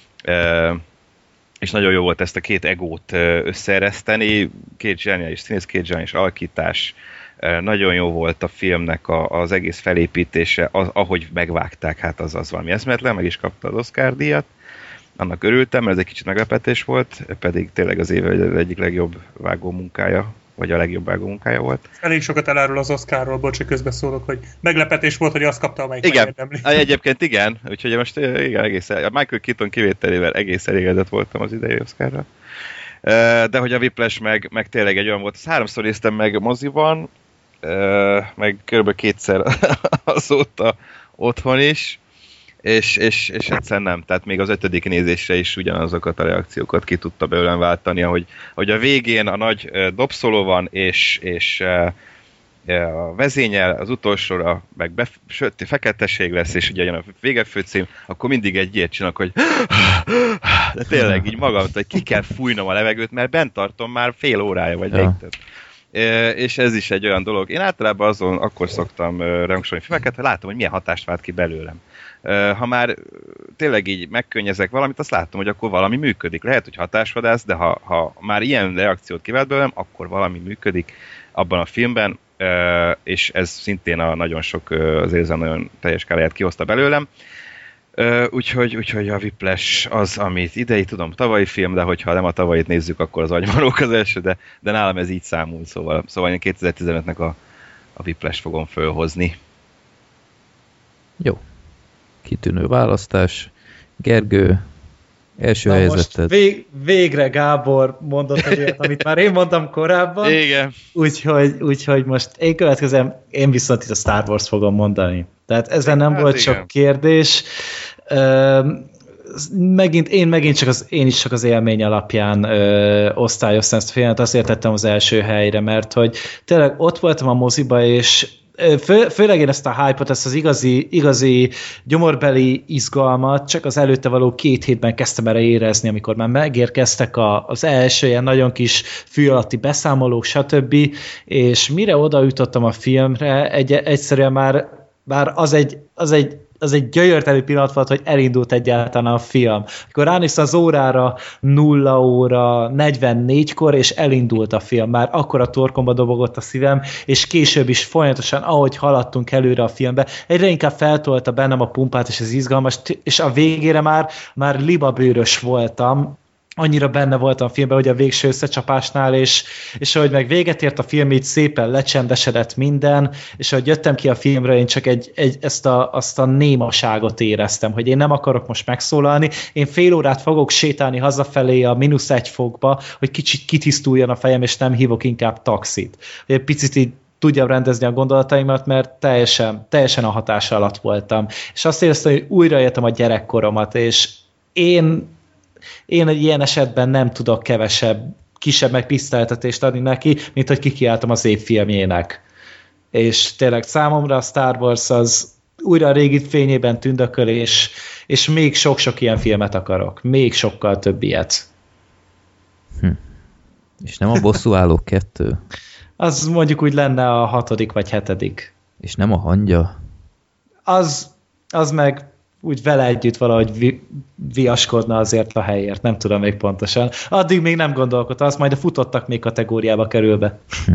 és nagyon jó volt ezt a két egót összeereszteni, két zseniális színész, két zseniális alkítás, nagyon jó volt a filmnek a, az egész felépítése, az, ahogy megvágták, hát az az valami eszméletlen, meg is kapta az Oscar díjat. Annak örültem, mert ez egy kicsit meglepetés volt, pedig tényleg az év egyik legjobb vágó munkája, vagy a legjobb vágó munkája volt. Elég sokat elárul az Oscarról, bocs, hogy közbeszólok, hogy meglepetés volt, hogy azt kapta, amelyik igen, megérdemli. Egyébként igen, úgyhogy most igen, egész, a Michael Keaton kivételével egész elégedett voltam az idei Oscarra. De hogy a Whiplash meg, meg tényleg egy olyan volt, azt háromszor néztem meg moziban, meg kb. kétszer azóta otthon is, és, és, és egyszerűen nem. Tehát még az ötödik nézésre is ugyanazokat a reakciókat ki tudta belőlem váltani, hogy, hogy a végén a nagy dobszoló van, és, és a vezényel, az utolsóra meg bef, söt, feketeség lesz, és ugye jön a végefőcím, akkor mindig egy ilyet csinálok, hogy de tényleg így magam, hogy ki kell fújnom a levegőt, mert bent tartom már fél órája, vagy még több. És ez is egy olyan dolog. Én általában azon akkor szoktam rangsorolni filmeket, hogy látom, hogy milyen hatást vált ki belőlem. Ha már tényleg így megkönnyezek valamit, azt látom, hogy akkor valami működik. Lehet, hogy hatásvadász, de ha, ha már ilyen reakciót kivált belőlem, akkor valami működik abban a filmben, és ez szintén a nagyon sok, az érzem nagyon teljes skáláját kihozta belőlem. Úgyhogy, úgyhogy a Whiplash az, amit idei, tudom, tavalyi film, de hogyha nem a tavalyit nézzük, akkor az Agymarók az első, de, de nálam ez így számul, szóval, szóval én kétezer-tizenötnek a, a Whiplash fogom fölhozni. Jó. Kitűnő választás. Gergő, első Na helyzeted. Most vég, végre Gábor mondott egy olyat, amit már én mondtam korábban. Igen. Úgyhogy, úgyhogy most én következem, én viszont itt a Star Wars fogom mondani. Tehát ezen nem hát volt igen. sok kérdés. Uh, megint, én megint csak az, én is csak az élmény alapján ö, osztályoztam ezt a filmet, azért tettem az első helyre, mert hogy tényleg ott voltam a moziba, és Fő, főleg én ezt a hype-ot, ezt az igazi, igazi gyomorbeli izgalmat csak az előtte való két hétben kezdtem erre érezni, amikor már megérkeztek a, az első ilyen nagyon kis fű alatti beszámolók, stb. És mire odaütöttem a filmre, egy, egyszerűen már, már az egy, az egy az egy gyönyörteli pillanat volt, hogy elindult egyáltalán a film. Akkor ránéztem az órára nulla óra negyvennégykor, és elindult a film. Már akkor a torkomba dobogott a szívem, és később is folyamatosan, ahogy haladtunk előre a filmbe, egyre inkább feltolta bennem a pumpát, és az izgalmas, és a végére már, már libabőrös voltam, annyira benne voltam a filmben, hogy a végső összecsapásnál, és, és ahogy meg véget ért a film, így szépen lecsendesedett minden, és ahogy jöttem ki a filmre, én csak egy, egy, ezt a, azt a némaságot éreztem, hogy én nem akarok most megszólalni, én fél órát fogok sétálni hazafelé a mínusz egy fokba, hogy kicsit kitisztuljon a fejem, és nem hívok inkább taxit. Hogy egy picit így tudjam rendezni a gondolataimat, mert teljesen, teljesen a hatás alatt voltam. És azt éreztem, hogy újraéltem a gyerekkoromat, és én Én egy ilyen esetben nem tudok kevesebb, kisebb megtiszteltetést adni neki, mint hogy kikiáltom az év filmjének. És tényleg számomra a Star Wars az újra a régi fényében tündököl, és, és még sok-sok ilyen filmet akarok. Még sokkal több ilyet. Hm. És nem a Bosszúállók kettő? Az mondjuk úgy lenne a hatodik vagy hetedik. És nem a Hangya? Az, az meg úgy vele együtt valahogy vi, viaskodna azért a helyért, nem tudom még pontosan. Addig még nem gondolkodtam, azt majd a futottak még kategóriába kerül be. Hm.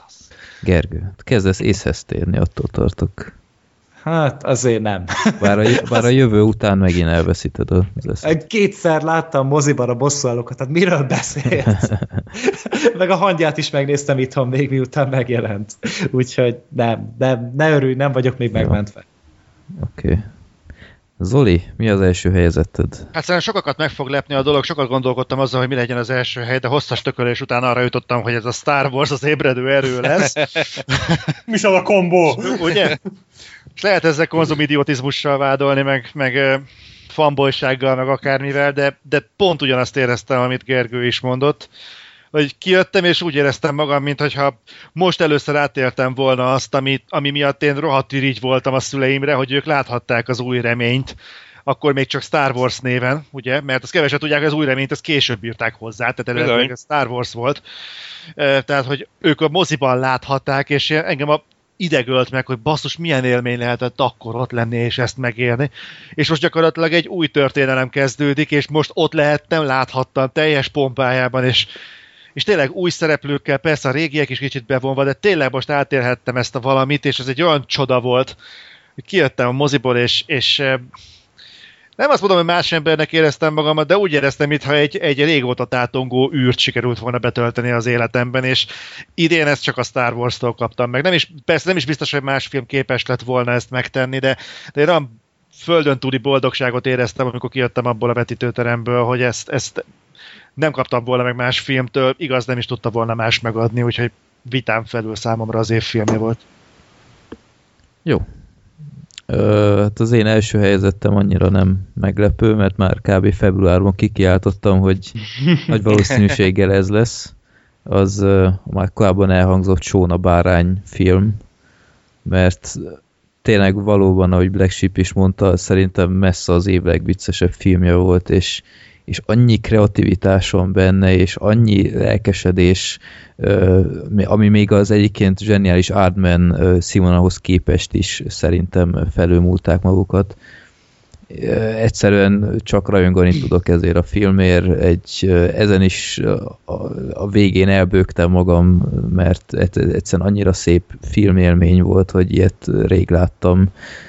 Gergő, kezdesz észhez térni, attól tartok. Hát azért nem. Bár a, bár a jövő után megint elveszíted az eszet. Kétszer láttam moziban a Bosszúállókat, tehát miről beszélsz? Meg a Hangyát is megnéztem itthon még miután megjelent. Úgyhogy nem, nem, ne örülj, nem vagyok még megmentve. Oké. Okay. Zoli, mi az első helyezetted? Hát szerintem sokakat meg fog lepni a dolog, sokat gondolkodtam azzal, hogy mi legyen az első hely, de hosszas tökölés után arra jutottam, hogy ez a Star Wars az ébredő erő lesz. Micsoda kombó! Ugye? És lehet ezzel konzumidiotizmussal vádolni, meg, meg fanboysággal, meg akármivel, de, de pont ugyanazt éreztem, amit Gergő is mondott, hogy kijöttem, és úgy éreztem magam, mintha most először átéltem volna azt, ami, ami miatt én rohadt irigy voltam a szüleimre, hogy ők láthatták az új reményt, akkor még csak Star Wars néven, ugye, mert azt keveset tudják, hogy az új reményt azt később írták hozzá, tehát eredetileg Star Wars volt. Tehát, hogy ők a moziban láthatták, és engem a idegölt meg, hogy basszus, milyen élmény lehetett akkor ott lenni és ezt megélni. És most gyakorlatilag egy új történelem kezdődik, és most ott lehettem, láthattam teljes pompájában, és és tényleg új szereplőkkel, persze a régiek is kicsit bevonva, de tényleg most átélhettem ezt a valamit, és ez egy olyan csoda volt, hogy kijöttem a moziból, és, és nem azt mondom, hogy más embernek éreztem magamat, de úgy éreztem, mintha egy, egy régóta tátongó űrt sikerült volna betölteni az életemben, és idén ezt csak a Star Wars-tól kaptam meg. Nem is, persze nem is biztos, hogy más film képes lett volna ezt megtenni, de, de én olyan földön túli boldogságot éreztem, amikor kijöttem abból a vetítőteremből, hogy ezt, ezt nem kaptam volna meg más filmtől, igaz, nem is tudta volna más megadni, úgyhogy vitám felül számomra az év filmje volt. Jó. Ö, hát az én első helyezettem annyira nem meglepő, mert már kb. Februárban kikiáltottam, hogy nagy valószínűséggel ez lesz. Az ö, már korábban elhangzott Són a bárány film, mert tényleg valóban, ahogy Black Sheep is mondta, szerintem messze az év legviccesebb filmje volt, és és annyi kreativitás van benne, és annyi lelkesedés, ami még az egyébként zseniális Aardman színvonalhoz képest is szerintem felülmúlták magukat. Egyszerűen csak rajongani tudok ezért a filmért, egy, ezen is a, a végén elbőgtem magam, mert egyszerűen annyira szép filmélmény volt, hogy ilyet rég láttam.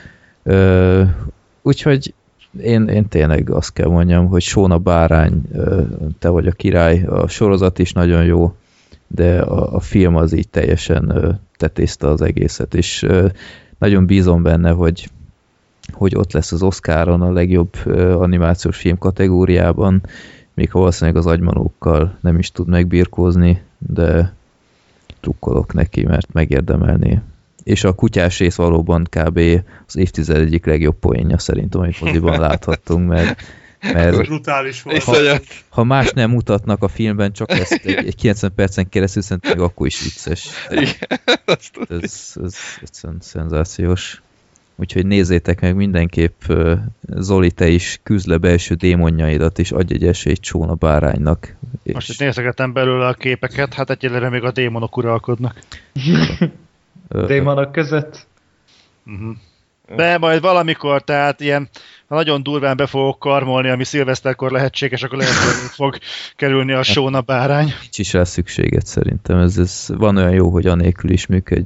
Úgyhogy Én, én tényleg azt kell mondjam, hogy Són a bárány, te vagy a király, a sorozat is nagyon jó, de a, a film az így teljesen tetézte az egészet, és nagyon bízom benne, hogy, hogy ott lesz az Oscaron a legjobb animációs film kategóriában, még ha valószínűleg az agymanókkal nem is tud megbirkózni, de trukkolok neki, mert megérdemelné. És a kutyás rész valóban kb. Az évtized egyik legjobb poénja szerintem, amit moziban láthattunk, mert, mert brutális volt. Ha, ha más nem mutatnak a filmben, csak ezt egy, egy kilencven percen keresztül szerintem még akkor is vicces. ez, ez egyszerűen szenzációs. Úgyhogy nézzétek meg mindenképp, Zoli, te is küzd le belső démonjaidat, és adj egy esélyt Són a báránynak. Most itt nézegetem belőle a képeket, hát egyelőre még a démonok uralkodnak. Démonok között? Uh-huh. De majd valamikor, tehát ilyen, ha nagyon durván be fogok karmolni, ami szilveszterkor lehetséges, akkor lehet, hogy fog kerülni a Són a bárány. Nincs is rá szükséget szerintem, ez, ez van olyan jó, hogy anélkül is működjön.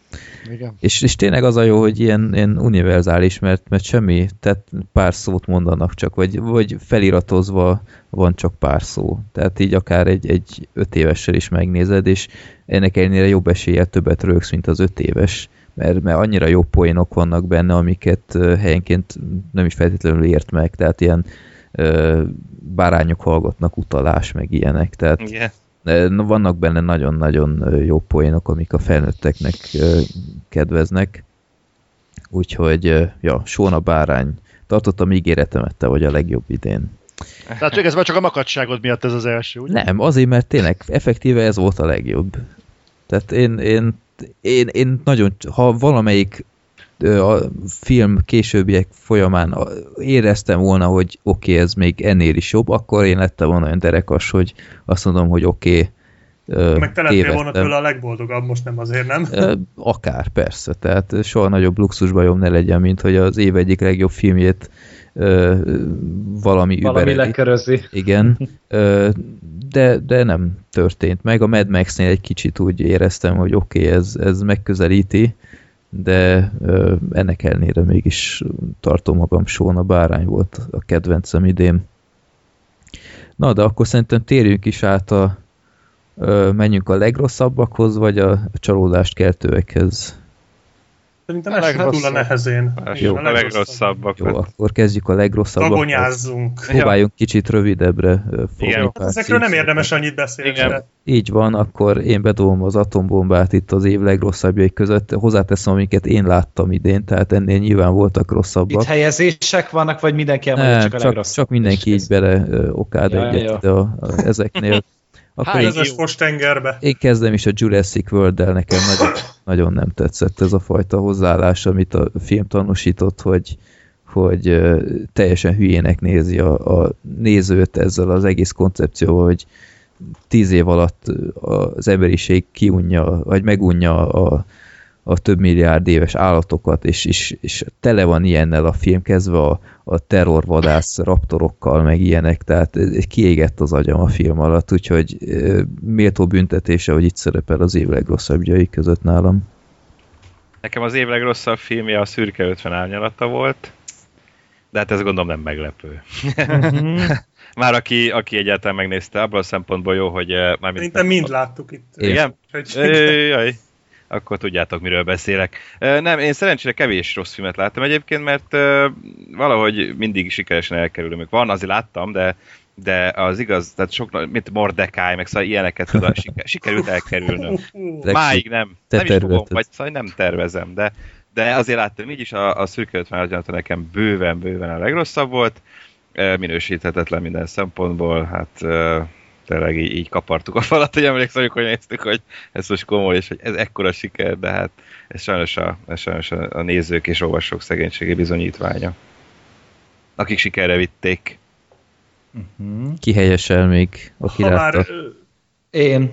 Igen. És, és tényleg az a jó, hogy ilyen, ilyen univerzális, mert, mert semmi, tehát pár szót mondanak csak, vagy, vagy feliratozva van csak pár szó. Tehát így akár egy, egy öt évessel is megnézed, és ennek ellenére jobb eséllyel többet rögsz, mint az öt éves, mert, mert annyira jó poénok vannak benne, amiket helyenként nem is feltétlenül ért meg, tehát ilyen ö, bárányok hallgatnak utalás, meg ilyenek, tehát Yeah. vannak benne nagyon-nagyon jó poénok, amik a felnőtteknek kedveznek. Úgyhogy, ja, Sean a bárány. Tartottam ígéretemet, te vagy a legjobb idén. Tehát végezben csak a makadságod miatt ez az első, ugye? Nem, azért, mert tényleg effektíve ez volt a legjobb. Tehát én, én, én, én nagyon, ha valamelyik a film későbbiek folyamán éreztem volna, hogy oké, okay, ez még ennél is jobb, akkor én lettem volna olyan derekas, hogy azt mondom, hogy oké, okay, meg te lettél volna tőle a legboldogabb, most nem azért, nem? Akár, persze. Tehát soha nagyobb luxusbajom ne legyen, mint hogy az év egyik legjobb filmjét valami Valami lekörözi. Igen. De, de nem történt meg. A Mad Max-nél egy kicsit úgy éreztem, hogy oké, okay, ez, ez megközelíti, de ö, ennek ellenére mégis tartom magam, Sean a bárány volt a kedvencem idén. Na, de akkor szerintem térjünk is át a ö, menjünk a legrosszabbakhoz, vagy a, a csalódást keltőekhez. Szerintem ez túl a nehezén. Jó, a legrosszabbak. Jó, akkor kezdjük a legrosszabbak. Tagonyázzunk. Próbáljunk kicsit rövidebbre fogni. Ezekről nem érdemes annyit beszélni. Így van, akkor én bedobom az atombombát itt az év legrosszabbjai között. Hozzáteszem, amiket én láttam idén, tehát ennél nyilván voltak rosszabbak. Itt helyezések vannak, vagy mindenki elmondja csak a legrosszabb? Csak mindenki így bele okád ja, egyet ja. A, a, ezeknél. Akkor én, fostengerbe. Én kezdem is a Jurassic World-del, nekem nagyon, nagyon nem tetszett ez a fajta hozzáállás, amit a film tanúsított, hogy, hogy uh, teljesen hülyének nézi a, a nézőt ezzel az egész koncepcióval, hogy tíz év alatt az emberiség kiunja, vagy megunja a, a több milliárd éves állatokat, és, és, és tele van ilyennel a film, kezdve a, a terrorvadász raptorokkal, meg ilyenek, tehát kiégett az agyam a film alatt, úgyhogy méltó büntetése, hogy itt szerepel az év legrosszabbjai között nálam. Nekem az év legrosszabb filmje a Szürke ötven árnyalata volt, de hát ez gondolom nem meglepő. Már aki, aki egyáltalán megnézte, abban a szempontból jó, hogy... Szerintem mind láttuk itt. Igen? Jaj. Akkor tudjátok, miről beszélek. Nem, én szerencsére kevés rossz filmet láttam egyébként, mert valahogy mindig sikeresen elkerülöm. Van, azért láttam, de, de az igaz, tehát sok, mint Mordecai, meg szóval ilyeneket oda sikerült elkerülnöm. Máig nem. Nem is fogom, vagy szóval nem tervezem, de, de azért láttam így is, a, a Szürke ötven árnyalata nekem bőven-bőven a legrosszabb volt. Minősíthetetlen minden szempontból, hát... tényleg így, így kapartuk a falat, hogy emlékszem, hogy néztük, hogy ez most komoly, és hogy ez ekkora siker, de hát ez sajnos a, ez sajnos a nézők és olvasók szegénységi bizonyítványa. Akik sikerre vitték. Uh-huh. Ki helyesel még, aki ha látta? Már, Én.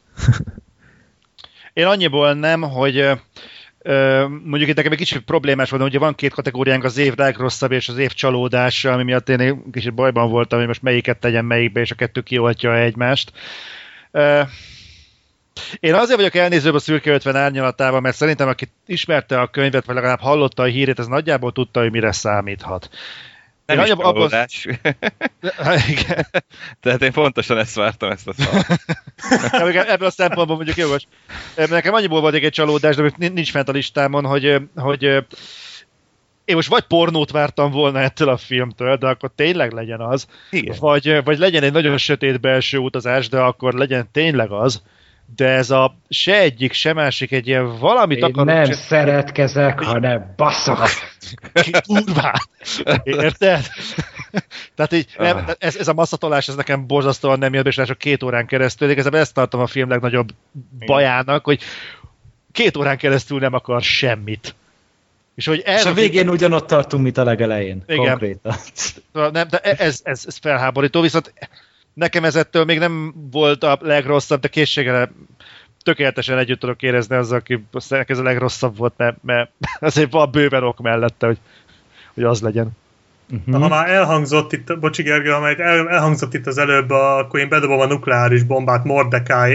Én annyiból nem, hogy Uh, mondjuk itt nekem egy kicsit problémás volt, ugye van két kategóriánk, az év legrosszabb és az év csalódása, ami miatt én egy kicsit bajban voltam, hogy most melyiket tegyem melyikbe, és a kettő kioltja egymást. Uh, én azért vagyok elnézőbb a Szürke ötven árnyalatában, mert szerintem aki ismerte a könyvet, vagy legalább hallotta a hírét, az nagyjából tudta, hogy mire számíthat. Nem én is csalódás. Abban... Igen. Tehát én pontosan ezt vártam, ezt a szart. Ebből a szempontból mondjuk jó, most nekem annyiból volt egy csalódás, de nincs fent a listámon, hogy, hogy én most vagy pornót vártam volna ettől a filmtől, de akkor tényleg legyen az. Vagy, vagy legyen egy nagyon sötét belső utazás, de akkor legyen tényleg az. De ez a se egyik, se másik egy ilyen valamit én akarok... nem csinálni. szeretkezek, hanem basszak! Durván! Érted? Tehát így, nem, ez, ez a masszatolás, ez nekem borzasztóan nem jön, és csak két órán keresztül. Igazából ezt tartom a film legnagyobb bajának, hogy két órán keresztül nem akar semmit. És, hogy és a végén ugyanott tartunk, mint a legelején. Igen. Konkrétan. Nem, de ez, ez, ez felháborító, viszont nekem ez ettől még nem volt a legrosszabb, de készséggel tökéletesen együtt tudok érezni azzal, aki ez a legrosszabb volt, mert, mert azért van bőven ok mellette, hogy, hogy az legyen. Uh-huh. Ha már elhangzott itt, bocsi Gergő, amelyik el, elhangzott itt az előbb, akkor én bedobom a nukleáris bombát, Mordecai.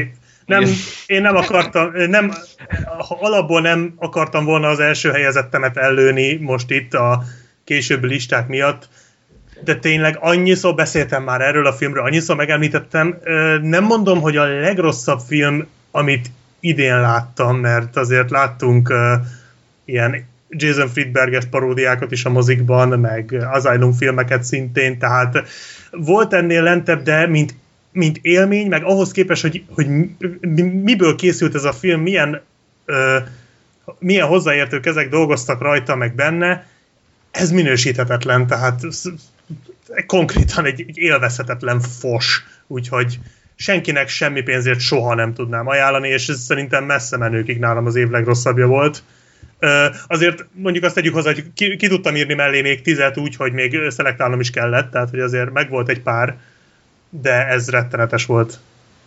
Nem, én nem akartam, nem, alapból nem akartam volna az első helyezettemet ellőni most itt a későbbi listák miatt, de tényleg annyiszor beszéltem már erről a filmről, annyiszor megemlítettem. Nem mondom, hogy a legrosszabb film, amit idén láttam, mert azért láttunk ilyen Jason Friedberges paródiákat is a mozikban, meg Asylum filmeket szintén, tehát volt ennél lentebb, de mint, mint élmény, meg ahhoz képest, hogy, hogy miből készült ez a film, milyen, ö, milyen hozzáértő kezek dolgoztak rajta, meg benne, ez minősíthetetlen, tehát konkrétan egy, egy élvezhetetlen fos, úgyhogy senkinek semmi pénzért soha nem tudnám ajánlani, és ez szerintem messze menőkig nálam az év legrosszabbja volt. Uh, azért mondjuk azt tegyük hozzá, hogy ki, ki tudtam írni mellé még tizet úgy, hogy még szelektálnom is kellett, tehát hogy azért megvolt egy pár, de ez rettenetes volt.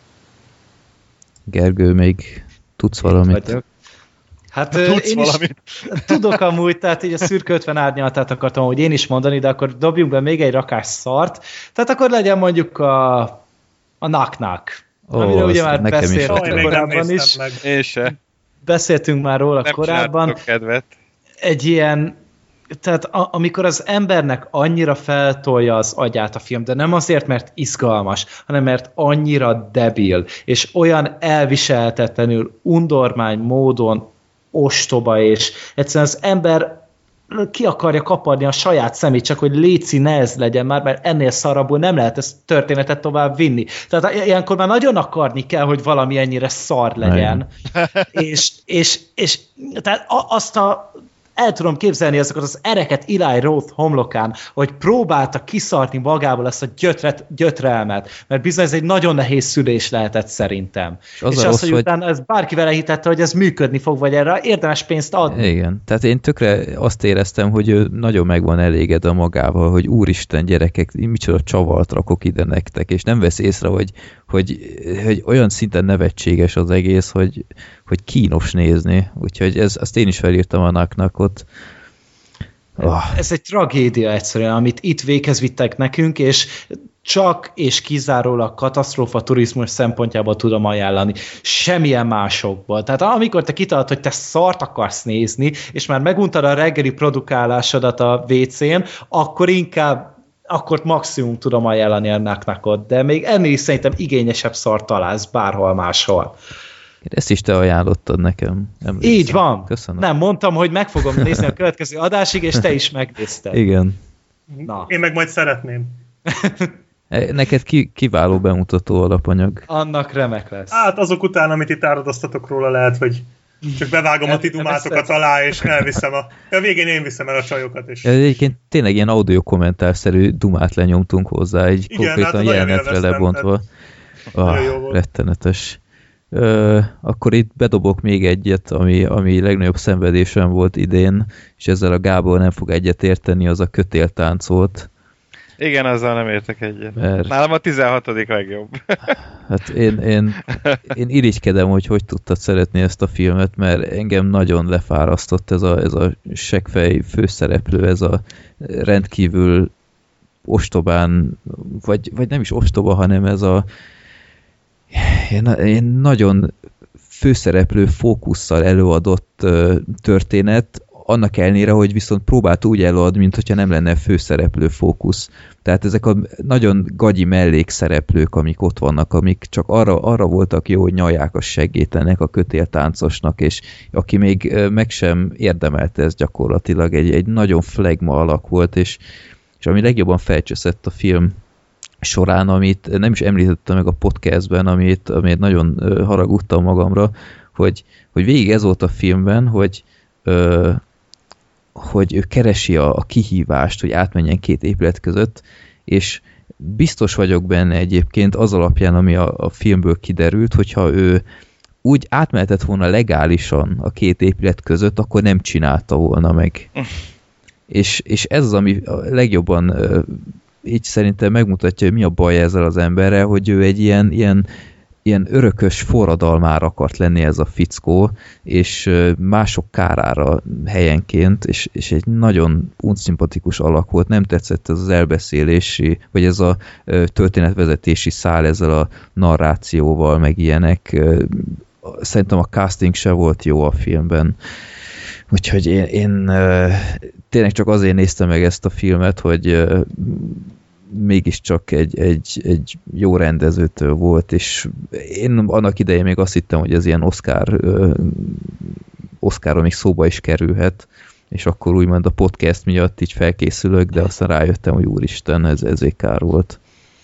Gergő, még tudsz valamit? Hát tudsz én valamit? Is tudok amúgy, tehát így a szürke ötven árnyalatát akartam, hogy én is mondani, de akkor dobjunk be még egy rakás szart, tehát akkor legyen mondjuk a, a Knock-Knock, oh, amire ugye már beszéltünk korábban is. Én se. Beszéltünk már róla nem korábban. Egy ilyen, tehát a, amikor az embernek annyira feltolja az agyát a film, de nem azért, mert izgalmas, hanem mert annyira debil, és olyan elviselhetetlenül undormány módon ostoba, és egyszerűen az ember ki akarja kaparni a saját szemét, csak hogy léci ne ez legyen már, mert ennél szarabból nem lehet ezt történetet tovább vinni. Tehát ilyenkor már nagyon akarni kell, hogy valami ennyire szar legyen. és, és, és tehát azt a el tudom képzelni azokat az ereket Eli Roth homlokán, hogy próbálta kiszarni magából ezt a gyötret, gyötrelmet, mert bizony ez egy nagyon nehéz szülés lehetett szerintem. És, az és azt, hogy, hogy utána ez bárki vele hitette, hogy ez működni fog, vagy erre érdemes pénzt adni. Igen, tehát én tökre azt éreztem, hogy ő nagyon meg van elégedve magával, hogy úristen gyerekek, micsoda csavart rakok ide nektek, és nem vesz észre, hogy, hogy, hogy olyan szinten nevetséges az egész, hogy, hogy kínos nézni. Úgyhogy ez, azt én is felírtam a Knock-Knockot. Oh. Ez egy tragédia egyszerűen, amit itt véghez vittek nekünk, és csak és kizárólag katasztrófa turizmus szempontjából tudom ajánlani. Semmilyen másokból. Tehát amikor te kitalálod, hogy te szart akarsz nézni, és már meguntad a reggeli produkálásodat a vé cén, akkor inkább akkor maximum tudom ajánlani a Knock-Knockot, de még ennél is szerintem igényesebb szart találsz bárhol máshol. Ezt is te ajánlottad nekem. Emlékszem. Így van. Köszönöm. Nem, mondtam, hogy meg fogom nézni a következő adásig, és te is megnézted. Igen. Na. Én meg majd szeretném. Neked ki, kiváló bemutató alapanyag. Annak remek lesz. Hát azok után, amit itt áradoztatok róla, lehet, hogy csak bevágom a ti dumátokat alá, és elviszem a... A végén én viszem el a csajokat is. Egyébként tényleg ilyen audio kommentárszerű dumát lenyomtunk hozzá, egy igen, konkrétan hát jelenetre lebontva. Ah, rettenetes. Ö, akkor itt bedobok még egyet, ami, ami legnagyobb szenvedésem volt idén, és ezzel a Gábor nem fog egyet érteni, az a kötéltánc volt. Igen, azzal nem értek egyet. Mert... Nálam a tizenhatodik legjobb. Hát én, én, én irigykedem, hogy hogy tudtad szeretni ezt a filmet, mert engem nagyon lefárasztott ez a, ez a seggfej főszereplő, ez a rendkívül ostobán, vagy, vagy nem is ostoba, hanem ez a én, én nagyon főszereplő fókusszal előadott történet, annak ellenére, hogy viszont próbált úgy előadni, mint hogyha nem lenne főszereplő fókusz. Tehát ezek a nagyon gagyi mellékszereplők, amik ott vannak, amik csak arra, arra voltak jó, hogy nyalják a seggét ennek a kötéltáncosnak, és aki még meg sem érdemelte ez gyakorlatilag, egy, egy nagyon flegma alak volt, és, és ami legjobban felcseszett a film során, amit nem is említettem meg a podcastben, amit, amit nagyon haragudtam magamra, hogy, hogy végig ez volt a filmben, hogy ö, hogy ő keresi a, a kihívást, hogy átmenjen két épület között, és biztos vagyok benne egyébként az alapján, ami a, a filmből kiderült, hogyha ő úgy átmehetett volna legálisan a két épület között, akkor nem csinálta volna meg. és, és ez az, ami a legjobban így szerintem megmutatja, hogy mi a baj ezzel az emberrel, hogy ő egy ilyen, ilyen ilyen örökös forradalmára akart lenni ez a fickó, és mások kárára helyenként, és, és egy nagyon unszimpatikus alak volt, nem tetszett ez az elbeszélési, vagy ez a történetvezetési szál ezzel a narrációval, meg ilyenek. Szerintem a casting se volt jó a filmben. Úgyhogy én, én tényleg csak azért néztem meg ezt a filmet, hogy mégiscsak egy, egy, egy jó rendezőtől volt, és én annak idején még azt hittem, hogy ez ilyen Oscar Oscarra még szóba is kerülhet, és akkor úgymond a podcast miatt így felkészülök, de aztán rájöttem, hogy úristen, ez ezért kár volt.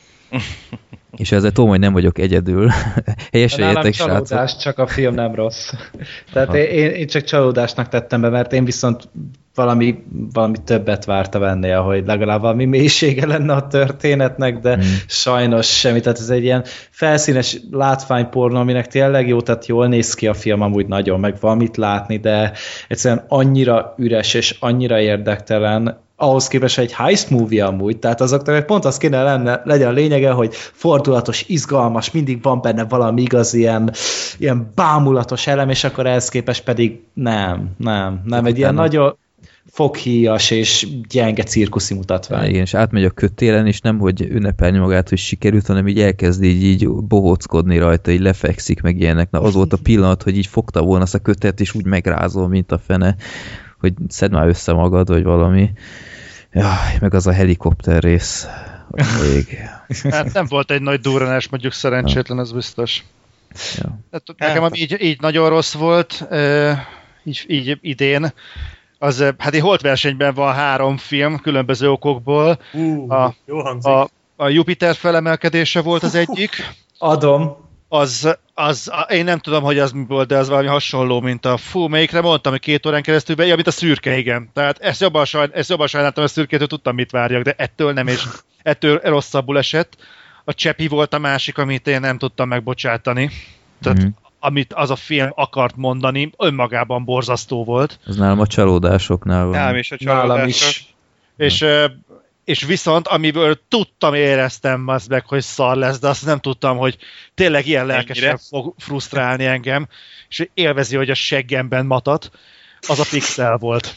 És ezzel tudom, hogy nem vagyok egyedül. Helyeseljetek, srácok. Csalódás, csak a film nem rossz. Tehát én, én csak csalódásnak tettem be, mert én viszont valami, valami többet vártam ennél, hogy legalább valami mélysége lenne a történetnek, de hmm. sajnos semmi. Tehát ez egy ilyen felszínes látványpornó, aminek tényleg jó, tehát jól néz ki a film, amúgy nagyon, meg van mit látni, de egyszerűen annyira üres és annyira érdektelen, ahhoz képest egy heist movie amúgy, tehát azoknak pont az kéne lenne, legyen a lényege, hogy fordulatos, izgalmas, mindig van benne valami igaz, ilyen, ilyen bámulatos elem, és akkor ehhez képest pedig nem, nem, nem, egy ilyen nagyon foghíjas és gyenge cirkuszi mutatvány. Igen, és átmegy a kötélen, és nem, hogy ünnepelni magát, hogy sikerült, hanem így elkezd így, így bohóckodni rajta, így lefekszik, meg ilyenek. Na, az volt a pillanat, hogy így fogta volna azt a kötet, és úgy megrázol, mint a fene, hogy szedd már össze magad, vagy valami. Jaj, meg az a helikopter rész. Még. Hát nem volt egy nagy durranás, mondjuk szerencsétlen, ez biztos. Ja. Hát, nekem ami így, így nagyon rossz volt, így, így idén, az, hát egy holtversenyben van három film, különböző okokból. Uh, a, jó hangzik. A, a Jupiter felemelkedése volt az egyik. Adom. Az, az, én nem tudom, hogy az mi volt, de az valami hasonló, mint a fú, melyikre mondtam, hogy két órán keresztül be, ja, mint a szürke, igen. Tehát ezt jobban, sajn, ezt jobban sajnáltam a szürkétől, tudtam, mit várjak, de ettől nem, és ettől rosszabbul esett. A Csepi volt a másik, amit én nem tudtam megbocsátani. Tehát mm-hmm. amit az a film akart mondani, önmagában borzasztó volt. Az nálam a csalódásoknál van. Nem, és a csalódások. És, és viszont, amiből tudtam, éreztem azt meg, hogy szar lesz, de azt nem tudtam, hogy tényleg ilyen lelkesen fog frusztrálni engem, és élvezi, hogy a seggemben matat, az a Pixel volt.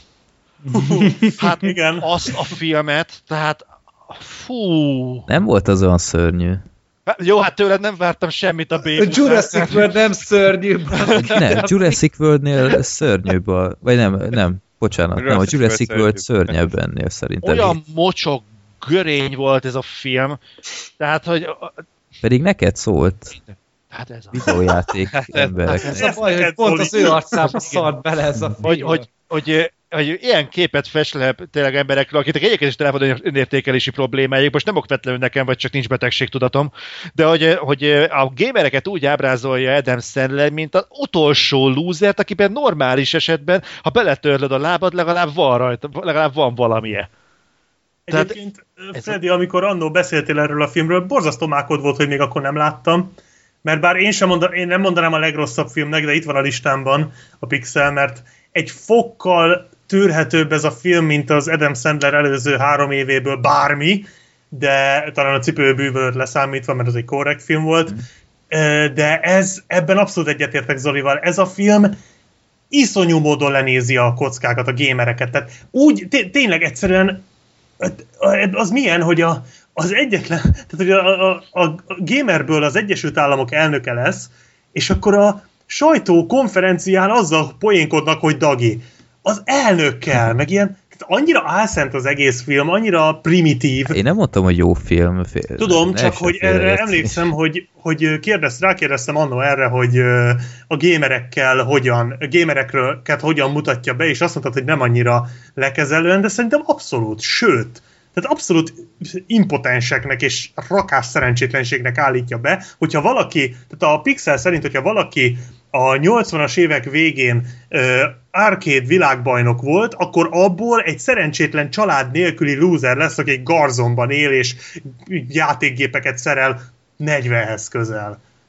Hát igen. Azt a filmet, tehát fú... Nem volt az olyan szörnyű. Hát, jó, hát tőled nem vártam semmit a Bébusz. A Jurassic World nem szörnyű. Nem, Jurassic Worldnél szörnyűbb a... Vagy nem, nem, bocsánat, Jurassic nem, a Jurassic World szörnyebb ennél szerintem. Olyan mocsok görény volt ez a film, tehát, hogy... Pedig neked szólt. Hát ez a... Videójáték emberek. Ez a baj, hogy pont az ő arcába szart bele ez a hogy, hogy, hogy, hogy ilyen képet fest le tényleg emberekről, akiknek egyébként is tele van önértékelési problémájuk, most nem okvetlenül nekem, vagy csak nincs betegségtudatom, de hogy, hogy a gamereket úgy ábrázolja Adam Sandler, mint az utolsó lúzert, akiben normális esetben, ha beletörlöd a lábad, legalább van rajta, legalább van valamije. Egyébként, Freddy, amikor annó beszéltél erről a filmről, borzasztó mákod volt, hogy még akkor nem láttam, mert bár én, sem mondan, én nem mondanám a legrosszabb filmnek, de itt van a listámban a Pixel, mert egy fokkal tűrhetőbb ez a film, mint az Adam Sandler előző három évéből bármi, de talán a Cipőbűvölőt leszámítva, mert az egy korrekt film volt, de ez, ebben abszolút egyetértek Zolival, ez a film iszonyú módon lenézi a kockákat, a gémereket, tehát úgy té- tényleg egyszerűen az milyen, hogy a, az egyetlen, tehát hogy a, a, a gamerből az Egyesült Államok elnöke lesz, és akkor a sajtókonferencián azzal poénkodnak, hogy Dagi. Az elnökkel, meg ilyen, tehát annyira álszent az egész film, annyira primitív. Én nem mondtam, hogy jó film. Fél, Tudom, csak hogy erre emlékszem, hogy, hogy kérdez, rákérdeztem annó erre, hogy a gamerekkel hogyan, a gamerekről hogyan mutatja be, és azt mondtad, hogy nem annyira lekezelően, de szerintem abszolút, sőt, tehát abszolút impotenseknek és rakás szerencsétlenségnek állítja be, hogyha valaki, tehát a Pixel szerint, hogyha valaki a nyolcvanas évek végén uh, arcade világbajnok volt, akkor abból egy szerencsétlen család nélküli loser lesz, aki egy garzonban él és játékgépeket szerel negyvenhez közel.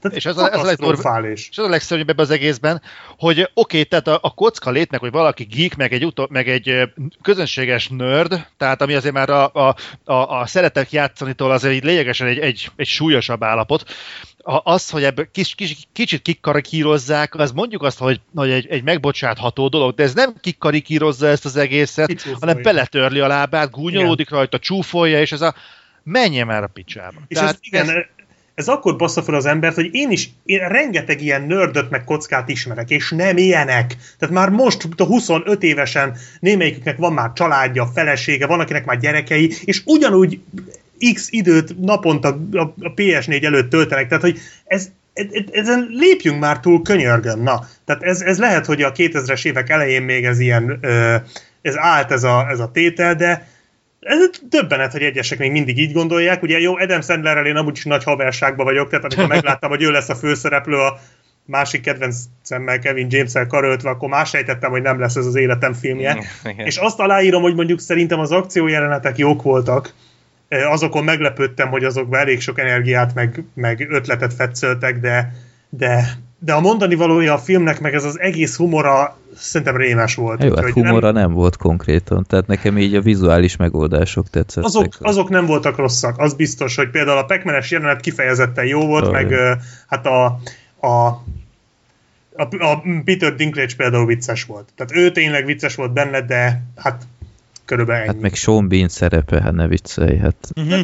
Tehát és ez a, ez a legdurvább, és ez a legszörnyűbb ebben az egészben, hogy oké, okay, tehát a, a kocka létnek, hogy valaki geek, meg egy, utol, meg egy közönséges nerd, tehát ami azért már a, a, a, a szeretek játszanitól azért így lényegesen egy, egy, egy súlyosabb állapot. Az, hogy ebből kis, kis, kicsit kikarikírozzák, az mondjuk azt, hogy, hogy egy, egy megbocsátható dolog, de ez nem kikarikírozza ezt az egészet, Kicúfolja. hanem beletörli a lábát, gúnyolódik igen. rajta, csúfolja, és ez a menjen már a picsába. És ez, igen, ez, ez akkor bassza fel az embert, hogy én is én rengeteg ilyen nördöt meg kockát ismerek, és nem ilyenek. Tehát már most a huszonöt évesen némelyiküknek van már családja, felesége, van akinek már gyerekei, és ugyanúgy X időt naponta a pé es négy előtt töltenek, tehát hogy ez, ezen lépjünk már túl, könyörgöm, na. Tehát ez, ez lehet, hogy a kétezres évek elején még ez ilyen, ez állt ez a, ez a tétel, de ez döbbenet, hogy egyesek még mindig így gondolják. Ugye jó, Adam Sandlerrel én amúgy is nagy haverságban vagyok, tehát amikor megláttam, hogy ő lesz a főszereplő a másik kedvencemmel, Kevin James-el karöltve, akkor már sejtettem, hogy nem lesz ez az életem filmje. És azt aláírom, hogy mondjuk szerintem az akciójelenetek jók voltak, azokon meglepődtem, hogy azokban elég sok energiát, meg, meg ötletet fetszöltek, de, de, de a mondani valója a filmnek, meg ez az egész humora szerintem rémes volt. Jó, hát humora nem... nem volt konkrétan, tehát nekem így a vizuális megoldások tetszettek. Azok, azok nem voltak rosszak, az biztos, hogy például a Pac-Man-es jelenet kifejezetten jó volt, oh, meg jó. hát a, a, a, a Peter Dinklage például vicces volt. Tehát ő tényleg vicces volt benne, de hát körülbelül ennyi. Hát meg Sean Bean szerepe, hát ne viccelj, hát.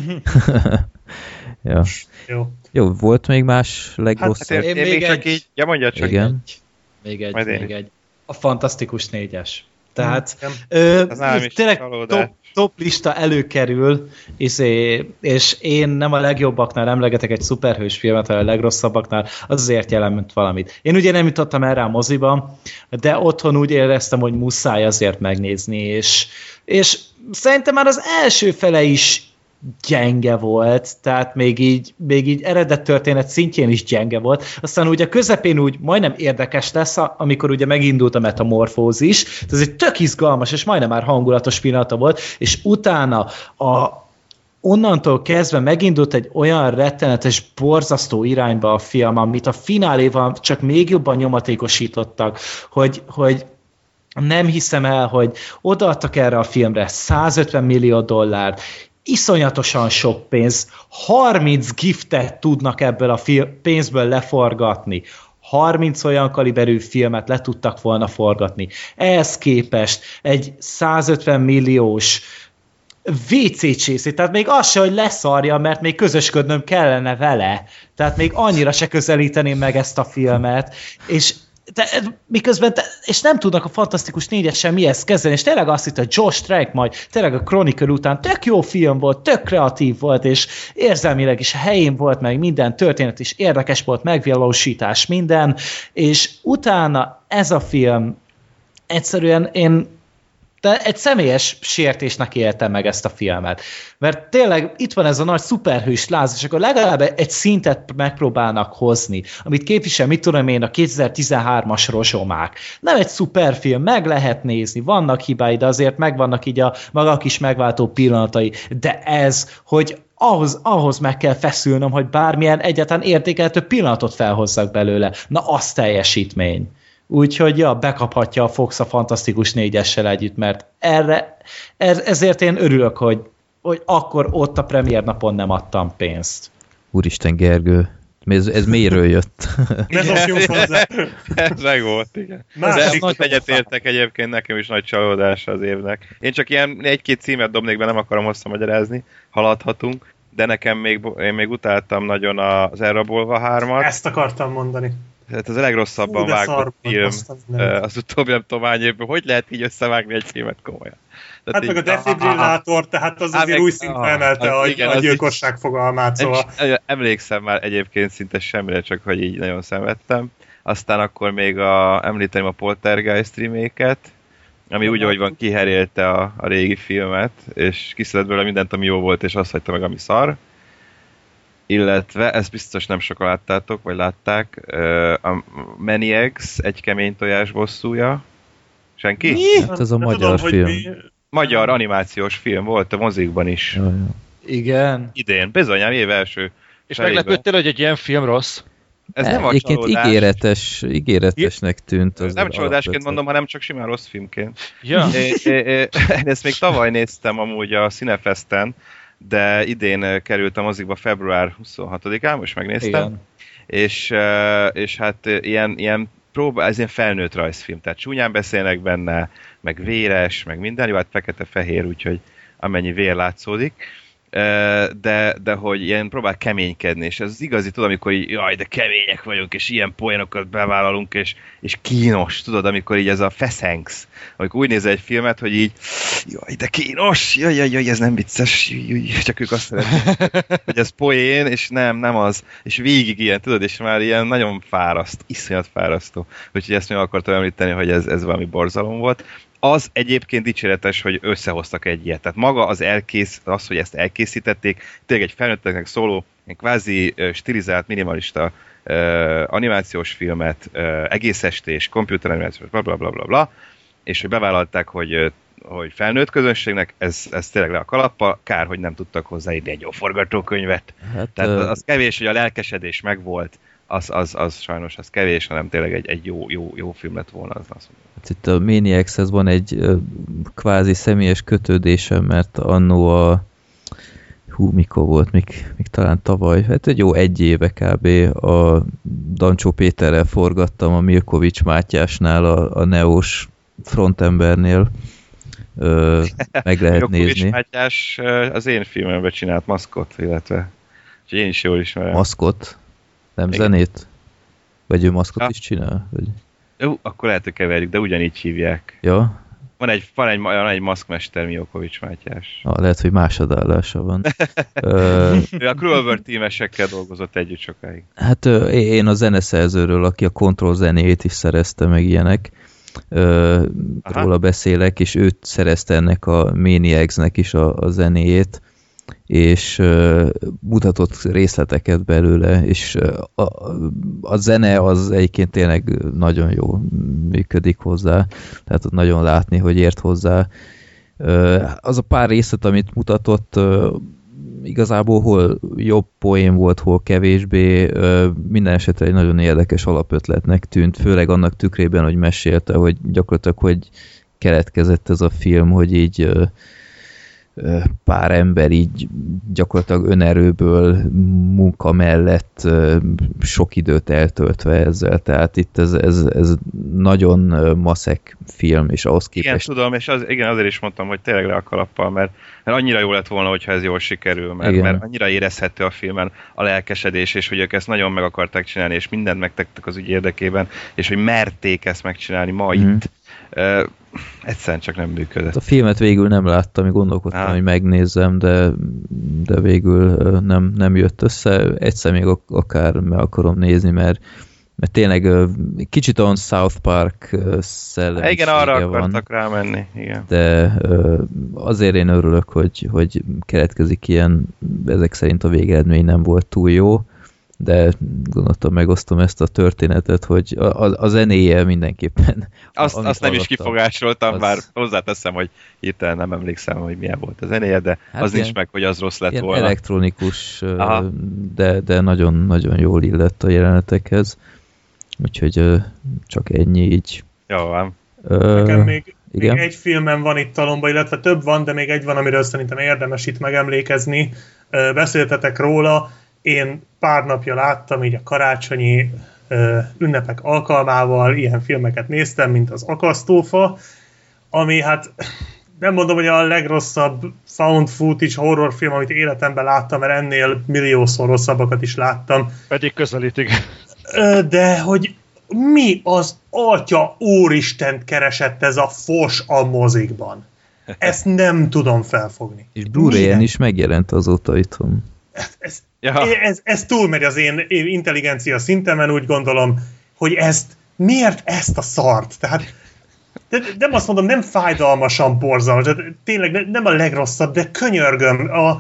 ja. Jó. Jó, volt még más legrosszabb? Hát, én, én még, még csak egy... így... Ja, mondja csak. Igen. Még egy, még egy. Még egy. A Fantasztikus négyes. Tehát hmm. ö, tényleg top, top lista előkerül, és, és én nem a legjobbaknál emlegetek egy szuperhős filmet, hanem a legrosszabbaknál, az azért jelent valamit. Én ugye nem jutottam erre a moziba, de otthon úgy éreztem, hogy muszáj azért megnézni, és, és szerintem már az első fele is gyenge volt, tehát még így, még így eredet történet szintjén is gyenge volt. Aztán ugye a közepén úgy majdnem érdekes lesz, amikor ugye megindult a metamorfózis, ez egy tök izgalmas, és majdnem már hangulatos pillanata volt, és utána a onnantól kezdve megindult egy olyan rettenetes, borzasztó irányba a film, amit a fináléval csak még jobban nyomatékosítottak, hogy, hogy nem hiszem el, hogy odaadtak erre a filmre százötven millió dollár, iszonyatosan sok pénz, harminc giftet tudnak ebből a film, pénzből leforgatni. harminc olyan kaliberű filmet le tudtak volna forgatni. Ehhez képest egy százötven milliós vé cé csészét, tehát még az se, hogy leszarja, mert még közösködnöm kellene vele. Tehát még annyira se közelíteném meg ezt a filmet, és de, miközben, de, és nem tudnak a Fantasztikus négyessel mihez kezdeni, és tényleg azt hitt, hogy Josh Trank majd tényleg a Chronicle után tök jó film volt, tök kreatív volt, és érzelmileg is a helyén volt, meg minden történet is érdekes volt, megvalósítás, minden, és utána ez a film egyszerűen én de egy személyes sértésnek éltem meg ezt a filmet. Mert tényleg itt van ez a nagy szuperhős láz, és akkor legalább egy szintet megpróbálnak hozni, amit képvisel, mit tudom én, a kétezer-tizenhármas rozsomák. Nem egy szuperfilm, meg lehet nézni, vannak hibái, de azért megvannak így a maga kis megváltó pillanatai. De ez, hogy ahhoz, ahhoz meg kell feszülnöm, hogy bármilyen egyáltalán értékelhető pillanatot felhozzak belőle. Na, az teljesítmény. Úgyhogy ja, bekaphatja a Fox a Fantasztikus négyessel együtt, mert erre, ez, ezért én örülök, hogy, hogy akkor ott a premier napon nem adtam pénzt. Úristen, Gergő, ez, ez miről jött? Ez az jó hozzá. Ez meg volt, igen. Másik egyetértek egyébként, nekem is nagy csalódás az évnek. Én csak ilyen egy-két címet dobnék be, nem akarom hosszan magyarázni, haladhatunk, de nekem még, én még utáltam nagyon az Elrabolva hármat. Ezt akartam mondani. Tehát az a legrosszabban Hú, vágott film az utóbbi nem tudom hány évben. Hogy lehet így összevágni egy filmet komolyan? Tehát hát így, meg a defibrillátor, tehát az azért új szintre emelte a, igen, a gyilkosság így, fogalmát. Szóval. Emlékszem már egyébként szinte semmire, csak hogy így nagyon szenvedtem. Aztán akkor még a, említeném a Poltergeist remake-et, ami úgy, ahogy van, kiherélte a, a régi filmet, és kiszedett belőle mindent, ami jó volt, és azt hagyta meg, ami szar. Illetve, ezt biztos nem sokan láttátok, vagy látták, a Maniacs, egy kemény tojás bosszúja. Senki? Mi? Hát ez a magyar tudom, film. Mi... Magyar animációs film volt a mozikban is. Jaj, igen. Idén, bizonyám, év első. És meglepődtél, hogy egy ilyen film rossz? Ez nem a Egyébként csalódás. ígéretes, ígéretesnek tűnt. Az Nem csalódásként mondom, hanem csak simán rossz filmként. Ja. É, é, é, én ezt még tavaly néztem amúgy a Cinefesten, de idén került a mozikba február huszonhatodikán, most megnéztem. Igen. És, és hát ilyen, ilyen próba, ez ilyen felnőtt rajzfilm, tehát csúnyán beszélnek benne, meg véres, meg minden, jó, hát fekete-fehér, úgyhogy amennyi vér látszódik. De, de hogy ilyen próbál keménykedni, és ez az igazi, tudod, amikor így, jaj, de kemények vagyunk, és ilyen poénokat bevállalunk, és, és kínos, tudod, amikor így ez a feszengsz, amikor úgy nézel egy filmet, hogy így, jaj, de kínos, jaj, jaj, jaj, ez nem vicces, jaj, jaj, csak ők azt szeretnék, hogy ez poén, és nem, nem az, és végig ilyen, tudod, és már ilyen nagyon fáraszt, iszonyat fárasztó, úgyhogy ezt még akartam említeni, hogy ez, ez valami borzalom volt. Az egyébként dicséretes, hogy összehoztak egy ilyet. Tehát maga az elkész, az, hogy ezt elkészítették, tényleg egy felnőtteknek szóló, egy kvázi uh, stilizált, minimalista uh, animációs filmet, uh, egész estés, komputeranimációs, bla bla bla bla bla, és hogy bevállalták, hogy, uh, hogy felnőtt közönségnek, ez, ez tényleg le a kalappal, kár, hogy nem tudtak hozzáírni egy jó forgatókönyvet. Hát, Tehát uh... az kevés, hogy a lelkesedés megvolt, az, az, az sajnos az kevés, hanem tényleg egy, egy jó, jó, jó film lett volna. Az, az. Hát itt a Maniacs-hez van egy uh, kvázi személyes kötődésem, mert annó a hú, mikor volt, még, még talán tavaly, hát egy jó egy éve kb. A Dancsó Péterrel forgattam a Milkovics Mátyásnál, a, a Neós frontembernél. Ö, meg lehet nézni. Milkovics Mátyás az én filmemben csinált maszkot, illetve úgyhogy én is jól ismerem. Maszkot? Nem igen. Zenét? Vagy ő maszkot ha. is csinál? Vagy... Jó, akkor lehet, hogy keverjük, de ugyanígy hívják. Ja. Van egy, van egy, van egy maszkmester, Milkovics Mátyás. Ah, lehet, hogy másodállása van. Ő a Cruelworld tímesekkel dolgozott együtt sokáig. Hát én a zeneszerzőről, aki a Control zenéjét is szerezte, meg ilyenek, róla beszélek, és őt szerezte ennek a Maniacs-nek is a, a zenéjét, és uh, mutatott részleteket belőle, és uh, a, a zene az egyébként tényleg nagyon jó működik hozzá, tehát ott nagyon látni, hogy ért hozzá. Uh, az a pár részlet, amit mutatott, uh, igazából hol jobb poén volt, hol kevésbé, uh, minden esetre egy nagyon érdekes alapötletnek tűnt, főleg annak tükrében, hogy mesélte, hogy gyakorlatilag, hogy keletkezett ez a film, hogy így uh, pár ember így gyakorlatilag önerőből munka mellett sok időt eltöltve ezzel, tehát itt ez, ez, ez nagyon maszek film, és ahhoz képest... Igen, tudom, és az, igen, azért is mondtam, hogy tényleg le a kalappal, mert, mert annyira jó lett volna, hogyha ez jól sikerül, mert, mert annyira érezhető a filmen a lelkesedés, és hogy ők ezt nagyon meg akarták csinálni, és mindent megtettek az ügy érdekében, és hogy merték ezt megcsinálni ma mm. itt. Uh, egyszerűen csak nem működött. A filmet végül nem láttam, gondolkodtam, ah. hogy megnézzem, de, de végül nem, nem jött össze. Egyszer még akár meg akarom nézni, mert, mert tényleg kicsit olyan South Park szellemisége igen, arra van. akartak rámenni. Igen. De azért én örülök, hogy, hogy keletkezik ilyen, ezek szerint a végeredmény nem volt túl jó, de gondoltam, megosztom ezt a történetet, hogy a, a, a zenéje mindenképpen. Azt, azt nem is kifogásoltam, az... bár hozzáteszem, hogy hirtelen nem emlékszem, hogy milyen volt a zenéje, de hát az ilyen, nincs meg, hogy az rossz lett volna. Elektronikus, de, de nagyon, nagyon jól illett a jelenetekhez. Úgyhogy csak ennyi így. Jó van. Nekem még, még egy filmem van itt talomba, illetve több van, de még egy van, amiről szerintem érdemes itt megemlékezni. Beszéltetek róla. Én pár napja láttam így a karácsonyi ö, ünnepek alkalmával, ilyen filmeket néztem, mint az Akasztófa, ami hát nem mondom, hogy a legrosszabb found footage horrorfilm, amit életemben láttam, mert ennél milliószor rosszabbakat is láttam. Pedig közelítik. Ö, de hogy mi az atya úristent keresett ez a fos a mozikban? Ezt nem tudom felfogni. És Blu-ray-en is megjelent azóta itthon. Ez, ja. ez, ez túlmegy az én intelligencia szintemen, úgy gondolom, hogy ezt, miért ezt a szart? Tehát de, nem azt mondom, nem fájdalmasan borzalmas, de tényleg nem a legrosszabb, de könyörgöm, a,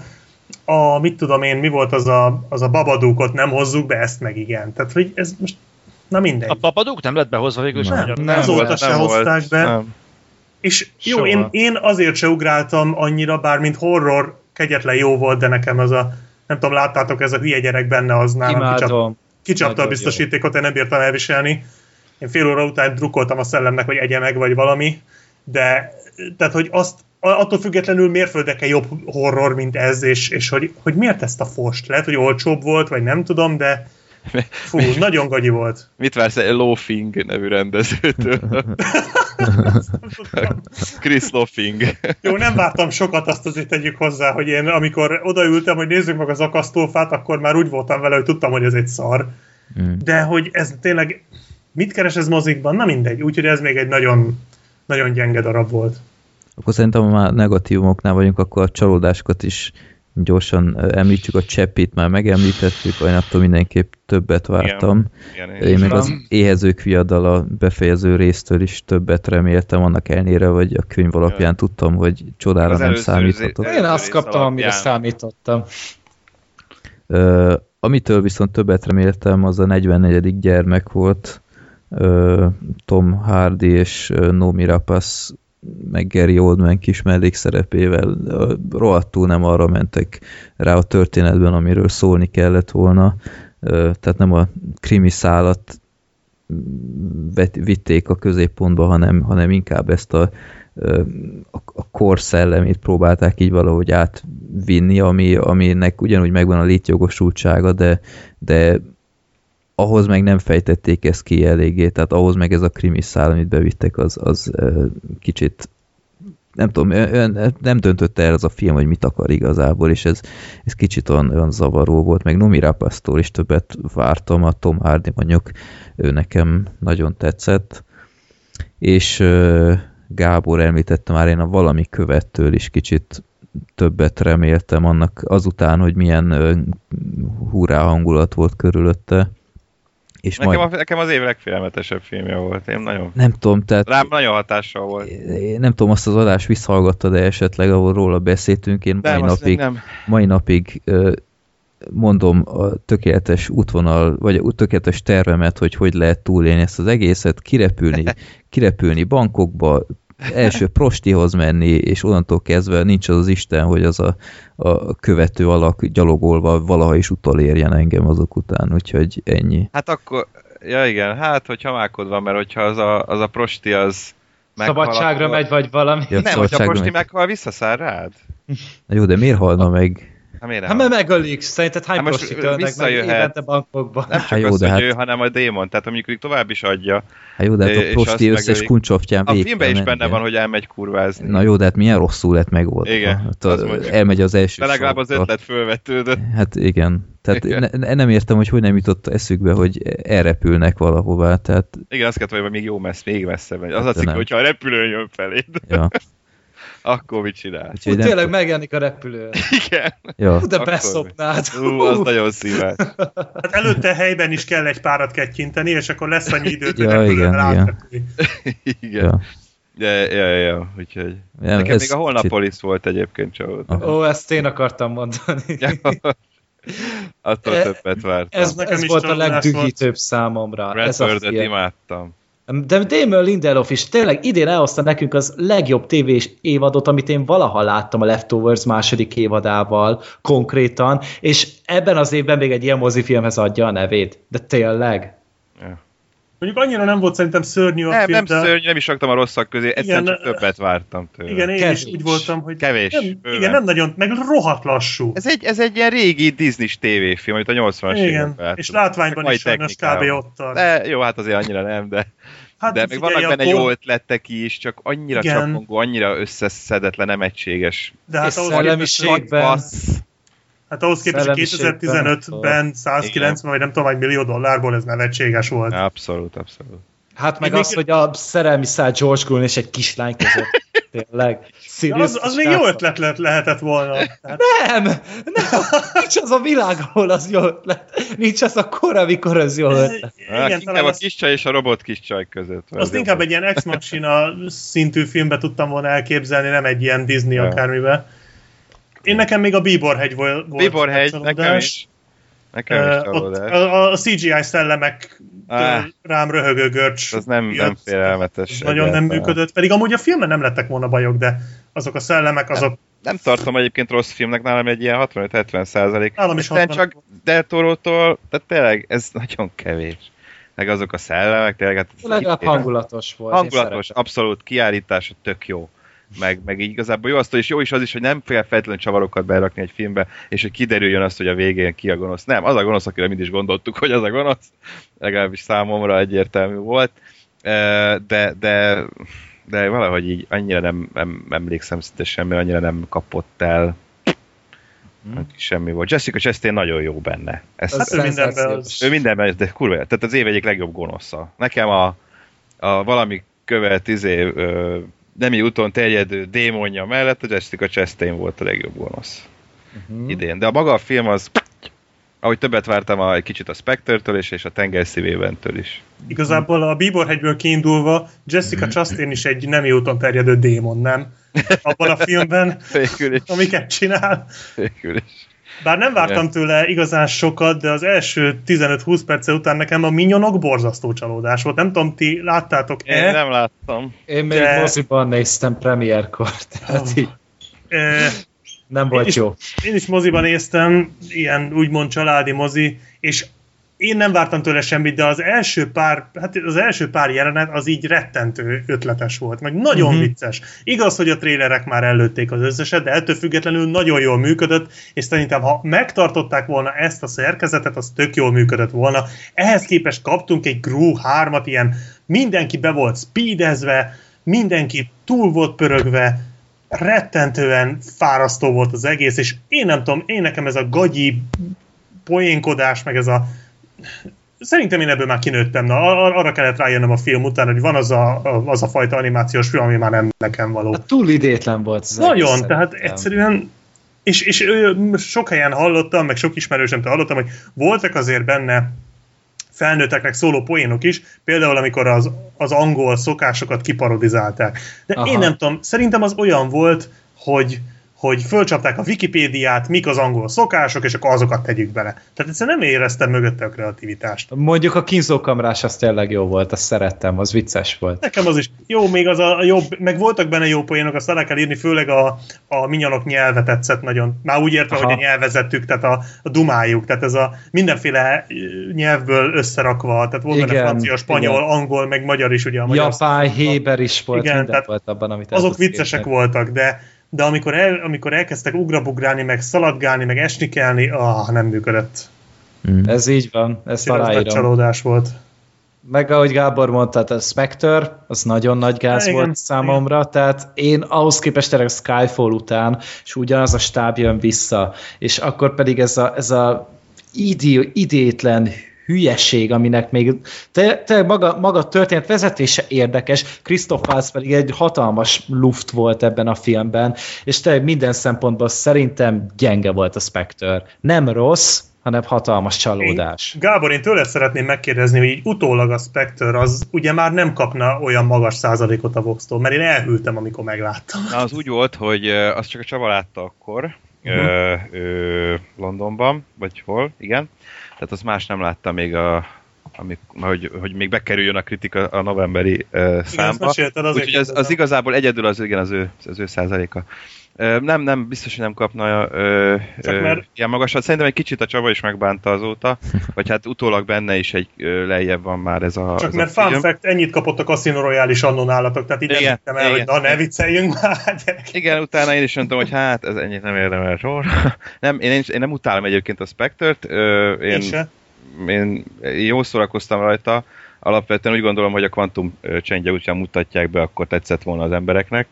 a mit tudom én, mi volt az a, az a Babadúkot, nem hozzuk be, ezt meg igen. Tehát, hogy ez most, na mindegy. A Babadúk nem lett behozva végül is? Nem, nem, nem azóta se nem hozták volt, be. Nem. És jó, én, én azért se ugráltam annyira, bár mint horror kegyetlen jó volt, de nekem ez a nem tudom, láttátok, ez a hülye gyerek benne, az nálam Imádom. kicsapta a biztosítékot, én nem bírtam elviselni. Én fél óra után drukkoltam a szellemnek, hogy egye meg, vagy valami, de tehát, hogy azt attól függetlenül mérföldekkel jobb horror, mint ez, és, és hogy, hogy miért ezt a fost? Lehet, hogy olcsóbb volt, vagy nem tudom, de fú, nagyon gagyi volt. Mit vársz egy Loafing nevű rendezőtől? Chris Loafing. Jó, nem vártam sokat, azt azért tegyük hozzá, hogy én amikor odaültem, hogy nézzük meg az akasztófát, akkor már úgy voltam vele, hogy tudtam, hogy ez egy szar. Mm. De hogy ez tényleg mit keres ez mozikban? Na mindegy, úgyhogy ez még egy nagyon, nagyon gyenge darab volt. Akkor szerintem, ha már negatívumoknál vagyunk, akkor a csalódásokat is gyorsan említsük. A Chappie-t már megemlítettük, én attól mindenképp többet vártam. Igen, igen, én meg az Éhezők viadala befejező résztől is többet reméltem, annak ellenére, vagy a könyv alapján ja. tudtam, hogy csodára az nem számíthatok. Én azt kaptam, amire számítottam. Uh, amitől viszont többet reméltem, az a negyvennegyedik gyermek volt. Uh, Tom Hardy és uh, Noomi Rapace meg Gary Oldman kis mellékszerepével rohadtul nem arra mentek rá a történetben, amiről szólni kellett volna. Tehát nem a krimi szálat vitték a középpontba, hanem, hanem inkább ezt a, a, a kor szellemét próbálták így valahogy átvinni, ami, aminek ugyanúgy megvan a létjogosultsága, de, de ahhoz meg nem fejtették ezt ki eléggé, tehát ahhoz meg ez a krimi szál, amit bevittek, az, az kicsit nem tudom, nem döntötte el az a film, hogy mit akar igazából, és ez, ez kicsit olyan, olyan zavaró volt, meg Noomi Rapace-tól is többet vártam, a Tom Hardy mondjuk, ő nekem nagyon tetszett, és Gábor említette már, én a Valami követtől is kicsit többet reméltem annak azután, hogy milyen hurrá hangulat volt körülötte. És nekem, majd... a, nekem az év legfélelmetesebb filmje volt. Én nagyon... Nem tudom, tehát... Rám nagyon hatással volt. Én nem tudom, azt az adást visszahallgattad, de esetleg, ahol róla beszéltünk, én mai nem, napig, nem. mai napig mondom a tökéletes útvonal, vagy a tökéletes tervemet, hogy hogy lehet túlélni ezt az egészet, kirepülni, kirepülni bankokba, első prostihoz menni, és onnantól kezdve nincs az az Isten, hogy az a, a követő alak gyalogolva valaha is utolérjen engem azok után, úgyhogy ennyi. Hát akkor, ja igen, hát hogyha mákod van, mert hogyha az a, az a prosti az meghal, szabadságra akkor... megy, vagy valami. Ja, nem, hogyha a prosti megy. Meghal, visszaszáll rád. Na jó, de miért halna meg? Hát mert megölik, szerinted hány prostit ölnek meg évente bankokban? Nem csak jó, az, hogy hát... ő, hanem a démon, tehát amikor tovább is adja. Hát jó, de hát a prosti összes kuncsoftján végig. A filmben is benne menni. Van, hogy elmegy kurvázni. Na jó, de hát milyen rosszul lett megoldva. Igen. Hát a, elmegy az első de legalább az ötlet fölvetődött. Hát igen. Tehát igen. Ne, nem értem, hogy hogy nem jutott eszükbe, hogy elrepülnek valahová. Tehát... Igen, azt kellett, hogy még jó messze, még messze megy. Az hát a cikk, hogyha a repülőn jön feléd. Ja. Akkor mit csinál? Úgy tényleg nem... megjelenik a repülőn. Igen. Ja. De beszopnád. Ú, az nagyon szívás. Hát előtte helyben is kell egy párat kettyinteni, és akkor lesz annyi időt, ja, hogy igen, igen. Igen. Ja, ja, ja, ja. Úgyhogy... Ja, nekem még a Holnapolis csit... volt egyébként csak. Ó, ezt én akartam mondani. Ja. Attól e, többet vártam. Ez, ez, ez volt a legdühítőbb számomra. Redford-et imádtam. De Damon Lindelof is tényleg idén elhozta nekünk az legjobb tévés évadot, amit én valaha láttam a Leftovers második évadával konkrétan, és ebben az évben még egy ilyen mozifilmhez adja a nevét. De tényleg. Ja. Mondjuk annyira nem volt szerintem szörnyű a nem, film, nem szörnyű, nem is raktam a rosszak közé, egyszerűen csak többet vártam tőle. Igen, én Kevés. is úgy voltam, hogy Kevés, nem, igen, nem nagyon, meg rohadt lassú. Ez egy, ez egy ilyen régi Disney-s tévéfilm, amit a nyolcvanas években. És látványban is sajnos kb. Ott tart. De jó, hát azért annyira nem, de, hát de még vannak benne akkor... jó ötletek is, csak annyira csapongó, annyira összeszedetlen, nem egységes. De hát és szellemiségben... Hát ahhoz képest, hogy kétezer-tizenötben százkilencven vagy nem tudom, egy millió dollárból ez nevetséges volt. Abszolút, abszolút. Hát meg az, még... hogy a szerelmi szál George Clooney és egy kislány között. Tényleg. Az, az még jó ötlet le- lehetett volna. Tehát... Nem! Nem! Nincs az a világ, ahol az jó ötlet. Nincs az a kor, amikor az jó ötlet. Hát, igen, inkább a kis csaj és a robot kis csaj között. Azt inkább egy ilyen Ex Machina szintű filmbe tudtam volna elképzelni, nem egy ilyen Disney ja. akármibe. Én nekem még a Bíborhegy volt. Bíborhegy, nekem is. Nekem is csalódás. A, a cé gé i szellemek ah, rám röhögő görcs. Az nem, nem félelmetes. Nagyon nem működött. Pedig amúgy a filmben nem lettek volna bajok, de azok a szellemek, azok nem tartom egyébként rossz filmnek, nálam egy ilyen hatvanöt-hetven százalék. Nálam is hatvan. Csak Del Toro-tól, tehát tényleg ez nagyon kevés. Meg azok a szellemek, tényleg... Hát legalább hangulatos volt. Hangulatos, abszolút, kiállítása tök jó. Meg, meg így igazából jó, azt, és jó is az is, hogy nem fél feltétlenül csavarokat berakni egy filmbe, és hogy kiderüljön azt, hogy a végén ki a gonosz. Nem, az a gonosz, akire mindig is gondoltuk, hogy az a gonosz. Legalábbis számomra egyértelmű volt. De, de, de valahogy így annyira nem, nem emlékszem szinte semmi, annyira nem kapott el. Hmm. Semmi volt. Jessica Chastain nagyon jó benne. Ezt, ez ő mindenben az... Ő mindenben, de kurva, tehát az év egyik legjobb gonosza. Nekem a, a valami követ izé, ö, nemi úton terjedő démonja mellett a Jessica Chastain volt a legjobb gonosz. Uh-huh. Idén. De a maga a film az, ahogy többet vártam a, egy kicsit a Spectre-től és, és a Tenger szívében-től is. Igazából a Bíborhegyből kiindulva Jessica Chastain is egy nemi úton terjedő démon, nem? Abban a filmben, amiket csinál. Végül is. Bár nem vártam tőle igazán sokat, de az első tizenöt-húsz perce után nekem a Minyonok borzasztó csalódás volt. Nem tudom, ti láttátok-e? Én nem láttam. Én még de... moziban néztem premierkor, tehát oh. így e... nem volt én is, jó. Én is moziban néztem, ilyen úgymond családi mozi, és én nem vártam tőle semmit, de az első pár, hát az első pár jelenet az így rettentő ötletes volt, meg nagyon uh-huh. vicces. Igaz, hogy a trélerek már előtték az összeset, de ettől függetlenül nagyon jól működött, és szerintem, ha megtartották volna ezt a szerkezetet, az tök jól működött volna. Ehhez képest kaptunk egy Gru hármat, ilyen mindenki be volt speedezve, mindenki túl volt pörögve, rettentően fárasztó volt az egész, és én nem tudom, én nekem ez a gagyi poénkodás, meg ez a szerintem én ebből már kinőttem, na, ar- arra kellett rájönnöm a film után, hogy van az a, az a fajta animációs film, ami már nem nekem való. A túl idétlen volt. Nagyon, egész, tehát szerintem. Egyszerűen, és, és sok helyen hallottam, meg sok ismerősömtől hallottam, hogy voltak azért benne felnőtteknek szóló poénok is, például amikor az, az angol szokásokat kiparodizálták. De aha. Én nem tudom, szerintem az olyan volt, hogy hogy fölcsapták a Wikipédiát, mik az angol szokások, és akkor azokat tegyük bele. Tehát egyszerűen nem éreztem mögötte a kreativitást. Mondjuk a kínzókamrás az tényleg jó volt, azt szerettem, az vicces volt. Nekem az is jó, még az a jobb, meg voltak benne jó poénok, azt le kell írni, főleg a, a minyonok nyelve tetszett nagyon. Már úgy értve, aha. hogy a nyelvezetük, tehát a, a dumájuk, tehát ez a mindenféle nyelvből összerakva, tehát volt benne francia, spanyol, igen. angol, meg magyar is, ugye a magyar. Japán, héber is volt, igen, minden volt abban, amit azok viccesek képni. Voltak, de de amikor, el, amikor elkezdtek ugrabugrálni, meg szaladgálni, meg esnikelni, ah, nem működött. Mm. Ez így van, ezt aláírom. Ez csalódás volt. Meg ahogy Gábor mondta, a Spectre, az nagyon nagy gáz ja, volt igen, számomra, igen. Tehát én ahhoz képest a Skyfall után, és ugyanaz a stáb jön vissza, és akkor pedig ez a, ez a idé, idétlen hülyeség, aminek még te, te maga, maga történet vezetése érdekes, Christoph Waltz pedig egy hatalmas luft volt ebben a filmben, és te minden szempontból szerintem gyenge volt a Spectre. Nem rossz, hanem hatalmas csalódás. Én, Gábor, én tőled szeretném megkérdezni, hogy így utólag a Spectre az ugye már nem kapna olyan magas százalékot a Vox-tól, mert én elhűltem, amikor megláttam. Na, az úgy volt, hogy azt csak a Csaba látta akkor, uh-huh. ö, ö, Londonban, vagy hol, igen. Tehát azt más nem látta még, a, amik, hogy, hogy még bekerüljön a kritika a novemberi uh, számba. Úgyhogy az, az igazából egyedül az, igen, az ő, az ő százaléka. Uh, nem, nem, biztos, hogy nem kapna uh, uh, mert... ilyen magasat. Szerintem egy kicsit a Csaba is megbánta azóta, vagy hát utólag benne is egy uh, lejjebb van már ez a Csak mert fun fact, ennyit kapott a Casino Royale is annó nálatok, tehát így nem hittem el, igen, hogy na ne vicceljünk már, gyerek. Igen, utána én is mondtam, hogy hát ez ennyit nem érdemel sor. nem, én, én, én nem utálom egyébként a Spectre-t. Uh, én, én, én jól szórakoztam rajta. Alapvetően úgy gondolom, hogy a Quantum Change útján mutatják be, akkor tetszett volna az embereknek.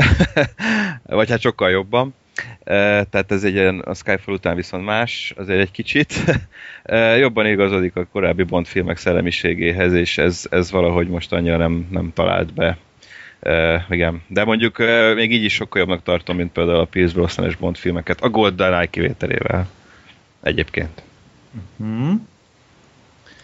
Vagy hát sokkal jobban. Tehát ez egy ilyen, a Skyfall után viszont más, azért egy kicsit. Jobban igazodik a korábbi Bond filmek szellemiségéhez, és ez, ez valahogy most annyira nem, nem talált be. Igen. De mondjuk még így is sokkal jobbnak tartom, mint például a Pierce Brosnan és Bond filmeket. A GoldenEye kivételével. Egyébként. Mm-hmm.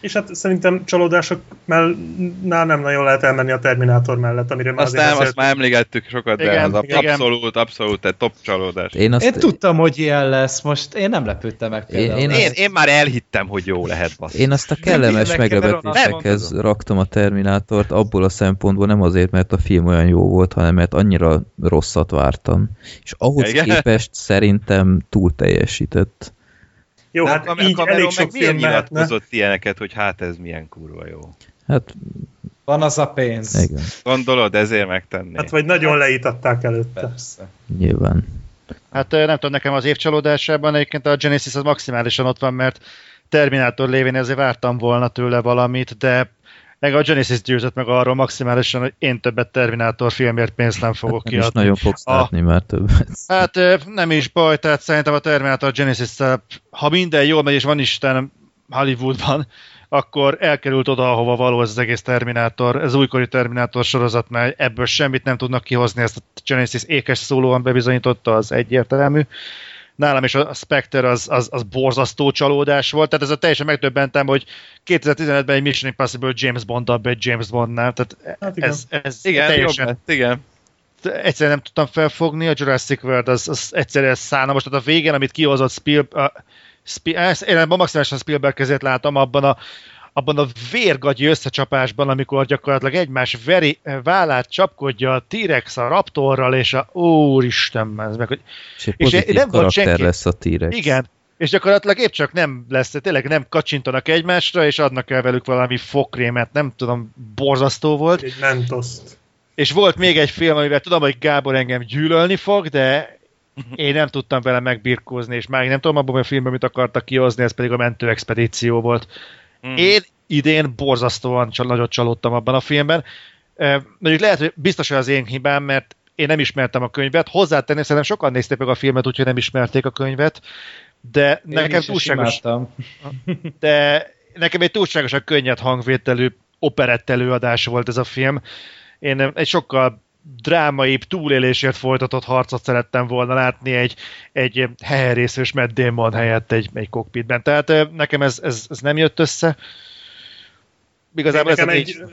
És hát szerintem csalódásoknál nem nagyon lehet elmenni a Terminátor mellett, amire már azt nem, azt már emlégettük sokat, de igen, az igen. abszolút, abszolút egy top csalódás. Én, azt, Én tudtam, hogy ilyen lesz, most én nem lepődtem meg például. Én, Én, én már elhittem, hogy jó lehet, basszus. Én azt a kellemes Nekem meglepetésekhez nem raktam a Terminátort, abból a szempontból nem azért, mert a film olyan jó volt, hanem mert annyira rosszat vártam. És ahhoz Igen? képest szerintem túl teljesített. Jó, De hát a, így a elég meg sok miért film mehetne. nyilatkozott ilyeneket, hogy hát ez milyen kurva jó. Hát, Van az a pénz. igen, Gondolod, ezért megtenné. Hát vagy nagyon leítatták előtte. Persze. nyilván. Hát nem tudom, nekem az év csalódásában egyébként a Genesis az maximálisan ott van, mert Terminátor lévén ezért vártam volna tőle valamit, de meg a Genesis győzött meg arról maximálisan, hogy én többet Terminátor filmért pénzt nem fogok Nem is kiadni. nagyon fogsz A- látni már többet. Hát nem is baj, tehát szerintem a Terminator Genesis, ha minden jól megy, és van Isten Hollywoodban, akkor elkerült oda, ahova való ez az egész Terminátor, ez újkori Terminátor sorozat, mert ebből semmit nem tudnak kihozni, ezt a Genesis ékes szólóan bebizonyította, az egyértelmű. Nálam is a Spectre az, az, az borzasztó csalódás volt, tehát ez a teljesen megdöbbentem, hogy kétezer-tizenötben egy Mission Impossible James Bond-ab egy James Bondnál, tehát Hát igen. ez, ez Igen, teljesen... jobb lett, igen. Egyszerűen nem tudtam felfogni, a Jurassic World az, az egyszerűen szánalmas, tehát a végén, amit kihozott Spielberg, Spiel, én ebben maximálisan Spielberg kezét látom, abban a, abban a vérgagyi összecsapásban, amikor gyakorlatilag egymás veri, vállát csapkodja a T-rex a Raptorral, és a úristen, ez meg, hogy... És egy És pozitív nem volt karakter senki- lesz a T-rex. Igen, és gyakorlatilag épp csak nem lesz, tényleg nem kacsintanak egymásra, és adnak el velük valami fogkrémet, nem tudom, borzasztó volt. Egy mentoszt. És volt még egy film, amivel tudom, hogy Gábor engem gyűlölni fog, de én nem tudtam vele megbirkózni, és már nem tudom abban a filmben, mit akartak kihozni, ez pedig a mentőexpedíció volt. Mm. Én idén borzasztóan csal- nagyot csalódtam abban a filmben. E, mondjuk lehet, hogy biztos, hogy az én hibám, mert én nem ismertem a könyvet. Hozzátenni, szerintem sokan nézték meg a filmet, úgyhogy nem ismerték a könyvet, de Én nekem is túlságos, imádtam. de nekem egy túlságosan könnyed hangvételű operett előadás volt ez a film. Én egy sokkal drámaibb, túlélésért folytatott harcot szerettem volna látni egy, egy heherészős Matt Damon helyett egy, egy cockpitben. Tehát eh, nekem ez, ez, ez nem jött össze. Igazából ez a Nekem négy... egy...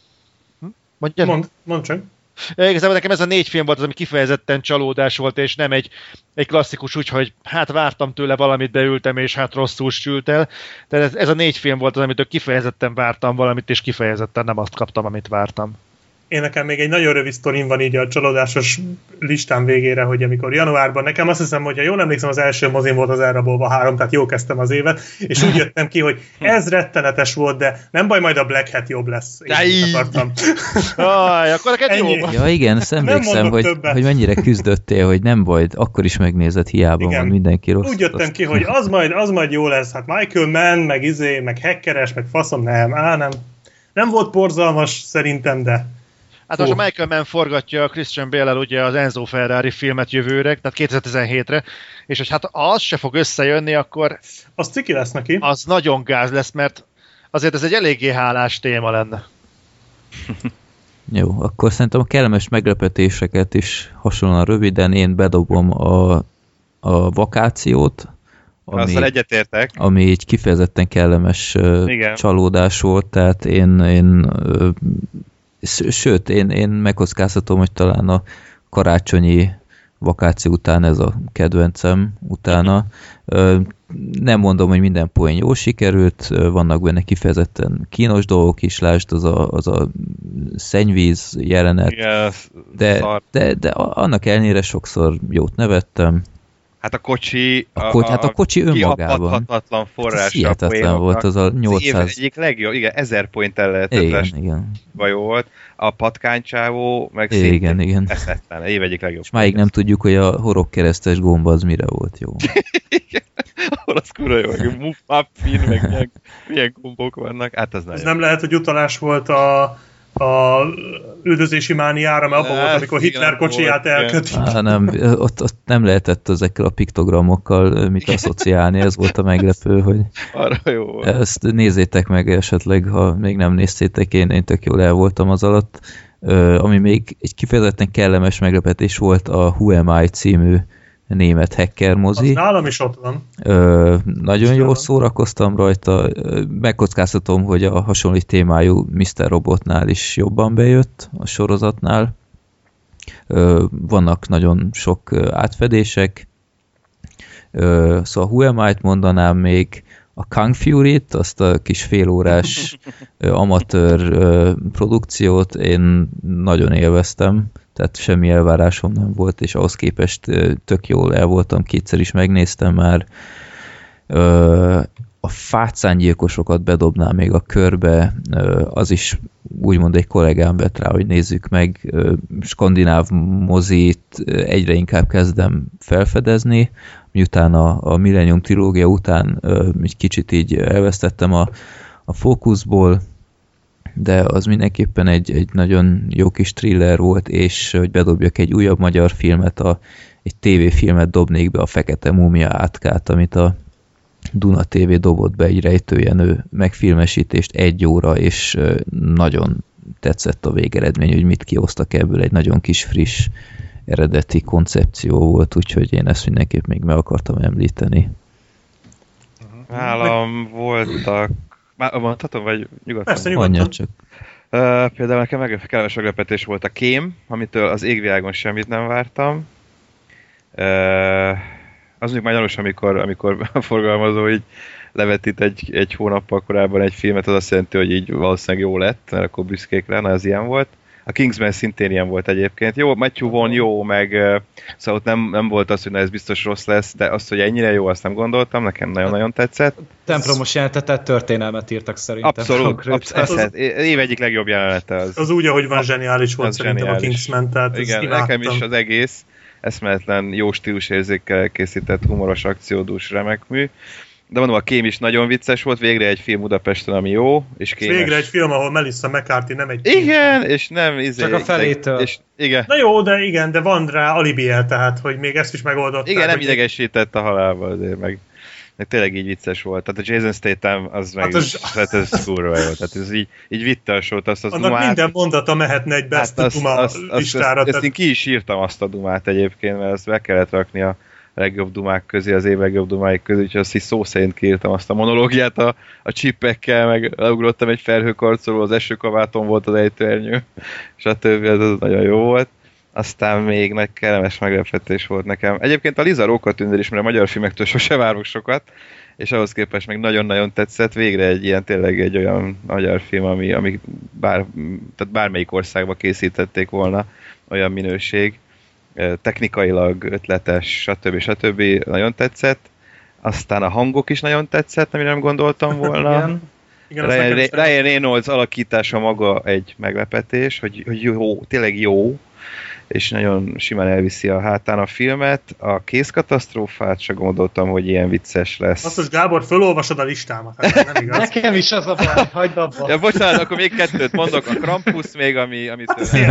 Mondjad? Mond, mondd csak. Eh, Igazából nekem ez a négy film volt az, ami kifejezetten csalódás volt, és nem egy, egy klasszikus úgy, hogy hát vártam tőle valamit, beültem, és hát rosszul sült el. Tehát ez, ez a négy film volt az, amitől kifejezetten vártam valamit, és kifejezetten nem azt kaptam, amit vártam. Én nekem még egy nagyon rövid sztorim van így a csalódásos listám végére, hogy amikor januárban, nekem azt hiszem, hogy ha jól emlékszem, az első mozin volt az Elrabolva három, tehát jó kezdtem az évet, és úgy jöttem ki, hogy ez rettenetes volt, de nem baj, majd a Black Hat jobb lesz. Én így akartam. Aj, akkor neked jó Ennyi. van. Ja igen, ezt emlékszem, mondok hogy, többet. hogy mennyire küzdöttél, hogy nem baj, akkor is megnézed, hiába Igen. van mindenki rossz. Úgy jöttem ki, hogy az majd, az majd jó lesz, hát Michael Mann, meg izé, meg hackeres, meg faszom, nem, á nem. Nem volt borzalmas szerintem, de Hát most a Michael Mann forgatja a Christian Bale-el ugye az Enzo Ferrari filmet jövőre, tehát kétezer-tizenhétre, és hogy hát az se fog összejönni, akkor az ciki lesz neki. az nagyon gáz lesz, mert azért ez egy eléggé hálás téma lenne. Jó, akkor szerintem a kellemes meglepetéseket is hasonlóan röviden én bedobom a, a vakációt, ami, Azzal egyetértek. ami egy kifejezetten kellemes uh, Igen. csalódás volt, tehát én, én uh, sőt, én, én megkockáztatom, hogy talán a karácsonyi vakáció után ez a kedvencem utána. Uh, nem mondom, hogy minden poén jól sikerült, uh, vannak benne kifejezetten kínos dolgok is, lásd az a, az a szennyvíz jelenet, Igen, de, szar. de, de annak ellenére sokszor jót nevettem. Hát a kocsi... A kocsi, hát a kocsi önmagában. Kihapadhatatlan forrás. Ez hihetetlen volt, az a nyolcszáz... Az év egyik legjobb, igen, ezer point el lehetett Igen, igen. jó volt. A patkánycsávó, meg Igen, szintén igen. eszetlen. Év egyik legjobb. És máig nem tudjuk, hogy a horogkeresztes gomba az mire volt jó. Ahol az kurva jó, hogy muffin, meg milyen, milyen gombok vannak. Hát az Ez nagyon. nem lehet, hogy utalás volt a, a üldözési mániára, mert abban volt, amikor Igen, Hitler kocsiját volt, elkötik. Á, nem, ott, ott nem lehetett ezekkel a piktogramokkal mit asszociálni, ez volt a meglepő, hogy Arra jó volt. ezt nézzétek meg esetleg, ha még nem néztétek, én, én tök jól el voltam az alatt. Ö, ami még egy kifejezetten kellemes meglepetés volt, a Who Am I című német hacker mozi. Az nálam is ott van. Ö, nagyon jól szórakoztam rajta. Megkockáztatom, hogy a hasonló témájú miszter Robotnál is jobban bejött a sorozatnál. Ö, vannak nagyon sok átfedések. Ö, szóval Who Am I-t mondanám még, a Kung Fury-t, azt a kis félórás amatőr produkciót én nagyon élveztem, tehát semmi elvárásom nem volt, és ahhoz képest tök jól el voltam, kétszer is megnéztem már. A fácángyilkosokat bedobnám még a körbe, az is úgymond egy kollégám vett rá, hogy nézzük meg. Skandináv mozit egyre inkább kezdem felfedezni, miután a, a Millennium trilógia után egy kicsit így elvesztettem a, a fókuszból, de az mindenképpen egy, egy nagyon jó kis thriller volt, és hogy bedobjak egy újabb magyar filmet, a, egy tévéfilmet dobnék be, a Fekete Múmia átkát, amit a Duna té vé dobott be, egy rejtőjenő megfilmesítést, egy óra, és nagyon tetszett a végeredmény, hogy mit kihoztak ebből, egy nagyon kis friss eredeti koncepció volt, úgyhogy én ezt mindenképp még meg akartam említeni. Nálam voltak... Már mondhatom, vagy nyugodtan? Persze, nyugodtan. Csak. Uh, például nekem meg kellemes meglepetés volt a Kém, amitől az égvilágon semmit nem vártam. Uh, az mondjuk már gyanús, amikor, amikor a forgalmazó így levetít egy, egy hónappal korábban egy filmet, az azt jelenti, hogy így valószínűleg jó lett, mert akkor büszkék lenne, az ilyen volt. A Kingsman szintén ilyen volt egyébként. Jó, Matthew Vaughn jó, meg uh, szóval ott nem, nem volt az, hogy na, ez biztos rossz lesz, de azt, hogy ennyire jó, azt nem gondoltam, nekem nagyon-nagyon tetszett. Templomos jelenetet, történelmet írtak szerintem. Abszolút, abszolút. Év egyik legjobb jelenete az. Az úgy, ahogy van, zseniális volt szerintem zseniális. A Kingsman, tehát igen, nekem is az egész eszméletlen jó stílusérzékkel készített humoros akciódús remek mű. De mondom, a Kém is nagyon vicces volt, végre egy film Budapesten, ami jó, és kémes. Végre egy film, ahol Melissa McCarthy nem egy igen, film. És nem... Izé, csak a felétől. És, igen. Na jó, de igen, de van rá alibiel, tehát, hogy még ezt is megoldották. Igen, nem idegesített a halálba azért, meg, meg tényleg így vicces volt. Tehát a Jason Statham az meg... Hát az... Hát ez kurva jó. Tehát ez így, így vitte a sót, azt az annak dumát. Minden mondata mehetne egy Best hát Duma azt, azt, listára. Azt, tehát... Ezt én ki is írtam azt a dumát egyébként, mert ezt be kellett rakni a legjobb dumák közé, az év legjobb dumáik közé, úgyhogy azt is szó szerint kiírtam azt a monológiát a, a csippekkel, meg leugrottam egy felhőkarcoló, az esőkabáton volt az ejtőernyő, stb. Ez az nagyon jó volt. Aztán még nagy kellemes meglepetés volt nekem. Egyébként a Liza Rókatündér is, mert a magyar filmektől sose várunk sokat, és ahhoz képest meg nagyon-nagyon tetszett. Végre egy ilyen, tényleg egy olyan magyar film, ami, ami bár, tehát bármelyik országba készítették volna, olyan minőség. Technikailag ötletes, stb. stb. Nagyon tetszett. Aztán a hangok is nagyon tetszett, amire nem gondoltam volna. Igen. Igen, Ryan, Ryan Reynolds alakítása maga egy meglepetés, hogy, hogy jó, tényleg jó, és nagyon simán elviszi a hátán a filmet. A Kézkatasztrófát se gondoltam, hogy ilyen vicces lesz. Azt, hogy Gábor, fölolvasod a listámat. Hát nem igaz. Nekem is az a baj, hagyd abba. Ja, bocsánat, akkor még kettőt mondok. A Krampus még, ami... amit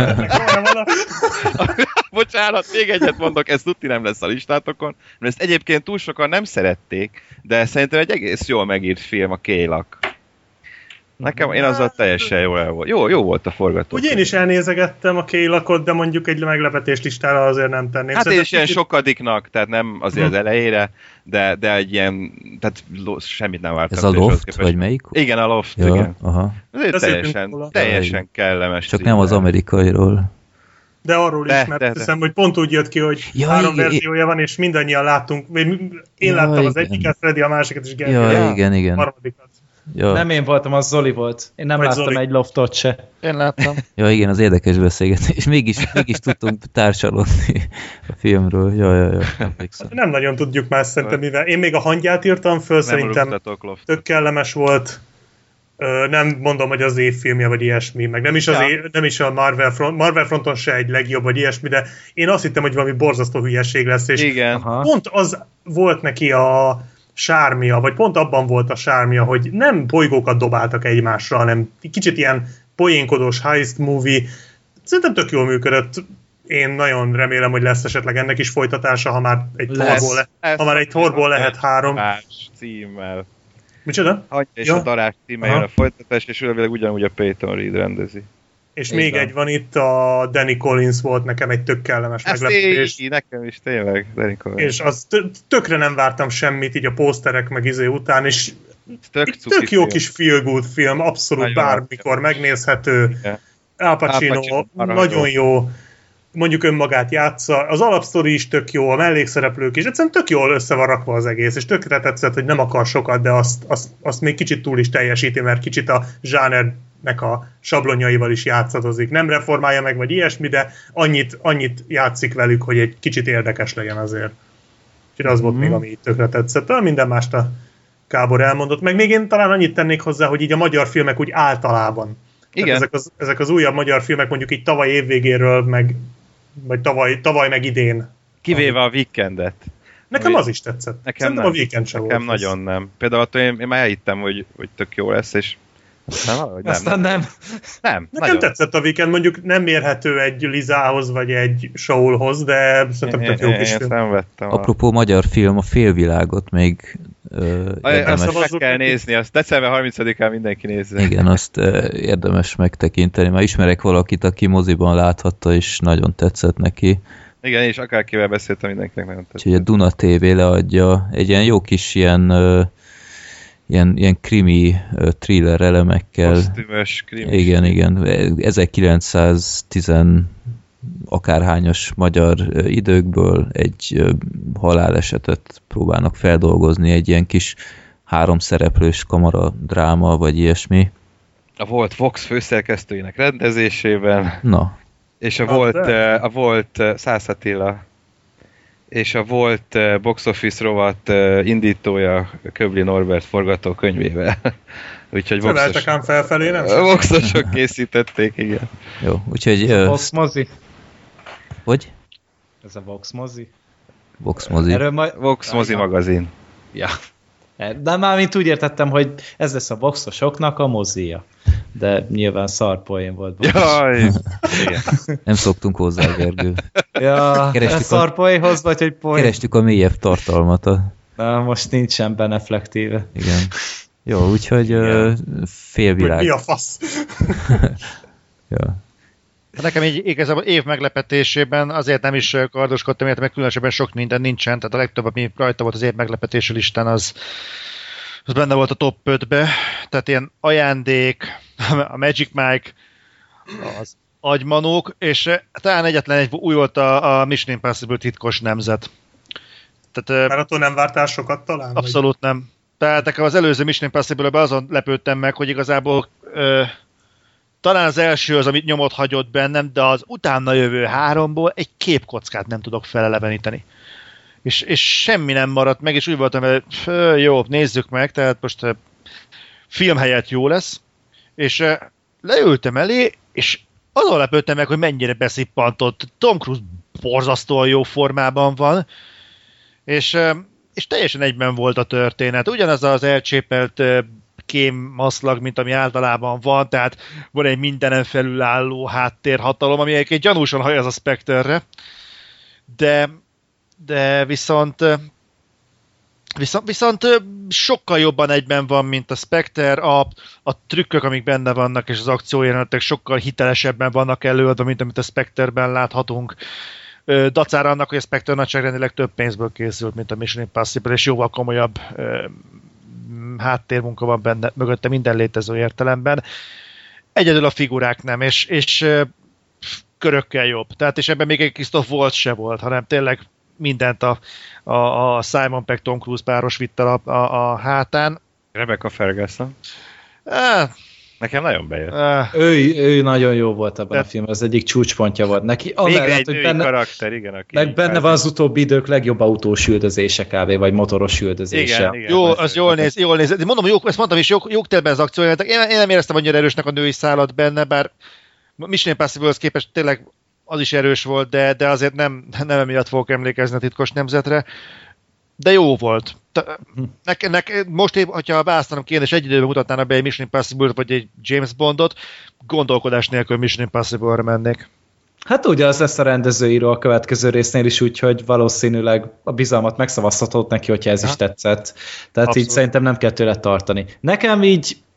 bocsánat, még egyet mondok, ez tuti nem lesz a listátokon, mert ezt egyébként túl sokan nem szerették, de szerintem egy egész jól megírt film, a Kélak. Nekem, én azzal teljesen jól el volt. Jó, jó volt a forgató. Úgy én is elnézegettem a Kélakot, de mondjuk egy meglepetés listára azért nem tenném. Hát én is ilyen sokadiknak, tehát nem azért az elejére, de, de egy ilyen, tehát semmit nem vártam. Ez a Loft, vagy melyik? Igen, a Loft, ja, igen. Aha. Ezért teljesen, teljesen kellemes. Csak nem az amerikairól. De arról de, is, mert de, de. hiszem, hogy pont úgy jött ki, hogy ja, három igen, verziója van, és mindannyian láttunk. Én ja, láttam az egyiket, Freddy a másikat, és Gergely ja, igen, igen. a harmadikat. Ja. Nem én voltam, az Zoli volt. Én nem vagy láttam Zoli. Egy Loftot se. Én láttam. Ja, igen, az érdekes beszélgetés. És mégis, mégis tudtunk társalodni a filmről. Ja, ja, ja. Nem, nem nagyon tudjuk már szerintem, mivel. Én még a hangját írtam föl, nem szerintem tök kellemes volt. Nem mondom, hogy az évfilmje, vagy ilyesmi, meg nem is, az ja. év, nem is a Marvel, front, Marvel fronton se egy legjobb, vagy ilyesmi, de én azt hittem, hogy valami borzasztó hülyeség lesz, és igen. Pont az volt neki a sármia, vagy pont abban volt a sármia, hogy nem bolygókat dobáltak egymásra, hanem kicsit ilyen poénkodós heist movie. Szerintem tök jól működött. Én nagyon remélem, hogy lesz esetleg ennek is folytatása, ha már egy torból, le, ha már egy torból lehet három. Címmel. Micsoda? Hagyja és ja. a darás címmel a folytatás, és őlevileg ugyanúgy a Peyton Reed rendezi. És Így még van. egy van itt, a Danny Collins volt nekem egy tök kellemes Ezt meglepetés. így, nekem is tényleg, Danny Collins. És az tö- tökre nem vártam semmit így a pószterek meg izé után, és Tök, egy cuki tök jó film. kis feel good film, abszolút Nagyon bármikor megnézhető. Igen. Al Pacino, Al Pacino arra nagyon jó, mondjuk önmagát játsza, az alapsztori is tök jó, a mellékszereplők is, egyszerűen tök jól össze van rakva az egész, és tökre tetszett, hogy nem akar sokat, de azt, azt, azt még kicsit túl is teljesíti, mert kicsit a zsánernek a sablonjaival is játszadozik. Nem reformálja meg, vagy ilyesmi, de annyit, annyit játszik velük, hogy egy kicsit érdekes legyen azért. Úgyhogy az volt még, ami így tökre tetszett. Talán minden mást a Kábor elmondott. Meg még én talán annyit tennék hozzá, hogy így a magyar filmek úgy általában. Igen. Ezek az, ezek az újabb magyar filmek mondjuk így tavaly évvégéről, meg vagy tavaly, tavaly meg idén. Kivéve a Weekendet. Nekem Ami- az is tetszett. Nekem Szerintem nem. a Weekend sem Nekem volt. nagyon nem. Például attól én, én már elhittem, hogy, hogy tök jó lesz, és aztán valahogy nem. Aztán nem. Nem, Nekem nagyon. tetszett a Weekend, mondjuk nem mérhető egy Lizához, vagy egy Saulhoz, de szerintem Én, tök jó én, kis én film. nem vettem. Apropó magyar film, a Félvilágot még ö, A, érdemes. azt meg kell nézni, azt december harmincadikán mindenki nézze. Igen, azt ö, érdemes megtekinteni. Már ismerek valakit, aki moziban láthatta, és nagyon tetszett neki. Igen, és akárkivel beszéltem, mindenkinek nagyon tetszett. Úgyhogy a Duna té vé leadja egy ilyen jó kis ilyen, ö, ilyen, ilyen krimi ö, thriller elemekkel. Kosztümös, krimis. Igen, igen. ezerkilencszáztíz akárhányas magyar ö, időkből egy ö, halálesetet próbálnak feldolgozni, egy ilyen kis háromszereplős kamaradráma, vagy ilyesmi. A volt Vox főszerkesztőjének rendezésében, Na, és a Ah, volt, de. eh, a volt eh, Szász Attila, és a volt eh, Box Office rovat eh, indítója Köbli Norbert forgatókönyvével. Úgyhogy Szereltek Voxos, ám felfelé, nem? Voxosok készítették, igen. jó. Úgyhogy... ö, Vox mozi. Hogy? Ez a Vox mozi. Vox mozi. Erről majd... Vox mozi magazin. Ja. De már mint úgy értettem, hogy ez lesz a Voxosoknak a mozia. De nyilván szarpoén volt. Bocs. Jaj! Igen. Nem szoktunk hozzá, Gergő. Ja, Kerestük ez a- szarpoénhoz vagy, hogy poén? Kerestük a mélyebb tartalmat. A... Na, most nincsen benne flektíve. Igen. Jó, úgyhogy ö, Hogy félvilág. mi a fasz? Ja. Nekem így igazából év meglepetésében azért nem is kardoskodtam, mert meg különösebben sok minden nincsen, tehát a legtöbb, ami rajta volt az év meglepetési listán, az, az benne volt a top ötbe, tehát ilyen ajándék, a Magic Mike, az agymanók, és talán egyetlen egy új volt a, a Mission Impossible titkos nemzet. Tehát, Mert attól nem vártál sokat talán? abszolút nem. Tehát nekem az előző Mission Impossible-ben azon lepődtem meg, hogy igazából ö, talán az első az, amit nyomot hagyott bennem, de az utána jövő háromból egy képkockát nem tudok feleleveníteni. És, és semmi nem maradt meg, és úgy voltam, hogy fő, jó, nézzük meg, tehát most ö, film helyett jó lesz, és ö, leültem elé, és azon lepődtem meg, hogy mennyire beszippantott. Tom Cruise borzasztóan jó formában van, és, ö, és teljesen egyben volt a történet. Ugyanaz az elcsépelt ö, kém maszlag, mint ami általában van, tehát van egy mindenen felülálló háttérhatalom, ami egyébként gyanúsan hajaz a Spectre-re, de, de viszont, viszont, viszont sokkal jobban egyben van, mint a Spectre, a, a trükkök, amik benne vannak, és az akciójelenetek sokkal hitelesebben vannak előadva, mint amit a Spectre-ben láthatunk. Dacára annak, hogy a Spectre nagyságrendileg több pénzből készült, mint a Mission Impossible, és jóval komolyabb háttérmunka van benne, mögötte minden létező értelemben. Egyedül a figurák nem, és, és uh, körökkel jobb. Tehát, és ebben még egy Christoph Waltz se volt, hanem tényleg mindent a, a, a Simon Pegg Tom Cruise páros vitt el a, a, a hátán. Rebecca Ferguson. Uh, Nekem nagyon bejött. uh, Ő, ő nagyon jó volt ebben De- a filmben, az egyik csúcspontja volt neki. Végre Amellett, egy hogy női benne, karakter, igen. Aki meg benne van az utóbbi idők legjobb autós üldözése kb. Vagy motoros üldözése. Igen, igen. jó, ez- az jól néz, jól néz. De mondom, jó, ezt mondtam is, jó, jók tényleg az akció. Én, én nem éreztem annyira erősnek a női szállat benne, bár Mission Impossible-hoz képest tényleg az is erős volt, de, de azért nem, nem emiatt fogok emlékezni a titkos nemzetre. De jó volt. Nek, nek, most, épp, hogyha választanom kéne, és egy időben mutatnának be egy Mission Impossible vagy egy James Bondot, gondolkodás nélkül Mission Impossible-ra mennék. Hát ugye az lesz a rendezőíró a következő résznél is, úgyhogy valószínűleg a bizalmat megszavazhatott neki, hogyha ez Ha. is tetszett. Tehát Abszolút. így szerintem nem kell tőle tartani. Nekem így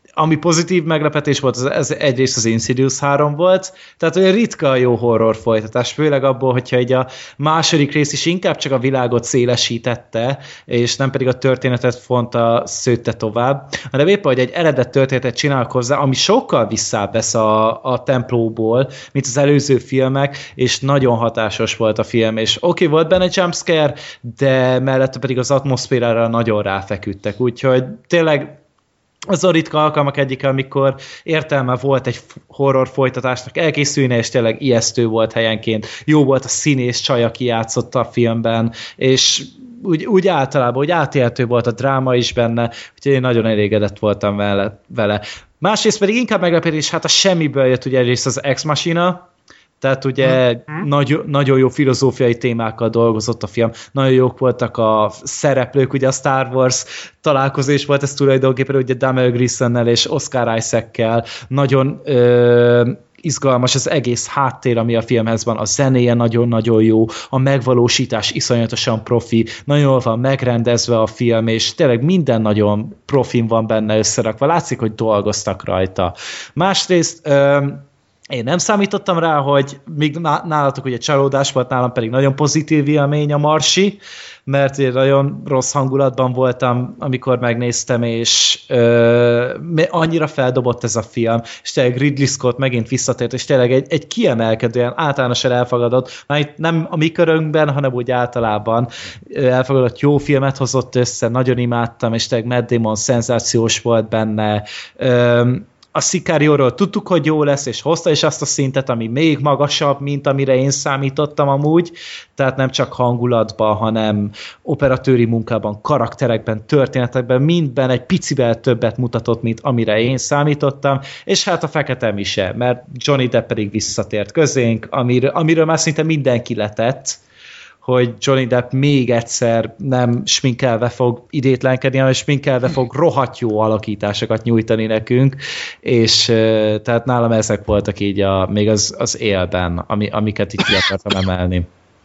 ami pozitív meglepetés volt, az, ez egyrészt az Insidious három volt, tehát olyan ritka a jó horror folytatás, főleg abból, hogyha egy a második rész is inkább csak a világot szélesítette, és nem pedig a történetet fonta szőtte tovább, hanem éppen, hogy egy eredet történetet csinálok hozzá, ami sokkal visszább vesz a, a templóból, mint az előző filmek, és nagyon hatásos volt a film, és oké, okay, volt benne jumpscare, de mellette pedig az atmoszférára nagyon ráfeküdtek, úgyhogy tényleg az a ritka alkalmak egyik, amikor értelme volt egy horror folytatásnak elkészülni, és tényleg ijesztő volt helyenként. Jó volt a színész csaj, aki játszott a filmben, és úgy, úgy általában, úgy átélhető volt a dráma is benne, úgyhogy én nagyon elégedett voltam vele. vele. Másrészt pedig inkább meglepetés, hát a semmiből jött ugye egyrészt az Ex Machina, tehát ugye mm-hmm. nagy, nagyon jó filozófiai témákkal dolgozott a film, nagyon jók voltak a szereplők, ugye a Star Wars találkozás volt ez tulajdonképpen, ugye Domhnall Gleesonnel és Oscar Isaac-kel, nagyon ö, izgalmas az egész háttér, ami a filmhez van, a zenéje nagyon-nagyon jó, a megvalósítás iszonyatosan profi, nagyon jól van megrendezve a film, és tényleg minden nagyon profin van benne összerakva, látszik, hogy dolgoztak rajta. Másrészt ö, én nem számítottam rá, hogy még nálatok ugye csalódás volt, nálam pedig nagyon pozitív élmény a Marsi, mert én nagyon rossz hangulatban voltam, amikor megnéztem, és ö, annyira feldobott ez a film, és tényleg Ridley Scott megint visszatért, és tényleg egy, egy kiemelkedően általánosan elfogadott, már itt nem a mi körünkben, hanem úgy általában elfogadott jó filmet hozott össze, nagyon imádtam, és tényleg Matt Damon szenzációs volt benne, ö, a Sicario-ról tudtuk, hogy jó lesz, és hozta is azt a szintet, ami még magasabb, mint amire én számítottam amúgy, tehát nem csak hangulatban, hanem operatőri munkában, karakterekben, történetekben, mindben egy picivel többet mutatott, mint amire én számítottam, és hát a Fekete Mise, mert Johnny Depp pedig visszatért közénk, amiről, amiről már szinte mindenki letett, hogy Johnny Depp még egyszer nem sminkelve fog idétlenkedni, hanem sminkelve fog rohadt jó alakításokat nyújtani nekünk, és tehát nálam ezek voltak így a, még az, az élben, ami, amiket itt ki akartam emelni.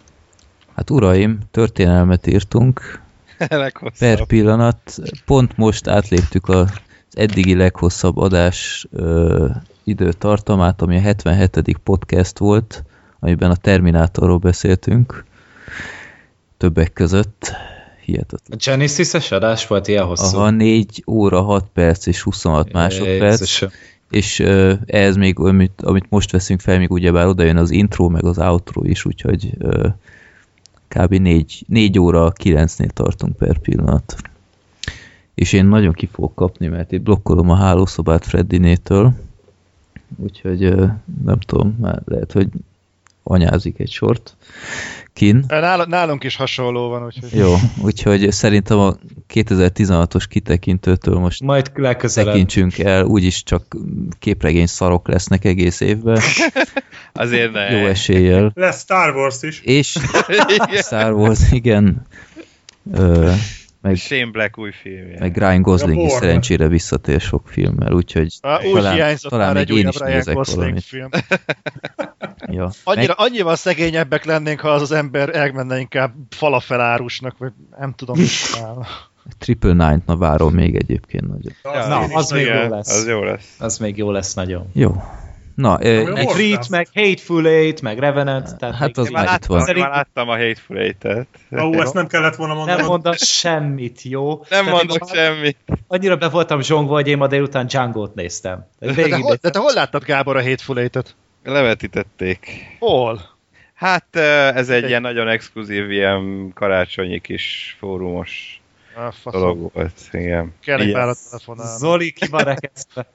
Hát uraim, történelmet írtunk. Per pillanat. Pont most átléptük az eddigi leghosszabb adás ö, időtartamát, ami a hetvenhetedik podcast volt, amiben a Terminátorról beszéltünk. Többek között. Hihetetlen. A Genesis-es adás volt ilyen hosszú? Aha, négy óra, hat perc és huszonhat másodperc. És uh, ehhez még, amit, amit most veszünk fel, még ugyebár oda jön az intro, meg az outro is, úgyhogy uh, kb. négy, négy óra kilencnél tartunk per pillanat. És én nagyon ki fogok kapni, mert itt blokkolom a hálószobát Freddinétől. Úgyhogy uh, nem tudom, már lehet, hogy anyázik egy sort. Kin. Nál, nálunk is hasonló van, úgyhogy... Jó, úgyhogy szerintem a kétezer-tizenhatos kitekintőtől most majd tekintsünk el, úgyis csak képregény szarok lesznek egész évben. Azért ne. Jó eséllyel. Lesz Star Wars is. És Star Wars, igen. Ö, meg, Shane Black új filmje. meg Ryan Gosling is szerencsére visszatér sok filmmel, úgyhogy a, úgy talán, talán még én is nézek valamit. Film. Ja. Annyira, meg... Annyival szegényebbek lennénk, ha az az ember elmenne inkább falafelárusnak, vagy nem tudom, mit csinál. Triple Nine-t, na várom még egyébként nagyon. Ja, na, az még jó lesz. Az jó lesz. Az még jó lesz nagyon. Jó. Na, meg eh, Creed, meg Hateful Eight, meg Revenant. Tehát hát az már itt van. Szerint... Már láttam a Hateful Eight-et. Ó, ezt nem kellett volna mondanom. Nem mondasz semmit, jó? Nem tehát mondok semmit. Annyira be voltam zsongva, hogy én ma délután Django-t néztem. De, de, hol, de te hol láttad, Gábor, a Hateful Eight-et? Levetítették. Hol? Hát ez egy, egy ilyen nagyon exkluzív, ilyen karácsonyi kis fórumos ah, dolog volt. Igen. Kell egy párat telefonálni. Zoli, ki van rekesztve.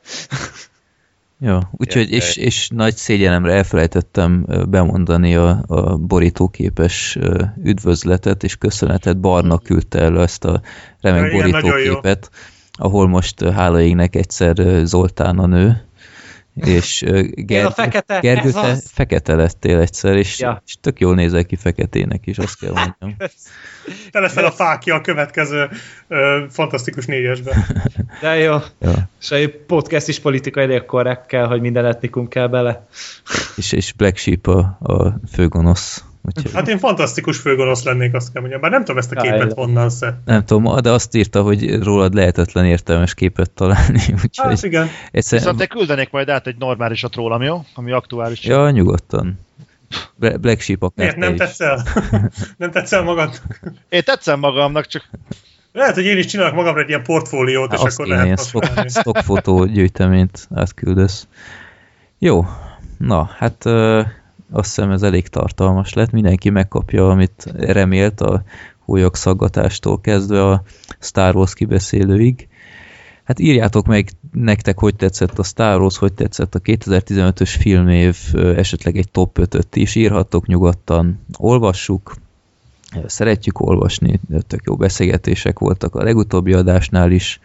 Ja, úgyhogy és, és nagy szégyenemre elfelejtettem bemondani a, a borítóképes üdvözletet, és köszönetet. Barna küldte el ezt a remek ja, borítóképet, ahol most hála égnek egyszer Zoltán a nő, és Ger- fekete, Gergő, te fekete lettél egyszer, és, ja. és tök jól nézel ki feketének is, azt kell mondjam. Te leszel a fákja a következő ö, fantasztikus négyesben. De jó. Ja. És a podcast is politikai korrekt kell, hogy minden etnikum kell bele. És, és Black Sheep a, a főgonosz. Úgyhogy... Hát én fantasztikus főgonosz lennék, azt kell mondjam. Bár nem tudom ezt a képet honnan szed. Nem tudom, de azt írta, hogy rólad lehetetlen értelmes képet találni. Úgyhogy hát igen. Egyszer... Viszont te küldenék majd át egy normálisat rólam, jó? Ami aktuális. Ja, nyugodtan. Black Sheep akár. Miért nem tetszel? Nem tetszel magadnak? Én tetszem magamnak, csak... Lehet, hogy én is csinálok magamra egy ilyen portfóliót, és azt akkor kéne, lehet ilyen használni. stock, stockfotó gyűjteményt átküldesz. Jó, na, hát ö, azt hiszem ez elég tartalmas lett. Mindenki megkapja, amit remélt a hólyagszaggatástól kezdve a Star Wars kibeszélőig. Hát írjátok meg nektek, hogy tetszett a Star Wars, hogy tetszett a kétezer-tizenötös filmév, esetleg egy top ötöt is írhattok nyugodtan, olvassuk. Szeretjük olvasni, tök jó beszélgetések voltak a legutóbbi adásnál is,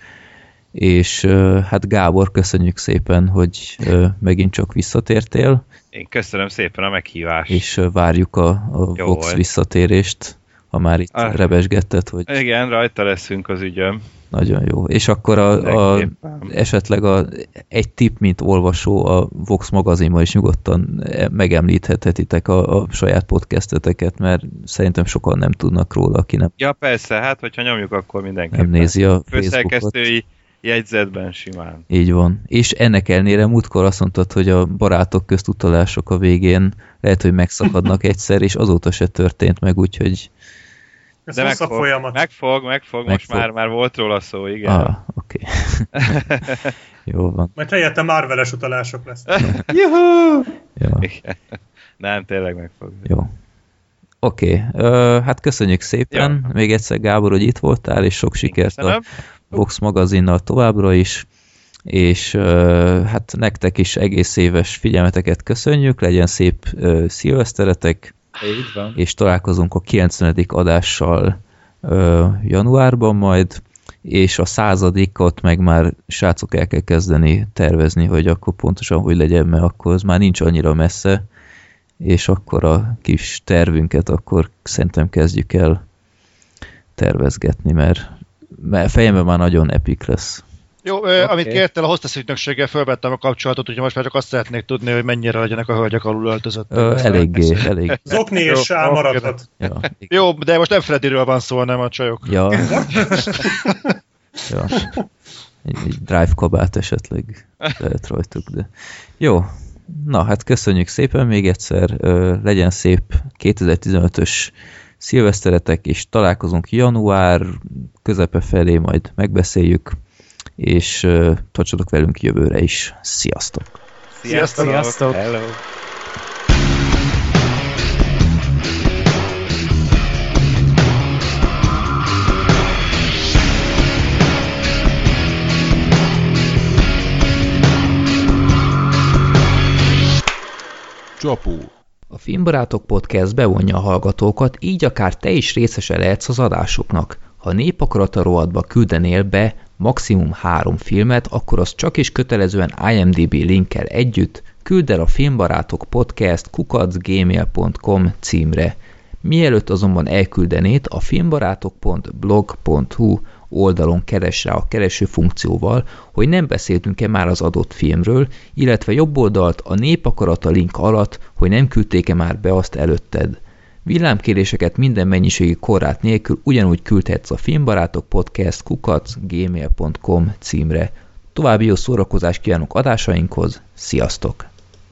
és hát Gábor, köszönjük szépen, hogy megint csak visszatértél. Én köszönöm szépen a meghívást. És várjuk a, a Vox volt. Visszatérést, ha már itt ah, rebesgetted, hogy... Igen, rajta leszünk az ügyön. Nagyon jó. És akkor a, a, esetleg a, egy tipp, mint olvasó a Vox magazinban is nyugodtan megemlíthetitek a, a saját podcasteteket, mert szerintem sokan nem tudnak róla, aki nem... Ja, persze, hát hogyha nyomjuk, akkor mindenképpen. Nem nézi a Facebookot. Főszerkesztői jegyzetben simán. Így van. És ennek ellenére múltkor azt mondtad, hogy a barátok közt utalások a végén lehet, hogy megszakadnak egyszer, és azóta se történt meg, úgyhogy... Ez de megfog, folyamat. megfog, megfog, most már, már volt róla szó, igen. Ah, oké. Okay. Jó van. Majd helyette Marvel-es utalások lesz. Juhu! Ja. Nem, tényleg megfog. Jó. Oké, okay. uh, hát köszönjük szépen. Ja. Még egyszer, Gábor, hogy itt voltál, és sok sikert a Vox magazinnal továbbra is. És uh, hát nektek is egész éves figyelmeteket köszönjük, legyen szép uh, szilveszteretek, és találkozunk a kilencvenedik adással ö, januárban majd, és a századikot meg már srácok el kell kezdeni tervezni, hogy akkor pontosan hogy legyen, mert akkor az már nincs annyira messze, és akkor a kis tervünket akkor szerintem kezdjük el tervezgetni, mert, mert fejemben már nagyon epic lesz. Jó, okay. Amit kértél, a hostess ügynökséggel felvettem a kapcsolatot, úgyhogy most már csak azt szeretnék tudni, hogy mennyire legyenek a hölgyek alul öltözött. Eléggé, elég. Zokni és sál maradhat. Ja, jó, de most nem Freddyről van szó, nem a csajok. Ja. Ja. Egy, egy drive kabát esetleg lehet rajtuk, de jó. Na, hát köszönjük szépen még egyszer. Legyen szép kétezer-tizenötös szilveszteretek, és találkozunk január közepe felé, majd megbeszéljük, és uh, tartsatok velünk jövőre is. Sziasztok! Sziasztok! Sziasztok. Hello! Csapó! A Filmbarátok Podcast bevonja a hallgatókat, így akár te is részese lehetsz az adásoknak. Ha népakarata rovatba küldenél be maximum három filmet, akkor az csak is kötelezően IMDb linkkel együtt küld el a Filmbarátok Podcast kukac gmail pont com címre. Mielőtt azonban elküldenét, a filmbarátok pont blog pont hu oldalon keres rá a kereső funkcióval, hogy nem beszéltünk-e már az adott filmről, illetve jobb oldalt a népakarata link alatt, hogy nem küldték-e már be azt előtted. Villámkéréseket minden mennyiségi korlát nélkül ugyanúgy küldhetsz a Filmbarátok Podcast kukac gmail pont com címre. További jó szórakozást kívánok adásainkhoz, sziasztok!